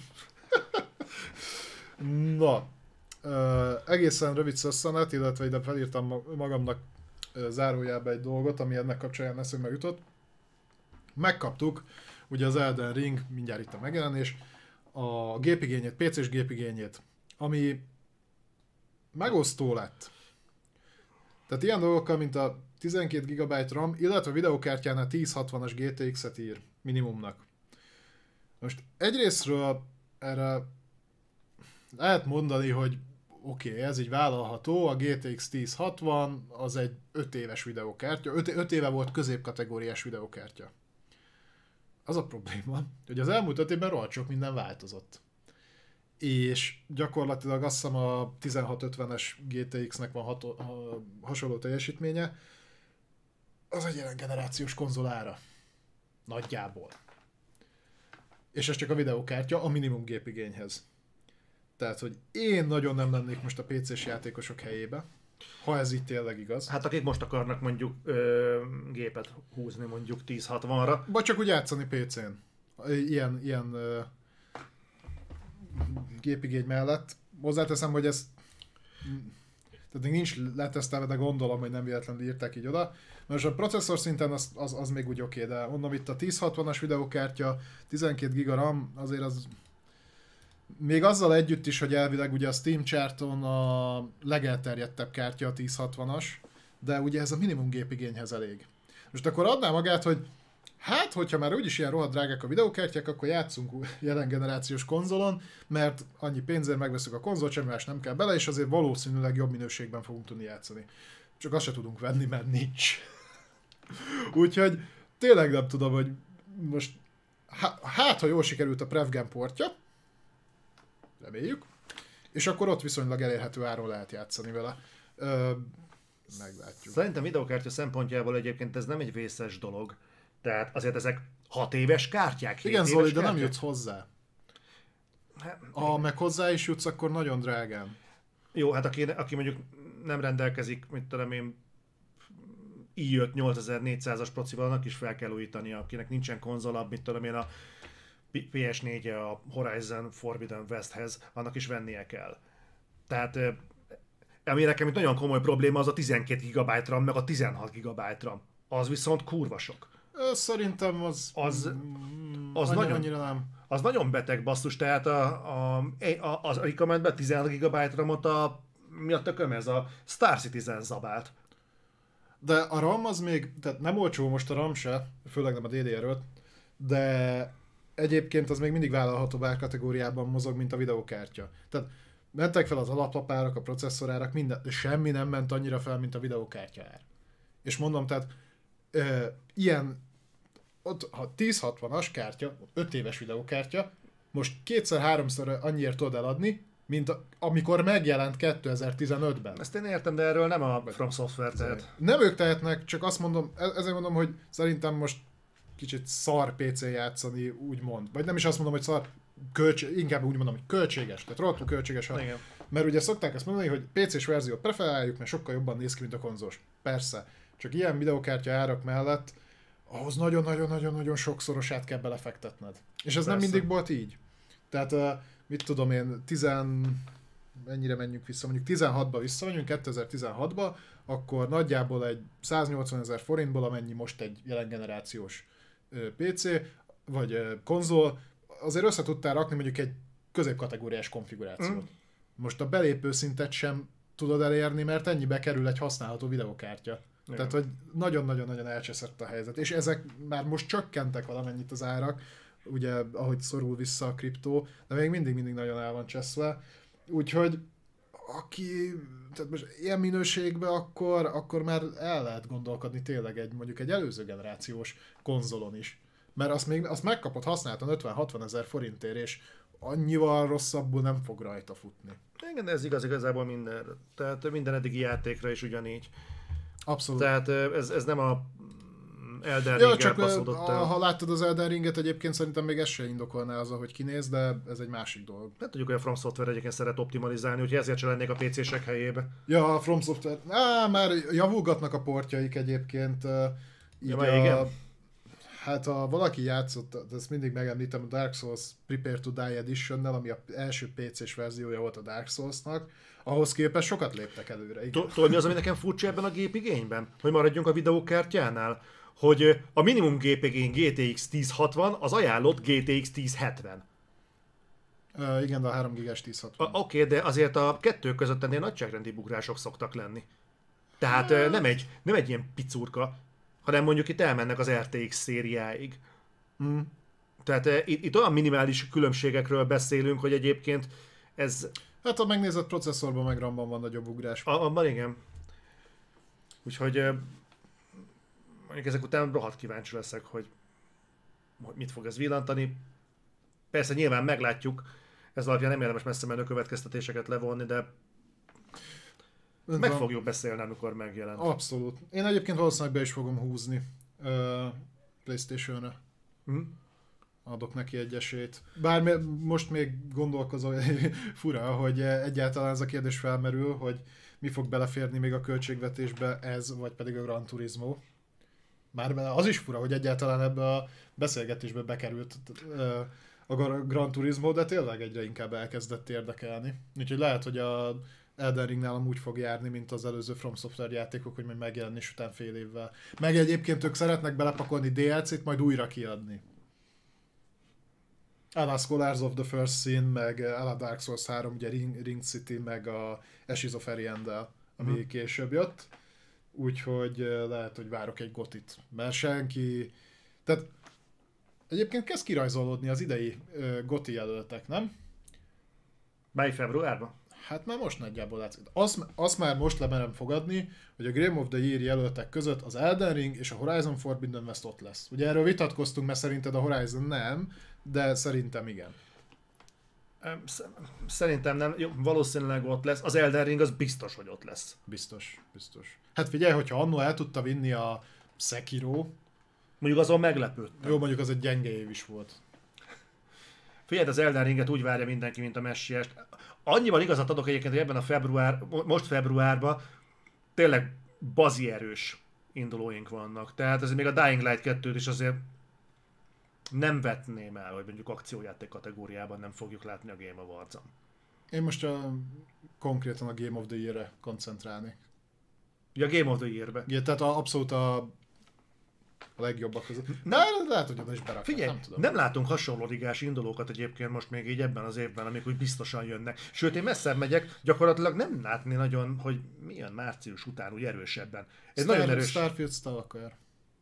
Na, egészen rövid szösszenet, illetve ide felírtam magamnak zárójelbe egy dolgot, ami ennek kapcsolatban eszembe jutott. Megkaptuk ugye az Elden Ring, mindjárt itt a megjelenés, a gépigényét, PC-s gépigényét, ami megosztó lett. Tehát ilyen dolgokkal, mint a 12 GB RAM, illetve a videókártyánál 1060-as GTX-et ír minimumnak. Most egyrésztről erre lehet mondani, hogy oké, ez így vállalható, a GTX 1060 az egy 5 éves videókártya, 5 éve volt középkategóriás videókártya. Az a probléma, hogy az elmúlt 5 évben rohadt sok minden változott. És gyakorlatilag azt hiszem a 1650-es GTX-nek van hasonló teljesítménye, az egy jelen generációs konzolára. Nagyjából. És ez csak a videókártya a minimum gépigényhez. Tehát, hogy én nagyon nem lennék most a PC-s játékosok helyébe, ha ez így tényleg igaz. Hát akik most akarnak mondjuk gépet húzni mondjuk 1060-ra. Vagy csak úgy játszani PC-n. Ilyen gépigény mellett. Hozzáteszem, hogy ez tehát még nincs letesztelve, de gondolom, hogy nem véletlenül írták így oda. Most a processzor szinten az még úgy oké, de mondom itt a 1060-as videókártya, 12 GB RAM, azért az még azzal együtt is, hogy elvileg ugye a Steam Charton a legelterjedtebb kártya a 1060-as, de ugye ez a minimum gépigényhez elég. Most akkor adná magát, hogy hát, hogyha már úgyis ilyen rohadt drágák a videókártyák, akkor játszunk jelen generációs konzolon, mert annyi pénzért megveszünk a konzolt, semmi más nem kell bele, és azért valószínűleg jobb minőségben fogunk tudni játszani. Csak azt se tudunk venni, mert nincs. Úgyhogy tényleg nem tudom, hogy most hát, ha jól sikerült a Prevgen portja, reméljük, és akkor ott viszonylag elérhető áron lehet játszani vele. Meglátjuk. Szerintem videókártya szempontjából egyébként ez nem egy vészes dolog. Tehát azért ezek 6 éves kártyák, 7 igen, éves Zoli, kártyák. de nem jutsz hozzá. Ha meg hozzá is jutsz, akkor nagyon drágán. Jó, hát aki mondjuk nem rendelkezik, mit tudom én, i5 8400-as procival, annak is fel kell újítani, akinek nincsen konzola, mit tudom én, a PS4 a Horizon Forbidden Westhez, annak is vennie kell. Tehát ami nekem itt nagyon komoly probléma, az a 12 GB RAM, meg a 16 GB RAM. Az viszont kurva sok. Szerintem az nagyon, annyira nem. Az nagyon beteg basszus, tehát az recommendben 16 GB RAM-ot mi a tököm ez? A Star Citizen zabált. De a RAM az még, tehát nem olcsó most a RAM se, főleg nem a DDR5, de egyébként az még mindig vállalható árkategóriában mozog, mint a videókártya. Tehát mentek fel az alaplapárak, a processzorárak, minden, de semmi nem ment annyira fel, mint a videókártya ár. És mondom, tehát ilyen, ott, ha 1060-as kártya, 5 éves videókártya, most 2-3-szor annyiért tudod eladni, mint amikor megjelent 2015-ben. Ezt én értem, de erről nem a From Software tehet. Nem ők tehetnek, csak azt mondom, ezért mondom, hogy szerintem most kicsit szar PC játszani, úgymond. Vagy nem is azt mondom, hogy szar, inkább úgy mondom, hogy költséges. Tehát rohadtul költséges. Mert ugye szokták ezt mondani, hogy PC-s verziót preferáljuk, mert sokkal jobban néz ki, mint a konzolos. Persze. Csak ilyen videokártya árak mellett ahhoz nagyon-nagyon-nagyon sokszorosát kell belefektetned. És ez nem mindig volt így. Tehát mit tudom én, mennyire menjünk vissza, mondjuk 16-ba visszamegyünk, 2016-ba, akkor nagyjából egy 180 000 forintból, amennyi most egy jelen generációs PC, vagy konzol, azért össze tudtál rakni mondjuk egy középkategóriás konfigurációt. Most a belépő szintet sem tudod elérni, mert ennyibe kerül egy használható videokártya. Tehát, hogy nagyon-nagyon-nagyon elcseszett a helyzet. És ezek már most csökkentek valamennyit az árak, ugye, ahogy szorul vissza a kriptó, de még mindig nagyon el van cseszve. Úgyhogy tehát most ilyen minőségben akkor már el lehet gondolkodni tényleg mondjuk egy előző generációs konzolon is. Mert azt megkapod használtan 50-60 000 forintért, és annyival rosszabbul nem fog rajta futni. Igen, ez igaz igazából mindenre. Tehát minden eddigi játékra is ugyanígy. Abszolút. Tehát ez nem a Elden Ring-el baszódott el. Ha láttad az Elden Ringet, egyébként szerintem még ez se indokolná az, ahogy kinéz, de ez egy másik dolog. Hát tudjuk, hogy a From Software egyébként szeret optimalizálni, úgyhogy ezért se lennék a PC-sek helyébe. Ja, a From Software, már javulgatnak a portjaik egyébként. Így igen. Hát ha valaki játszott, ezt mindig megemlítem, a Dark Souls Prepare to Die Edition-nel, ami az első PC-s verziója volt a Dark Souls-nak, ahhoz képest sokat léptek előre. Tudod mi az, ami nekem furcsa ebben a gépigényben? Hogy maradjunk a videókártyánál? Hogy a minimum gépigény GTX 1060, az ajánlott GTX 1070. Igen, de a 3 GB-s 1060. Oké, de azért a kettő között ennél nagyságrendi bugrások szoktak lenni. Tehát nem egy ilyen picurka, hanem mondjuk itt elmennek az RTX szériáig. Tehát itt olyan minimális különbségekről beszélünk, hogy egyébként ez... Hát ha megnézed, processzorban meg RAM-ban van nagyobb ugrás. Abban igen. Úgyhogy mondjuk ezek után rohadt kíváncsi leszek, hogy mit fog ez villantani. Persze nyilván meglátjuk, ez alapján nem érdemes messze menő következtetéseket levonni, de meg fogjuk beszélni, amikor megjelent. Abszolút. Én egyébként valószínűleg be is fogom húzni PlayStation-re. Adok neki egy esélyt. Bár most még gondolkozom, fura, hogy egyáltalán ez a kérdés felmerül, hogy mi fog beleférni még a költségvetésbe, ez vagy pedig a Gran Turismo. Már az is fura, hogy egyáltalán ebbe a beszélgetésbe bekerült a Gran Turismo, de tényleg egyre inkább elkezdett érdekelni. Úgyhogy lehet, hogy a Elden Ring nálam úgy fog járni, mint az előző From Software játékok, hogy majd megjelenés után fél évvel. Meg egyébként ők szeretnek belepakolni DLC-t, majd újra kiadni. A Scholars of the First Sin, meg a Dark Souls 3, ugye Ring City, meg a Ashes of Ariandel, ami később jött. Úgyhogy lehet, hogy várok egy gotit. Mert senki... Tehát egyébként kezd kirajzolódni az idei goti jelöltek, nem? Mely februárban? Hát már most nagyjából látszik. Azt már most lemerem fogadni, hogy a Game of the Year jelöltek között az Elden Ring és a Horizon Forbidden West ott lesz. Ugye erről vitatkoztunk, mert szerinted a Horizon nem, de szerintem igen. Szerintem nem. Jó, valószínűleg ott lesz. Az Elden Ring az biztos, hogy ott lesz. Biztos. Hát figyelj, hogyha annó el tudta vinni a Sekiro... Mondjuk azon meglepődtem. Jó, mondjuk az egy gyenge év is volt. Figyelj, az Elden Ringet úgy várja mindenki, mint a Messiest. Annyiban igazat adok egyébként, hogy ebben a most februárban tényleg bazi erős indulóink vannak. Tehát ez még a Dying Light 2-t is azért nem vetném el, hogy mondjuk akciójáték kategóriában nem fogjuk látni a Game Awards-on. Én most konkrétan a Game of the Year-re koncentrálnék. Ja, a Game of the Year-be. Igen, tehát abszolút a legjobbak között. De lehet, hogy oda is beraknak, figyelj, nem tudom. Nem látunk hasonló ligás indulókat egyébként most még így ebben az évben, amik úgy biztosan jönnek. Sőt, én messzebb megyek, gyakorlatilag nem látni nagyon, hogy milyen március után úgy erősebben. Ez nagyon erős. Starfield, Stalker.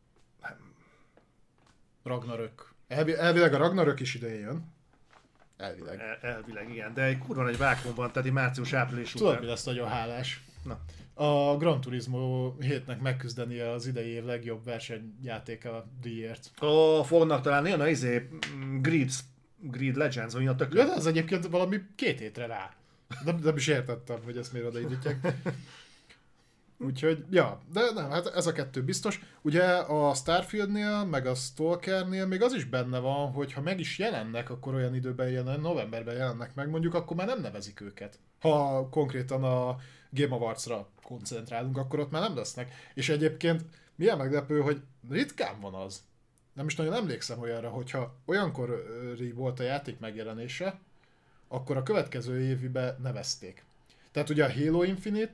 Ragnarök. Elvileg a Ragnarök is idején jön. Elvileg. Elvileg, igen, de egy kurva nagy vákuumban, tehát március-április után. Tudod, mi lesz nagyon hálás? Na. A Gran Turismo hétnek megküzdeni az idei év legjobb versenyjátéka díjért. Fognak talán jön a Grid Legends, vagy a tök. Ja, de az egyébként valami 2 hétre rá. Nem is értettem, hogy ezt miért odaindítják. Úgyhogy, ja, de nem, hát ez a kettő biztos. Ugye a Starfieldnél, meg a Stalkernél még az is benne van, hogy ha meg is jelennek, akkor olyan időben jelen, novemberben jelennek meg, mondjuk akkor már nem nevezik őket. Ha konkrétan a Game Awards-ra koncentrálunk, akkor ott már nem lesznek. És egyébként milyen meglepő, hogy ritkán van az. Nem is nagyon emlékszem olyanra, hogyha olyankor volt a játék megjelenése, akkor a következő éviben nevezték. Tehát ugye a Halo Infinite,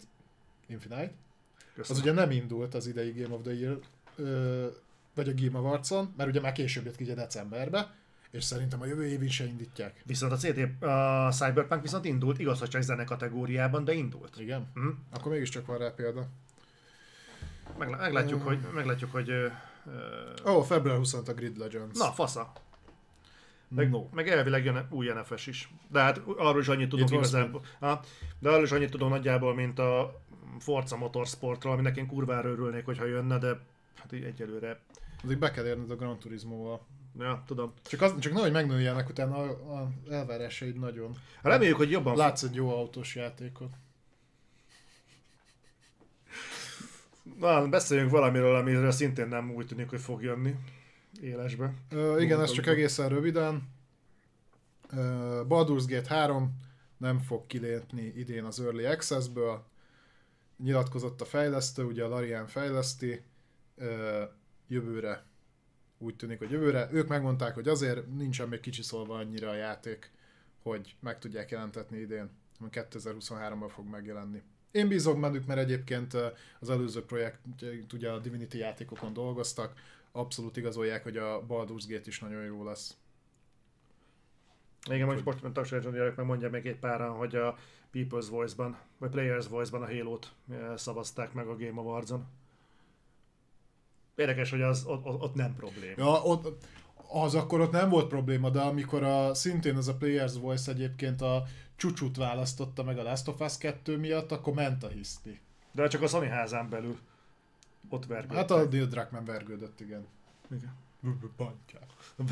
az ugye nem indult az idei Game of the Year, vagy a Game Awards-on, mert ugye már később jött ki ugye decemberbe, és szerintem a jövő évig se indítják. Viszont a Cyberpunk viszont indult, igaz, hogy csak zene kategóriában, de indult. Igen? Akkor mégiscsak van rá példa. Meglátjuk, hogy február 25 a Grid Legends. na, fasza. Meg elvileg jön új NFS is. De hát arról is annyit tudunk igazából. De arról is annyit tudom nagyjából, mint a Forza Motorsportról, aminek én kurvára örülnék, hogyha jönne, de hát így egyelőre. Addig be kell érned a Gran Turismo-val. Ja, tudom. Csak nehogy megnőjenek utána a elvárásaid nagyon. Reméljük, hogy jobban... Látsz egy jó autós játékot. Na, beszéljünk valamiről, amire szintén nem úgy tűnik, hogy fog jönni élesbe. Igen, ez csak egészen röviden. Baldur's Gate 3 nem fog kilépni idén az Early Access-ből. Nyilatkozott a fejlesztő, ugye a Larian fejleszti. Jövőre, úgy tűnik, hogy jövőre. Ők megmondták, hogy azért nincsen még kicsiszolva annyira a játék, hogy meg tudják jelentetni idén. 2023-ban fog megjelenni. Én bízom bennük, mert egyébként az előző projekt, ugye a Divinity játékokon dolgoztak, abszolút igazolják, hogy a Baldur's Gate is nagyon jó lesz. Igen, most tagsértőnök meg mondja még egy páran, hogy a People's Voice-ban, vagy Players Voice-ban a Halo-t szavazták meg a Game Awards-on. Érdekes, hogy ott nem probléma. Ja, az akkor ott nem volt probléma, de amikor szintén ez a Players Voice egyébként a Csucsut választotta meg a Last of Us 2 miatt, akkor ment a hiszti. De csak a Sony házán belül. Ott vergődtek. Hát a Neil Druckmann vergődött, igen. Igen. Bantják.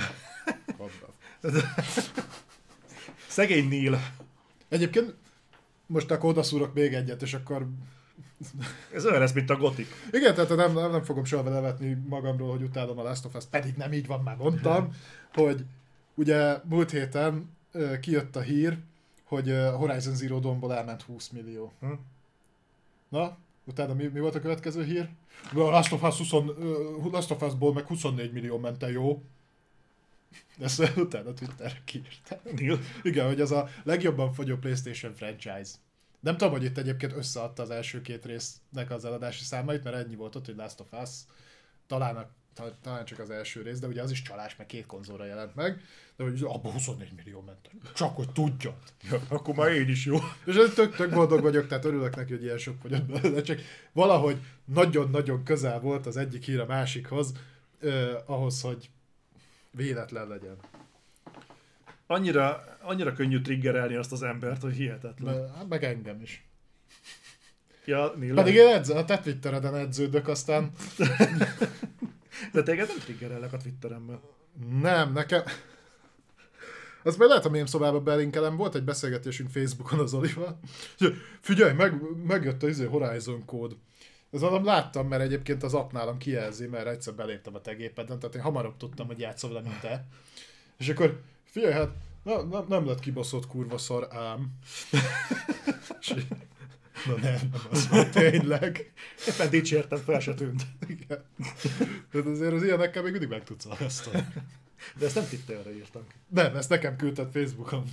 Szegény Neil. Egyébként most akkor odaszúrok még egyet, és akkor... Ez olyan lesz, mint a Gothic. Igen, tehát nem fogom soha levetni magamról, hogy utálom a Last of Us, pedig nem így van, már mondtam, hogy ugye múlt héten kijött a hír, hogy Horizon Zero Dawnból elment 20 millió. Na, utána mi volt a következő hír? A Last of Us-ból meg 24 millió ment el, jó? Ezt utána Twitterre kiírtam. Igen, hogy az a legjobban fogyó PlayStation franchise. Nem tudom, hogy itt egyébként összeadta az első két résznek az eladási számait, mert ennyi volt ott, hogy Last of Us, talán csak az első rész, de ugye az is csalás, mert 2 konzolra jelent meg, de hogy abban 24 millió ment. Csak hogy tudjad. Ja, akkor már én is jó. És tök boldog vagyok, tehát örülök neki, hogy ilyen sok fogyott belőle, csak valahogy nagyon-nagyon közel volt az egyik hír a másikhoz, ahhoz, hogy véletlen legyen. Annyira könnyű triggerelni azt az embert, hogy hihetetlen. Meg engem is. Ja, pedig én a te Twittereden edződök, aztán... De téged nem triggerellek a Twitteremben. Nem, nekem... Azt már lehet a mém szobába belinkelem, volt egy beszélgetésünk Facebookon az Olival. Figyelj, megjött a Horizon kód. Ezt mondom, láttam, mert egyébként az app nálam kijelzi, mert egyszer beléptem a te gépeden, tehát én hamarabb tudtam, hogy játszol vele, mint te. És akkor, figyelj, hát nem lett kibaszott kurva szar, ám. Na nem az van, tényleg. Éppen dicsértem, fel se tűnt. Igen. Tehát azért az ilyenekkel még mindig meg tudsz alasztani. De ezt nem Twitterre írtam. Nem, ezt nekem küldted Facebookon.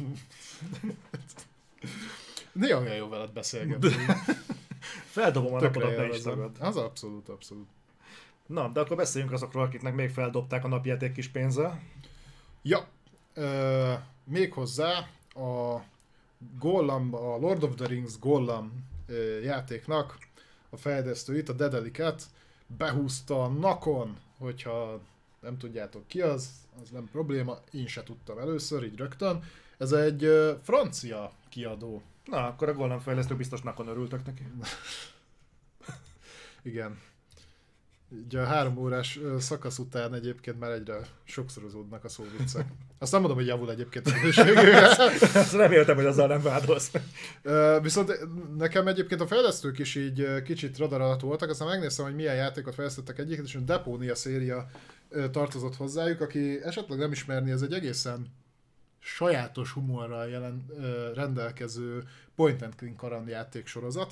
Néha olyan jó veled beszélgetni. Feldobom a napodat, ne is tagad. Az abszolút. Na, de akkor beszéljünk azokról, akiknek még feldobták a napjáték kis pénzzel. Ja, méghozzá a Lord of the Rings Gollum játéknak a fejlesztőit, a Dedelic Cat behúzta a NACON, hogyha nem tudjátok ki az nem probléma, én se tudtam először, így rögtön. Ez egy francia kiadó. Na, akkor a Gollum fejlesztők biztos NACON örültek neki. Igen. Ugye a 3 órás szakasz után egyébként már egyre sokszorozódnak a szóviccek. Azt nem mondom, hogy javul egyébként a minőségű. Azt reméltem, hogy azzal nem vádolsz. Viszont nekem egyébként a fejlesztők is így kicsit radar alatt voltak, aztán megnéztem, hogy milyen játékot fejlesztettek egyiket, és a Deponia széria tartozott hozzájuk, aki esetleg nem ismerni, ez egy egészen sajátos humorral rendelkező point and click kalandjáték sorozat,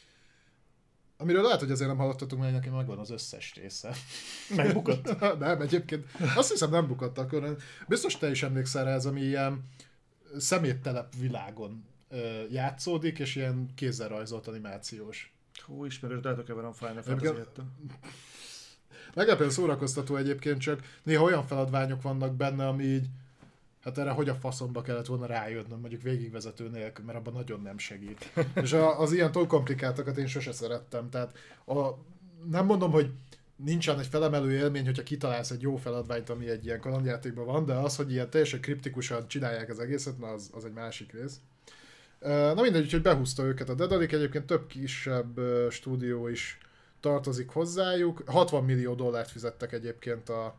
amiről lehet, hogy azért nem hallottatunk, mert nekem megvan az összes része. Megbukott? Nem, egyébként azt hiszem nem bukott akkor. Biztos te is emlékszel rá, ez ami ilyen szeméttelep világon játszódik, és ilyen kézzel rajzolt animációs. Hú, ismerős, de hát keverem Final Fantasy-t. Meglepően szórakoztató egyébként, csak néha olyan feladványok vannak benne, ami így, hát erre hogy a faszomba kellett volna rájönnöm, mondjuk végigvezető nélkül, mert abban nagyon nem segít. És az ilyen túl komplikáltakat én sose szerettem, tehát nem mondom, hogy nincsen egy felemelő élmény, hogyha kitalálsz egy jó feladványt, ami egy ilyen kalandjátékban van, de az, hogy ilyen teljesen kriptikusan csinálják az egészet, na az egy másik rész. Na mindegy, úgyhogy behúzta őket a Dedalik, egyébként több kisebb stúdió is tartozik hozzájuk. 60 millió dollárt fizettek egyébként a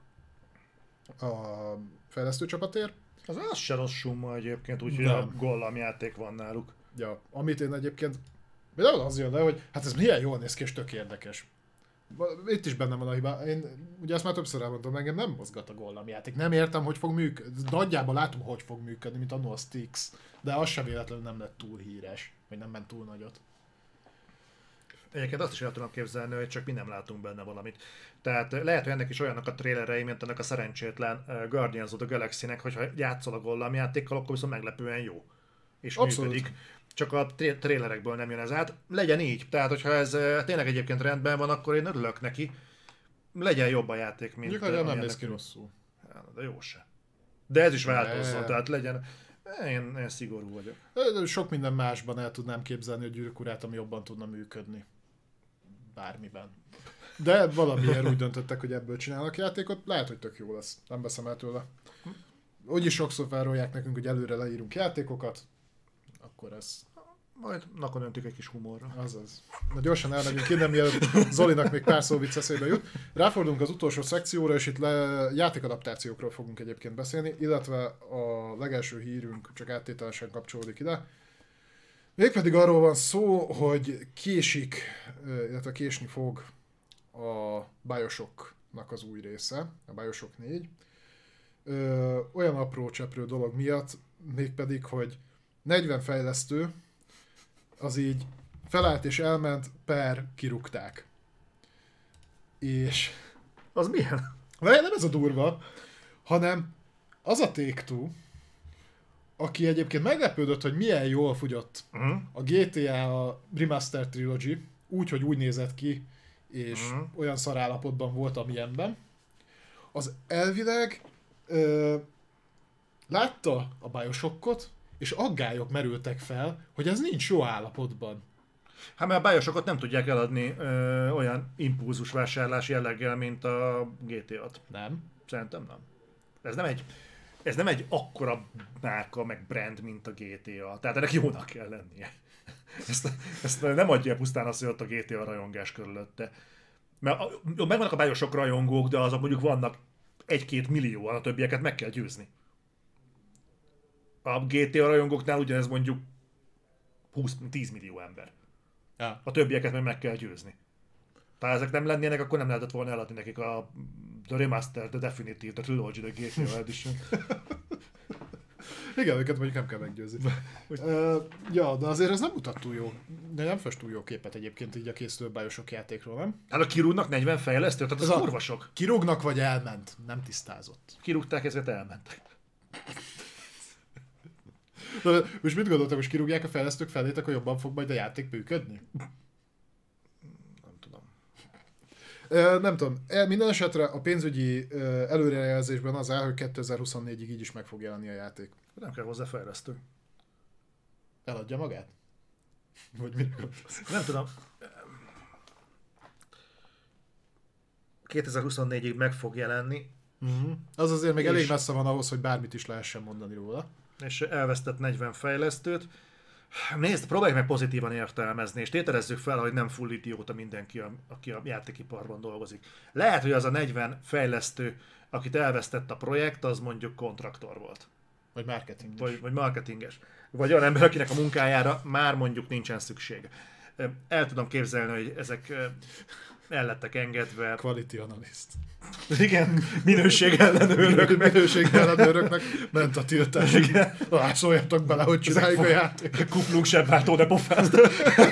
fejlesztő csapatért. Az se rossz summa egyébként, úgyhogy a Gollam játék van náluk. Ja, amit én egyébként például az jön le, hogy hát ez milyen jól néz ki és tök érdekes. Itt is benne van a hiba. Én ugye ezt már többször elmondtam, engem nem mozgat a Gollam játék. Nem értem, hogy fog működni. Nagyjából látom, hogy fog működni, mint annó a Styx. De az sem véletlenül nem lett túl híres, vagy nem ment túl nagyot. Egyébként azt is el tudom képzelni, hogy csak mi nem látunk benne valamit. Tehát lehet, hogy ennek is olyanok a trailerei, mint ennek a szerencsétlen Guardians of the Galaxy-nek, hogyha játszol a Gollam játékkal, akkor viszont meglepően jó. És abszolút működik. Csak a trailerekből nem jön ez át. Legyen így. Tehát, hogyha ez tényleg egyébként rendben van, akkor én örülök neki. Legyen jobb a játék, mint... Mondjuk, nem néz ki rosszul. De jó se. De ez is változzon, tehát legyen... Én szigorú vagyok. Sok minden másban el tudnám képzelni a Gyűrűk urát, ami jobban tudna működni. Bármiben. De valamiért úgy döntöttek, hogy ebből csinálnak játékot. Lehet, hogy tök jó lesz. Nem veszem el tőle. Úgyis sokszor felrolják nekünk, hogy előre leírunk játékokat. Akkor ez... Majd nakon öntük egy kis humorra. Azaz. Na gyorsan elmegyünk innen, mielőtt Zolinak még pár szó vicc eszébe jut. Ráfordulunk az utolsó szekcióra, és itt játékadaptációkról fogunk egyébként beszélni, illetve a legelső hírünk csak áttételesen kapcsolódik ide. Mégpedig arról van szó, hogy késik, illetve késni fog a BioShocknak az új része, a BioShock 4. Olyan apró cseprő dolog miatt, mégpedig, hogy 40 fejlesztő az így felállt és elment, kirúgták. És... Az milyen? Nem ez a durva, hanem az a Take-Two, aki egyébként meglepődött, hogy milyen jól fogyott a GTA a Remastered Trilogy, úgy, hogy úgy nézett ki, és olyan szarállapotban volt, amilyenben. Az elvileg látta a BioShockot, és aggályok merültek fel, hogy ez nincs jó állapotban. Hát mert a BioShockot nem tudják eladni olyan impulzus vásárlás jelleggel, mint a GTA-t. Nem? Szerintem nem. Ez nem egy akkora márka, meg brand, mint a GTA. Tehát ennek jónak kell lennie. Ezt nem adja pusztán azt, hogy ott a GTA rajongás körülötte. Mert megvannak a BioShock rajongók, de azok mondjuk vannak 1-2 millióan, a többieket meg kell győzni. A GTA rajongóknál ugyanez mondjuk 10 millió ember. Ja. A többieket meg kell győzni. Ha ezek nem lennének, akkor nem lehetett volna eladni nekik a The Remastered, The Definitive, The Trilogy, The GTA Edition. Igen, őket mondjuk nem kell meggyőzni. Ja, de azért ez nem mutat túl jó. De nem fest túl jó képet egyébként így a készülő BioShock játékról, nem? Hát a kirúgnak 40 fejlesztőt, tehát ez kurva sok. Kirúgnak vagy elment? Nem tisztázott. Kirúgták, ezért elmentek. De most mit gondoltak, hogy kirúgják a fejlesztők felét, akkor jobban fog majd a játék működni? Nem tudom. Nem tudom. Minden esetre a pénzügyi előrejelzésben az áll, hogy 2024-ig így is meg fog jelenni a játék. Nem kell hozzá fejlesztő. Eladja magát? Vagy mit gondolsz? Nem tudom. 2024-ig meg fog jelenni. Az azért még elég messze van ahhoz, hogy bármit is lehessen mondani róla. És elvesztett 40 fejlesztőt. Nézd, próbáljuk meg pozitívan értelmezni, és tételezzük fel, hogy nem full idióta mindenki, aki a játékiparban dolgozik. Lehet, hogy az a 40 fejlesztő akit elvesztett a projekt, az mondjuk kontraktor volt. Vagy marketinges. Vagy marketinges. Vagy olyan ember, akinek a munkájára már mondjuk nincsen szükség. El tudom képzelni, hogy ezek el lettek engedve. Quality analyst. Igen, minőségellenőrök. Minőségellenőröknek ment a tiltás. Igen. Szóljatok bele, hogy csináljuk a játékot. Kuplunk sebváltó, de pofázd.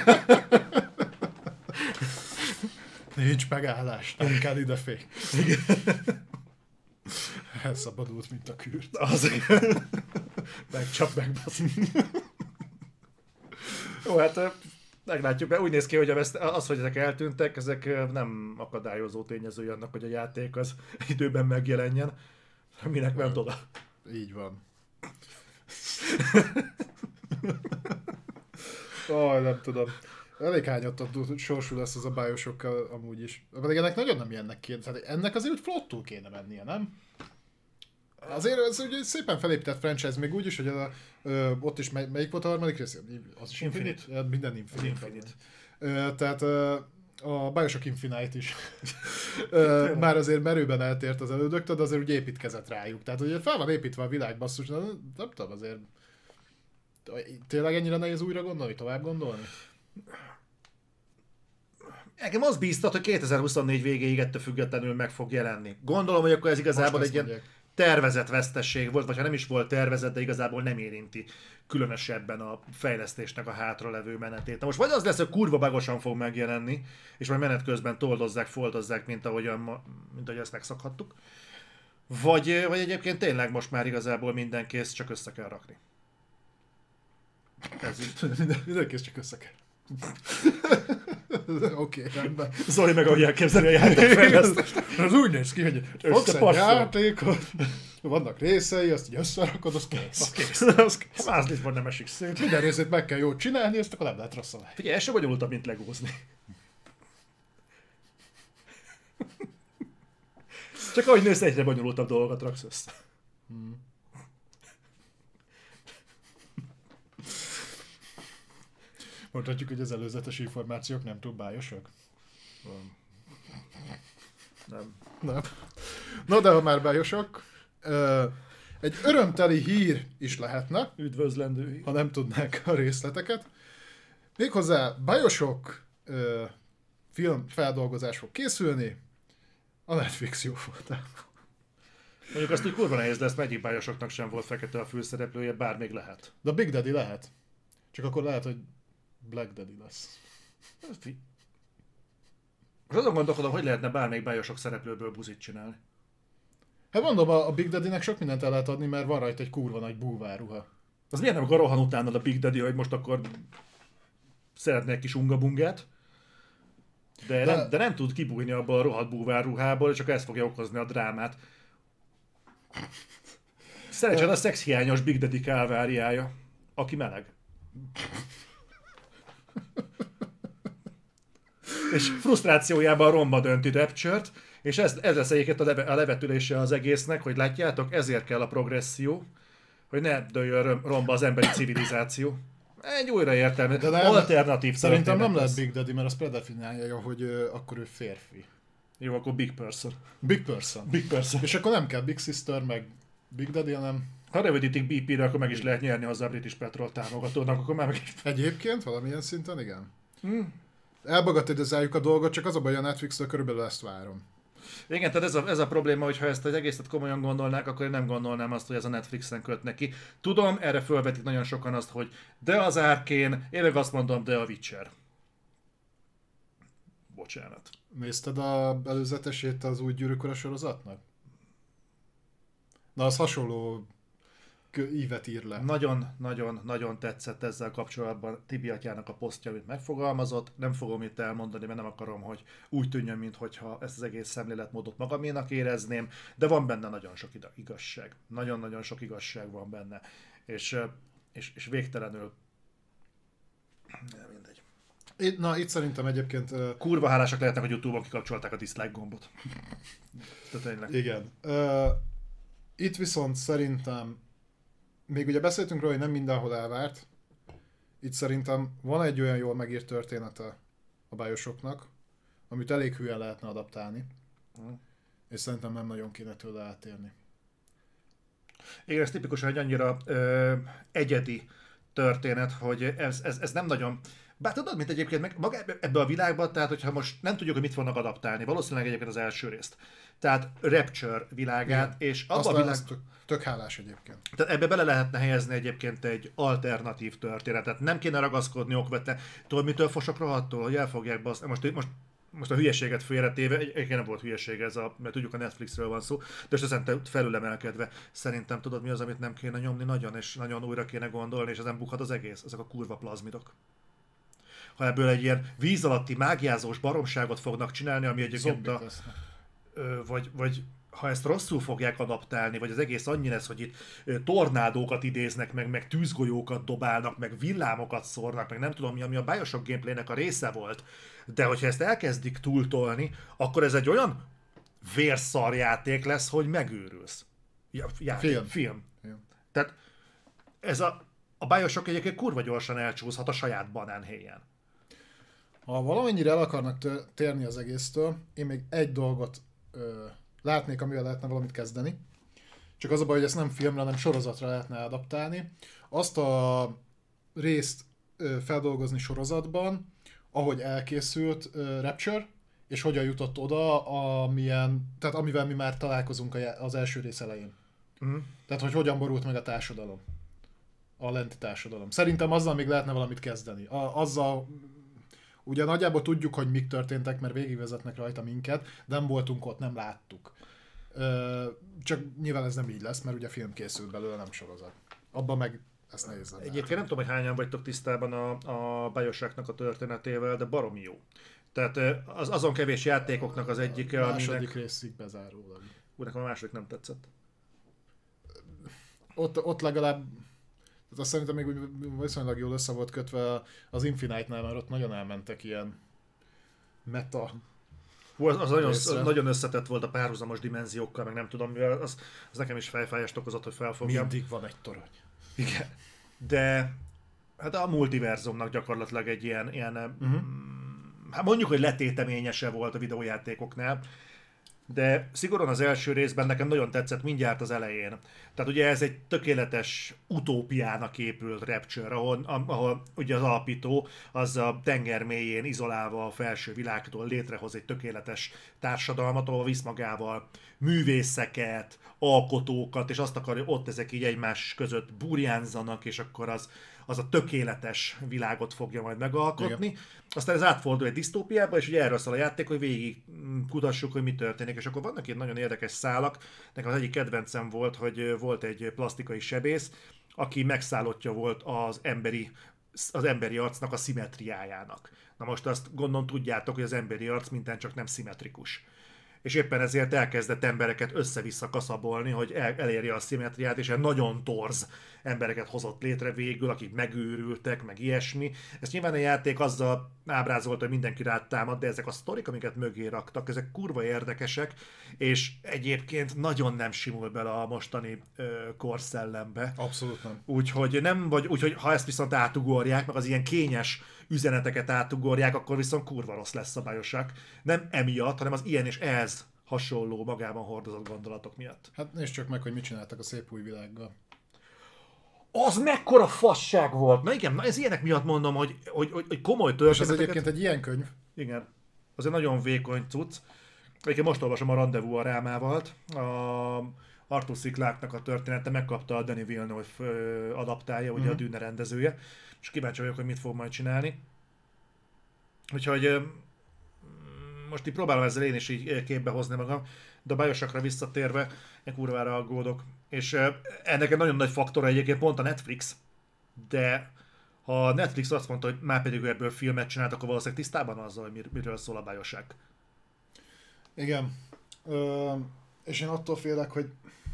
Nincs megállás, nem kell ide fék. Elszabadult, mint a kürt. Az. Megcsap meg, basz. Jó, hát meglátjuk, mert úgy néz ki, hogy az, hogy ezek eltűntek, ezek nem akadályozó tényezői annak, hogy a játék az időben megjelenjen. Minek ment oda? Így van. Nem tudom. Elég hányattató sorsú lesz az a Bioshockkal amúgy is. Pedig ennek nagyon nem ilyennek kéne. Tehát ennek azért úgy flottul kéne mennie, nem? Azért ez ugye szépen felépített franchise, még úgy is, hogy ott is melyik volt a harmadik rész? Az is Infinite? Minden Infinite. Tehát a Bioshock Infinite is már azért merőben eltért az elődöktől, de azért úgy építkezett rájuk. Tehát ugye fel van építve a világ, basszus, nem tudom, azért tényleg ennyire nehéz újra gondolni, tovább gondolni? Nekem az bíztat, hogy 2024 végéig ettől függetlenül meg fog jelenni. Gondolom, hogy akkor ez igazából egy ilyen tervezett vesztesség volt, vagy ha nem is volt tervezett, de igazából nem érinti különösebben a fejlesztésnek a hátralevő menetét. Na most vagy az lesz, hogy kurva bagosan fog megjelenni, és majd menet közben toldozzák, foldozzák, mint ahogy ezt megszokhattuk. Vagy egyébként tényleg most már igazából minden kész, csak össze kell rakni. Ez így. Minden kész, csak össze kell. Oké, rendben. Zoli meg ahogy elképzelni a játékfejlesztést. Az úgy néz ki, hogy fogsz egy játékot, vannak részei, azt így összerakod, az kész. Az kész. Mázlitban nem esik szét. Minden részét meg kell jól csinálni, ezt akkor nem lehet rosszul. Figyelj, ez sem bonyolultabb, mint legózni. Csak ahogy nősz, egyre bonyolultabb dolgokat raksz össze. Mondhatjuk, hogy az előzetes információk nem túl bájosak? Nem. Na de ha már bájosak, egy örömteli hír is lehetne. Üdvözlendő hír. Ha nem tudnák a részleteket. Méghozzá Bioshock film feldolgozás fog készülni a Netflix jó voltával. Mondjuk azt, hogy kurva nehéz lesz, mert egyik Bioshocknak sem volt fekete a főszereplője, bár még lehet. De a Big Daddy lehet. Csak akkor lehet, hogy Black Daddy lesz. Most azon gondolkodom, hogy lehetne bármelyik Bioshock szereplőből buzit csinálni. Hát mondom, a Big Daddy-nek sok mindent el lehet adni, mert van rajta egy kurva nagy búvárruha. Az miért nem akkor rohan utánad a Big Daddy, hogy most akkor szeretne egy kis ungabungát, de nem tud kibújni abból a rohadt búvárruhából, és csak ez fogja okozni a drámát. Szerencsén a szexhiányos Big Daddy kálváriája, aki meleg. És frusztrációjában romba dönti Rapture-t, és ez lesz egyébként a levetülése az egésznek, hogy látjátok, ezért kell a progresszió, hogy ne dőljön romba az emberi civilizáció. Egy újraértelmű, alternatív szerintem nem lehet Big Daddy, mert az predefinálja, hogy akkor ő férfi. Jó, akkor Big Person. Big Person. Big Person. És akkor nem kell Big Sister, meg Big Daddy, hanem... Ha rövidítik BP-re, akkor meg is lehet nyerni hozzá a British Petrol támogatónak, akkor már meg is... Egyébként valamilyen szinten, igen. Elbagatelizáljuk a dolgot, csak az a baj, a Netflix-től körülbelül ezt várom. Igen, tehát ez a probléma, hogy ha ezt az egészet komolyan gondolnák, akkor én nem gondolnám azt, hogy ez a Netflixen köt neki. Tudom, erre fölvetik nagyon sokan azt, hogy de az Arkane, én meg azt mondom, de a Witcher. Bocsánat. Nézted a előzetesét az új Gyűrűk Ura sorozatnak? Na, az hasonló ívet ír le. Nagyon tetszett ezzel kapcsolatban Tibi atyának a posztja, amit megfogalmazott. Nem fogom itt elmondani, mert nem akarom, hogy úgy tűnjön, mintha ezt az egész szemléletmódot magaménak érezném, de van benne nagyon sok igazság. Nagyon-nagyon sok igazság van benne. És végtelenül... Mindegy. Itt szerintem egyébként... Kurva hálásak lehetnek, hogy YouTube-on kikapcsolták a dislike gombot. De tényleg. Igen. Itt viszont szerintem még ugye beszéltünk róla, hogy nem mindenhol elvárt. Itt szerintem van egy olyan jól megírt története a Bioshocknak, amit elég hülyen lehetne adaptálni. és szerintem nem nagyon kéne tőle eltérni. Igen, ez tipikusan egy annyira egyedi történet, hogy ez nem nagyon... Bár tudod, mint egyébként meg maga ebbe a világban, tehát hogyha most nem tudjuk, hogy mit fognak adaptálni, valószínűleg egyébként az első részt. Tehát Rapture világát, Igen. és abban a világ... tök hálás egyébként. Tehát ebbe bele lehetne helyezni egyébként egy alternatív történetet. Nem kéne ragaszkodni okvetlen. Tudod, mitől fosok rohadtól, hogy elfogják baszni. Most a hülyeséget félretéve, egyébként nem volt hülyeség ez, mert tudjuk a Netflixről van szó, de most ezen felülemelkedve szerintem tudod mi az, amit nem kéne nyomni nagyon, és nagyon újra kéne gondolni, és ezen bukhat az egész, ezek a kurva plazmidok. Ha ebből egy ilyen víz alatti mágiázós baromságot fognak csinálni, ami egyébként vagy ha ezt rosszul fogják adaptálni, vagy az egész annyi lesz, hogy itt tornádókat idéznek meg tűzgolyókat dobálnak, meg villámokat szórnak, meg nem tudom mi, ami a Bioshock gameplaynek a része volt. De hogyha ezt elkezdik túltolni, akkor ez egy olyan vérszarjáték lesz, hogy megőrülsz. Film. Tehát ez a Bioshock egyébként kurva gyorsan elcsúszhat a saját banánhéján. Ha valamennyire el akarnak térni az egésztől, én még egy dolgot látnék, amivel lehetne valamit kezdeni. Csak az a baj, hogy ezt nem filmre, hanem sorozatra lehetne adaptálni. Azt a részt feldolgozni sorozatban, ahogy elkészült Rapture, és hogyan jutott oda, tehát amivel mi már találkozunk az első rész elején. Tehát, hogy hogyan borult meg a társadalom. A lenti társadalom. Szerintem azzal még lehetne valamit kezdeni. Azzal ugye nagyjából tudjuk, hogy mik történtek, mert végigvezetnek rajta minket, de nem voltunk ott, nem láttuk. Csak nyilván ez nem így lesz, mert ugye film készült belőle, nem sorozat. Abban meg ezt nehéz lenne. Egyébként nem tudom, hogy hányan vagytok tisztában a Bioshocknak a történetével, de baromi jó. Tehát azon kevés játékoknak az egyike, aminek... Második részig bezárólag. Nekem a második nem tetszett. Ott legalább azt szerintem még úgy viszonylag jól össze volt kötve az Infinite-nál, mert ott nagyon elmentek ilyen meta. Az nagyon összetett volt a párhuzamos dimenziókkal, meg nem tudom mivel, az nekem is fejfájást okozott, hogy felfogjam. Mindig van egy torony. Igen. De hát a multiverzumnak gyakorlatilag egy ilyen hát mondjuk, hogy letéteményese volt a videójátékoknál, de szigorúan az első részben nekem nagyon tetszett mindjárt az elején. Tehát ugye ez egy tökéletes utópiának épült Rapture, ahol ugye az alapító az a tenger mélyén izolálva a felső világtól létrehoz egy tökéletes társadalmat, ahol visz magával művészeket, alkotókat, és azt akarja, ott ezek így egymás között burjánzanak, és akkor az a tökéletes világot fogja majd megalkotni. Igen. Aztán ez átfordul egy disztópiába, és ugye erről szól a játék, hogy végig kutassuk, hogy mi történik. És akkor vannak itt nagyon érdekes szálak. Nekem az egyik kedvencem volt, hogy volt egy plastikai sebész, aki megszállottja volt az emberi arcnak a szimmetriájának. Na most azt gondolom tudjátok, hogy az emberi arc minden csak nem szimmetrikus. És éppen ezért elkezdett embereket össze-vissza kaszabolni, hogy elérje a szimmetriát, és egy nagyon torz embereket hozott létre végül, akik megőrültek, meg ilyesmi. Ezt nyilván a játék azzal ábrázolta, hogy mindenki rád támad, de ezek a sztorik, amiket mögé raktak, ezek kurva érdekesek, és egyébként nagyon nem simul bele a mostani korszellembe. Abszolút nem. Úgyhogy ha ezt viszont átugorják, meg az ilyen kényes üzeneteket átugorják, akkor viszont kurva rossz lesz a Bioshock. Nem emiatt, hanem az ilyen és ez hasonló magában hordozott gondolatok miatt. Hát nézd csak meg, hogy mit csináltak a szép új világgal. Az mekkora fasság volt! Na igen, ez ilyenek miatt mondom, hogy komoly történeteket... És ez egyébként egy ilyen könyv. Igen. Az egy nagyon vékony cucc. Egyébként most olvasom a Rendezvous a Rámával. Arthur C. Clarke-nak a története, megkapta a Denis Villeneuve adaptálja, ugye a Dune rendezője. És kíváncsi vagyok, hogy mit fog majd csinálni. Úgyhogy most így próbálom ezzel én is így képbe hozni magam, de a Bioshockra visszatérve, én kurvára aggódok. És ennek egy nagyon nagy faktora egyébként pont a Netflix, de ha a Netflix azt mondta, hogy már pedig ebből filmet csinált, akkor valószínűleg tisztában azzal, hogy miről szól a Bioshock. Igen. És én attól félek, hogy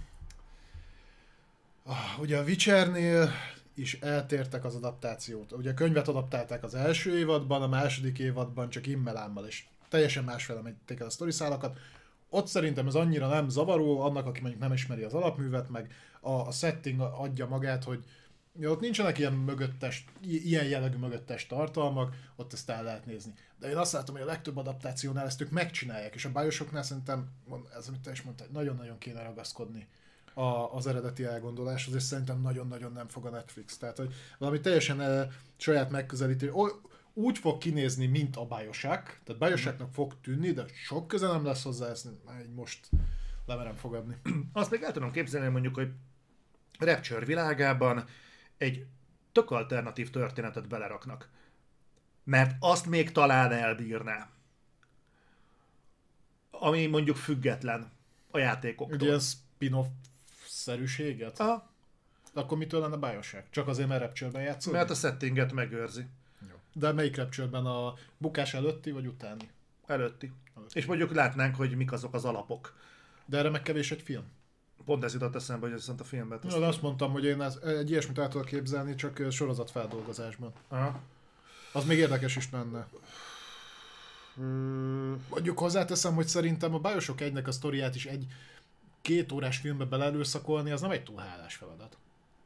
ugye a Witchernél is eltértek az adaptációt. Ugye a könyvet adaptálták az első évadban, a második évadban csak immelámmal, és teljesen másféle menték el a sztoriszálakat. Ott szerintem ez annyira nem zavaró, annak, aki mondjuk nem ismeri az alapművet, meg a setting adja magát, hogy Ja, ott nincsenek ilyen jellegű mögöttes tartalmak, ott ezt el lehet nézni. De én azt látom, hogy a legtöbb adaptációnál ezt ők megcsinálják, és a BioShocknál szerintem, ez amit te is mondtál, nagyon-nagyon kéne ragaszkodni az eredeti elgondoláshoz, és szerintem nagyon-nagyon nem fog a Netflix. Tehát, hogy valami teljesen saját megközelítés, úgy fog kinézni, mint a BioShock, tehát BioShocknak fog tűnni, de sok köze nem lesz hozzá, ezt most lemerem fogadni. Azt még el tudom képzelni, mondjuk, hogy Rapture világában egy tök alternatív történetet beleraknak. Mert azt még talán elbírná. Ami mondjuk független a játékoktól. Egy ilyen spin-off-szerűséget? Aha. Akkor mitől lenne BioShock? Csak azért, mert Rapture-ben játszódik? Mert a settinget megőrzi. Jó. De melyik Rapture-ben? A bukás előtti vagy utáni? Előtti. És mondjuk látnánk, hogy mik azok az alapok. De erre meg kevés egy film. Pont ez jutott eszembe, hogy viszont a filmben. No, de azt mondtam, hogy én egy ilyesmit el tudok képzelni, csak sorozatfeldolgozásban. Aha. Az még érdekes is lenne. Mondjuk hozzáteszem, hogy szerintem a Bioshock 1-nek a sztoriát is egy 2 órás filmbe beleerőszakolni, az nem egy túl hálás feladat.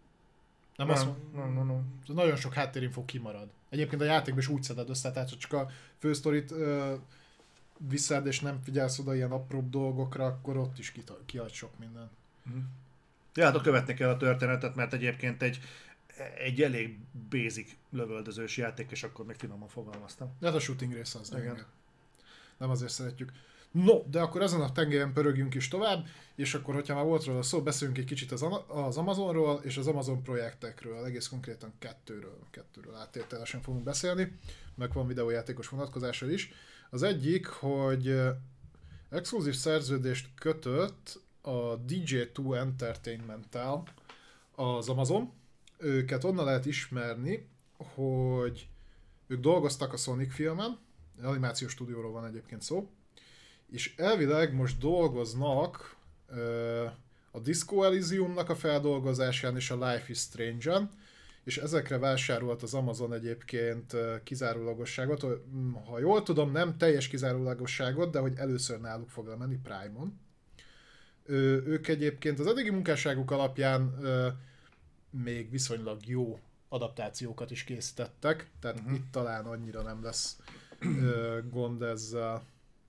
Nem. Nagyon sok háttérinfó kimarad. Egyébként a játékban is úgy szeded össze, tehát ha csak a fősztorit viszed, és nem figyelsz oda ilyen apróbb dolgokra, akkor ott is kiad sok minden. Ja, hát követni kell a történetet, mert egyébként egy elég basic lövöldözős játék, és akkor még finoman fogalmaztam. De hát a shooting része az igen. Nem azért szeretjük. No, de akkor ezen a tengeren pörögjünk is tovább, és akkor, hogyha már volt róla szó, beszéljünk egy kicsit az Amazonról és az Amazon projektekről, egész konkrétan kettőről áttételesen fogunk beszélni, meg van videójátékos vonatkozással is. Az egyik, hogy exkluzív szerződést kötött a DJ2 Entertainment-tel az Amazon. Őket onnan lehet ismerni, hogy ők dolgoztak a Sonic filmen, animációs stúdióról van egyébként szó, és elvileg most dolgoznak a Disco Elysiumnak a feldolgozásán és a Life is Strange-en, és ezekre vásárolt az Amazon egyébként kizárólagosságot, ha jól tudom, nem teljes kizárólagosságot, de hogy először náluk fog lemenni Prime-on. Ők egyébként az eddigi munkásságuk alapján még viszonylag jó adaptációkat is készítettek, tehát itt talán annyira nem lesz gond ezzel.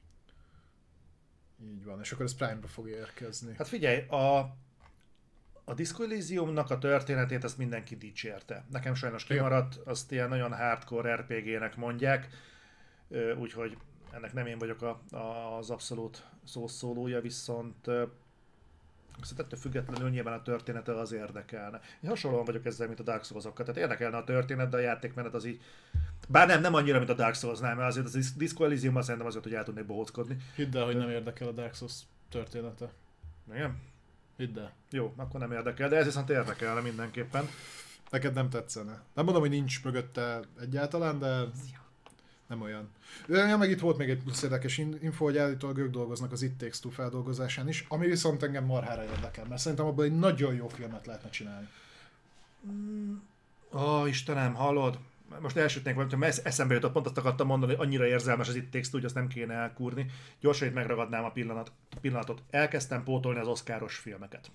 Így van, és akkor ez Prime-ra fog érkezni. Hát figyelj, a Disco Elysiumnak a történetét azt mindenki dicsérte. Nekem sajnos kimaradt, azt ilyen nagyon hardcore RPG-nek mondják, úgyhogy ennek nem én vagyok az abszolút szószólója, viszont ettől függetlenül nyilván a története az érdekelne. Én hasonlóan vagyok ezzel, mint a Dark Souls-okkal, tehát érdekelne a történet, de a játékmenet az így... Bár nem annyira, mint a Dark Souls-nál, mert azért a Disco Elysium-mal szerintem azért, hogy el tudnék bohóckodni. Hidd el, hogy nem érdekel a Dark Souls története. Igen? Hidd el. Jó, akkor nem érdekel, de ez viszont érdekelne mindenképpen. Neked nem tetszene. Nem mondom, hogy nincs mögötte egyáltalán, de nem olyan. Ja, meg itt volt még egy érdekes info, hogy állítólag ők dolgoznak az It Takes Two feldolgozásán is, ami viszont engem marhára érdekel, mert szerintem abból egy nagyon jó filmet lehetne csinálni. Istenem, hallod? Most elsütnék valamit, mert eszembe jutott, pont azt akartam mondani, hogy annyira érzelmes az It Takes Two, hogy azt nem kéne elkúrni. Gyorsan itt megragadnám a pillanatot. Elkezdtem pótolni az oszkáros filmeket.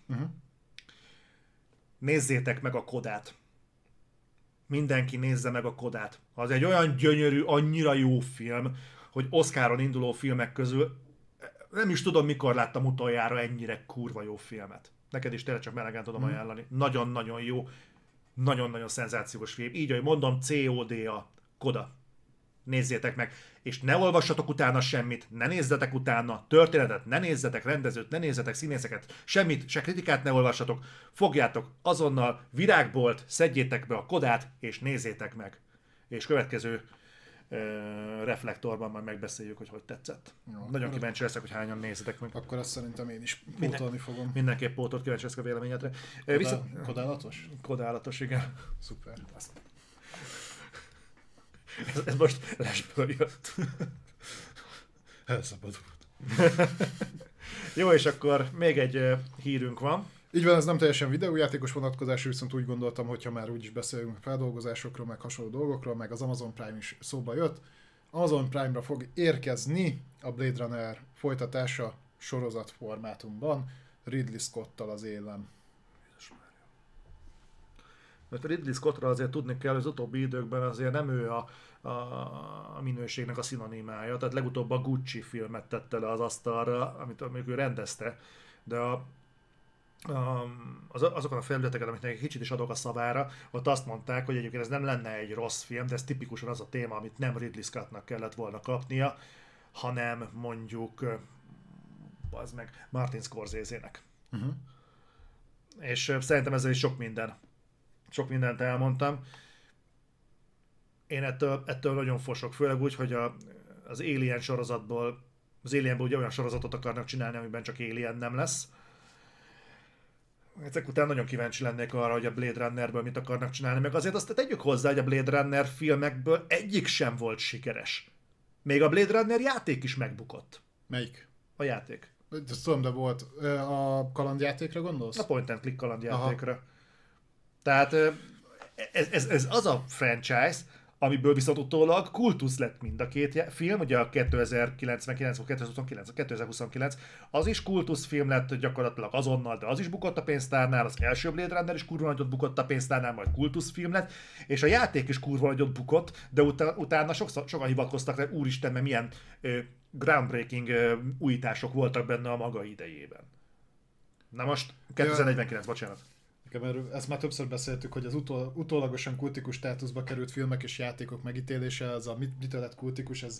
Nézzétek meg a Kodát. Mindenki nézze meg a Kodát. Az egy olyan gyönyörű, annyira jó film, hogy Oscaron induló filmek közül nem is tudom, mikor láttam utoljára ennyire kurva jó filmet. Neked is tényleg csak melegen tudom ajánlani. Nagyon-nagyon jó. Nagyon-nagyon szenzációs film. Így, ahogy mondom, COD-a, Koda. Nézzétek meg. És ne olvassatok utána semmit, ne nézzetek utána történetet, ne nézzetek rendezőt, ne nézzetek színészeket, semmit, se kritikát ne olvassatok. Fogjátok azonnal virágbolt, szedjétek be a Kodát, és nézzétek meg. És következő reflektorban majd megbeszéljük, hogy tetszett. Jó, nagyon kíváncsi leszek, hogy hányan nézzetek meg. Akkor azt szerintem én is pótolni fogom. Mindenképp pótolt, kíváncsi leszek a véleményedre. Kodálatos? Kodálatos, igen. Szuper. Ez most lesből jött. Elszabadult. Jó, és akkor még egy hírünk van. Így van, ez nem teljesen videójátékos vonatkozású, viszont úgy gondoltam, hogyha már úgyis beszélünk feldolgozásokról, meg hasonló dolgokról, meg az Amazon Prime is szóba jött. Amazon Prime-ra fog érkezni a Blade Runner folytatása sorozat formátumban, Ridley Scott-tal az élen. Mert Ridley Scottra azért tudni kell, hogy az utóbbi időkben azért nem ő a minőségnek a szinonimája. Tehát legutóbb a Gucci filmet tette le az asztalra, amit még ő rendezte, de azokon a felületeken, amit egy kicsit is adok a szavára, ott azt mondták, hogy egyébként ez nem lenne egy rossz film, de ez tipikusan az a téma, amit nem Ridley Scottnak kellett volna kapnia, hanem mondjuk az meg Martin Scorsese-nek. Uh-huh. És szerintem ezzel is sok mindent elmondtam. Én ettől nagyon fosok, főleg úgy, hogy az Alien sorozatból, az Alienből ugye olyan sorozatot akarnak csinálni, amiben csak Alien nem lesz. Ezek után nagyon kíváncsi lennék arra, hogy a Blade Runnerből mit akarnak csinálni, meg azért azt tegyük hozzá, hogy a Blade Runner filmekből egyik sem volt sikeres. Még a Blade Runner játék is megbukott. Melyik? A játék. Ezt tudom, de volt. A kalandjátékra gondolsz? A point and click kalandjátékra. Aha. Tehát ez az a franchise, amiből viszont utólag kultusz lett mind a két film, ugye a 2099 vagy 2029, az is kultuszfilm lett gyakorlatilag azonnal, de az is bukott a pénztárnál, az első Blade Runner is kurva nagyot bukott a pénztárnál, majd kultuszfilm lett, és a játék is kurva nagyot bukott, de utána sokan hivatkoztak rá, úristen, mert milyen groundbreaking újítások voltak benne a maga idejében. Na most 2049, bocsánat. Mert ezt már többször beszéltük, hogy az utólagosan kultikus státuszba került filmek és játékok megítélése, az a mitől lett kultikus, ez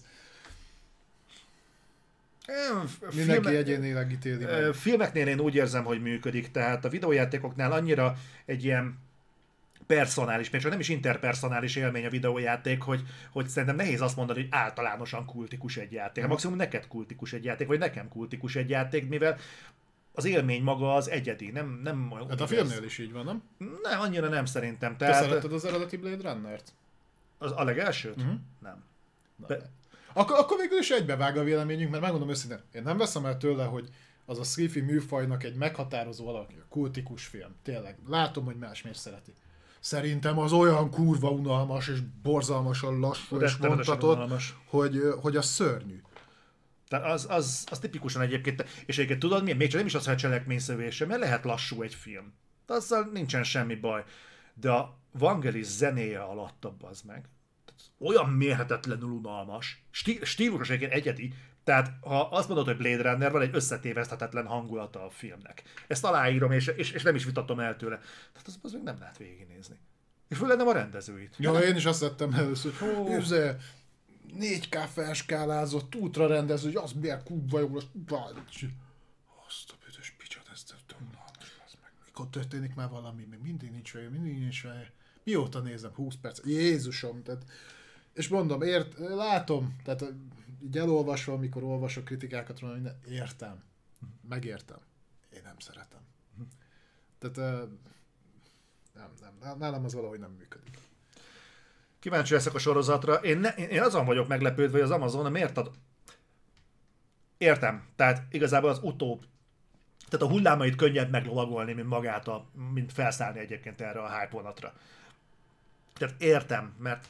mindenki egyénileg ítéli meg. Filmeknél én úgy érzem, hogy működik, tehát a videójátékoknál annyira egy ilyen personális, még csak nem is interpersonális élmény a videójáték, hogy szerintem nehéz azt mondani, hogy általánosan kultikus egy játék. Maximum neked kultikus egy játék, vagy nekem kultikus egy játék, mivel az élmény maga az egyedi, nem hát a filmnél is így van, nem? Nem, annyira nem szerintem. Te szeretted az eredeti Blade Runnert? A legelsőt? Uh-huh. Nem. Akkor végül is egybevág a véleményünk, mert megmondom őszintén, én nem veszem el tőle, hogy az a sci-fi műfajnak egy meghatározó alakja, kultikus film. Tényleg. Látom, hogy más miért szereti. Szerintem az olyan kurva unalmas és borzalmasan lassú és vontatott, hogy az szörnyű. Tehát az tipikusan egyébként, és egyébként tudod milyen? Még csak nem is az, hogy a cselekményszövése, mert lehet lassú egy film. De azzal nincsen semmi baj. De a Vangelis zenéje alatt az meg. Olyan mérhetetlenül unalmas. Stílusos egyébként egyedi. Tehát ha azt mondod, hogy Blade Runner, van egy összetéveszthetetlen hangulata a filmnek. Ezt aláírom, és nem is vitatom el tőle. Tehát az még nem lehet végignézni. És főleg nem a rendezőit. Ja, én is azt vettem először, hogy 4K felskálázott, útra rendező, hogy az milyen kurva jó, azt a büdös picsat, ez unalmas, meg. Mikor történik már valami, még mindig nincs vele. Mióta nézem? 20 perc. Jézusom! Tehát, és mondom, látom, tehát így elolvasva, amikor olvasok kritikákat róla, minden, értem. Megértem. Én nem szeretem. Tehát nem, nálam az valahogy nem működik. Kíváncsi leszek a sorozatra. Én azon vagyok meglepődve, hogy az Amazon miért ad... Értem. Tehát igazából az tehát a hullámait könnyebb meglovagolni, mint magát, mint felszállni egyébként erre a hype vonatra. Tehát értem,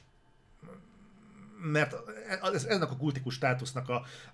mert ennek a kultikus státusznak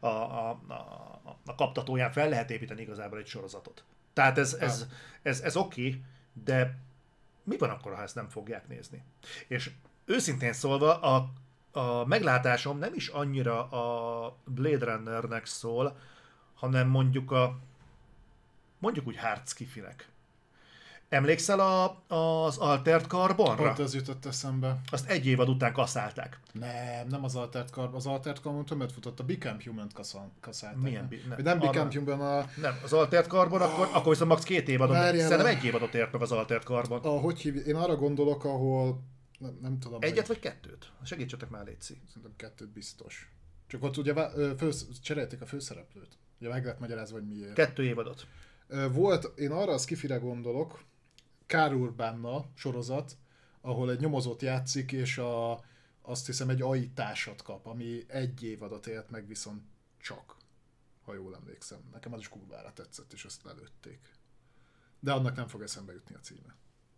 a kaptatóján fel lehet építeni igazából egy sorozatot. Tehát ez oké, de mi van akkor, ha ezt nem fogják nézni? És őszintén szólva, a meglátásom nem is annyira a Blade Runnernek szól, hanem mondjuk úgy hard skifinek. Emlékszel az Altered Carbonra? Pont ez jutott eszembe. Azt egy évad után kaszálták. Nem az Altered Carbon. Az Altered Carbon többet futott, a Become Human-t kaszálták. Milyen? Nem Become Human Nem, az Altered Carbon, akkor viszont max 2 évadot. Szerintem egy évadot ért meg az Altered Carbon. Én arra gondolok, ahol nem tudom. Egyet vagy kettőt? Segítsetek már, létszik. Szerintem 2 biztos. Csak ott ugye cserélték a főszereplőt. Ugye meg lehet magyarázva, hogy miért. 2 évadot. Volt, én arra a skifire gondolok, Karl Urbana sorozat, ahol egy nyomozót játszik, és azt hiszem egy AI társat kap, ami 1 évadot élt meg, viszont csak, ha jól emlékszem. Nekem az is kurvára tetszett, és azt lelőtték. De annak nem fog eszembe jutni a címe.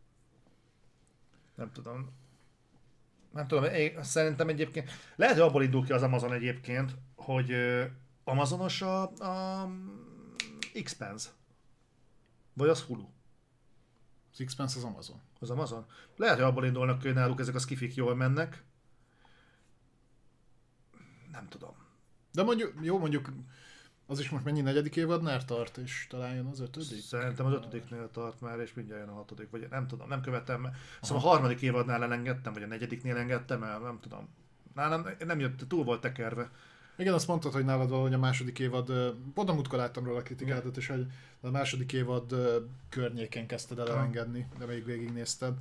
Nem tudom, szerintem egyébként, lehet, hogy abból indul ki az Amazon egyébként, hogy Amazonos a Expanse. Vagy az Hulu? Sixpence az Amazon. Az Amazon? Lehet, hogy abból indulnak, hogy náluk ezek a skifik jól mennek. Nem tudom. De mondjuk az is most mennyi negyedik évadnál tart, és talán jön az 5. Szerintem az 5-nél tart már, és mindjárt jön a 6. Vagy nem tudom, nem követem. Szóval a 3. évadnál elengedtem, vagy a 4-nél engedtem el, nem tudom. Nálam nem jött, túl volt tekerve. Igen, azt mondtad, hogy nálad valahogy a második évad, pont a múltkor láttam róla a kritikádat, és hogy a második évad környékén kezdted el elengedni, de még végignézted.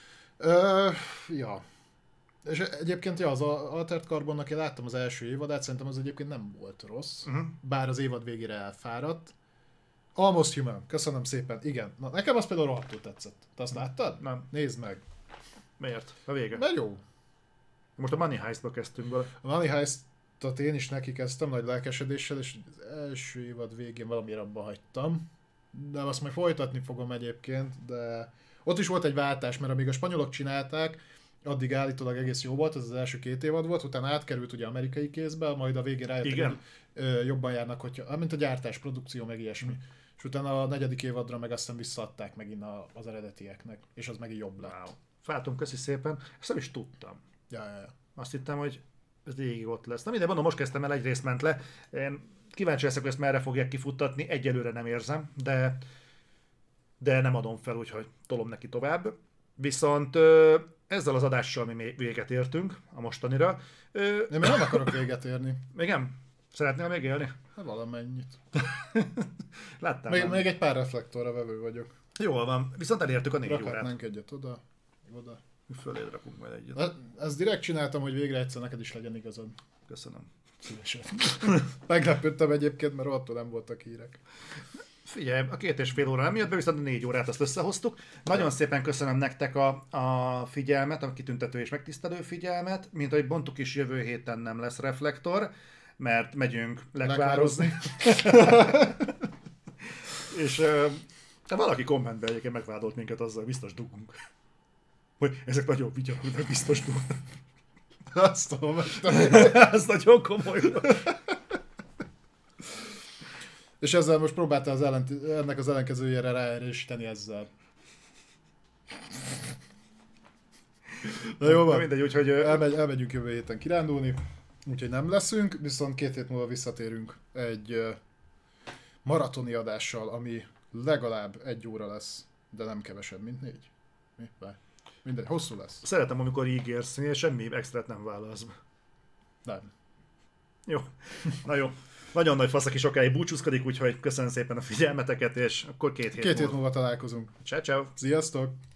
Ja. És egyébként az Altered Carbonnak én láttam az első évadát, szerintem az egyébként nem volt rossz, bár az évad végére elfáradt. Almost Human, köszönöm szépen, igen. Na, nekem az például rohadtul tetszett. Te azt láttad? Nem. Nézd meg. Miért? A vége. Mert jó. Most a Money Heist-ba kezdtünk bele. A Money Heist-ot én is neki kezdtem nagy lelkesedéssel, és az első évad végén valamiért abba hagytam. De azt majd folytatni fogom egyébként, de ott is volt egy váltás, mert amíg a spanyolok csinálták, addig állítólag egész jó volt, ez az első 2 évad volt, utána átkerült ugye amerikai kézbe, majd a végén rájöttek, hogy jobban járnak, hogyha, mint a gyártás, produkció, meg ilyesmi. És utána a 4. évadra meg aztán visszaadták megint az eredetieknek, és az meg jobb lett. Wow. Fátom, köszi szépen. Ezt nem is tudtam. Ja. Azt hittem, hogy ez végig ott lesz. Na minden, mondom, most kezdtem el, egy rész ment le. Én kíváncsi leszek, hogy ezt merre fogják kifuttatni. Egyelőre nem érzem, de nem adom fel, úgyhogy tolom neki tovább. Viszont ezzel az adással mi véget értünk a mostanira. Én még nem akarok véget érni. Még nem? Szeretnél még élni? Hát valamennyit. Láttam. Még egy pár reflektorra vevő vagyok. Jól van, viszont elértük a 4 órát. Rakhatnánk egyet oda. Föléd rakunk majd egyet. Ezt direkt csináltam, hogy végre egyszer neked is legyen igazad. Köszönöm. Szívesen. Meglepődtem egyébként, mert attól nem voltak hírek. Figyelj, a 2,5 óra nem jött be, viszont a 4 órát azt összehoztuk. Nagyon szépen köszönöm nektek a figyelmet, a kitüntető és megtisztelő figyelmet. Mint ahogy mondtuk is, jövő héten nem lesz reflektor, mert megyünk lekvározni. És valaki kommentben egyébként megvádolt minket azzal, biztos dugunk. Hogy ezek nagyon vigyarul, de biztos dugunk. Azt tudom, ez nagyon komoly. És ezzel most próbáltál ennek az ellenkezőjére ráerősíteni ezzel. Na jó van, mindegy, úgyhogy elmegyünk jövő héten kirándulni, úgyhogy nem leszünk, viszont 2 hét múlva visszatérünk egy maratoni adással, ami legalább 1 óra lesz, de nem kevesebb, mint 4. Mi? Bár. Mindegy, hosszú lesz. Szeretem, amikor ígérsz, és semmi extrát nem válasz. Nem. Jó. Na jó. Nagyon nagy fasz, aki sokáig búcsúzkodik, úgyhogy köszönöm szépen a figyelmeteket, és akkor 2 hét 2 hét múlva találkozunk. Ciao, ciao. Sziasztok!